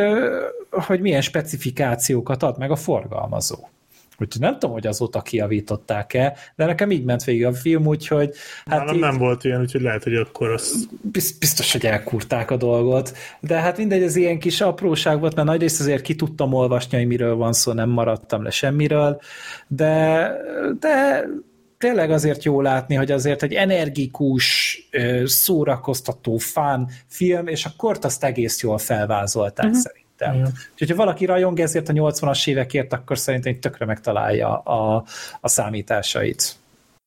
hogy milyen specifikációkat ad meg a forgalmazó. Úgyhogy nem tudom, hogy azóta kijavították-e, de nekem így ment végig a film, úgyhogy... Hát nálam így, nem volt ilyen, úgyhogy lehet, hogy akkor az... Biztos, hogy elkurták a dolgot, de hát mindegy, ez ilyen kis apróság volt, mert nagyrészt azért ki tudtam olvasni, hogy miről van szó, nem maradtam le semmiről, de... de tényleg azért jó látni, hogy azért egy energikus, szórakoztató, fán film, és a kort azt egész jól felvázolták uh-huh. szerintem. Uh-huh. Úgyhogy ha valaki rajong ezért a nyolcvanas évekért, akkor szerintem tökre megtalálja a, a számításait.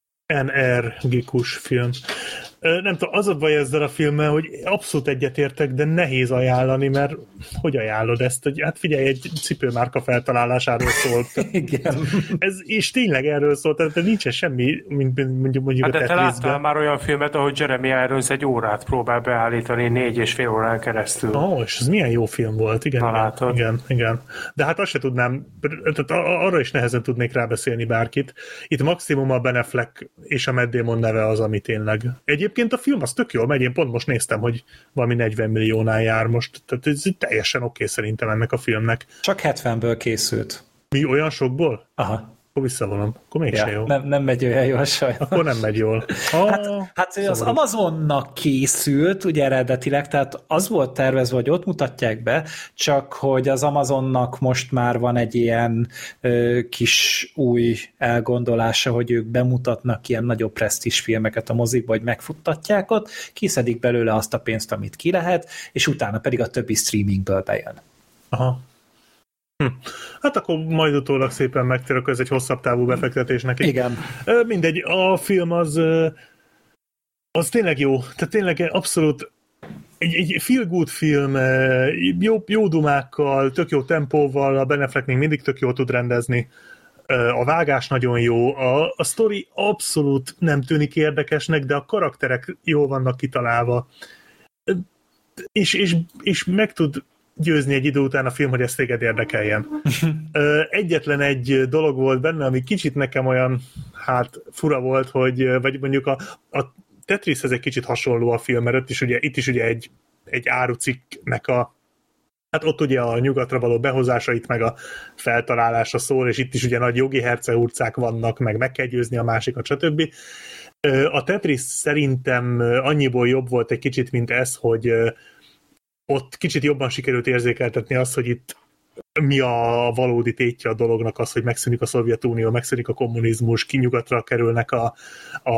energikus film. Nem tudom, az a baj ezzel a filmmel, hogy abszolút egyetértek, de nehéz ajánlani, mert hogy ajánlod ezt? Hogy, hát figyelj, egy cipőmárka feltalálásáról szólt. Igen. Ez, és tényleg erről szólt, tehát nincsen semmi, mint mondjuk, mondjuk hát a de te Tetrisben. láttál már olyan filmet, ahol Jeremy Irons egy órát próbál beállítani négy és fél órán keresztül. Ó, oh, és ez milyen jó film volt, igen, igen, igen, igen. De hát azt se tudnám, tehát arra is nehezen tudnék rábeszélni bárkit. Itt maximum a Ben Affleck és a Matt Damon neve az, ami tényleg. Egyébként a film az tök jól megy, én pont most néztem, hogy valami negyven milliónál jár most, tehát ez teljesen oké szerintem ennek a filmnek. Csak hetvenből készült. Mi, olyan sokból? Aha. Akkor visszavonom. Akkor mégsem ja, jó. Nem, nem megy olyan jól sajnos. Akkor nem megy jól. Ah, hát hát az Amazonnak készült, ugye eredetileg, tehát az volt tervezve, hogy ott mutatják be, csak hogy az Amazonnak most már van egy ilyen ö, kis új elgondolása, hogy ők bemutatnak ilyen nagyobb presztízs filmeket a mozikba, hogy megfuttatják ott, kiszedik belőle azt a pénzt, amit ki lehet, és utána pedig a többi streamingből bejön. Aha. Hm. Hát akkor majd utólag szépen megtérök, ez egy hosszabb távú befektetés neki. Igen. Mindegy, a film az az tényleg jó, tehát tényleg abszolút egy, egy feel good film, jó, jó dumákkal, tök jó tempóval, a Ben Affleck még mindig tök jól tud rendezni, a vágás nagyon jó, a, a sztori abszolút nem tűnik érdekesnek, de a karakterek jól vannak kitalálva, és, és, és meg tud győzni egy idő után a film, hogy ez téged érdekeljen. Egyetlen egy dolog volt benne, ami kicsit nekem olyan, hát fura volt, hogy, vagy mondjuk a, a Tetrishez egy kicsit hasonló a film, mert itt is ugye, itt is ugye egy, egy árucikknek a, hát ott ugye a nyugatra való behozásait, meg a feltalálása szól, és itt is ugye nagy jogi herceurcák vannak, meg meg kell győzni a másikat, stb. A Tetris szerintem annyiból jobb volt egy kicsit, mint ez, hogy ott kicsit jobban sikerült érzékeltetni azt, hogy itt mi a valódi tétje a dolognak, az, hogy megszűnik a Szovjetunió, megszűnik a kommunizmus, kinyugatra kerülnek a, a,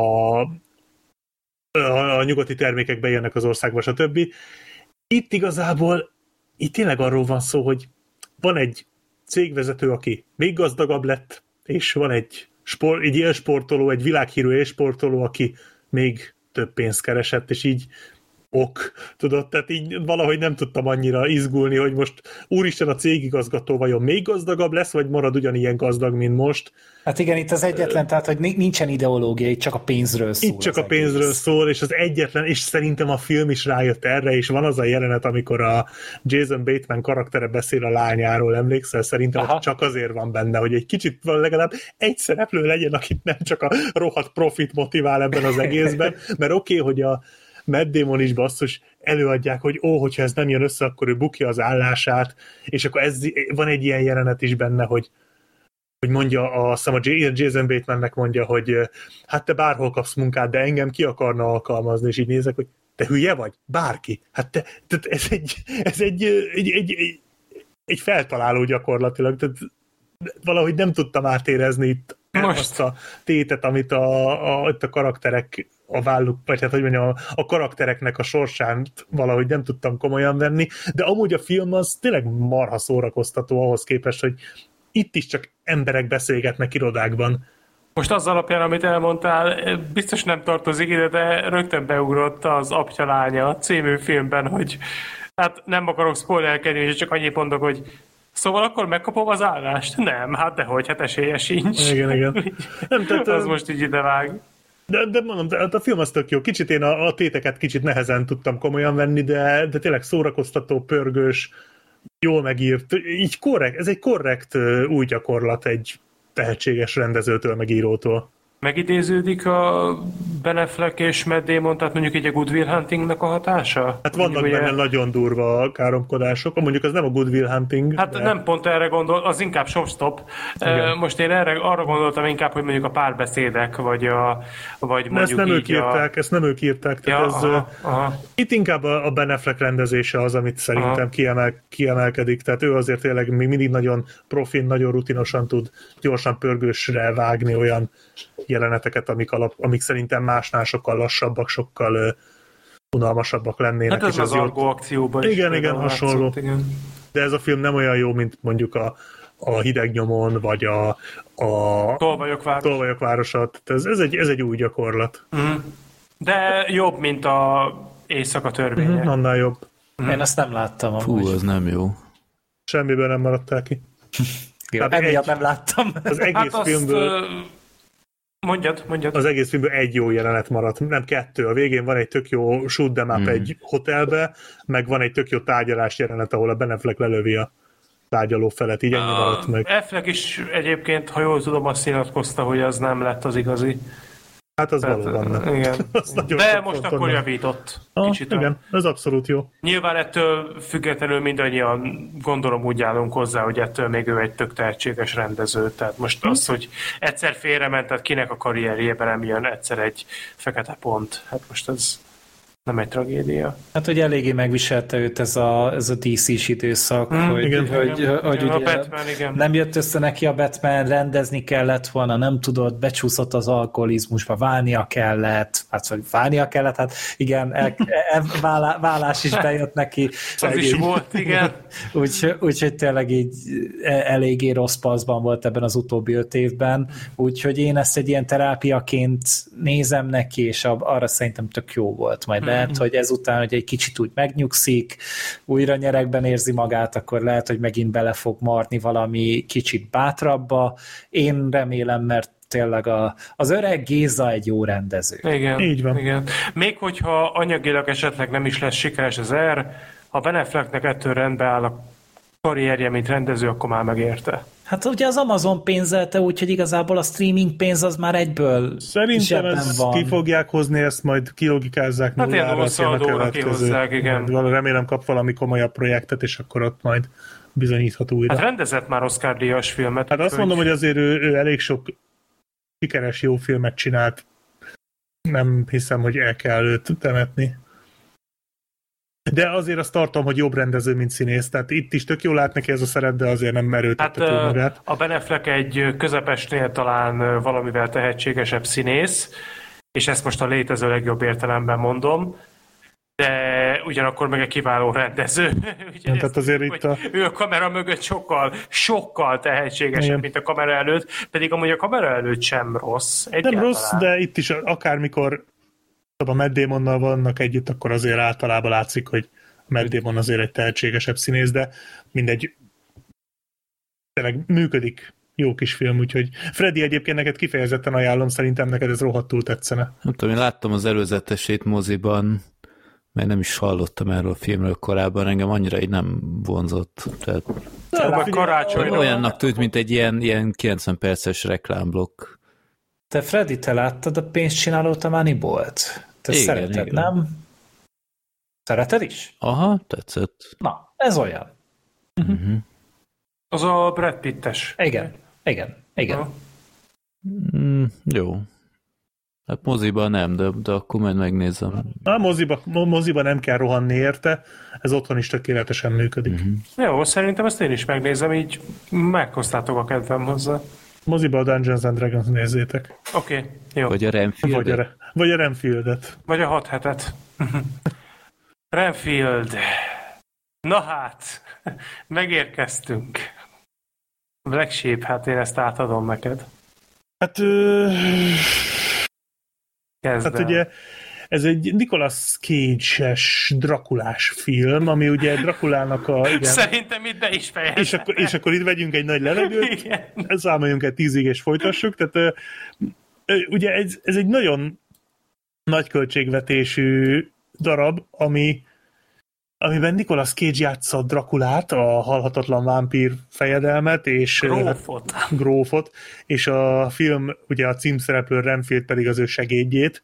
a, a nyugati termékek, bejönnek az országba, stb. Itt igazából, itt tényleg arról van szó, hogy van egy cégvezető, aki még gazdagabb lett, és van egy, sport, egy élsportoló, egy világhírű élsportoló, aki még több pénzt keresett, és így ok, tudod, tehát így valahogy nem tudtam annyira izgulni, hogy most úristen a cégigazgató vajon még gazdagabb lesz, vagy marad ugyanilyen gazdag, mint most. Hát igen, itt az egyetlen, tehát hogy nincsen ideológia, itt csak a pénzről szól. Itt csak a pénzről egész. szól, és az egyetlen, és szerintem a film is rájött erre, és van az a jelenet, amikor a Jason Bateman karaktere beszél a lányáról, emlékszel? Szerintem csak azért van benne, hogy egy kicsit legalább egy szereplő legyen, akit nem csak a rohadt profit motivál ebben az egészben, mert oké, okay, hogy a Matt Damon is basszus előadják, hogy ó, hogyha ez nem jön össze, akkor ő bukja az állását, és akkor ez, van egy ilyen jelenet is benne, hogy, hogy mondja, a, a Jason Batemannek mondja, hogy hát te bárhol kapsz munkát, de engem ki akarna alkalmazni, és így nézek, hogy te hülye vagy? Bárki. Hát te, te, ez, egy, ez egy, egy, egy, egy, egy feltaláló gyakorlatilag, tehát valahogy nem tudtam átérezni itt most azt a tétet, amit a, a, itt a karakterek a válluk, vagy hát hogy mondjam, a, a karaktereknek a sorsán valahogy nem tudtam komolyan venni, de amúgy a film az tényleg marha szórakoztató ahhoz képest, hogy itt is csak emberek beszélgetnek irodákban. Most az alapján, amit elmondtál, biztos nem tartozik ide, de rögtön beugrott az Apja lánya című filmben, hogy hát nem akarok spoilerkedni, és csak annyit mondok, hogy szóval akkor megkapom az állást? Nem, hát dehogy, hát esélye sincs. Igen, igen. Nem, tehát, az most így idevág. De, de mondom, de a film az tök jó. Kicsit én a, a téteket kicsit nehezen tudtam komolyan venni, de, de tényleg szórakoztató, pörgős, jól megírt. Így korrekt, ez egy korrekt új gyakorlat egy tehetséges rendezőtől, meg írótól. Megidéződik a Ben Affleck és Matt Damon, tehát mondjuk így a Good Will Huntingnak a hatása? Hát vannak mondjuk, benne ugye... nagyon durva káromkodások, mondjuk az nem a Good Will Hunting. Hát de... nem pont erre gondol, az inkább Shopstop. Igen. Most én erre, arra gondoltam inkább, hogy mondjuk a párbeszédek, vagy a vagy mondjuk ezt nem így ők írták, a... ezt nem ők írták, tehát ja, ez, aha, aha. Itt inkább a Ben Affleck rendezése az, amit szerintem kiemel, kiemelkedik, tehát ő azért tényleg még mindig nagyon profin, nagyon rutinosan tud gyorsan pörgősre vágni olyan jeleneteket, amik, alap, amik szerintem másnál sokkal lassabbak, sokkal uh, unalmasabbak lennének. Hát ez és az Argo akcióban is. Igen, igen, hasonló. Látszott, igen. De ez a film nem olyan jó, mint mondjuk a, a Hidegnyomon, vagy a, a Tolvajok városa. Tolvajok városa. Ez, ez, egy, ez egy új gyakorlat. Mm. De jobb, mint a Éjszaka törvénye. Mm, annál jobb. Mm. Én ezt nem láttam. Fú, amúgy. az nem jó. Semmiből nem maradtál ki. Jó, emiatt nem láttam. Az egész hát filmből... Azt, mondjad, mondjad. Az egész filmből egy jó jelenet maradt, nem kettő. A végén van egy tök jó shoot them up mm. egy hotelbe, meg van egy tök jó tárgyalás jelenet, ahol a Ben Affleck lelövi a tárgyaló felet, így ennyi maradt meg. Affleck is egyébként, ha jól tudom, azt nyilatkozta, hogy az nem lett az igazi. Hát az Tehát, valóban nem. Igen. De most akkor nem. javított. Ah, kicsit igen, ez abszolút jó. Nyilván ettől függetlenül mindannyian gondolom úgy állunk hozzá, hogy ettől még ő egy tök tehetséges rendező. Tehát most az, hogy egyszer félrement, tehát kinek a karrierjében nem jön egyszer egy fekete pont. Hát most ez nem egy tragédia. Hát, hogy eléggé megviselte őt ez a, ez a dé cé-s időszak, mm, hogy, igen, hogy, igen. hogy igen, ugye Batman, igen. nem jött össze neki a Batman, rendezni kellett volna, nem tudott, becsúszott az alkoholizmusba, válnia kellett, hát hogy válnia kellett, hát igen, el, el, válá, válás is bejött neki. Az is volt, igen. Úgyhogy úgy, tényleg így eléggé rossz paszban volt ebben az utóbbi öt évben, úgyhogy én ezt egy ilyen terápiaként nézem neki, és arra szerintem tök jó volt majd. Lehet, hogy ezután, hogy egy kicsit úgy megnyugszik, újra nyerekben érzi magát, akkor lehet, hogy megint bele fog marni valami kicsit bátrabba. Én remélem, mert tényleg a, az öreg Géza egy jó rendező. Igen, így van. Igen. Még hogyha anyagilag esetleg nem is lesz sikeres az R, ha Ben Afflecknek ettől rendbe áll a karrierje, mint rendező, akkor már megérte. Hát ugye az Amazon pénzelte, úgyhogy igazából a streaming pénz az már egyből Szerintem ezt van. Ki fogják hozni, ezt majd kilogikázzák hát nullára, a következő. Igen. Remélem kap valami komolyabb projektet, és akkor ott majd bizonyíthat újra. Hát rendezett már Oscar-díjas filmet. Hát azt mondom, hogy azért ő, ő elég sok sikeres jó filmet csinált. Nem hiszem, hogy el kell őt temetni. De azért azt tartom, hogy jobb rendező, mint színész. Tehát itt is tök jól lát neki ez a szerep, de azért nem erőltette hát, túl magát. A Ben Affleck egy közepesnél talán valamivel tehetségesebb színész, és ezt most a létező legjobb értelemben mondom, de ugyanakkor meg egy kiváló rendező. Ja, tehát azért itt a... Ő a kamera mögött sokkal, sokkal tehetségesebb, igen, mint a kamera előtt, pedig amúgy a kamera előtt sem rossz. Nem rossz, de itt is akármikor a Matt Damonnal vannak együtt, akkor azért általában látszik, hogy a Matt Damon azért egy tehetségesebb színész, de mindegy, tényleg működik, jó kis film, úgyhogy Freddy, egyébként neked kifejezetten ajánlom, szerintem neked ez rohadtul tetszene. Nem tudom, én láttam az előzetesét moziban, mert nem is hallottam erről a filmről korábban, engem annyira így nem vonzott. Tehát olyannak tűnt, mint egy ilyen, ilyen kilencven perces reklámblokk. Te, Freddy, te láttad a pénzcsinálót a Moneybolt? Te igen, szereted, igen. Nem? Szereted is? Aha, tetszett. Na, ez olyan. Uh-huh. Az a Brad Pittes. Igen, igen, igen. Ja. Mm, jó. Hát moziban nem, de, de akkor majd megnézem. A moziba, moziba nem kell rohanni érte, ez otthon is tökéletesen működik. Uh-huh. Jó, szerintem ezt én is megnézem, így meghoztátok a kedvem hozzá. Moziba a Dungeons and Dragons nézzétek. Oké, okay, jó. Vagy a Renfield. Vagy a, vagy a Renfieldet. Vagy a hat hetet. Renfield. Na hát, megérkeztünk. Black Sheep, hát én ezt átadom neked. Hát... Ö... Kezd hát el. ugye ez egy Nicolas Cage-es Drakulás film, ami ugye Drakulának a... Igen, Szerintem itt be is fejezett. és, akkor, és akkor itt vegyünk egy nagy levegőt, számoljunk egy tízig és folytassuk. Tehát ö, ö, ugye ez, ez egy nagyon nagy költségvetésű darab, ami amiben Nicolas Cage játsza Drakulát, a halhatatlan vámpír fejedelmet, és Grófot. Hát, grófot, és a film, ugye a címszereplő Renfield pedig az ő segédjét.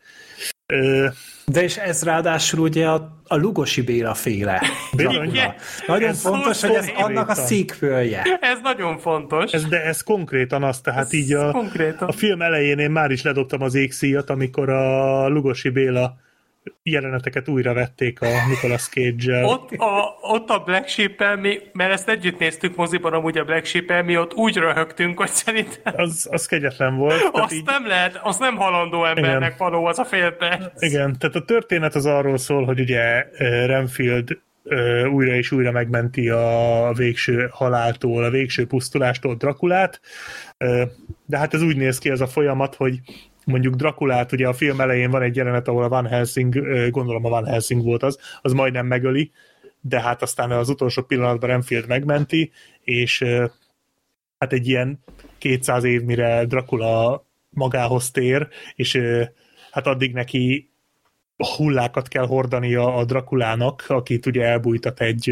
De és ez ráadásul ugye a, a Lugosi Béla féle Dracula. Nagyon ez fontos, hogy ez annak a sequelje. Ez nagyon fontos. Ez, de ez konkrétan az, tehát ez így a, konkrétan. a film elején én már is ledobtam az égszíjat, amikor a Lugosi Béla jeleneteket újra vették a Nicolas Cage-el. Ott a, ott a Black Sheep-el, mi, mert ezt együtt néztük moziban amúgy a Black Sheep-el, mi ott úgy röhögtünk, hogy szerintem Az, az kegyetlen volt. azt így, nem lehet, az nem halandó embernek igen. való az a fél perc. Igen, tehát a történet az arról szól, hogy ugye Renfield újra és újra megmenti a végső haláltól, a végső pusztulástól Drakulát, de hát ez úgy néz ki ez a folyamat, hogy mondjuk Drakulát, ugye a film elején van egy jelenet, ahol a Van Helsing, gondolom a Van Helsing volt az, az majdnem megöli, de hát aztán az utolsó pillanatban Renfield megmenti, és hát egy ilyen kétszáz év, mire Dracula magához tér, és hát addig neki hullákat kell hordania a Drakulának, akit ugye elbújtat egy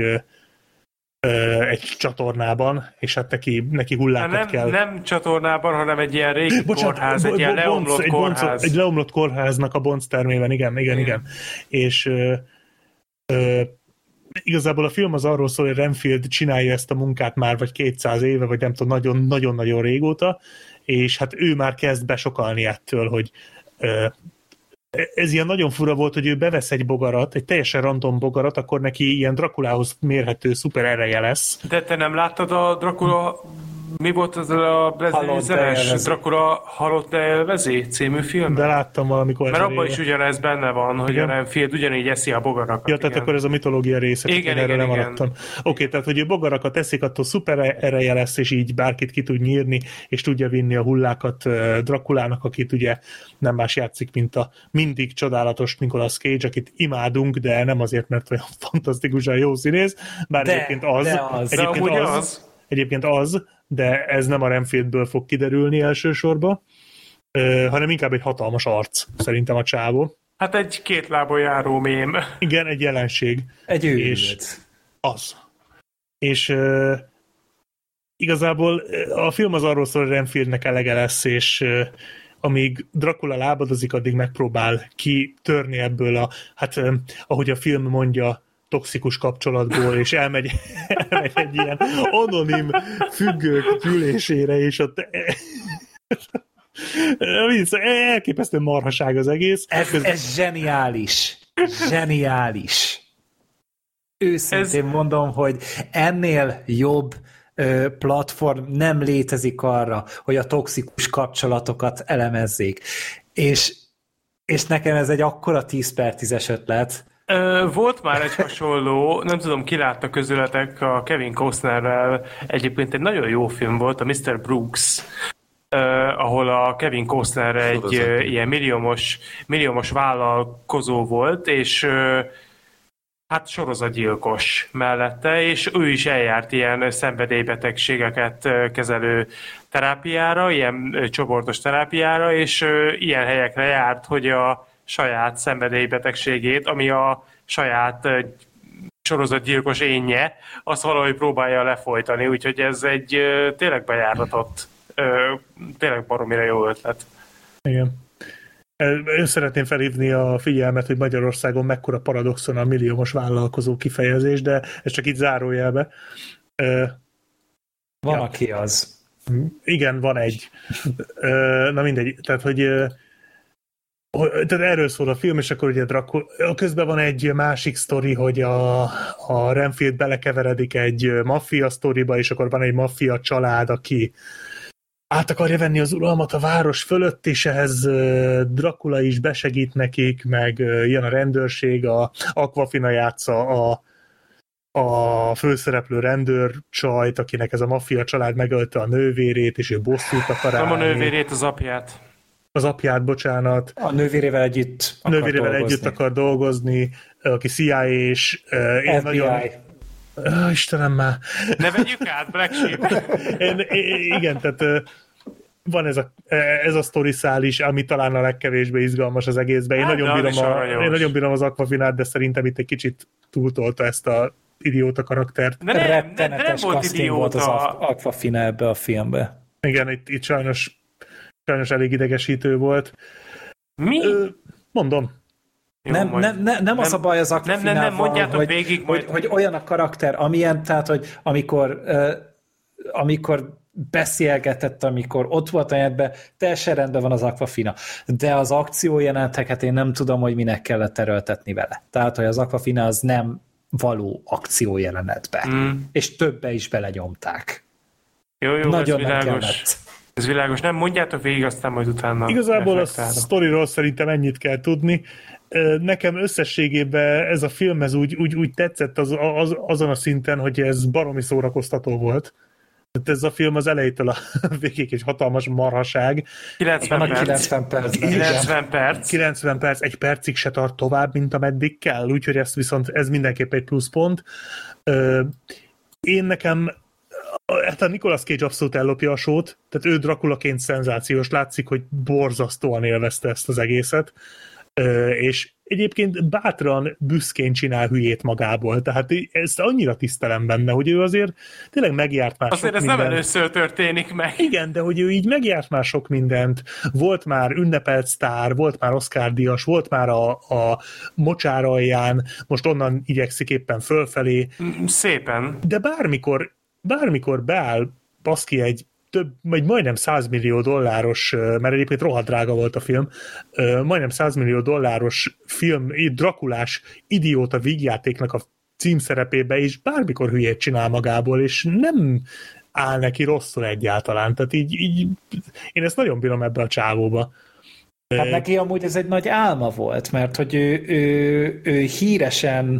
egy csatornában, és hát neki, neki hullákat nem, kell. Nem csatornában, hanem egy ilyen régi Bocsánat, kórház, egy ilyen leomlott egy kórház. Bonc, egy leomlott kórháznak a Bonc termében, igen, igen, igen. igen. És ö, ö, igazából a film az arról szól, hogy Renfield csinálja ezt a munkát már vagy kétszáz éve, vagy nem tudom, nagyon-nagyon régóta, és hát ő már kezd besokalni ettől, hogy ö, ez ilyen nagyon fura volt, hogy ő bevesz egy bogarat, egy teljesen random bogarat, akkor neki ilyen Drakulához mérhető szuper ereje lesz. De te nem láttad a Dracula, mi volt az a Blazing Dracula Halott de elvezi című film? De láttam valamikor. Mert abban is ugyanez benne van, hogy igen. A Renfield ugyanígy eszi a bogarakat. Ja, tehát igen. Akkor ez a mitológia része, igen, én erről igen, nem igen. maradtam. Oké, okay, tehát hogy ő bogarakat eszik, attól szuper ereje lesz, és így bárkit ki tud nyírni, és tudja vinni a hullákat Drakulának, akit ugye nem más játszik, mint a mindig csodálatos Nicolas Cage, akit imádunk, de nem azért, mert olyan fantasztikusan jó színész, bár de, egyébként az. De az. Egyébként de az, az. Egyébként az, de ez nem a Renfieldből fog kiderülni elsősorban, uh, hanem inkább egy hatalmas arc, szerintem a csávó. Hát egy két lábon járó mém. Igen, egy jelenség. Egy őrült. És az. És uh, igazából a film az arról szól, hogy Renfieldnek elege lesz, és uh, amíg Dracula lábadozik, addig megpróbál kitörni ebből a, hát uh, ahogy a film mondja, toxikus kapcsolatból, és elmegy, elmegy egy ilyen anonim függők gyűlésére, és ott elképesztő marhaság az egész. Ez, ez zseniális. Zseniális. Őszintén ez... mondom, hogy ennél jobb ö, platform nem létezik arra, hogy a toxikus kapcsolatokat elemezzék. És, és nekem ez egy akkora tíz per tízes ötlet. Volt már egy hasonló, nem tudom, ki látta közületek, a Kevin Costnerrel egyébként egy nagyon jó film volt, a miszter Brooks, Uh, ahol a Kevin Costner egy uh, ilyen milliómos, milliómos vállalkozó volt, és uh, hát sorozatgyilkos mellette, és ő is eljárt ilyen szenvedélybetegségeket uh, kezelő terápiára, ilyen uh, csoportos terápiára, és uh, ilyen helyekre járt, hogy a saját szenvedélybetegségét, ami a saját uh, sorozatgyilkos énje, azt valahogy próbálja lefolytani, úgyhogy ez egy uh, tényleg bejáratott Ö, tényleg baromira jó ötlet. Igen. Én szeretném felhívni a figyelmet, hogy Magyarországon mekkora paradoxon a milliómos vállalkozó kifejezés, de ez csak itt zárójelbe. Van, ja. Aki az. Igen, van egy. Na mindegy. Tehát, hogy tehát erről szól a film, és akkor ugye Dracula, közben van egy másik sztori, hogy a, a Renfield belekeveredik egy maffia sztoriba, és akkor van egy maffia család, aki át akarja venni az uralmat a város fölött, és ehhez Dracula is besegít nekik, meg jön a rendőrség, a Aquafina játsza a, a főszereplő rendőrcsajt, akinek ez a maffia család megölte a nővérét, és ő bosszút akar állni. Nem a nővérét, az apját. Az apját, bocsánat. A nővérével együtt akar nővérével dolgozni. együtt akar dolgozni, aki C I A és én F B I. nagyon... Oh, Istenem már. Ne vegyük át, Black Sheep. én, én, igen, tehát van ez a, ez a sztoriszál is, ami talán a legkevésbé izgalmas az egészben. Én, Hát, nagyon bírom, a, én nagyon bírom az Aquafinát, de szerintem itt egy kicsit túltolta ezt a idióta karaktert. De nem, Rettenetes de, de nem volt casting volt az idióta. Aquafina ebbe a filmbe. Igen, itt, itt sajnos, sajnos elég idegesítő volt. Mi? Ö, mondom. Jó, Nem, majd. nem, nem, nem az a baj az nem, nem, Aquafinával, nem, mondjátok hogy, végig, hogy, majd- hogy olyan a karakter, amilyen, tehát, hogy amikor, uh, amikor beszélgetett, amikor ott volt a jelentben, teljesen rendben van az Aquafina. De az akciójelenteket én nem tudom, hogy minek kellett erőltetni vele. Tehát, hogy az Aquafina az nem való akciójelenetbe. Mm. És többe is belenyomták. Jó, jó, Nagyon ez nem világos. kellett. Ez világos. Nem, mondjátok végig, aztán majd utána Igazából a reflektálok. sztoriról szerintem ennyit kell tudni. Nekem összességében ez a film ez úgy, úgy, úgy tetszett az, az, azon a szinten, hogy ez baromi szórakoztató volt. Tehát ez a film az elejétől a végig egy hatalmas marhaság. kilencven Van a perc. kilencven percben. kilencven perc. kilencven perc, egy percig se tart tovább, mint ameddig kell, úgyhogy ez viszont ez mindenképp egy pluszpont. Én nekem hát a Nicolas Cage abszolút ellopja a sót, tehát ő Draculaként szenzációs, látszik, hogy borzasztóan élvezte ezt az egészet, és egyébként bátran, büszkén csinál hülyét magából, tehát ezt annyira tisztelem benne, hogy ő azért tényleg megjárt már Azért sok ez mindent. nem először történik meg. Igen, de hogy ő így megjárt már sok mindent, volt már ünnepelt sztár, volt már Oscar-díjas, volt már a, a mocsár alján, most onnan igyekszik éppen fölfelé, Szépen. de bármikor, bármikor beáll baszki egy több, vagy majdnem száz millió dolláros, mert egyébként rohadt drága volt a film, majdnem száz millió dolláros film, Drakulás idióta vígjátéknak a címszerepébe is bármikor hülyét csinál magából, és nem áll neki rosszul egyáltalán. Tehát így, így én ezt nagyon bírom ebbe a csávóba. Hát neki amúgy ez egy nagy álma volt, mert hogy ő, ő, ő híresen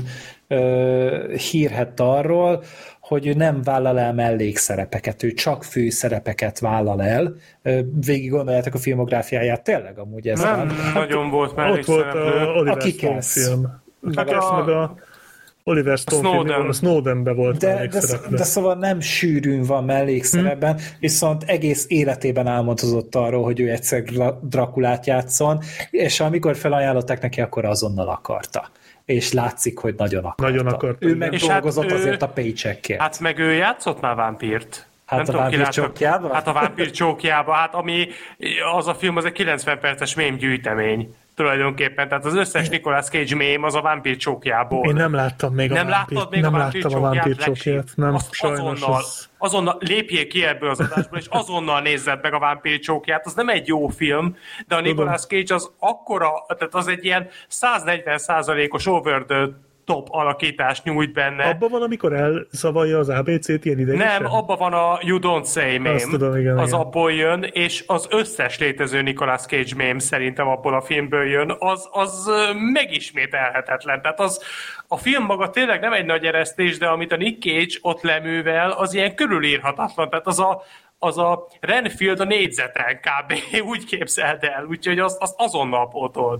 ö, hírhett arról, hogy ő nem vállal el mellékszerepeket, ő csak főszerepeket vállal el. Végig gondoljátok a filmográfiáját, tényleg amúgy ez Nem, van. nagyon volt Ott volt mellékszereplő. a Oliver A Stone Kick-Ass. film. Meg Meg, a... meg a Oliver Stone Snowden. film, a Snowdenbe volt De, de, mellékszereplő. de szóval nem sűrűn van mellékszerepben, hmm. viszont egész életében álmodozott arról, hogy ő egyszer Drakulát játszon, és amikor felajánlották neki, akkor azonnal akarta. És látszik, hogy nagyon akarta. Nagyon akarta, Ő igen. meg És dolgozott hát ő- azért a paycheckért. Hát meg ő játszott már vámpírt. Hát Nem a tudom, ki vámpír látta- csókjában? Hát a vámpír csókjában, hát ami az a film, az egy kilencven perces mém gyűjtemény. Tulajdonképpen, tehát az összes Nicolas Cage mém az a vámpír csókjából. Én nem láttam még Nem a vámpír, láttad még nem a vámpír láttam a vámpír csókját, csókját, nem, Azt sajnos. azonnal, Az... azonnal lépjél ki ebből az adásból, és azonnal nézzed meg a vámpír csókját. Az nem egy jó film, de a Nicolas Cage az akkora, tehát az egy ilyen száznegyven százalékos over the top alakítást nyújt benne. Abban van, amikor elszavalja az á bé cét ilyen idegesen? Nem, abban van a You Don't Say meme, Azt tudom, igen, az igen. abból jön, és az összes létező Nicolas Cage meme szerintem abból a filmből jön, az, az ö, megismételhetetlen. Tehát az, a film maga tényleg nem egy nagy eresztés, de amit a Nick Cage ott leművel, az ilyen körülírhatatlan. Tehát az a, az a Renfield a négyzeten kb. Úgy képzeld el, úgyhogy azt, azt azonnal pótold.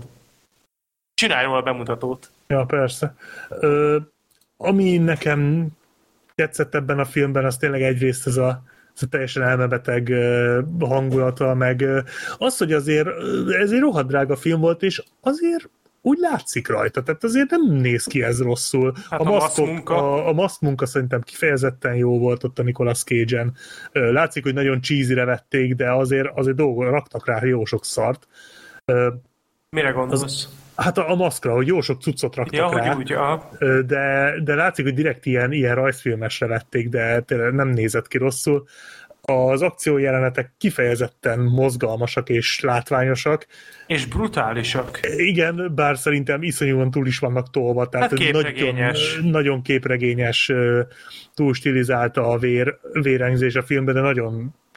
Csinálj róla bemutatót. Ja, persze. Ö, ami nekem tetszett ebben a filmben, az tényleg egyrészt ez a, ez a teljesen elmebeteg ö, hangulata, meg ö, az, hogy azért ö, ez egy rohadt drága film volt, és azért úgy látszik rajta, tehát azért nem néz ki ez rosszul. Hát a, a maszkok, maszkmunka. a, a maszkmunka szerintem kifejezetten jó volt ott a Nicolas Cage-en. Ö, Látszik, hogy nagyon cheesy-re vették, de azért, azért dolgok, raktak rá jó sok szart. Ö, Mire gondolsz? Hát a, a maszkra, hogy jó sok cuccot raktak Ja, rá. hogy úgy, aha. De, de látszik, hogy direkt ilyen, ilyen rajzfilmesre vették, de tényleg nem nézett ki rosszul. Az akciójelenetek kifejezetten mozgalmasak és látványosak. És brutálisak. Igen, bár szerintem iszonyúan túl is vannak tolva, tehát Hát ez képregényes. nagyon, nagyon képregényes, túl stilizálta a vér, vérengzés a filmben, de nagyon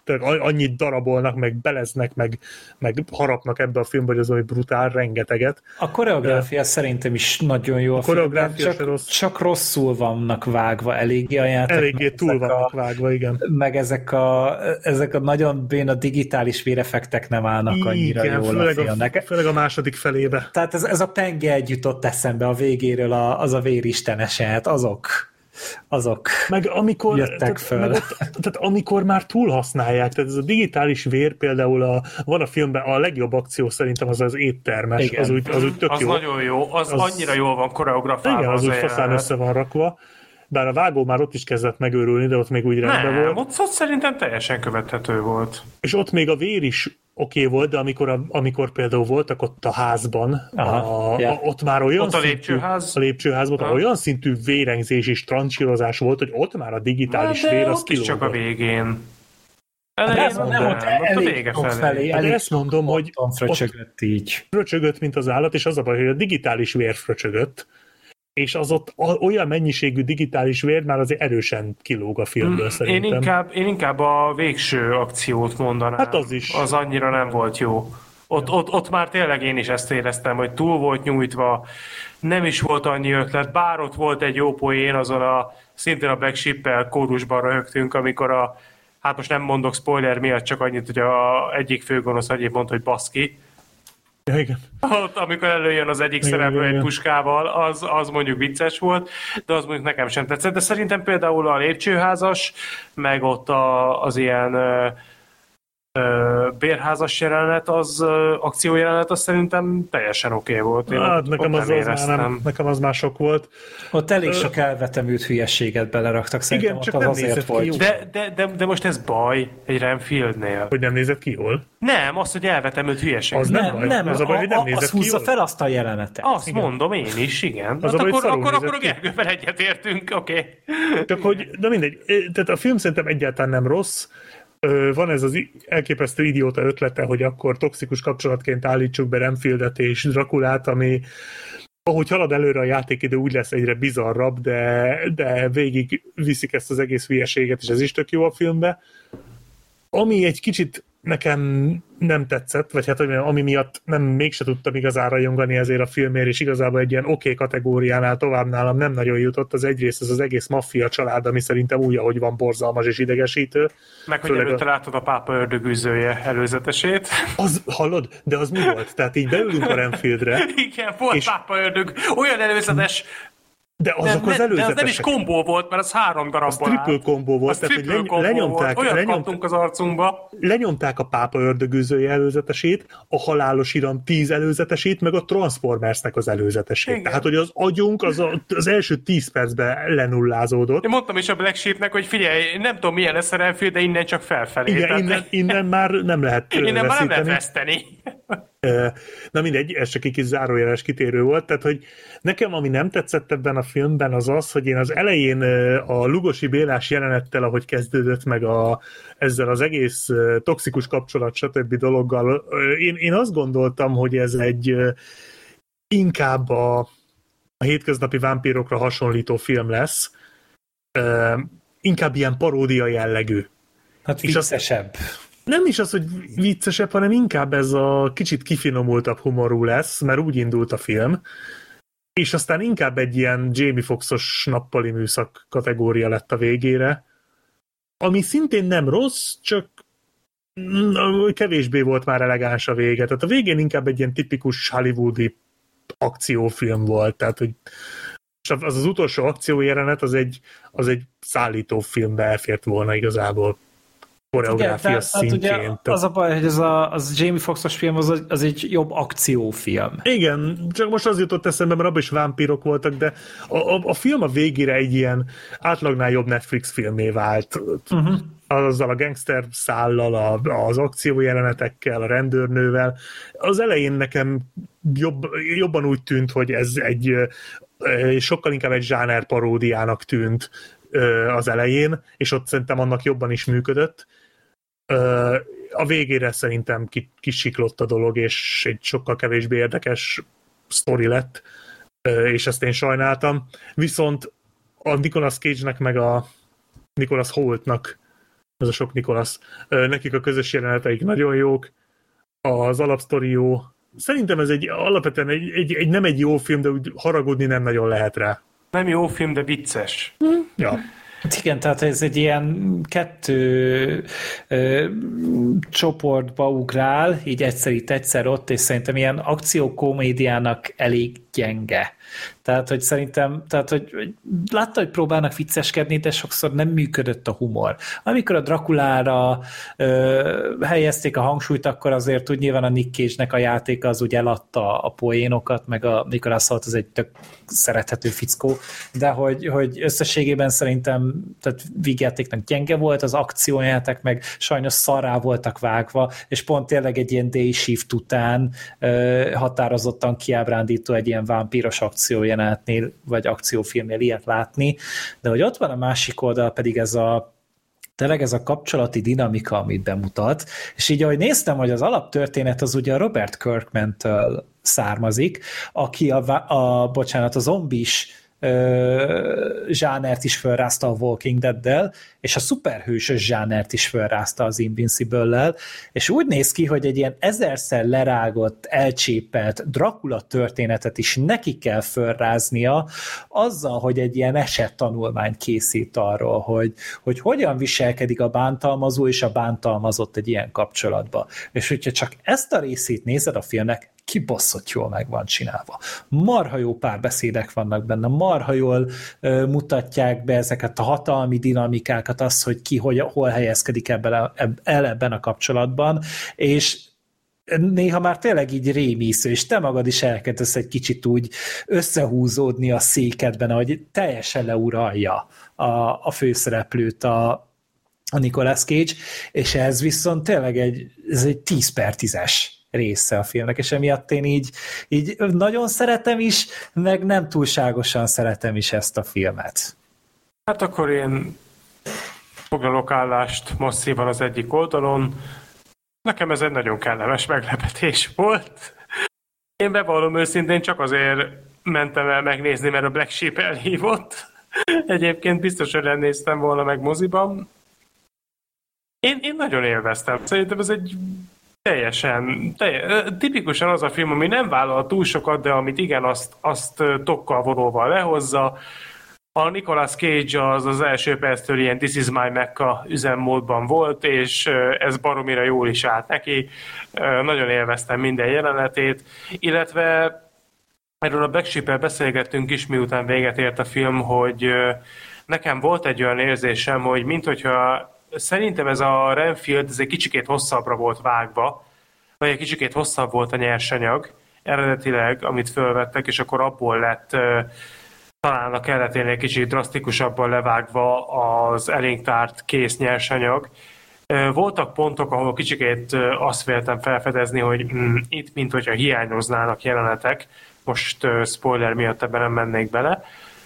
annyit darabolnak, meg beleznek, meg, meg harapnak ebbe a filmbe, hogy az olyan brutál, rengeteget. A koreográfia de... szerintem is nagyon jó a, a filmben, csak, rossz. csak rosszul vannak vágva eléggé a játék. Eléggé túl vannak a, vágva, igen. Meg ezek a, ezek a nagyon béna digitális vérefektek nem állnak igen, annyira jól főleg a filmnek. A, főleg a második felébe. Tehát ez, ez a penge egy jutott eszembe a végéről, a, az a véristeneset, azok azok meg amikor, jöttek tehát, föl. Meg ott, tehát amikor már túl használják, tehát ez a digitális vér például a, van a filmben a legjobb akció szerintem az az éttermes, igen. az úgy, az úgy tök az jó. Az nagyon jó, az, az annyira jól van koreografálva. Igen, az, az úgy faszán össze van rakva. Bár a vágó már ott is kezdett megőrülni, de ott még úgy rendben volt. Nem, ott, ott szerintem teljesen követhető volt. És ott még a vér is oké okay volt, de amikor, a, amikor például voltak ott a házban, Aha, a, ja. a, ott már olyan ott a szintű, lépcsőház. a lépcsőházban Aha. olyan szintű vérengzés és trancsírozás volt, hogy ott már a digitális de vér az kilógott. Csak a végén. Elején nem, nem, ott elég a vége felé. felé elég ezt mondom, hogy fröcsögött így. Fröcsögött, mint az állat, és az a baj, hogy a digitális vér fröcsögött, és az ott olyan mennyiségű digitális vér már azért erősen kilóg a filmből mm, szerintem. Én inkább, én inkább a végső akciót mondanám. Hát az is. Az annyira nem volt jó. Ott, ja. ott, ott már tényleg én is ezt éreztem, hogy túl volt nyújtva, nem is volt annyi ötlet, bár ott volt egy jó poén, azon a szintén a Black Sheep-el kórusban röhögtünk, amikor a, hát most nem mondok spoiler miatt, csak annyit, hogy a egyik főgonosz egyéb mondta, hogy baszki. Ja, igen. Ott, amikor előjön az egyik szereplő egy puskával, az, az mondjuk vicces volt, de az mondjuk nekem sem tetszett. De szerintem például a lépcsőházas, meg ott a, az ilyen ö, ö, bérházas jelenet, az ö, akciójelenet, az szerintem teljesen oké okay volt. Én hát, ott, nekem, ott az, nem az már nem, nekem az már sok volt. Ott elég sok elvetemült hülyeséget beleraktak, szerintem igen, ott csak az nem azért volt. De, de, de, de most ez baj egy Renfieldnél. Hogy nem nézett ki jól? Nem, az, hogy elvetemült hülyeség. Az nem, nem, nem az a baj, hogy nem az húzza jól. Fel azt a jelenetet. Azt igen. mondom én is, igen. Az hát a baj, akkor, akkor, akkor ki. a Gergővel egyetértünk, oké. Okay. Csak hogy, de mindegy, tehát a film szerintem egyáltalán nem rossz. Van ez az elképesztő idióta ötlete, hogy akkor toxikus kapcsolatként állítsuk be Renfieldet és Drakulát, ami ahogy halad előre a játékidő, úgy lesz egyre bizarrabb, de, de végig viszik ezt az egész hülyeséget, és ez is tök jó a filmbe. Ami egy kicsit nekem nem tetszett, vagy hát ami miatt nem mégse tudtam igazán rajongani ezért a filmért, és igazából egy ilyen oké okay kategóriánál tovább nálam nem nagyon jutott, az egyrészt az az egész maffia család, ami szerintem úgy, ahogy van, borzalmas és idegesítő. Meg hogy előtte a... látod a pápa ördögűzője előzetesét. Az, hallod? De az mi volt? Tehát így beülünk a Renfieldre. Igen, volt és... pápa ördög, olyan előzetes. De azok nem, az előzetesek. De az nem is kombó volt, mert az három darabból állt. Az triple kombó volt. Az triple kombó lenyomták, volt. Olyan lenyomt, kaptunk az arcunkba. Lenyomták a pápa ördögűzője előzetesét, a halálos iram tíz előzetesét, meg a Transformersnek az előzetesét. Igen. Tehát, hogy az agyunk az, a, az első tíz percben lenullázódott. Én mondtam is a Black Sheepnek, hogy figyelj, nem tudom milyen lesz a Renfield, de innen csak felfelé. Igen, innen, innen már nem lehet innen veszíteni. már nem lehet veszteni. Na mindegy, ez csak egy kis zárójeles kitérő volt, tehát hogy nekem ami nem tetszett ebben a filmben az az, hogy én az elején a Lugosi Bélás jelenettel, ahogy kezdődött meg a, ezzel az egész toxikus kapcsolat, stb. Dologgal, én, én azt gondoltam, hogy ez egy inkább a, a hétköznapi vámpírokra hasonlító film lesz, inkább ilyen paródia jellegű. Hát viccesebb. Nem is az, hogy viccesebb, hanem inkább ez a kicsit kifinomultabb humorú lesz, mert úgy indult a film, és aztán inkább egy ilyen Jamie Foxxos nappali műszak kategória lett a végére, ami szintén nem rossz, csak kevésbé volt már elegáns a vége. Tehát a végén inkább egy ilyen tipikus hollywoodi akciófilm volt, tehát hogy az az utolsó akciójelenet az egy, az egy szállítófilmbe elfért volna igazából. Koreográfia igen, szintjén. Hát ugye az a baj, hogy ez a, az Jamie Foxxos film az, az egy jobb akciófilm. Igen, csak most az jutott eszembe, mert abban is vámpírok voltak, de a, a, a film a végére egy ilyen átlagnál jobb Netflix filmé vált. Uh-huh. Azzal a gangster szállal, a, az akciójelenetekkel, a rendőrnővel. Az elején nekem jobb, jobban úgy tűnt, hogy ez egy sokkal inkább egy zsáner paródiának tűnt az elején, és ott szerintem annak jobban is működött. A végére szerintem kisiklott a dolog, és egy sokkal kevésbé érdekes sztori lett, és ezt én sajnáltam. Viszont a Nicolas Cage-nek meg a Nicholas Holtnak ez a sok Nicholas. Nekik a közös jeleneteik nagyon jók, az alapsztori jó. Szerintem ez egy alapvetően egy, egy, egy, nem egy jó film, de úgy haragudni nem nagyon lehet rá. Nem jó film, de vicces. Ja. Igen, tehát ez egy ilyen kettő ö, csoportba ugrál, így egyszer itt, egyszer ott, és szerintem ilyen akciókomédiának elég gyenge. Tehát, hogy szerintem, tehát, hogy, hogy látta, hogy próbálnak vicceskedni, de sokszor nem működött a humor. Amikor a Drakulára ö, helyezték a hangsúlyt, akkor azért úgy nyilván a Nick Cage-nek a játéka az úgy eladta a poénokat, meg a Nicholas Hoult az egy tök szerethető fickó, de hogy, hogy összességében szerintem tehát vígjátéknak gyenge volt, az akciójáték meg sajnos szarrá voltak vágva, és pont tényleg egy ilyen Day Shift után ö, határozottan kiábrándító egy ilyen vámpíros akciójelenetnél, vagy akciófilmnél ilyet látni, de hogy ott van a másik oldal pedig ez a tényleg ez a kapcsolati dinamika, amit bemutat, és így ahogy néztem, hogy az alaptörténet az ugye a Robert Kirkman-től származik, aki a, a bocsánat, a zombis ö, zsánert is felrázta a Walking Dead-del, és a szuperhősös zsánert is felrázta az Invincible-lel, és úgy néz ki, hogy egy ilyen ezerszer lerágott, elcsépelt Dracula történetet is neki kell felráznia, azzal, hogy egy ilyen esettanulmányt készít arról, hogy, hogy hogyan viselkedik a bántalmazó és a bántalmazott egy ilyen kapcsolatba. És hogyha csak ezt a részét nézed a filmnek, kibaszott jól meg van csinálva. Marha jó párbeszédek vannak benne, marha jól ö, mutatják be ezeket a hatalmi dinamikákat, azt, hogy ki hogy, hol helyezkedik ebben a, el ebben a kapcsolatban, és néha már tényleg így rémisző, és te magad is elkezdesz egy kicsit úgy összehúzódni a székedben, ahogy teljesen leuralja a, a főszereplőt a, a Nicolas Cage, és ez viszont tényleg egy, ez egy tíz per tízes része a filmnek, és emiatt én így, így nagyon szeretem is, meg nem túlságosan szeretem is ezt a filmet. Hát akkor én foglalok állást masszívan az egyik oldalon. Nekem ez egy nagyon kellemes meglepetés volt. Én bevallom őszintén csak azért mentem el megnézni, mert a Black Sheep elhívott. Egyébként biztos, hogy nem néztem volna meg moziban. Én, én nagyon élveztem. Szerintem ez egy teljesen, telj, tipikusan az a film, ami nem vállal túl sokat, de amit igen, azt, azt tokkal vonóval lehozza. A Nicolas Cage az az első perctől ilyen This is my Mecca üzemmódban volt, és ez baromira jól is állt neki. Nagyon élveztem minden jelenetét, illetve erről a Black Sheep-el beszélgettünk is, miután véget ért a film, hogy nekem volt egy olyan érzésem, hogy minthogyha szerintem ez a Renfield ez egy kicsikét hosszabbra volt vágva, vagy egy kicsikét hosszabb volt a nyersanyag eredetileg, amit fölvettek, és akkor abból lett talán a kelleténél egy kicsit drasztikusabban levágva az elénk tárt kész nyersanyag. Voltak pontok, ahol kicsikét azt véltem felfedezni, hogy mm, itt mint hogyha hiányoznának jelenetek, most spoiler miatt ebben nem mennék bele,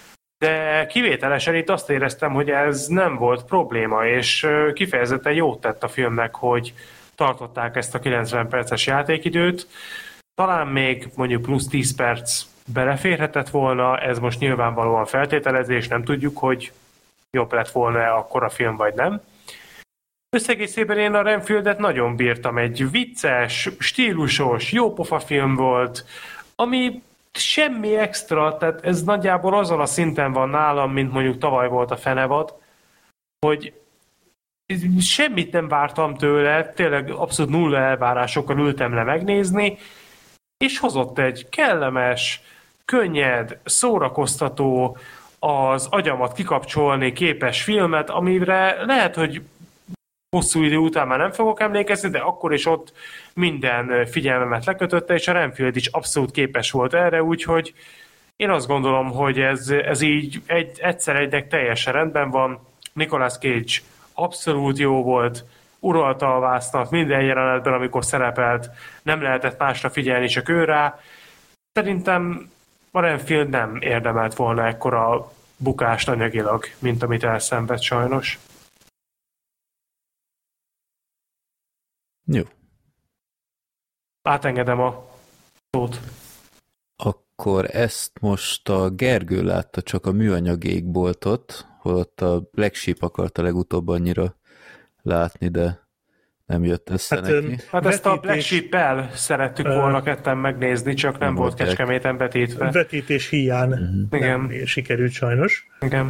de kivételesen itt azt éreztem, hogy ez nem volt probléma, és kifejezetten jót tett a filmnek, hogy tartották ezt a kilencven perces játékidőt. Talán még mondjuk plusz tíz perc beleférhetett volna, ez most nyilvánvalóan feltételezés, nem tudjuk, hogy jobb lett volna akkor a film, vagy nem. Összegészében én a Renfieldet nagyon bírtam, egy vicces, stílusos, jópofa film volt, ami semmi extra, tehát ez nagyjából azon a szinten van nálam, mint mondjuk tavaly volt a Fenevad, hogy semmit nem vártam tőle, tényleg abszolút nulla elvárásokkal ültem le megnézni, és hozott egy kellemes, könnyed, szórakoztató, az agyamat kikapcsolni képes filmet, amire lehet, hogy hosszú idő után már nem fogok emlékezni, de akkor is ott minden figyelmemet lekötötte, és a Renfield is abszolút képes volt erre, úgyhogy én azt gondolom, hogy ez, ez így egy, egyszer egynek teljesen rendben van. Nicolas Cage abszolút jó volt, uralta a vásznat minden jelenetben, amikor szerepelt, nem lehetett másra figyelni, csak ő rá. Szerintem a Renfield nem érdemelt volna ekkora bukást anyagilag, mint amit elszenved sajnos. Jó. Átengedem a szót. Akkor ezt most a Gergő látta csak a műanyag égboltot, holott a Black Sheep akarta legutóbb annyira látni, de nem jött össze Hát, neki. Hát ezt a Vetítés- Black Sheep-el szerettük volna ketten megnézni, csak nem, Nem volt volt gyerek. Kecskeméten vetítve. Vetítés hiány Uh-huh. Igen. nem sikerült sajnos. Igen.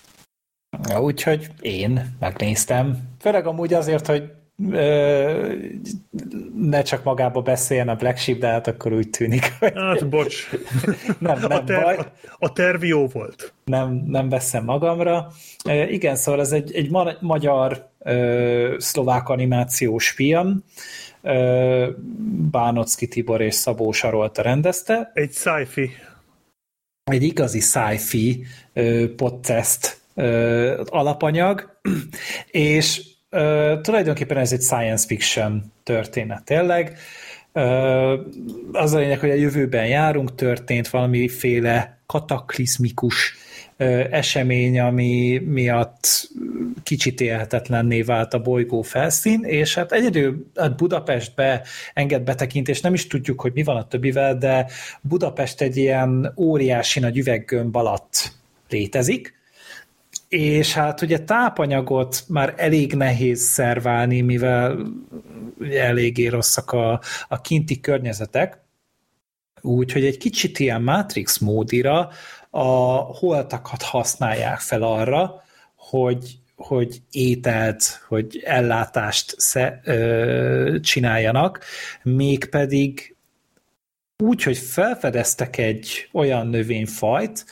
Úgyhogy én megnéztem. Főleg amúgy azért, hogy ö, ne csak magába beszéljen a Black Sheep, de hát akkor úgy tűnik, hogy Hát, bocs. nem, nem A, ter, baj. a, a terv jó volt. nem, nem veszem magamra. E, igen, szóval ez egy, egy ma- magyar ö, szlovák animációs film. Ö, Bánocki Tibor és Szabó Sarolta rendezte. Egy sci-fi. Egy igazi sci-fi ö, podcast ö, alapanyag, és ö, tulajdonképpen ez egy science fiction történet tényleg. Ö, az a lényeg, hogy a jövőben járunk, történt valamiféle kataklizmikus ö, esemény, ami miatt kicsit élhetetlenné vált a bolygó felszín, és hát egyedül hát Budapestbe enged betekintést, nem is tudjuk, hogy mi van a többivel, de Budapest egy ilyen óriási nagy üveggömb alatt létezik, és hát ugye tápanyagot már elég nehéz szerválni, mivel ugye eléggé rosszak a, a kinti környezetek, úgyhogy egy kicsit ilyen Matrix módira a holtakat használják fel arra, hogy, hogy ételt, hogy ellátást sze, ö, csináljanak, mégpedig úgy, hogy felfedeztek egy olyan növényfajt,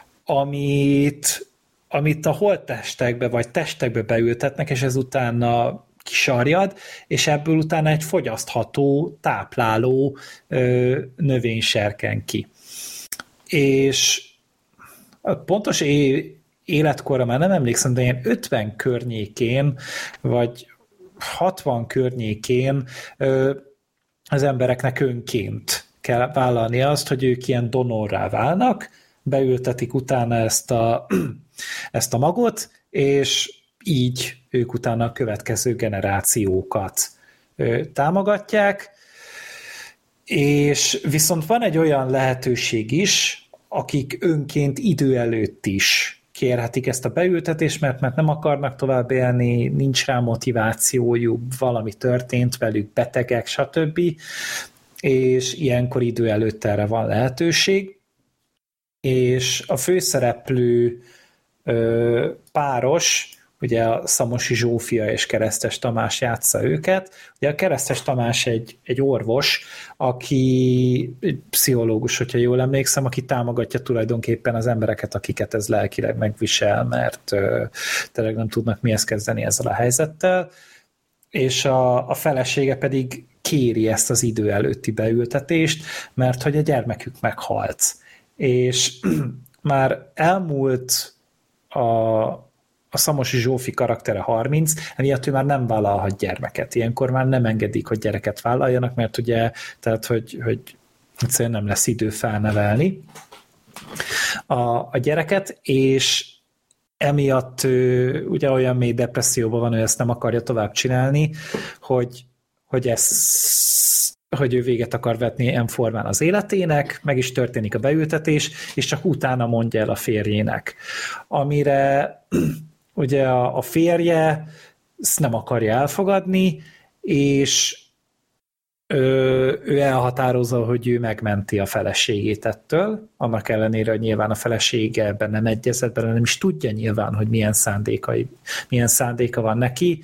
amit amit a holttestekbe vagy testekbe beültetnek, és ez utána kisarjad, és ebből utána egy fogyasztható, tápláló ö, növény serken ki. És a pontos é- életkorra már nem emlékszem, de ilyen ötven környékén, vagy hatvan környékén ö, az embereknek önként kell vállalni azt, hogy ők ilyen donorrá válnak, beültetik utána ezt a ezt a magot, és így ők utána a következő generációkat ö, támogatják, és viszont van egy olyan lehetőség is, akik önként idő előtt is kérhetik ezt a beültetést, mert, mert nem akarnak tovább élni, nincs rá motivációjuk, valami történt velük, betegek, stb. És ilyenkor idő előtt erre van lehetőség, és a főszereplő ö, páros, ugye a Szamosi Zsófia és Keresztes Tamás játsza őket. Ugye a Keresztes Tamás egy, egy orvos, aki egy pszichológus, hogyha jól emlékszem, aki támogatja tulajdonképpen az embereket, akiket ez lelkileg megvisel, mert ö, tényleg nem tudnak mihez kezdeni ezzel a helyzettel, és a, a felesége pedig kéri ezt az idő előtti beültetést, mert hogy a gyermekük meghalt. És már elmúlt a, a Szamosi Zsófi karaktere harminc, emiatt ő már nem vállalhat gyermeket. Ilyenkor már nem engedik, hogy gyereket vállaljanak, mert ugye, tehát, hogy, hogy egyszerűen nem lesz idő felnevelni a, a gyereket, és emiatt ő ugye olyan mély depresszióban van, hogy ezt nem akarja tovább csinálni, hogy, hogy ezt hogy ő véget akar vetni ilyen formán az életének, meg is történik a beültetés, és csak utána mondja el a férjének. Amire ugye a, a férje ezt nem akarja elfogadni, és ő, ő elhatározza, hogy ő megmenti a feleségét ettől, annak ellenére, hogy nyilván a felesége ebben nem egyezett bele, nem is tudja nyilván, hogy milyen szándékai, milyen szándéka van neki,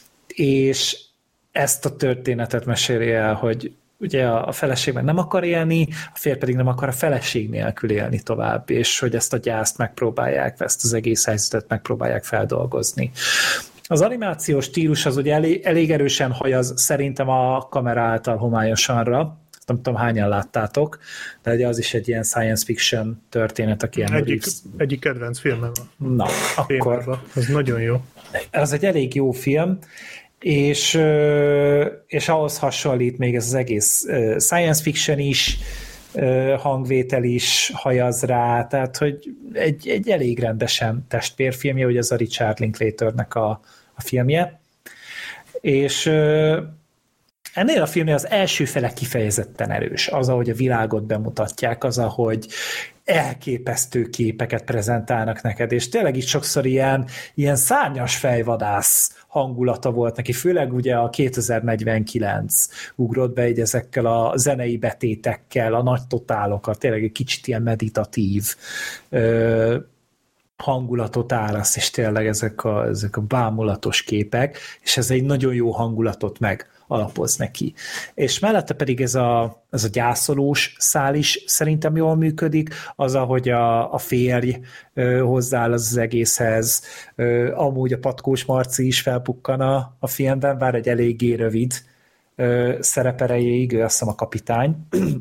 és ezt a történetet meséli el, hogy ugye a feleség meg nem akar élni, a férj pedig nem akar a feleség nélkül élni tovább, és hogy ezt a gyászt megpróbálják, ezt az egész helyzetet megpróbálják feldolgozni. Az animációs stílus az ugye elég, elég erősen hajaz szerintem a kamera által homályosanra, nem tudom hányan láttátok, de ugye az is egy ilyen science fiction történet, aki Egyik, egyik kedvenc filmem van. Na, akkor... Filmben. Az nagyon jó. Ez egy elég jó film, és, és ahhoz hasonlít még ez az egész science fiction is, hangvétel is hajaz rá, tehát hogy egy, egy elég rendesen testvérfilmje, ugye ez a Richard Linklaternek a, a filmje, és ennél a filmnél az első fele kifejezetten erős, az, ahogy a világot bemutatják, az, ahogy elképesztő képeket prezentálnak neked, és tényleg is sokszor ilyen, ilyen szárnyas fejvadász hangulata volt neki, főleg ugye a kétezer-negyvenkilenc ugrott be így ezekkel a zenei betétekkel, a nagy totálokat, tényleg egy kicsit ilyen meditatív ö, hangulatot áraszt, és tényleg ezek a, ezek a bámulatos képek, és ez egy nagyon jó hangulatot meg alapoz neki. És mellette pedig ez a, ez a gyászolós szál is szerintem jól működik, az, ahogy a, a férj ö, hozzááll az, az egészhez, ö, amúgy a Patkós Marci is felpukkan a, a filmben, bár egy eléggé rövid ö, szereperejéig, ő azt hiszem a kapitány.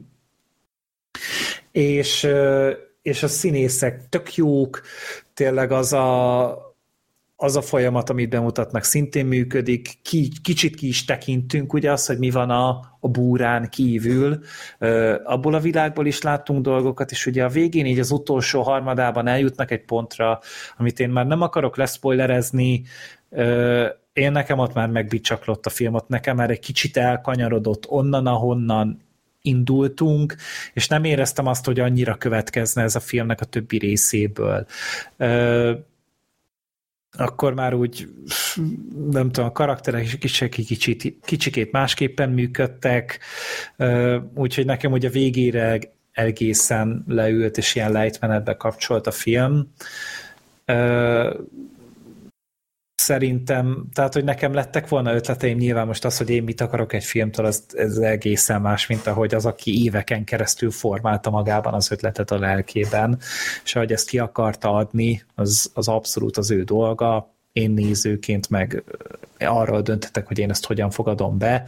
és, ö, és a színészek tök jók, tényleg az a az a folyamat, amit bemutatnak, szintén működik, ki, kicsit ki is tekintünk, ugye az, hogy mi van a, a búrán kívül, Ö, abból a világból is láttunk dolgokat, és ugye a végén így az utolsó harmadában eljutnak egy pontra, amit én már nem akarok leszpoilerezni, Ö, én nekem ott már megbicsaklott a film, ott nekem már egy kicsit elkanyarodott onnan, ahonnan indultunk, és nem éreztem azt, hogy annyira következne ez a filmnek a többi részéből. Ö, akkor már úgy, nem tudom, a karakterek kicsit, kicsit, kicsikét másképpen működtek, úgyhogy nekem ugye a végére egészen leült, és ilyen lejtmenetbe kapcsolt a film. Szerintem, tehát, hogy nekem lettek volna ötleteim, nyilván most az, hogy én mit akarok egy filmtől, az, ez egészen más, mint ahogy az, aki éveken keresztül formálta magában az ötletet a lelkében, és ahogy ezt ki akarta adni, az, az abszolút az ő dolga, én nézőként meg arról döntetek, hogy én ezt hogyan fogadom be.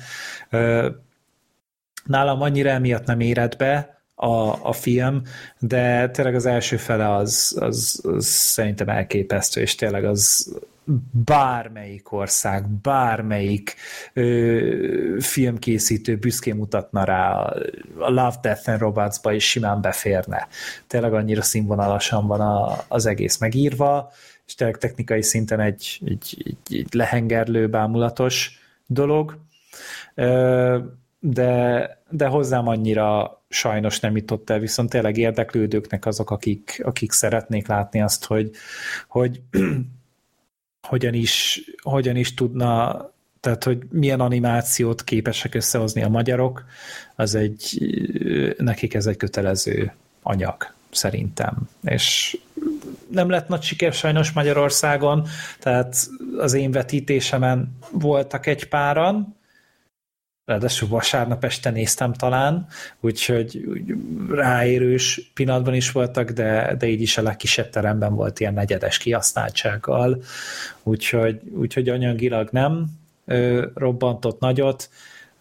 Nálam annyira emiatt nem éred be a, a film, de tényleg az első fele az, az, az szerintem elképesztő, és tényleg az bármelyik ország, bármelyik ö, filmkészítő büszkén mutatna rá, a Love, Death and Robots-ba is simán beférne. Tényleg annyira színvonalasan van a, az egész megírva, és tényleg technikai szinten egy, egy, egy, egy lehengerlő, bámulatos dolog, ö, de, de hozzám annyira sajnos nem jutott el, viszont tényleg érdeklődőknek azok, akik, akik szeretnék látni azt, hogy, hogy hogyan is, hogyan is tudna, tehát hogy milyen animációt képesek összehozni a magyarok, az egy, nekik ez egy kötelező anyag, szerintem. És nem lett nagy siker sajnos Magyarországon, tehát az én vetítésemen voltak egy páran, ráadásul vasárnap este néztem talán, úgyhogy úgy ráérős pillanatban is voltak, de, de így is a legkisebb teremben volt ilyen negyedes kihasználtsággal, úgyhogy, úgyhogy anyagilag nem ö, robbantott nagyot,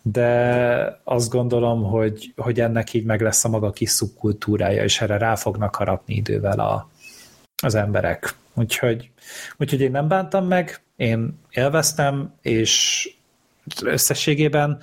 de azt gondolom, hogy, hogy ennek így meg lesz a maga kis szubkultúrája, és erre rá fognak harapni idővel a, az emberek. Úgyhogy, úgyhogy én nem bántam meg, én élveztem, és összességében,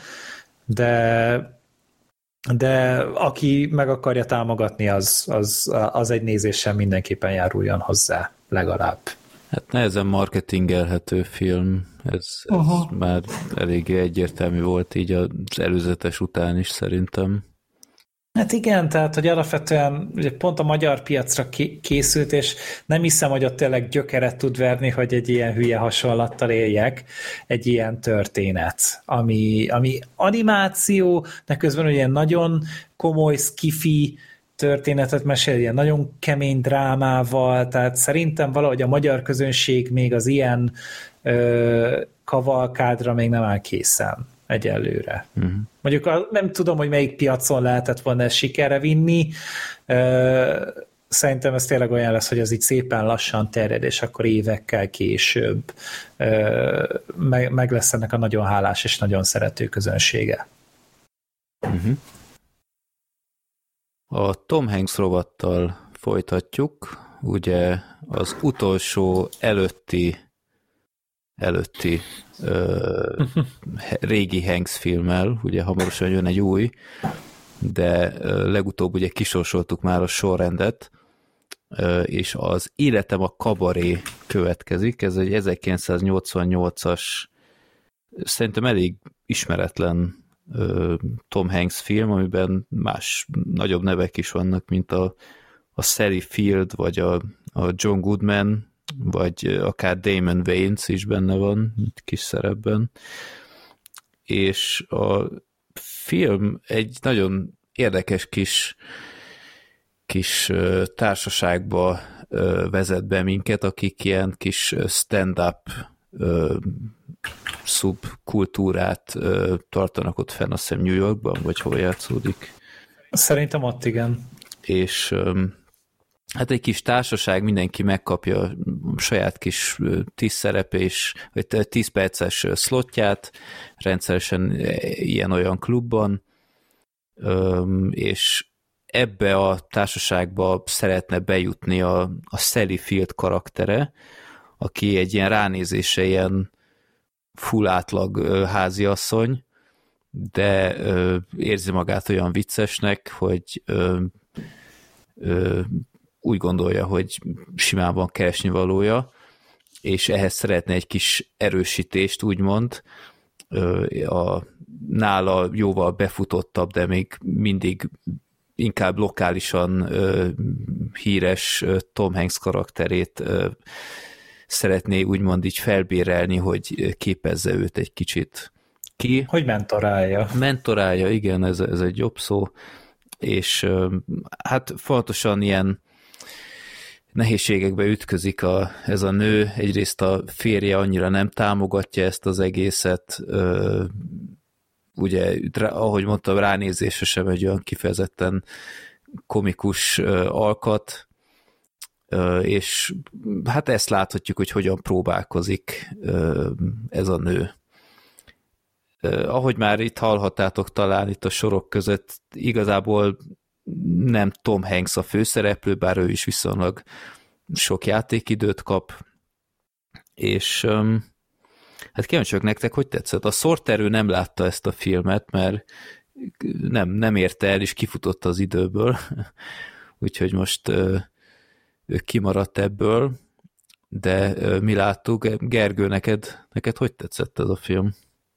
de, de aki meg akarja támogatni, az, az, az egy nézéssel mindenképpen járuljon hozzá, legalább. Hát nehezen marketingelhető film, ez, ez már eléggé egyértelmű volt így az előzetes után is szerintem. Hát igen, tehát, hogy alapvetően ugye pont a magyar piacra készült, és nem hiszem, hogy ott tényleg gyökeret tud verni, hogy egy ilyen hülye hasonlattal éljek, egy ilyen történet, ami, ami animáció, de közben ugye nagyon komoly skifi történetet mesél, ilyen nagyon kemény drámával, tehát szerintem valahogy a magyar közönség még az ilyen ö, kavalkádra még nem áll készen egyelőre. Uh-huh. Mondjuk a, nem tudom, hogy melyik piacon lehetett volna ezt sikerre vinni. Szerintem ez tényleg olyan lesz, hogy az így szépen lassan terjed, és akkor évekkel később meg, meg lesz ennek a nagyon hálás és nagyon szerető közönsége. Uh-huh. A Tom Hanks rovattal folytatjuk. Ugye az utolsó előtti előtti ö, régi Hanks filmmel, ugye hamarosan jön egy új, de ö, legutóbb ugye kisorsoltuk már a sorrendet, ö, és az Életem a kabaré következik, ez egy ezerkilencszáznyolcvannyolcas, szerintem elég ismeretlen ö, Tom Hanks film, amiben más nagyobb nevek is vannak, mint a, a Sally Field, vagy a, a John Goodman, vagy akár Damon Wayans is benne van kis szerepben. És a film egy nagyon érdekes kis, kis társaságba vezet be minket, akik ilyen kis stand-up szubkultúrát tartanak ott fenn, azt hiszem New Yorkban, vagy hol játszódik. Szerintem ott igen. És hát egy kis társaság, mindenki megkapja a saját kis tíz szerepés, vagy tíz perces szlotját, rendszeresen ilyen-olyan klubban, és ebbe a társaságba szeretne bejutni a, a Sally Field karaktere, aki egy ilyen ránézése ilyen full átlag háziasszony, de ö, érzi magát olyan viccesnek, hogy ö, ö, úgy gondolja, hogy simán van keresni valója, és ehhez szeretne egy kis erősítést, úgymond, ö, a nála jóval befutottabb, de még mindig inkább lokálisan ö, híres ö, Tom Hanks karakterét ö, szeretné úgymond így felbérelni, hogy képezze őt egy kicsit ki. Hogy mentorálja. Mentorálja, igen, ez, ez egy jobb szó, és hát fontosan ilyen nehézségekbe ütközik a, ez a nő, egyrészt a férje annyira nem támogatja ezt az egészet, ugye, ahogy mondtam, ránézésre sem egy olyan kifejezetten komikus alkat, és hát ezt láthatjuk, hogy hogyan próbálkozik ez a nő. Ahogy már itt hallhattátok talán itt a sorok között, igazából nem Tom Hanks a főszereplő, bár ő is viszonylag sok játékidőt kap, és hát kíváncsiak nektek, hogy tetszett. A Sorterő nem látta ezt a filmet, mert nem, nem érte el, és kifutott az időből, úgyhogy most ő kimaradt ebből, de mi láttuk. Gergő, neked, neked hogy tetszett ez a film?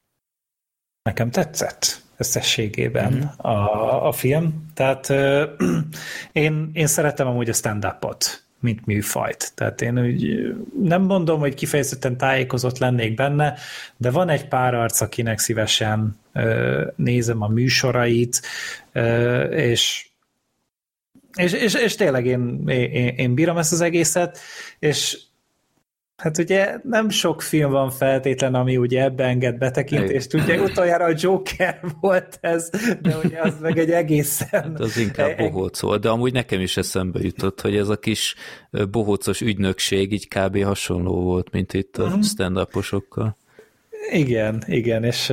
Nekem tetszett összességében mm-hmm. a, a film. Tehát euh, én, én szeretem amúgy a stand-upot, mint műfajt. Tehát én úgy nem mondom, hogy kifejezetten tájékozott lennék benne, de van egy pár arc, akinek szívesen euh, nézem a műsorait, euh, és És, és, és tényleg én, én, én bírom ezt az egészet, és hát ugye nem sok film van feltétlen, ami ugye ebbe enged betekintést, ugye utoljára a Joker volt ez, de ugye az meg egy egészen... Hát az inkább bohóc volt, de amúgy nekem is eszembe jutott, hogy ez a kis bohócos ügynökség így kb. Hasonló volt, mint itt a uh-huh. stand-uposokkal. Igen, igen, és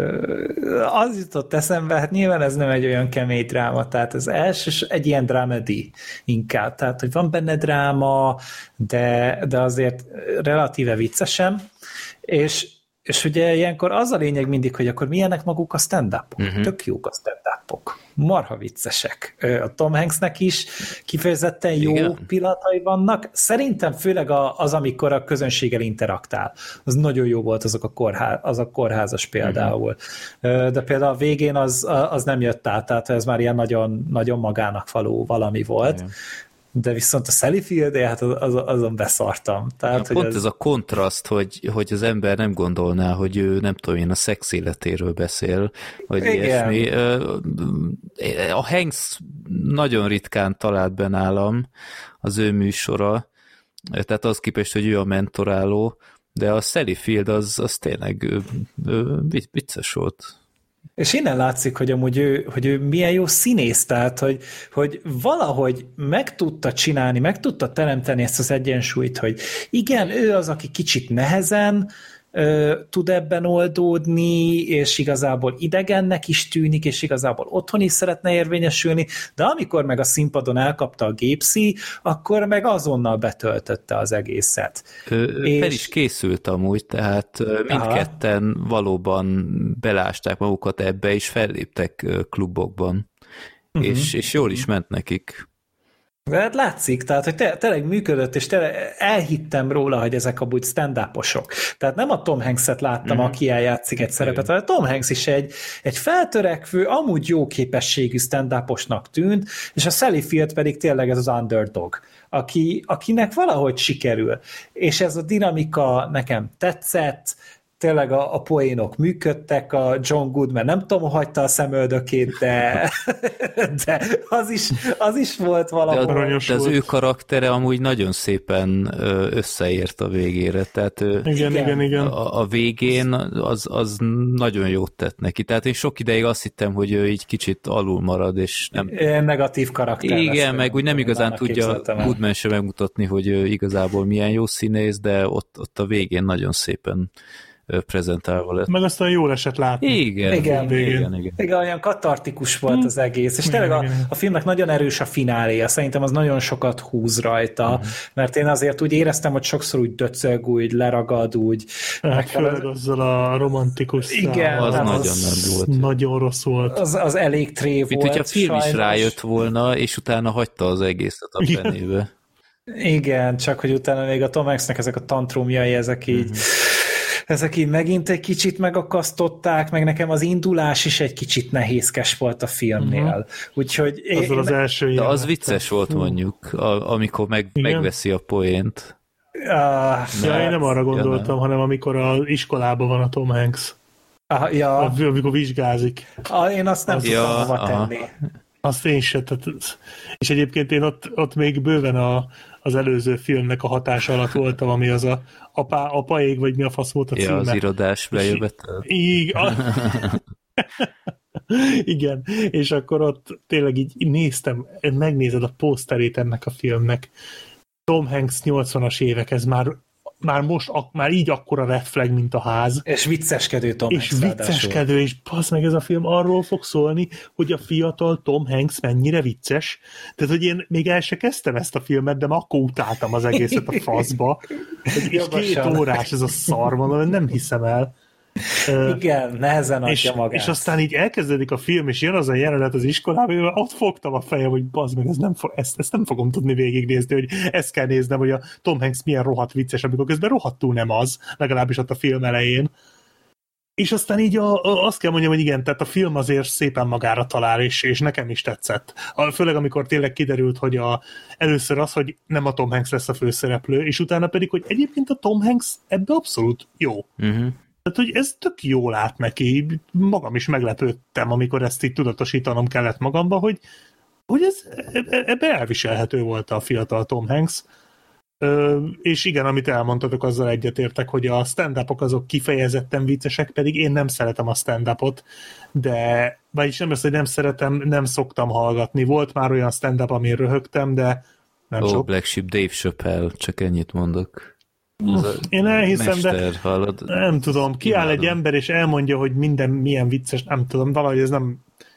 az jutott eszembe, hát nyilván ez nem egy olyan kemény dráma, tehát az első egy ilyen drámedi inkább, tehát hogy van benne dráma, de, de azért relatíve viccesen, és, és ugye ilyenkor az a lényeg mindig, hogy akkor milyenek maguk a stand-upok, uh-huh. tök jók a stand-upok, marha viccesek. A Tom Hanksnek is kifejezetten jó igen. pillanatai vannak. Szerintem főleg az, amikor a közönséggel interaktál. Az nagyon jó volt azok a kórház, az a kórházas például. Uh-huh. De például a végén az, az nem jött át, tehát ez már ilyen nagyon, nagyon magának való valami volt. Igen. De viszont a Sally Field, hát az, az, azon beszartam. Tehát, ja, pont ez... ez a kontraszt, hogy, hogy az ember nem gondolná, hogy ő nem tudom én a szex életéről beszél, vagy igen. ilyesmi. A Hanks nagyon ritkán talált be nálam az ő műsora, tehát az képest, hogy ő a mentoráló, de a Sally Field az, az tényleg vicces volt. És innen látszik, hogy amúgy ő, hogy ő milyen jó színész, tehát, hogy, hogy valahogy meg tudta csinálni, meg tudta teremteni ezt az egyensúlyt, hogy igen, ő az, aki kicsit nehezen ö, tud ebben oldódni, és igazából idegennek is tűnik, és igazából otthon is szeretne érvényesülni, de amikor meg a színpadon elkapta a gépszi, akkor meg azonnal betöltötte az egészet. Ő és... fel is készült amúgy, tehát mindketten aha. valóban belásták magukat ebbe, és felléptek klubokban, uh-huh. és, és jól is ment nekik. De hát látszik, tehát, hogy te, tényleg működött, és tényleg elhittem róla, hogy ezek amúgy stand-uposok. Tehát nem a Tom Hanks-et láttam, mm-hmm. aki eljátszik egy szerepet, hanem Tom Hanks is egy, egy feltörekvő, amúgy jó képességű stand-uposnak tűnt, és a Sally Field pedig tényleg ez az underdog, aki, akinek valahogy sikerül. És ez a dinamika nekem tetszett, tényleg a, a poénok működtek, a John Goodman nem tudom, hagyta a szemöldökét, de, de az, is, az is volt valahol. De, de az ő karaktere amúgy nagyon szépen összeért a végére, tehát igen, igen, igen, igen. A, a végén az, az nagyon jót tett neki, tehát én sok ideig azt hittem, hogy ő így kicsit alul marad, és nem... Negatív karakter. Igen, meg úgy nem igazán tudja Goodman sem megmutatni, hogy igazából milyen jó színész, de ott, ott a végén nagyon szépen prezentálva lett. Meg aztán jól esett látni. Igen, igen, igen, igen, igen. igen olyan katartikus volt az egész, és tényleg a, a filmnek nagyon erős a fináléja, szerintem az nagyon sokat húz rajta, uh-huh. mert én azért úgy éreztem, hogy sokszor úgy döcög, úgy leragad, úgy. Hát főleg azzal a romantikus igen, az hát nagyon az, nagy volt. Nagyon rossz volt. Az, az elég tré volt. Mint hogyha a film sajnos is rájött volna, és utána hagyta az egészet a fenébe. Igen, csak hogy utána még a Tom Hanksnek ezek a tantrumjai, ezek így uh-huh. ezek így megint egy kicsit megakasztották, meg nekem az indulás is egy kicsit nehézkes volt a filmnél. Uh-huh. Úgyhogy... Azzal az első de az vicces volt mondjuk, a, amikor meg, megveszi a poént. Uh, ja, én nem arra gondoltam, ja, nem. hanem amikor az iskolában van a Tom Hanks. Aha, ja. Amikor vizsgázik. Ah, én azt nem az, tudtam ja, hova aha. tenni. Azt én se. Tehát, és egyébként én ott, ott még bőven a, az előző filmnek a hatása alatt voltam, ami az a apa, apaég, vagy mi a fasz volt a címe. Ja, az irodás bejövetel. Igen. Igen, és akkor ott tényleg így néztem, megnézed a poszterét ennek a filmnek. Tom Hanks nyolcvanas évek, ez már már most, ak- már így akkora red flag, mint a ház. És vicceskedő Tom és Hanks. És vicceskedő, és passz meg, ez a film arról fog szólni, hogy a fiatal Tom Hanks mennyire vicces. Tehát, hogy én még el se kezdtem ezt a filmet, de már akkor utáltam az egészet a faszba. És két órás ez a szar, mondom, nem hiszem el. Igen, nehezen adja és, magát. És aztán így elkezdődik a film, és jön az a jelenet az iskolában, hogy ott fogtam a fejem, hogy bazd meg, ez nem fo- ezt, ezt nem fogom tudni végignézni, hogy ezt kell néznem, hogy a Tom Hanks milyen rohadt vicces, amikor közben rohadtul nem az, legalábbis ott a film elején. És aztán így a, a, azt kell mondjam, hogy igen, tehát a film azért szépen magára talál, és, és nekem is tetszett. A, főleg amikor tényleg kiderült, hogy a, először az, hogy nem a Tom Hanks lesz a főszereplő, és utána pedig, hogy egyébként a Tom Hanks ebbe abszolút jó. Uh-huh. Tehát, hogy ez tök jól át neki. Magam is meglepődtem, amikor ezt így tudatosítanom kellett magamba, hogy, hogy ez ebbe elviselhető volt a fiatal Tom Hanks. Ö, és igen, amit elmondtatok, azzal egyetértek, hogy a stand-upok azok kifejezetten viccesek, pedig én nem szeretem a stand-upot, de vagyis nem azt, hogy nem szeretem, nem szoktam hallgatni. Volt már olyan stand-up, amin röhögtem, de nem Ó, sok. Black Sheep, Dave Chappelle, csak ennyit mondok. Én elhiszem, mester, de hallod? nem tudom, kiáll egy ember és elmondja, hogy minden milyen vicces, nem tudom, valahogy ez nem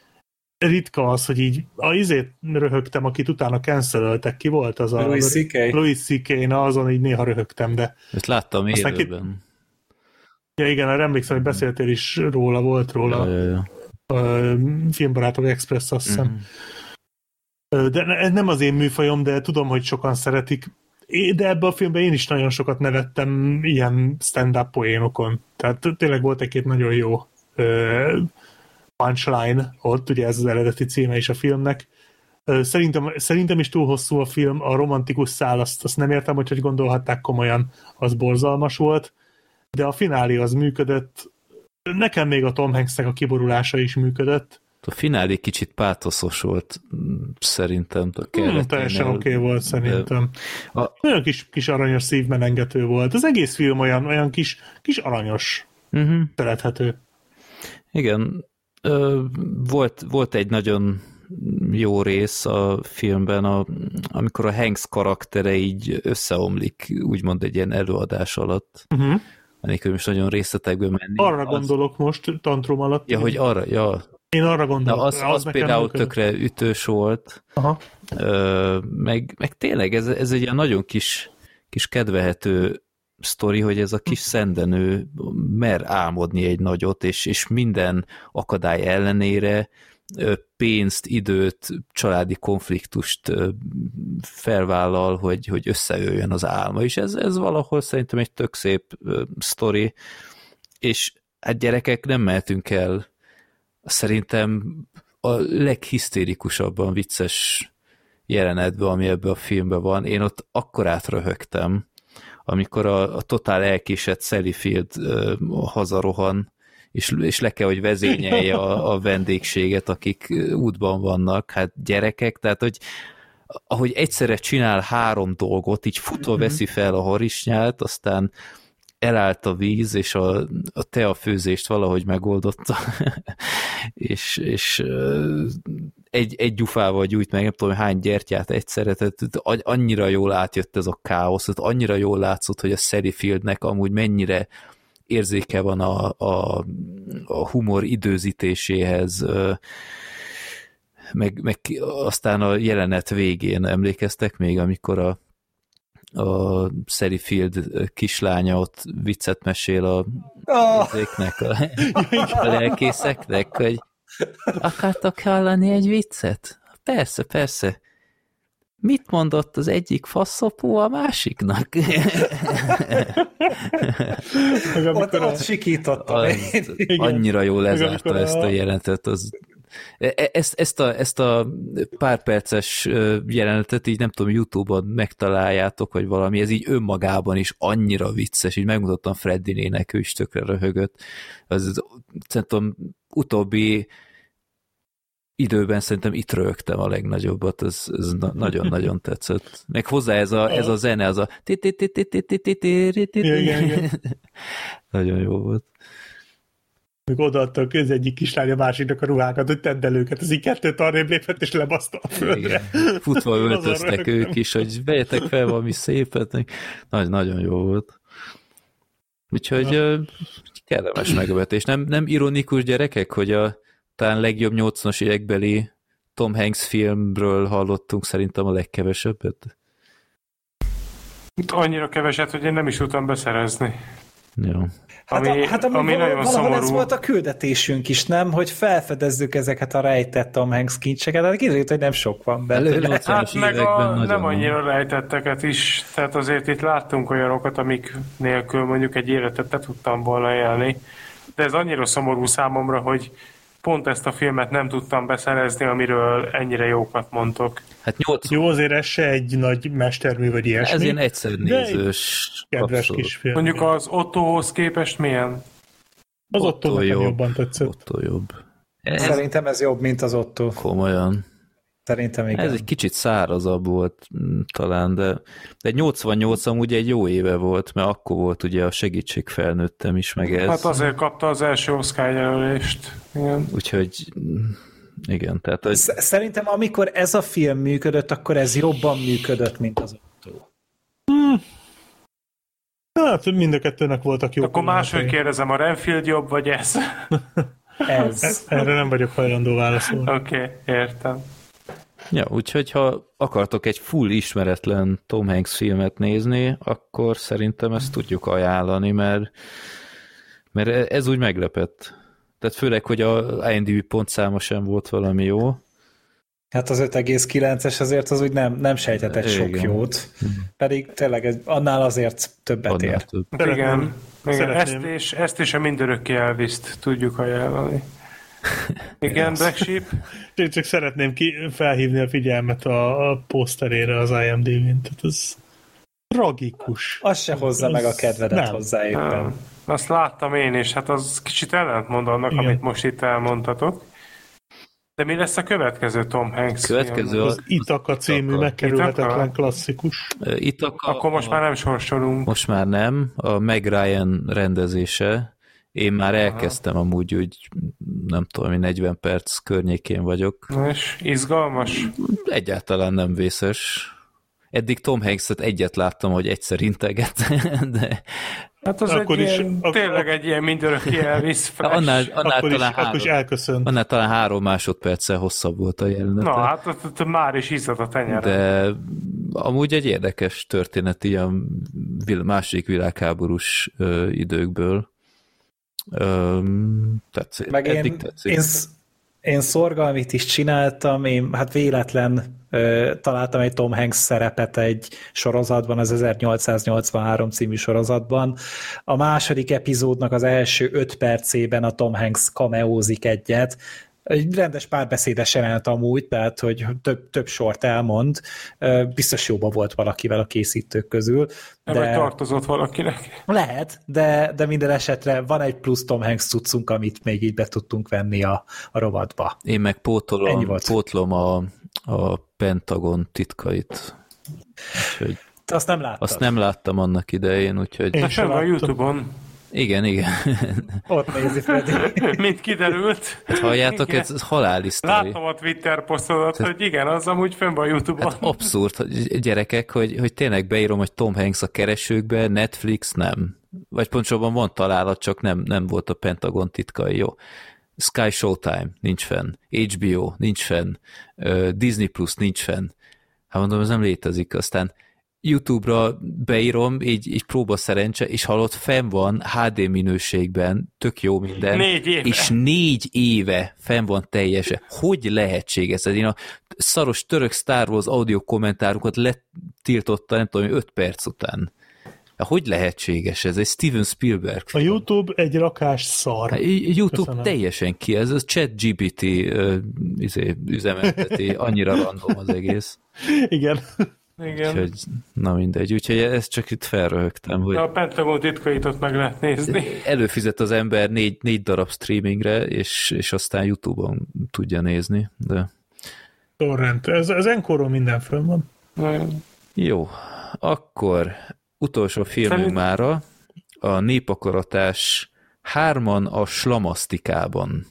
ritka az, hogy így a izét röhögtem, akit utána cancelöltek, ki volt az a... Louis C K. Louis C K, na azon így néha röhögtem, de... Ezt láttam élőben. Ki... Ja igen, arra emlékszem, hogy beszéltél is róla, volt róla. Ja, ja, ja. A Filmbarátok Express, azt hiszem. Uh-huh. De ez nem az én műfajom, de tudom, hogy sokan szeretik. De ebben a filmben én is nagyon sokat nevettem ilyen stand-up poénokon. Tehát tényleg volt egy-két nagyon jó uh, punchline ott, ugye ez az eredeti címe is a filmnek. Uh, szerintem, szerintem is túl hosszú a film, a romantikus szál, azt, azt nem értem, hogy hogy gondolhatták komolyan, az borzalmas volt, de a finálé az működött. Nekem még a Tom Hanksnek a kiborulása is működött. A finálé kicsit pátoszos volt, szerintem. Hmm, teljesen oké okay volt, szerintem. A... Olyan kis, kis aranyos szívmenengető volt. Az egész film olyan, olyan kis, kis aranyos, uh-huh. szerethető. Igen. Volt, volt egy nagyon jó rész a filmben, a, amikor a Hanks karaktere így összeomlik, úgymond egy ilyen előadás alatt. Uh-huh. Annélkül most nagyon részletekbe menni. Arra az... gondolok most, tantrum alatt. Ja, hogy arra, ja. Én arra gondolok. Na, az, az, az például működött. Tökre ütős volt. Aha. Ö, meg, meg tényleg ez, ez egy ilyen nagyon kis, kis kedvehető sztori, hogy ez a kis szendenő mer álmodni egy nagyot, és, és minden akadály ellenére pénzt, időt, családi konfliktust felvállal, hogy, hogy összejöjjön az álma, és ez, ez valahol szerintem egy tök szép sztori, és hát gyerekek, nem mehetünk el szerintem a leghisztérikusabban vicces jelenetben, ami ebben a filmben van. Én ott akkorát röhögtem, amikor a, a totál elkésett Sally Field uh, hazarohan, és, és le kell, hogy vezényelje a, a vendégséget, akik útban vannak, hát gyerekek, tehát, hogy ahogy egyszerre csinál három dolgot, így futva veszi fel a harisnyát, aztán elállt a víz, és a, a teafőzést valahogy megoldotta, és, és egy, egy gyufával gyújt meg, nem tudom, hány gyertyát egyszerre, tehát annyira jól átjött ez a káosz, tehát annyira jól látszott, hogy a Sally Fieldnek amúgy mennyire érzéke van a, a, a humor időzítéséhez, meg, meg aztán a jelenet végén emlékeztek még, amikor a a Sally Field kislánya ott viccet mesél a ezéknek, a, a lelkészeknek, hogy akartak hallani egy viccet? Persze, persze. Mit mondott az egyik faszopó a másiknak? Ott, ott sikítottam. Annyira jól lezárta ezt a jelenetet, az Ezt, ezt, a, ezt a pár perces jelenetet így nem tudom, YouTube-on megtaláljátok, vagy valami, ez így önmagában is annyira vicces, így megmutattam Freddinének, ő is tökre röhögött. Az, szerintem utóbbi időben szerintem itt röhögtem a legnagyobbat, ez, ez nagyon-nagyon tetszett. Meg hozzá ez a, ez a zene, az a nagyon jó volt. Még odaadta az egyik kislány a másiknak a ruhákat, hogy tedd el őket, az így kettőt arrébb lépett, és lebaszta a földre. Igen. Futva öltöztek ők is, hogy vegyetek fel valami szépet. Nagy, nagyon jó volt. Úgyhogy ja. kellemes megvetés. Nem, nem ironikus, gyerekek, hogy a talán legjobb nyolcvanas évekbeli Tom Hanks filmről hallottunk szerintem a legkevesebbet? Annyira keveset, hogy én nem is tudtam beszerezni. Jó. Hát, ami, a, hát ami, ami val- nagyon valahol szomorú. Ez volt a küldetésünk is, nem? Hogy felfedezzük ezeket a rejtett Tom Hanks kincseket, hát kiderült, hogy nem sok van belőle. Hát meg a nem annyira rejtetteket is, tehát azért itt láttunk olyanokat, amik nélkül mondjuk egy életet ne tudtam volna élni, de ez annyira szomorú számomra, hogy pont ezt a filmet nem tudtam beszerezni, amiről ennyire jókat mondtok. Hát nyolc... Jó, azért ez se egy nagy mestermű, vagy ilyesmi. Ez ilyen egyszerű nézős. Kedves kis film. Mondjuk az Ottohoz képest milyen? Az Otto, Otto nekem jobban tetszett. Otto jobb. Ez... Szerintem ez jobb, mint az Otto. Komolyan. Szerintem igen. Ez egy kicsit szárazabb volt talán, de, de nyolcvannyolc amúgy egy jó éve volt, mert akkor volt ugye a Segítség felnőttem is, meg ez. Hát azért kapta az első Oscar jelölést. Igen. Úgyhogy igen, tehát... Hogy... Szerintem amikor ez a film működött, akkor ez jobban működött, mint az Otto. Hmm. Hát mind a kettőnek voltak jó. Akkor máshogy kérdezem, a Renfield jobb, vagy ez? Ez. Erre nem vagyok hajlandó válaszolni. Oké, okay, értem. Ja, úgyhogy ha akartok egy full ismeretlen Tom Hanks filmet nézni, akkor szerintem ezt tudjuk ajánlani, mert, mert ez úgy meglepett. Tehát főleg, hogy a I M D B pontszáma sem volt valami jó. Hát az öt egész kilences azért az úgy nem, nem sejtetett sok igen. jót. Pedig tényleg ez, annál azért többet annál ér. Több. Igen, igen. Ezt, és, ezt és a mindörökké Elvis-t tudjuk ajánlani. Igen, Black Sheep. Én csak szeretném ki felhívni a figyelmet a, a poszterére az I M D B-n, tehát ez tragikus. Az se hozza az meg a kedvedet nem. hozzá éppen. Nem. Azt láttam én is, hát az kicsit ellentmond annak, igen. amit most itt elmondtatok. De mi lesz a következő Tom Hanks következő film? Az Itaka című megkerülhetetlen klasszikus. Itaka, Akkor most már nem sorsolunk. Most már nem. A Meg Ryan rendezése. Én már elkezdtem amúgy, úgy nem tudom, hogy negyven perc környékén vagyok. És izgalmas? Egyáltalán nem vészes. Eddig Tom Hanks-et egyet láttam, hogy egyszer integet, de... Hát az akkor egy is, ilyen, ak- tényleg egy ilyen mindörökké Elvis fresh. Annál, annál, akkor talán is, három, akkor is elköszönt. Annál talán három másodperccel hosszabb volt a jelenet. Na, hát ott, ott már is izzad a tenyerem. De amúgy egy érdekes történet ilyen második világháborús ö, időkből. Öm, tetszik. Meg Eddig én, tetszik. Én, Én szorgalmit is csináltam, én hát véletlen ö, találtam egy Tom Hanks szerepet egy sorozatban, az ezernyolcszáznyolcvanhárom című sorozatban. A második epizódnak az első öt percében a Tom Hanks cameózik egyet, egy rendes párbeszédes jelenet amúgy, tehát hogy több, több sort elmond, biztos jóban volt valakivel a készítők közül. De... Vagy tartozott valakinek. Lehet, de, de minden esetre van egy plusz Tom Hanks cuccunk, amit még így be tudtunk venni a, a rovatba. Én meg pótolom, pótlom a, a Pentagon titkait. Úgyhogy te azt nem láttad? Azt nem láttam annak idején, úgyhogy... Én sem a YouTube-on. Igen, igen. Ott nézi Freddy. Mint kiderült. Hát halljátok, igen. Ez haláli sztori. Láttam a Twitter posztodat, hogy igen, az amúgy fönn van a YouTube-on. Hát abszurd, gyerekek, hogy, hogy tényleg beírom, hogy Tom Hanks a keresőkbe, Netflix nem. Vagy pontosabban van találat, csak nem, nem volt a Pentagon titkai, jó. Sky Showtime nincs fenn, há bé o nincs fenn, Disney Plus nincs fenn. Hát mondom, ez nem létezik. Aztán YouTube-ra beírom, így, így próba szerencse, és hallott, fenn van há dé minőségben, tök jó minden. Négy éve. És négy éve fenn van teljesen. Hogy lehetséges ez? Én a szaros török Star Wars audio kommentárokat letiltotta, nem tudom, öt perc után. Hogy lehetséges ez? Egy Steven Spielberg film. A YouTube egy rakás szar. Hát, YouTube Köszönöm. Teljesen ki, ez a ChatGPT uh, izé, üzemelteti, annyira random az egész. Igen. Igen. Úgyhogy, na mindegy, úgyhogy ezt csak itt felröhögtem. Hogy a Pentagon titkait ott meg lehet nézni. Előfizet az ember négy, négy darab streamingre, és, és aztán YouTube-on tudja nézni. De... Torrent, ez, ez enkorról minden fönn van. Nagyon. Jó, akkor utolsó filmünk Szerint... mára, a Népakaratás hárman a slamasztikában.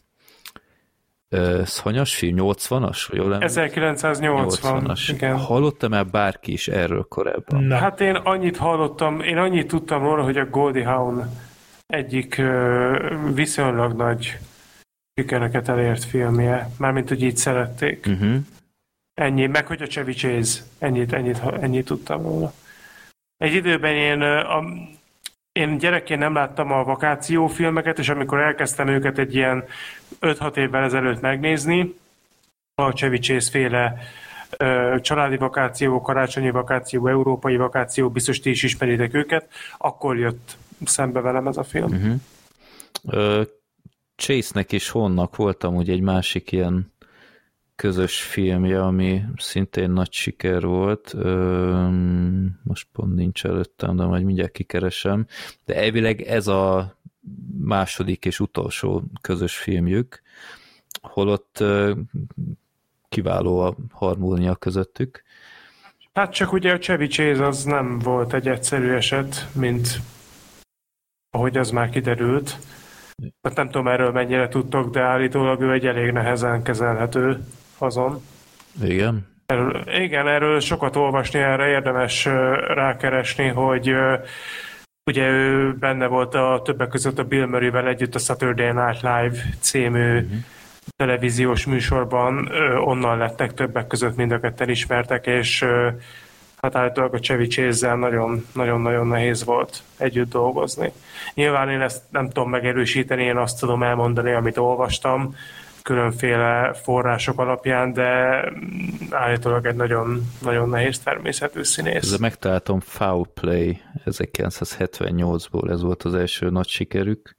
Ez hanyas film? nyolcvanas? ezerkilencszáznyolcvan. Igen. Hallotta már bárki is erről korábban? Na. Hát én annyit hallottam, én annyit tudtam róla, hogy a Goldie Hawn egyik uh, viszonylag nagy sikereket elért filmje. Mármint, hogy így szerették. Uh-huh. Ennyi, meg hogy a Chevy Chase. Ennyit, ennyit, ennyit tudtam róla. Egy időben én a Én gyerekként nem láttam a vakációfilmeket, és amikor elkezdtem őket egy ilyen öt-hat évvel ezelőtt megnézni, a Chevy Chase féle ö, családi vakáció, karácsonyi vakáció, európai vakáció, biztos ti is ismeritek őket, akkor jött szembe velem ez a film. Uh-huh. Ö, Chase-nek és Honnak voltam ugye egy másik ilyen közös filmje, ami szintén nagy siker volt. Ö, most pont nincs előttem, de majd mindjárt kikeresem. De elvileg ez a második és utolsó közös filmjük, holott ö, kiváló a harmónia közöttük. Hát csak ugye a Chevy Chase az nem volt egy egyszerű eset, mint ahogy az már kiderült. Hát nem tudom erről mennyire tudtok, de állítólag ő egy elég nehezen kezelhető fazon. Igen? Erről, igen, erről sokat olvasni, erre érdemes rákeresni, hogy ugye ő benne volt a többek között a Bill Murray-vel együtt a Saturday Night Live című uh-huh. televíziós műsorban, onnan lettek többek között mind a ketten ismertek, és hát állítólag a Chevy Chase-zel nagyon-nagyon nehéz volt együtt dolgozni. Nyilván én ezt nem tudom megerősíteni, én azt tudom elmondani, amit olvastam, különféle források alapján, de állítólag egy nagyon, nagyon nehéz természetű színész. Ezzel megtaláltam Foul Play ezerkilencszázhetvennyolcból, ez volt az első nagy sikerük.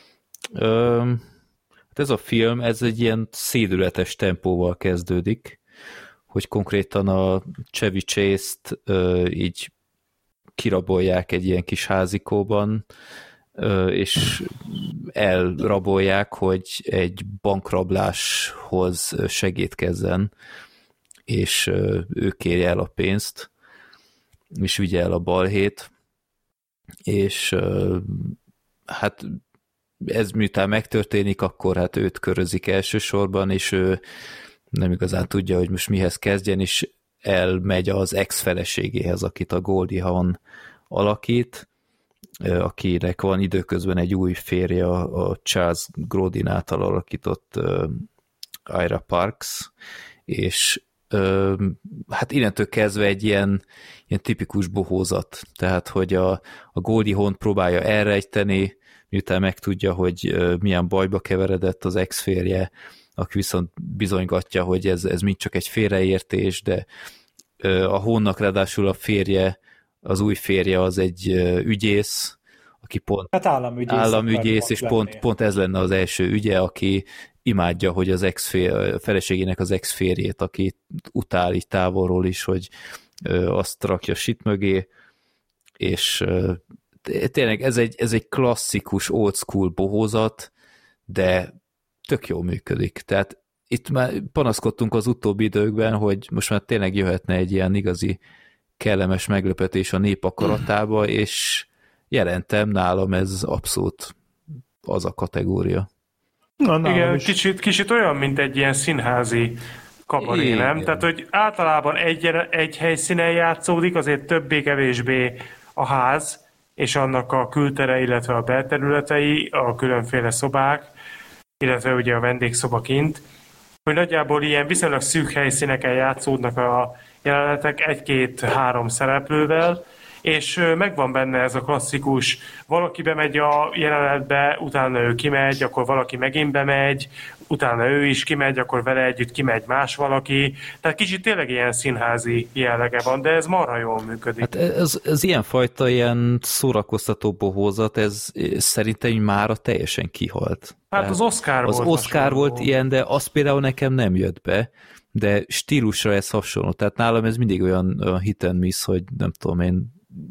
Üm, hát ez a film, ez egy ilyen szédületes tempóval kezdődik, hogy konkrétan a Chevy Chase-t ö, így kirabolják egy ilyen kis házikóban, ö, és elrabolják, hogy egy bankrabláshoz segítkezzen, és ö, ő kérje el a pénzt, és vigye el a balhét, és ö, hát ez miután megtörténik, akkor hát őt körözik elsősorban, és ő nem igazán tudja, hogy most mihez kezdjen, és elmegy az ex-feleségéhez, akit a Goldie Hawn alakít, akinek van időközben egy új férje, a Charles Grodin által alakított Ira Parks, és hát innentől kezdve egy ilyen, ilyen tipikus bohózat, tehát hogy a, a Goldie Hawn próbálja elrejteni, miután megtudja, hogy milyen bajba keveredett az ex-férje, aki viszont bizonygatja, hogy ez, ez mind csak egy félreértés, de a Hónnak ráadásul a férje, az új férje az egy ügyész, aki pont hát államügyész, államügyész és pont, pont ez lenne az első ügye, aki imádja, hogy az ex feleségének az ex-férjét, aki utál így távolról is, hogy azt rakja shit mögé, és tényleg ez egy, ez egy klasszikus old school bohózat, de tök jól működik. Tehát itt már panaszkodtunk az utóbbi időkben, hogy most már tényleg jöhetne egy ilyen igazi kellemes meglepetés a nép akaratába, és jelentem, nálam ez abszolút az a kategória. Na, igen, kicsit, kicsit olyan, mint egy ilyen színházi kabaré, igen. Nem? Tehát, hogy általában egy, egy helyszínen játszódik, azért többé-kevésbé a ház, és annak a kültere, illetve a belterületei, a különféle szobák, illetve ugye a vendégszoba kint, hogy nagyjából ilyen viszonylag szűk helyszíneken játszódnak a jelenetek egy-két-három szereplővel, és megvan benne ez a klasszikus, valaki bemegy a jelenetbe, utána ő kimegy, akkor valaki megint bemegy, utána ő is kimegy, akkor vele együtt kimegy más valaki. Tehát kicsit tényleg ilyen színházi jellege van, de ez marha jól működik. Hát ez, ez ilyenfajta ilyen szórakoztató bohózat, ez szerintem mára teljesen kihalt. Hát Tehát az Oscar az volt. Az Oscar hasonló. Volt ilyen, de az például nekem nem jött be, de stílusra ez hasonló. Tehát nálam ez mindig olyan, olyan hit and miss, hogy nem tudom én,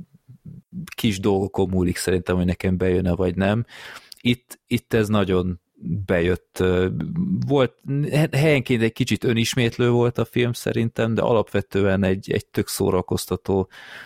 kis dolgokon múlik szerintem, hogy nekem bejönne, vagy nem. Itt, itt ez nagyon bejött. Volt, helyenként egy kicsit önismétlő volt a film szerintem, de alapvetően egy, egy tök szórakoztató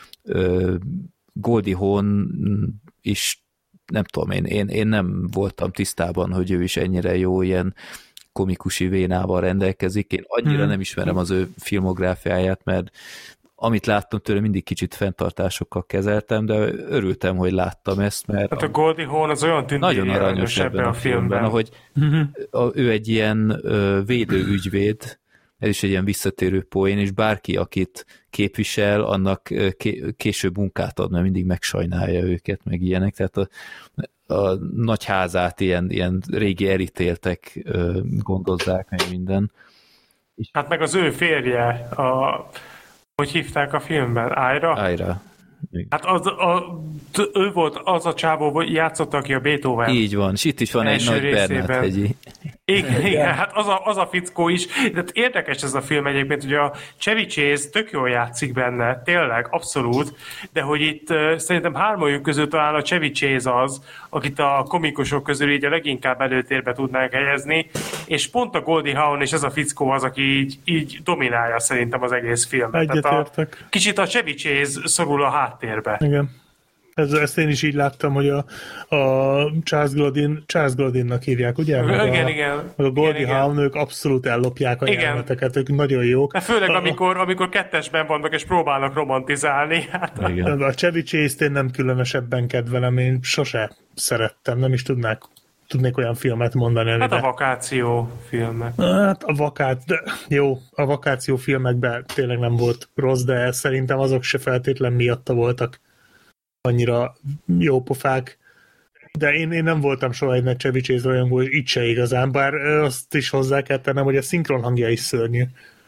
Goldie Hawn is, nem tudom én, én, én nem voltam tisztában, hogy ő is ennyire jó ilyen komikusi vénával rendelkezik. Én annyira hmm. nem ismerem az ő filmográfiáját, mert amit láttam tőle, mindig kicsit fenntartásokkal kezeltem, de örültem, hogy láttam ezt, mert... Hát a Goldie Hawn az olyan tűnt nagyon aranyos ebben a, a filmben, filmben ahogy a, ő egy ilyen ö, védőügyvéd, ez is egy ilyen visszatérő poén, és bárki, akit képvisel, annak ké, később munkát ad, mert mindig megsajnálja őket, meg ilyenek, tehát a, a nagy házát ilyen, ilyen régi elítéltek ö, gondozzák, meg minden. Hát meg az ő férje, a... Hogy hívták a filmben? Ájra? Ájra. Hát az, a, ő volt az a csávó, hogy játszotta ki a Beethoven. Így van, és itt is van egy nagy Bernát hegyi. Igen, igen, hát az a, az a fickó is. De érdekes ez a film egyébként, hogy a Chevy Chase tök jól játszik benne, tényleg, abszolút, de hogy itt uh, szerintem hármójuk közül talán a Chevy Chase az, akit a komikusok közül így a leginkább előtérbe tudnánk helyezni, és pont a Goldie Hawn és ez a fickó az, aki így, így dominálja szerintem az egész filmet. Egyetértek. A, kicsit a Chevy Chase szorul a háttérbe. Igen. Ez, ezt én is így láttam, hogy a, a Charles Grodin, Charles Grodinnak hívják, ugye? Meg igen, a, igen. Meg a Goldie igen, Hawn, ők abszolút ellopják a jeleneteket, ők nagyon jók. De főleg, a, amikor, amikor kettesben vannak, és próbálnak romantizálni. Hát. A Chevy Chase-t én nem különösebben kedvelem, én sose szerettem, nem is tudnák tudnék olyan filmet mondani. Hát a vakáció filmek. Hát a vakát, de jó, a vakáció filmekben tényleg nem volt rossz, de szerintem azok se feltétlen miatta voltak annyira jó pofák. De én, én nem voltam soha egy nagy Chevy Chase rajongó, és itt se igazán, bár azt is hozzá kell tennem, hogy a szinkron hangja is szörnyű.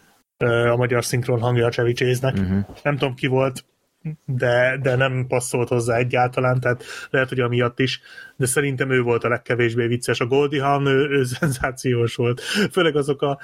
A magyar szinkron hangja a Chevy Chase-nek. Uh-huh. Nem tudom ki volt, de, de nem passzolt hozzá egyáltalán, tehát lehet, hogy amiatt is, de szerintem ő volt a legkevésbé vicces. A Goldie Hawn, ő, ő szenzációs volt. Főleg azok a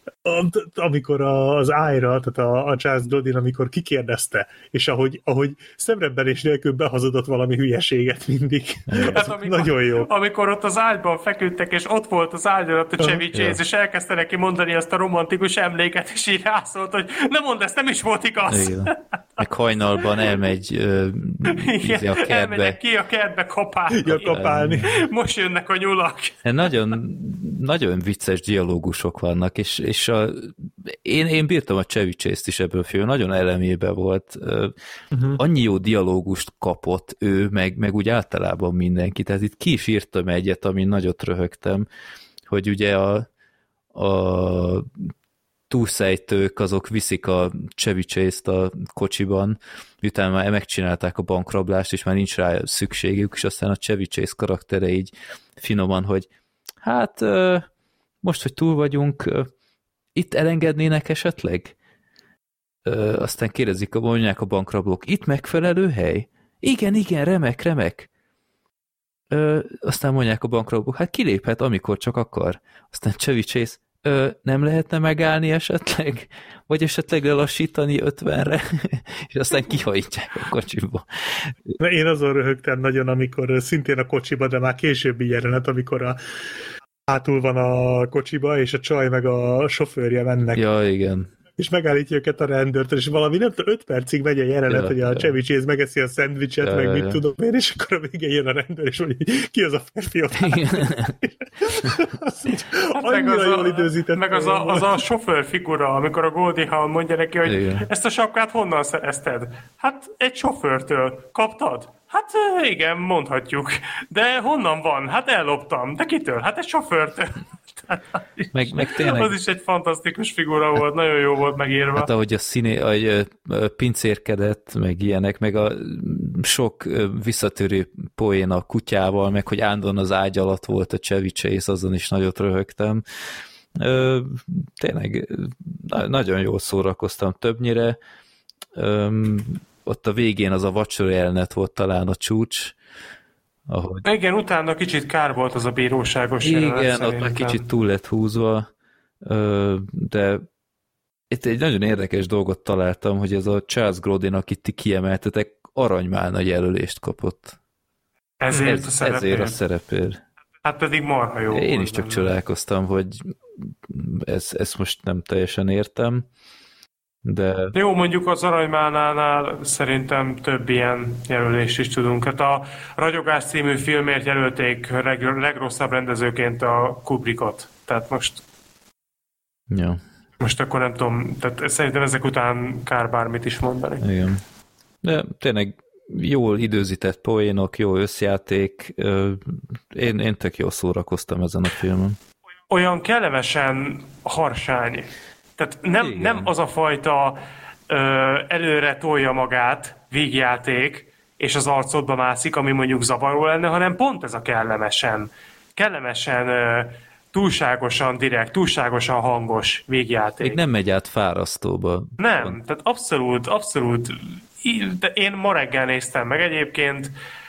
amikor az Ájra, tehát a, a Charles Grodin, amikor kikérdezte, és ahogy, ahogy szemrebbenés nélkül behazudott valami hülyeséget mindig. Hát amikor, nagyon jó. Amikor ott az ágyban feküdtek, és ott volt az ágy alatt a Chevy Chase, ja. és elkezdte neki mondani azt a romantikus emléket, és így rászólt, hogy ne mondd, ez nem is volt igaz. Igen. Meg hajnalban elmegy ö, igen, a kertbe. Elmegyek ki a kertbe kapálni. Ja, kapálni. Most jönnek a nyulak. Nagyon, nagyon vicces dialógusok vannak, és és a, én, én bírtam a Chevy Chase-t is ebből a film, nagyon elemébe volt. Uh-huh. Annyi jó dialógust kapott ő, meg, meg úgy általában mindenki. Tehát itt ki is írtam egyet, amin nagyot röhögtem, hogy ugye a, a túlszejtők azok viszik a Chevy Chase-t a kocsiban, miután már megcsinálták a bankrablást, és már nincs rá szükségük, és aztán a Chevy Chase karaktere így finoman, hogy hát most, hogy túl vagyunk, itt elengednének esetleg? Ö, aztán kérdezik, mondják a bankrablók, itt megfelelő hely? Igen, igen, remek, remek. Ö, aztán mondják a bankrablók, hát kiléphet, amikor csak akar. Aztán Chevy Chase, ö, nem lehetne megállni esetleg? Vagy esetleg lelassítani ötvenre? És aztán kihajtják a kocsiba. Én azon röhögtem nagyon, amikor szintén a kocsiba, de már későbbi jelenet, amikor a hátul van a kocsiba, és a csaj meg a sofőrje mennek. Ja, igen. És megállítja őket a rendőrtől, és valami nem tudom, öt percig megy a jelenet, ja, hogy a ja. Chevy Chase megeszi a szendvicset, ja, meg ja. mit tudom én, és akkor a végén jön a rendőr, és mondja, ki az a férfi ott? Annyira jól időzített. Meg az a, az a sofőr figura, amikor a Goldie Hawn mondja neki, hogy igen. ezt a sapkát honnan szerezted? Hát egy sofőrtől. Kaptad? Hát igen, mondhatjuk. De honnan van? Hát elloptam. De kitől? Hát egy sofőrtől. Meg, meg tényleg... Az is egy fantasztikus figura volt, nagyon jó volt megírva. Hát ahogy a színé, ahogy pincérkedett, meg ilyenek, meg a sok visszatörő poén a kutyával, meg hogy állandóan az ágy alatt volt a Chevy Chase, azon is nagyot röhögtem. Tényleg nagyon jól szórakoztam többnyire. Ott a végén az a vacsora jelenet volt talán a csúcs, ahogy... Igen, utána kicsit kár volt az a bíróságos jelenet. Igen, ott már kicsit túl lett húzva, de itt egy nagyon érdekes dolgot találtam, hogy ez a Charles Grodin, akit ti kiemeltetek, aranymálna jelölést kapott. Ezért ez, a szerepér. Ezért a szerepér. Hát pedig marha jó. Én is csak csodálkoztam, hogy ezt ez most nem teljesen értem. De... Jó, mondjuk az Aranymálnál szerintem több ilyen jelölést is tudunk. Hát a Ragyogás című filmért jelölték leg, legrosszabb rendezőként a Kubrickot. Tehát most... Ja. Most akkor nem tudom, tehát szerintem ezek után kár bármit is mondani. Igen. De tényleg jól időzített poénok, jó összjáték. Én, én tök jól szórakoztam ezen a filmen. Olyan kellemesen harsány. Tehát nem, nem az a fajta ö, előre tolja magát vígjáték, és az arcodba mászik, ami mondjuk zavaró lenne, hanem pont ez a kellemesen, kellemesen ö, túlságosan direkt, túlságosan hangos vígjáték. Még nem megy át fárasztóba. Nem, pont. Tehát abszolút, abszolút. De én ma reggel néztem meg egyébként,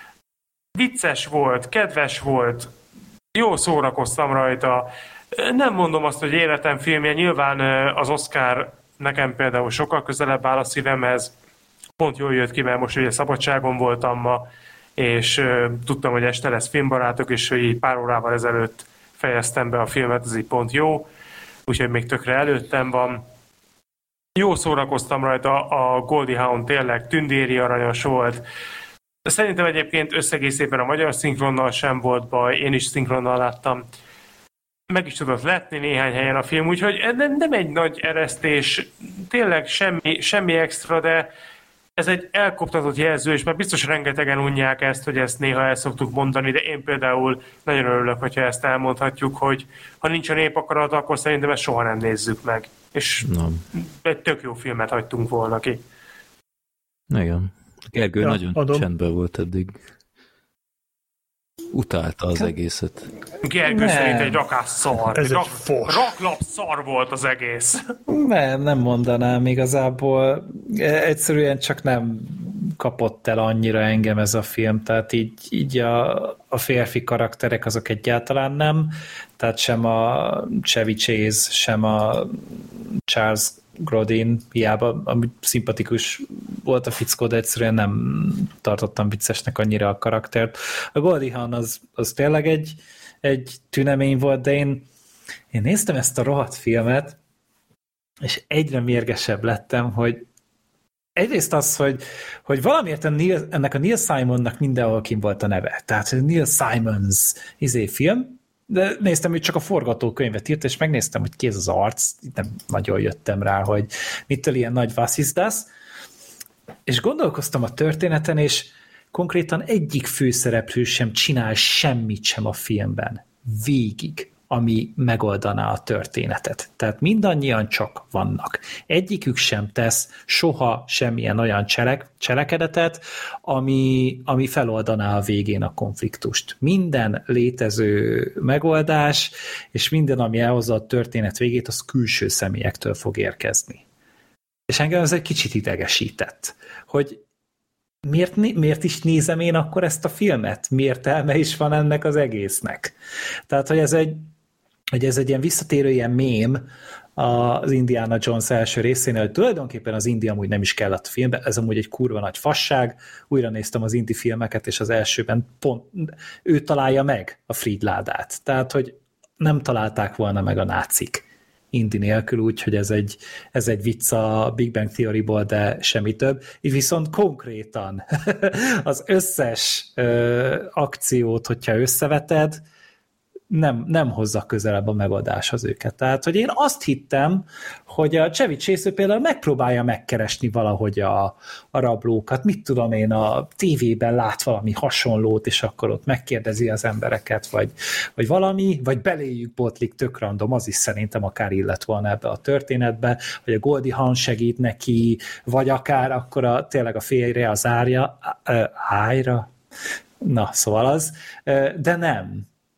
vicces volt, kedves volt, jól szórakoztam rajta. Nem mondom azt, hogy életem filmje, nyilván az Oscar nekem például sokkal közelebb áll a szívemhez. Pont jól jött ki, mert most ugye szabadságon voltam ma, és uh, tudtam, hogy este lesz filmbarátok, és hogy így pár órával ezelőtt fejeztem be a filmet, ez így pont jó, úgyhogy még tökre előttem van. Jó szórakoztam rajta, a Goldie Hawn tényleg tündéri aranyos volt. Szerintem egyébként összegészében a magyar szinkronnal sem volt baj, én is szinkronnal láttam. Meg is tudott letni néhány helyen a film, úgyhogy nem egy nagy eresztés, tényleg semmi, semmi extra, de ez egy elkoptatott jelző, és már biztos rengetegen unják ezt, hogy ezt néha el szoktuk mondani, de én például nagyon örülök, hogyha ezt elmondhatjuk, hogy ha nincs a népakarat, akkor szerintem ezt soha nem nézzük meg. És nem. Egy tök jó filmet hagytunk volna ki. Igen. Gergő ja, nagyon adom. Csendben volt eddig. Utálta az egészet. Gergő szerint egy rakás szar. Ez egy rak, raklap szar volt az egész. Nem, nem mondanám igazából. Egyszerűen csak nem kapott el annyira engem ez a film, tehát így, így a, a férfi karakterek azok egyáltalán nem, tehát sem a Chevy Chase, sem a Charles Grodin, hiába, ami szimpatikus volt a fickó, de egyszerűen nem tartottam viccesnek annyira a karaktert. A Goldie Hawn az, az tényleg egy, egy tünemény volt, de én, én néztem ezt a rohadt filmet, és egyre mérgesebb lettem, hogy egyrészt az, hogy, hogy valamiért Neil, ennek a Neil Simonnak mindenhol kim volt a neve. Tehát Neil Simons izé film, de néztem, hogy csak a forgatókönyvet írt, és megnéztem, hogy ki ez az arc, nem nagyon jöttem rá, hogy mitől ilyen nagy was is das, és gondolkoztam a történeten, és konkrétan egyik főszereplő sem csinál semmit sem a filmben. Végig. ami megoldaná a történetet. Tehát mindannyian csak vannak. Egyikük sem tesz soha semmilyen olyan cselek, cselekedetet, ami, ami feloldaná a végén a konfliktust. Minden létező megoldás, és minden, ami elhozza a történet végét, az külső személyektől fog érkezni. És engem ez egy kicsit idegesített, hogy miért, miért is nézem én akkor ezt a filmet? Mi értelme is van ennek az egésznek? Tehát, hogy ez egy, hogy ez egy ilyen visszatérő ilyen mém az Indiana Jones első részénél, hogy tulajdonképpen az Indi amúgy nem is kellett a filmbe, ez amúgy egy kurva nagy fasság, újra néztem az Indi filmeket, és az elsőben pont ő találja meg a Frídládát. Tehát, hogy nem találták volna meg a nácik Indi nélkül, úgyhogy ez egy, ez egy vicc a Big Bang Theory-ból, de semmi több. Így viszont konkrétan az összes ö, akciót, hogyha összeveted, nem, nem hozza közelebb a megoldáshoz őket. Tehát, hogy én azt hittem, hogy a Chevy Chase például megpróbálja megkeresni valahogy a, a rablókat, mit tudom én, a tévében lát valami hasonlót, és akkor ott megkérdezi az embereket, vagy, vagy valami, vagy beléjük botlik, tök random, az is szerintem akár illet volna ebbe a történetbe, hogy a Goldie Hawn segít neki, vagy akár akkor a, tényleg a félre az árja, ájra, na, szóval az, de nem.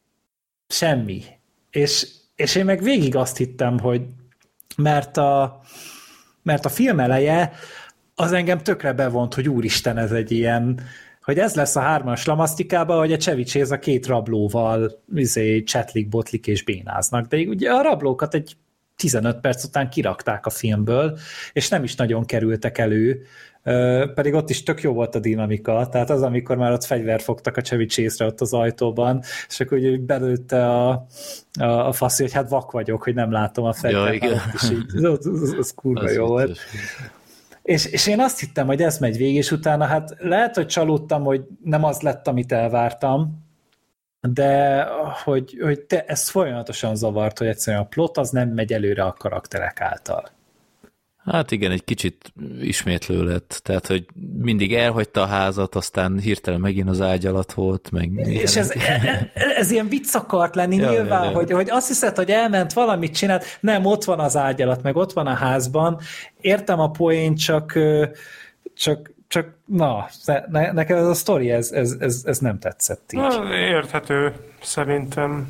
Semmi. És, és én meg végig azt hittem, hogy mert a, mert a film eleje az engem tökre bevont, hogy úristen, ez egy ilyen, hogy ez lesz a hármas lamasztikában, hogy a Chevy Chase a két rablóval izé, csetlik, botlik és bénáznak. De ugye a rablókat egy tizenöt perc után kirakták a filmből, és nem is nagyon kerültek elő, pedig ott is tök jó volt a dinamika, tehát az, amikor már ott fegyvert fogtak a Chevy Chase-re ott az ajtóban, és akkor úgy belőtte a, a, a faszi, hogy hát vak vagyok, hogy nem látom a fegyvert. Ja, és így, az, az, az kurva az jó volt. És, és én azt hittem, hogy ez megy végig, és utána hát lehet, hogy csalódtam, hogy nem az lett, amit elvártam, de hogy, hogy te, ez folyamatosan zavart, hogy egyszerűen a plot az nem megy előre a karakterek által. Hát igen, egy kicsit ismétlő lett, tehát, hogy mindig elhagyta a házat, aztán hirtelen megint az ágy alatt volt, meg... És ez, ez ilyen vicc akart lenni ja, nyilván, ja, ja. Hogy, hogy azt hiszed, hogy elment, valamit csinált, nem, ott van az ágy alatt, meg ott van a házban, értem a poén, csak, csak, csak na, ne, nekem ez a sztori, ez, ez, ez, ez nem tetszett így. Na, érthető, szerintem.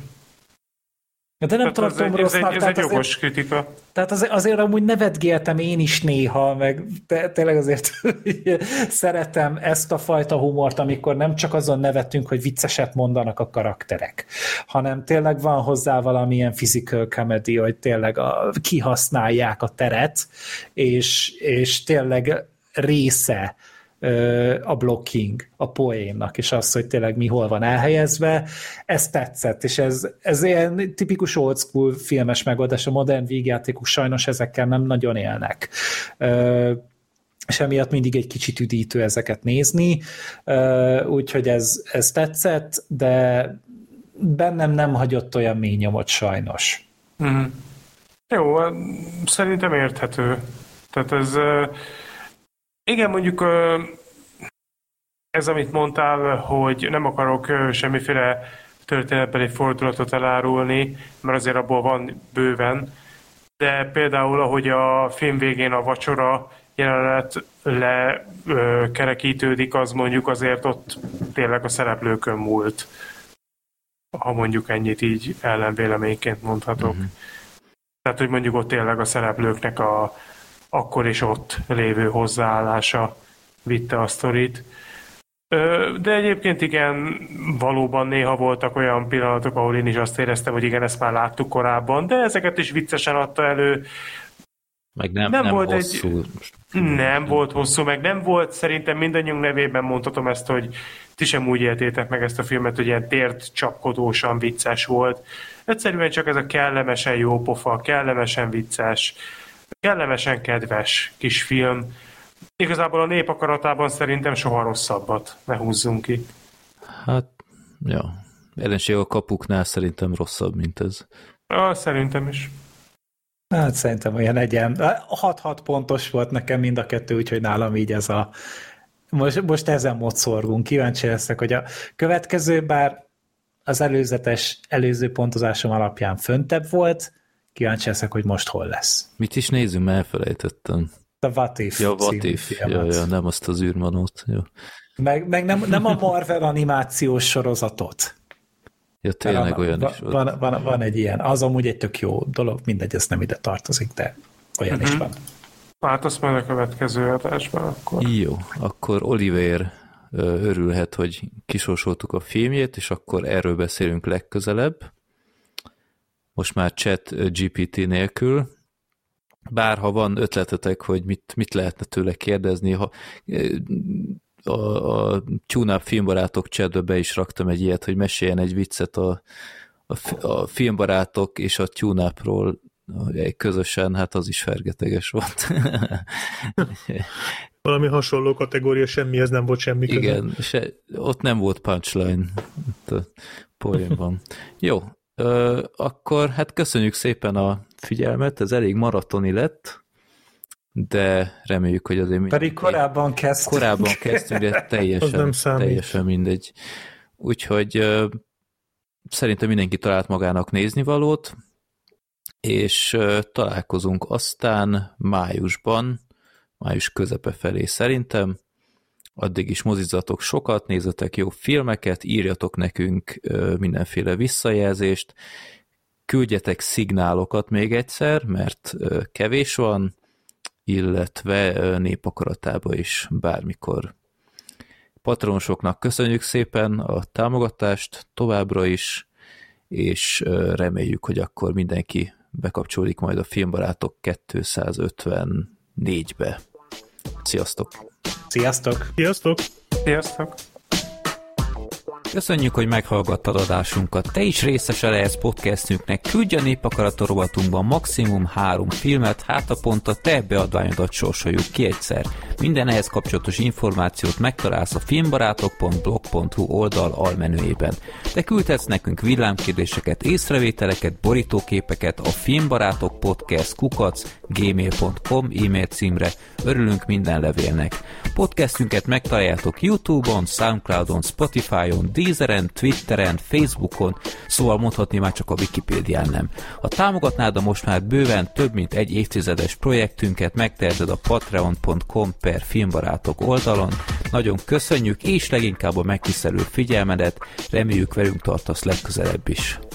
De nem tehát tartom ez rossznak. Egy, ez egy jogos azért, kritika. Tehát azért, azért amúgy nevetgéltem én is néha, meg tényleg azért szeretem ezt a fajta humort, amikor nem csak azon nevetünk, hogy vicceset mondanak a karakterek, hanem tényleg van hozzá valamilyen physical comedy, hogy tényleg a, kihasználják a teret, és, és tényleg része a blocking, a poénnak, és az, hogy tényleg mi hol van elhelyezve, ez tetszett, és ez, ez ilyen tipikus old school filmes megoldás, a modern vígjátékok sajnos ezekkel nem nagyon élnek. És emiatt mindig egy kicsit üdítő ezeket nézni, úgyhogy ez, ez tetszett, de bennem nem hagyott olyan mély nyomot sajnos. Mm. Jó, szerintem érthető. Tehát ez igen, mondjuk ez, amit mondtál, hogy nem akarok semmiféle történetbeli fordulatot elárulni, mert azért abból van bőven, de például, ahogy a film végén a vacsora jelenet lekerekítődik, az mondjuk azért ott tényleg a szereplőkön múlt. Ha mondjuk ennyit így ellenvéleményként mondhatok. Mm-hmm. Tehát, hogy mondjuk ott tényleg a szereplőknek a akkor is ott lévő hozzáállása vitte a sztorit. De egyébként igen, valóban néha voltak olyan pillanatok, ahol én is azt éreztem, hogy igen, ezt már láttuk korábban, de ezeket is viccesen adta elő. Meg nem, nem, nem volt hosszú. Egy... Nem volt hosszú, meg nem volt, szerintem mindannyiunk nevében mondhatom ezt, hogy ti sem úgy éltétek meg ezt a filmet, hogy ilyen tért csapkodósan vicces volt. Egyszerűen csak ez a kellemesen jó pofa, kellemesen vicces, kellemesen kedves kis film. Igazából a nép akaratában szerintem soha rosszabbat ne húzzunk ki. Hát, ja. Ellenség a kapuknál szerintem rosszabb, mint ez. Ah, szerintem is. Hát szerintem olyan egyen. hat-hat pontos volt nekem mind a kettő, úgyhogy nálam így ez a... Most, most ezen mocsorgunk. Kíváncsi leszek, hogy a következő, bár az előzetes előző pontozásom alapján föntebb volt, kíváncsi leszek, hogy most hol lesz. Mit is nézzünk, mert elfelejtettem. A What If ja, What If. Ja, ja, nem azt az űrmanót. Jó. Meg, meg nem, nem a Marvel animációs sorozatot. Ja, tényleg van, olyan van, is volt. Van, van, van egy ilyen, az amúgy egy tök jó dolog, mindegy, ez nem ide tartozik, de olyan uh-huh. is van. Hát azt majd a következő adásban akkor. Jó, akkor Oliver örülhet, hogy kisorsoltuk a filmjét, és akkor erről beszélünk legközelebb. Most már chat gé pé té nélkül. Bár ha van ötletetek, hogy mit, mit lehetne tőle kérdezni, ha a, a TuneUp filmbarátok chatbe be is raktam egy ilyet, hogy meséljen egy viccet a, a, a filmbarátok és a TuneUpról közösen, hát az is fergeteges volt. Valami hasonló kategória, semmihez nem volt semmi köze. Igen, se, ott nem volt punchline. Ott a poénban. Jó, ö, akkor hát köszönjük szépen a figyelmet, ez elég maratoni lett, de reméljük, hogy azért... Pedig korábban kezdtünk. Korábban kezdtünk, de teljesen, teljesen mindegy. Úgyhogy ö, szerintem mindenki talált magának néznivalót, és ö, találkozunk aztán májusban, május közepe felé szerintem. Addig is mozizzatok sokat, nézzetek jó filmeket, írjatok nekünk ö, mindenféle visszajelzést, küldjetek szignálokat még egyszer, mert ö, kevés van, illetve ö, népakaratába is bármikor. Patronosoknak köszönjük szépen a támogatást továbbra is, és ö, reméljük, hogy akkor mindenki bekapcsolódik majd a Filmbarátok kétszázötvennégybe. Sziasztok! Sziasztok! Sziasztok! Sziasztok! Köszönjük, hogy meghallgattad adásunkat. Te is részese lehetsz podcastünknek. Küldj a Népakarat rovatunkban maximum három filmet, hát a pont a te beadványodat sorsoljuk ki egyszer. Minden ehhez kapcsolatos információt megtalálsz a filmbarátok pont blog pont hu oldal almenüjében. Te küldhetsz nekünk villámkérdéseket, észrevételeket, borítóképeket a filmbarátok podcast kukac gmail pont com e-mail címre. Örülünk minden levélnek. Podcastünket megtaláljátok YouTube-on, Soundcloud-on, Spotify-on, Deezeren, Twitteren, Facebookon, szóval mondhatni már csak a Wikipédián nem. Ha támogatnád a most már bőven több mint egy évtizedes projektünket, megteheted a patreon pont com per filmbarátok oldalon. Nagyon köszönjük, és leginkább a megtisztelő figyelmedet, reméljük velünk tartasz legközelebb is.